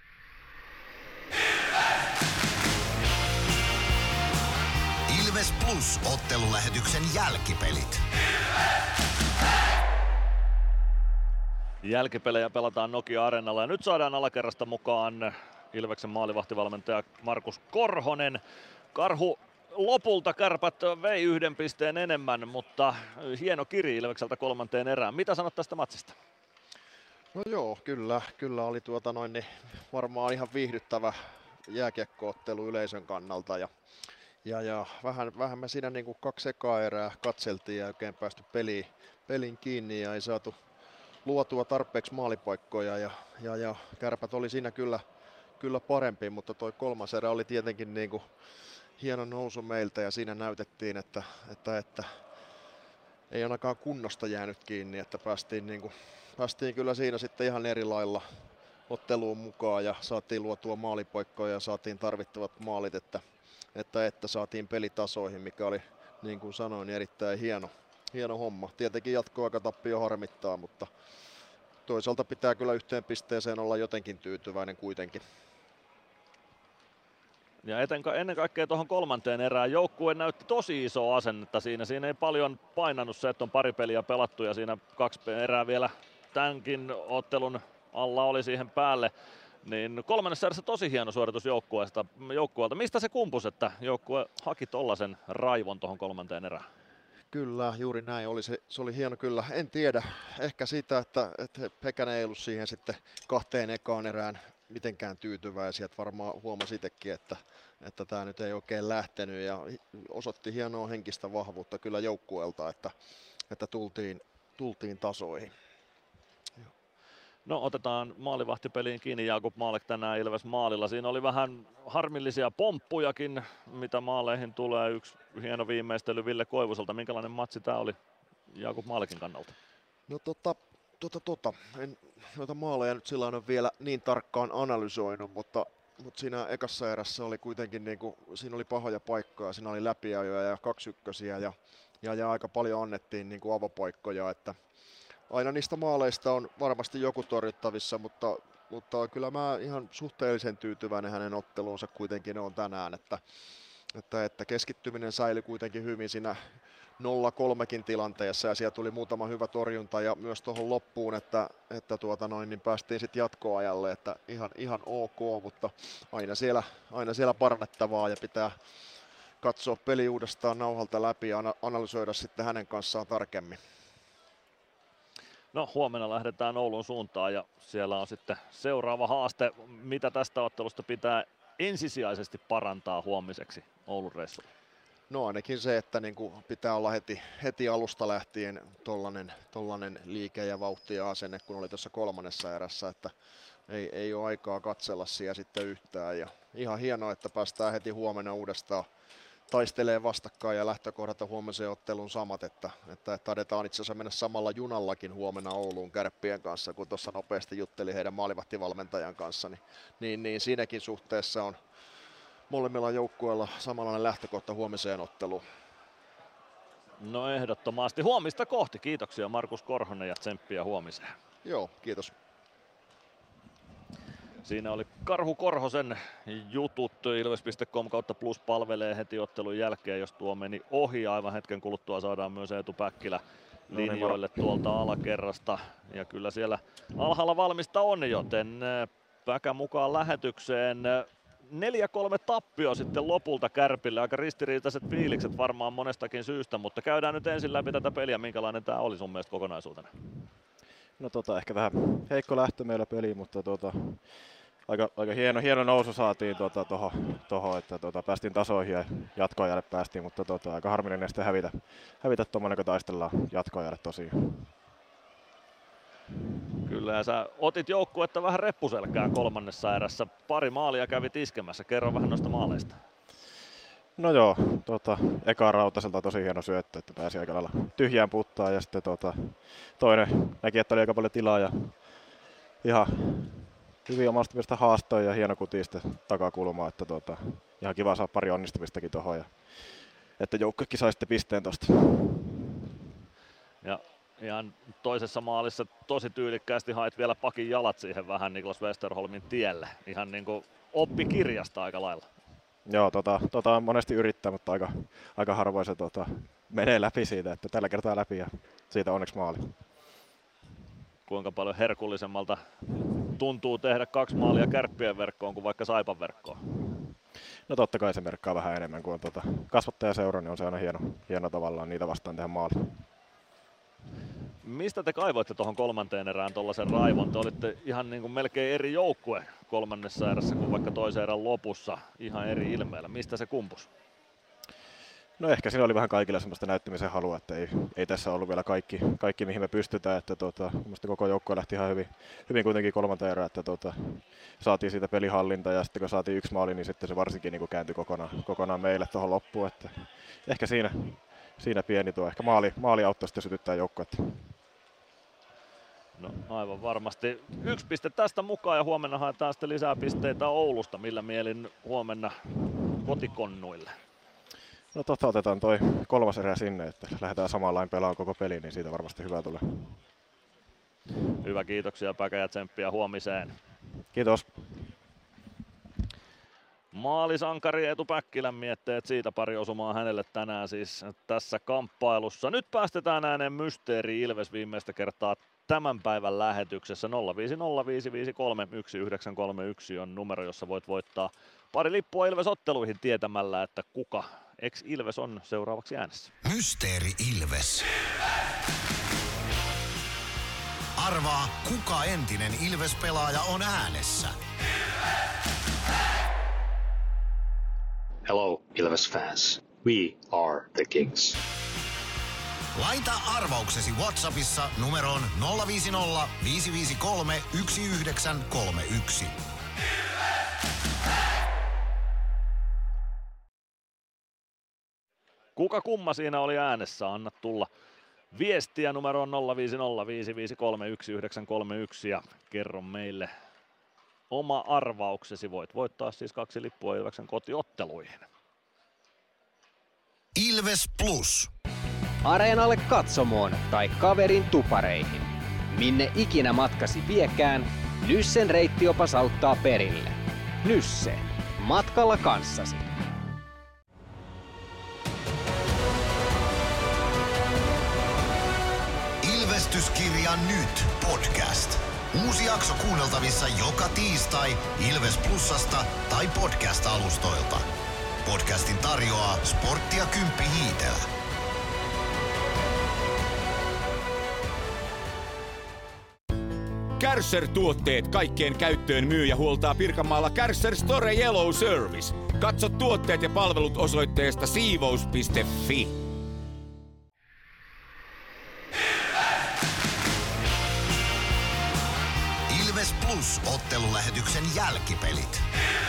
Ilves Plus -ottelulähetyksen jälkipelit. Jälkipelejä pelataan Nokia-areenalla ja nyt saadaan alakerrasta mukaan Ilveksen maalivahtivalmentaja Markus Korhonen. Karhu, lopulta Kärpät vei yhden pisteen enemmän, mutta hieno kiri Ilvekseltä kolmanteen erään. Mitä sanot tästä matsista? No joo, kyllä, kyllä oli tuota noin, niin varmaan ihan viihdyttävä jääkiekkoottelu yleisön kannalta ja Ja, ja vähän, vähän me siinä niin kuin kaksi ekaa erää katseltiin ja oikein päästy peliin, pelin kiinni ja ei saatu luotua tarpeeksi maalipaikkoja ja, ja, ja Kärpät oli siinä kyllä, kyllä parempi, mutta toi kolmas erä oli tietenkin niin kuin hieno nousu meiltä ja siinä näytettiin, että, että, että ei ainakaan kunnosta jäänyt kiinni, että päästiin, niin kuin, päästiin kyllä siinä sitten ihan eri lailla otteluun mukaan ja saatiin luotua maalipaikkoja ja saatiin tarvittavat maalit, että, että, että saatiin pelitasoihin, mikä oli niin kuin sanoin erittäin hieno, hieno homma. Tietenkin jatkoaikatappio harmittaa, mutta toisaalta pitää kyllä yhteen pisteeseen olla jotenkin tyytyväinen kuitenkin. Ja eten, ennen kaikkea tuohon kolmanteen erään joukkue näytti tosi isoa asennetta siinä. Siinä ei paljon painanut se, että on pari peliä pelattu ja siinä kaksi erää vielä tämänkin ottelun alla oli siihen päälle. Niin kolmannessa erässä tosi hieno suoritus joukkueelta. joukkueelta. Mistä se kumpus, että joukkue haki tollasen raivon tuohon kolmanteen erään? Kyllä, juuri näin oli. Se, se oli hieno kyllä. En tiedä. Ehkä sitä, että, että Pekänen ei ollut siihen sitten kahteen ekaan erään mitenkään tyytyväisiä. Että varmaan huomasi itsekin, että, että tämä nyt ei oikein lähtenyt ja osoitti hienoa henkistä vahvuutta kyllä joukkueelta, että, että tultiin, tultiin tasoihin. No otetaan maalivahtipeliin kiinni. Jakub Maalek tänään Ilves maalilla. Siinä oli vähän harmillisia pomppujakin, mitä maaleihin tulee. Yksi hieno viimeistely Ville Koivuselta. Minkälainen matsi tämä oli Jakub Maalekin kannalta? No tota, tota, tota. En noita maaleja nyt sillä on vielä niin tarkkaan analysoinut, mutta, mutta siinä ekassa erässä oli kuitenkin, niin kuin, siinä oli pahoja paikkoja, siinä oli läpiajoja ja kaksykkösiä ja, ja, ja aika paljon annettiin niin kuin avopaikkoja, että aina niistä maaleista on varmasti joku torjuttavissa, mutta, mutta kyllä mä ihan suhteellisen tyytyväinen hänen otteluunsa kuitenkin on tänään, että, että, että keskittyminen säilyi kuitenkin hyvin siinä nolla kolmekin tilanteessa ja siellä tuli muutama hyvä torjunta ja myös tuohon loppuun, että, että tuota noin, niin päästiin sitten jatkoajalle, että ihan, ihan ok, mutta aina siellä, aina siellä parannettavaa ja pitää katsoa peli uudestaan nauhalta läpi ja analysoida sitten hänen kanssaan tarkemmin. No huomenna lähdetään Oulun suuntaan ja siellä on sitten seuraava haaste. Mitä tästä ottelusta pitää ensisijaisesti parantaa huomiseksi Oulun reissulla? No ainakin se, että niin kuin pitää olla heti, heti alusta lähtien tollanen, tollanen liike ja vauhti ja asenne, kun oli tuossa kolmannessa erässä, että ei, ei ole aikaa katsella siellä sitten yhtään. Ja ihan hienoa, että päästään heti huomenna uudestaan taistelee vastakkain ja lähtökohdat on huomiseen ottelun samat, että, että taidetaan itse asiassa mennä samalla junallakin huomenna Ouluun Kärppien kanssa, kun tuossa nopeasti jutteli heidän maalivahtivalmentajan kanssa, niin, niin, niin siinäkin suhteessa on molemmilla joukkueilla samanlainen lähtökohta huomiseen otteluun. No ehdottomasti huomista kohti. Kiitoksia Markus Korhonen ja tsemppiä huomiseen. Joo, kiitos. Siinä oli Karhu Korhosen jutut. Ilves piste com kautta plus palvelee heti ottelun jälkeen, jos tuo meni ohi. Aivan hetken kuluttua saadaan myös Eetu Päkkilä linjoille tuolta alakerrasta. Ja kyllä siellä alhaalla valmista on, joten Päkä mukaan lähetykseen. neljä kolme tappio sitten lopulta Kärpille. Aika ristiriitaiset fiilikset varmaan monestakin syystä, mutta käydään nyt ensin läpi tätä peliä. Minkälainen tämä oli sun mielestä kokonaisuutena? No tota, ehkä vähän heikko lähtö meillä peliin, mutta tota, aika, aika hieno, hieno nousu saatiin tuohon, tota, toho, että tota, päästiin tasoihin ja jatkoajalle päästiin, mutta tota, aika harmillinen sitten hävitä, hävitä tuommoinen, kun taistellaan jatkoajalle tosiaan. Kyllä, ja sä otit joukkuetta vähän reppuselkään kolmannessa erässä. Pari maalia kävit iskemässä. Kerro vähän noista maaleista. No joo, tota, eka Rautaselta tosi hieno syöttö, että pääsi aika lailla tyhjään puttaan ja sitten tota, toinen näki, että oli aika paljon tilaa ja ihan hyvin omasta mielestä haastoja ja hieno kuti sitten takakulmaa, että tota, ihan kiva saa pari onnistumistakin tuohon ja että joukkuekin sai sitten pisteen tosta. Ja ihan toisessa maalissa tosi tyylikkäästi hait vielä pakin jalat siihen vähän Niklas Westerholmin tielle. Ihan niin kuin oppikirjasta aika lailla. Joo, tota, tota on monesti yrittää, mutta aika, aika harvoin se tota, menee läpi siitä, että tällä kertaa läpi ja siitä onneksi maali. Kuinka paljon herkullisemmalta tuntuu tehdä kaksi maalia Kärppien verkkoon kuin vaikka Saipan verkkoon? No totta kai se merkkaa vähän enemmän kuin on tota, kasvattajaseura, niin on se aina hieno, hieno tavallaan niitä vastaan tehdä maali. Mistä te kaivoitte tuohon kolmanteen erään tuollaisen raivon? Te olitte ihan niin kuin melkein eri joukkue kolmannessa erässä kuin vaikka toisen erän lopussa. Ihan eri ilmeellä. Mistä se kumpus? No ehkä siinä oli vähän kaikilla semmoista näyttämisen halua, että ei, ei tässä ollut vielä kaikki, kaikki mihin me pystytään. Että tota, mielestäni koko joukko lähti ihan hyvin, hyvin kuitenkin kolmanta erää, että tota, saatiin siitä pelihallinta ja sitten kun saatiin yksi maali, niin sitten se varsinkin niin kuin kääntyi kokonaan, kokonaan meille tuohon loppuun. Että ehkä siinä, siinä pieni tuo, ehkä maali, maali auttoi sitten sytyttää joukkoa. No aivan varmasti. Yksi piste tästä mukaan ja huomenna haetaan sitten lisää pisteitä Oulusta. Millä mielin huomenna kotikonnuille? No tota otetaan toi kolmas erä sinne, että lähdetään samanlain pelaamaan koko peli, niin siitä varmasti hyvä tulee. Hyvä, kiitoksia Päkä ja tsemppiä huomiseen. Kiitos. Maalisankari Eetu Päkkilän mietteet, siitä pari osumaa hänelle tänään siis tässä kamppailussa. Nyt päästetään ääneen Mysteeri Ilves viimeistä kertaa tämän päivän lähetyksessä. nolla viisi nolla viisi viisi kolme yksi yhdeksän kolme yksi on numero, jossa voit voittaa pari lippua Ilves-otteluihin tietämällä, että kuka ex-Ilves on seuraavaksi äänessä. Mysteeri Ilves. Arvaa, kuka entinen Ilves-pelaaja on äänessä. Hello, Ilves fans. We are the Kings. Laita arvauksesi WhatsAppissa numeroon nolla viisi nolla viisi viisi kolme yksi yhdeksän kolme yksi. Kuka kumma siinä oli äänessä? Anna tulla viestiä numeroon nolla viisi nolla viisi viisi kolme yksi yhdeksän kolme yksi ja kerro meille oma arvauksesi. Voit voittaa siis kaksi lippua Ilveksen kotiotteluihin. Ilves Plus. Areenalle, katsomoon tai kaverin tupareihin. Minne ikinä matkasi viekään, Nyssen reittiopas auttaa perille. Nysse. Matkalla kanssasi. Ilvestyskirja nyt podcast. Uusi jakso kuunneltavissa joka tiistai Ilves Plusasta tai podcast-alustoilta. Podcastin tarjoaa Sporttia Kymppi Hiitelä. Kärcher-tuotteet kaikkeen käyttöön myy ja huoltaa Pirkanmaalla Kärcher Store Yellow Service. Katso tuotteet ja palvelut osoitteesta siivous piste fi. Ilves Plus -ottelulähetyksen jälkipelit.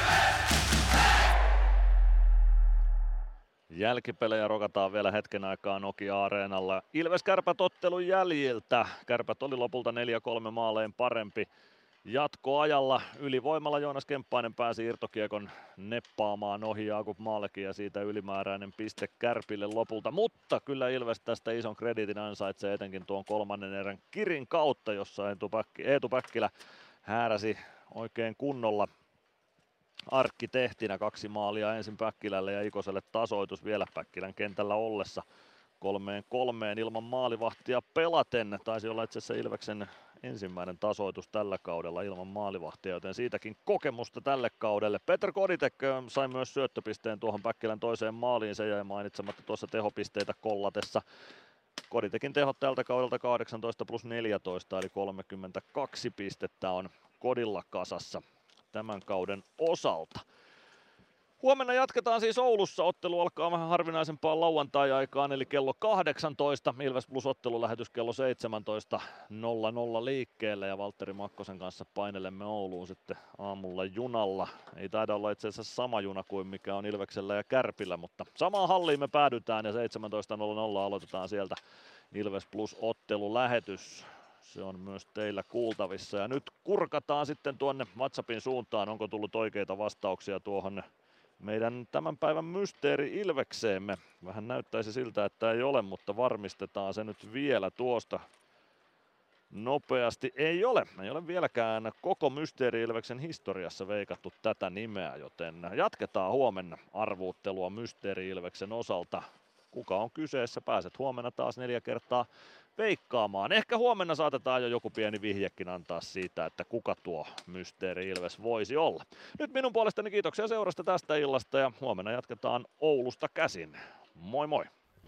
Jälkipelejä rokataan vielä hetken aikaa Nokia-areenalla. Ilves-Kärpät ottelun jäljiltä. Kärpät oli lopulta neljä kolme maaleen parempi. Jatkoajalla ylivoimalla Joonas Kemppainen pääsi irtokiekon neppaamaan ohi Jakub Malkin ja siitä ylimääräinen piste Kärpille lopulta. Mutta kyllä Ilves tästä ison krediitin ansaitsee etenkin tuon kolmannen erän Kirin kautta, jossa Eetu Päkkilä hääräsi oikein kunnolla arkkitehtinä. Kaksi maalia ensin Päkkilälle ja Ikoselle tasoitus vielä Päkkilän kentällä ollessa. Kolmeen kolmeen ilman maalivahtia pelaten. Taisi olla itse asiassa Ilveksen ensimmäinen tasoitus tällä kaudella ilman maalivahtia, joten siitäkin kokemusta tälle kaudelle. Petr Koditek sai myös syöttöpisteen tuohon Päkkilän toiseen maaliin, se jäi mainitsematta tuossa tehopisteitä kollatessa. Koditekin tehot tältä kaudelta kahdeksantoista plus neljätoista eli kolmekymmentäkaksi pistettä on Kodilla kasassa tämän kauden osalta. Huomenna jatketaan siis Oulussa. Ottelu alkaa vähän harvinaisempaan lauantai-aikaan, eli kello kahdeksantoista. Ilves Plus -ottelulähetys kello seitsemäntoista nolla nolla liikkeelle ja Valtteri Makkosen kanssa painelemme Ouluun sitten aamulla junalla. Ei taida olla itse asiassa sama juna kuin mikä on Ilveksellä ja Kärpillä, mutta samaan halliin me päädytään ja seitsemäntoista nolla nolla aloitetaan sieltä Ilves Plus -ottelulähetys. Se on myös teillä kuultavissa ja nyt kurkataan sitten tuonne WhatsAppin suuntaan, onko tullut oikeita vastauksia tuohon meidän tämän päivän mysteeri Ilvekseemme. Vähän näyttäisi siltä, että ei ole, mutta varmistetaan se nyt vielä tuosta nopeasti. Ei ole, ei ole vieläkään koko mysteeri Ilveksen historiassa veikattu tätä nimeä, joten jatketaan huomenna arvuuttelua mysteeri Ilveksen osalta. Kuka on kyseessä, pääset huomenna taas neljä kertaa veikkaamaan. Ehkä huomenna saatetaan jo joku pieni vihjekin antaa siitä, että kuka tuo mysteeri Ilves voisi olla. Nyt minun puolestani kiitoksia seurasta tästä illasta ja huomenna jatketaan Oulusta käsin. Moi moi!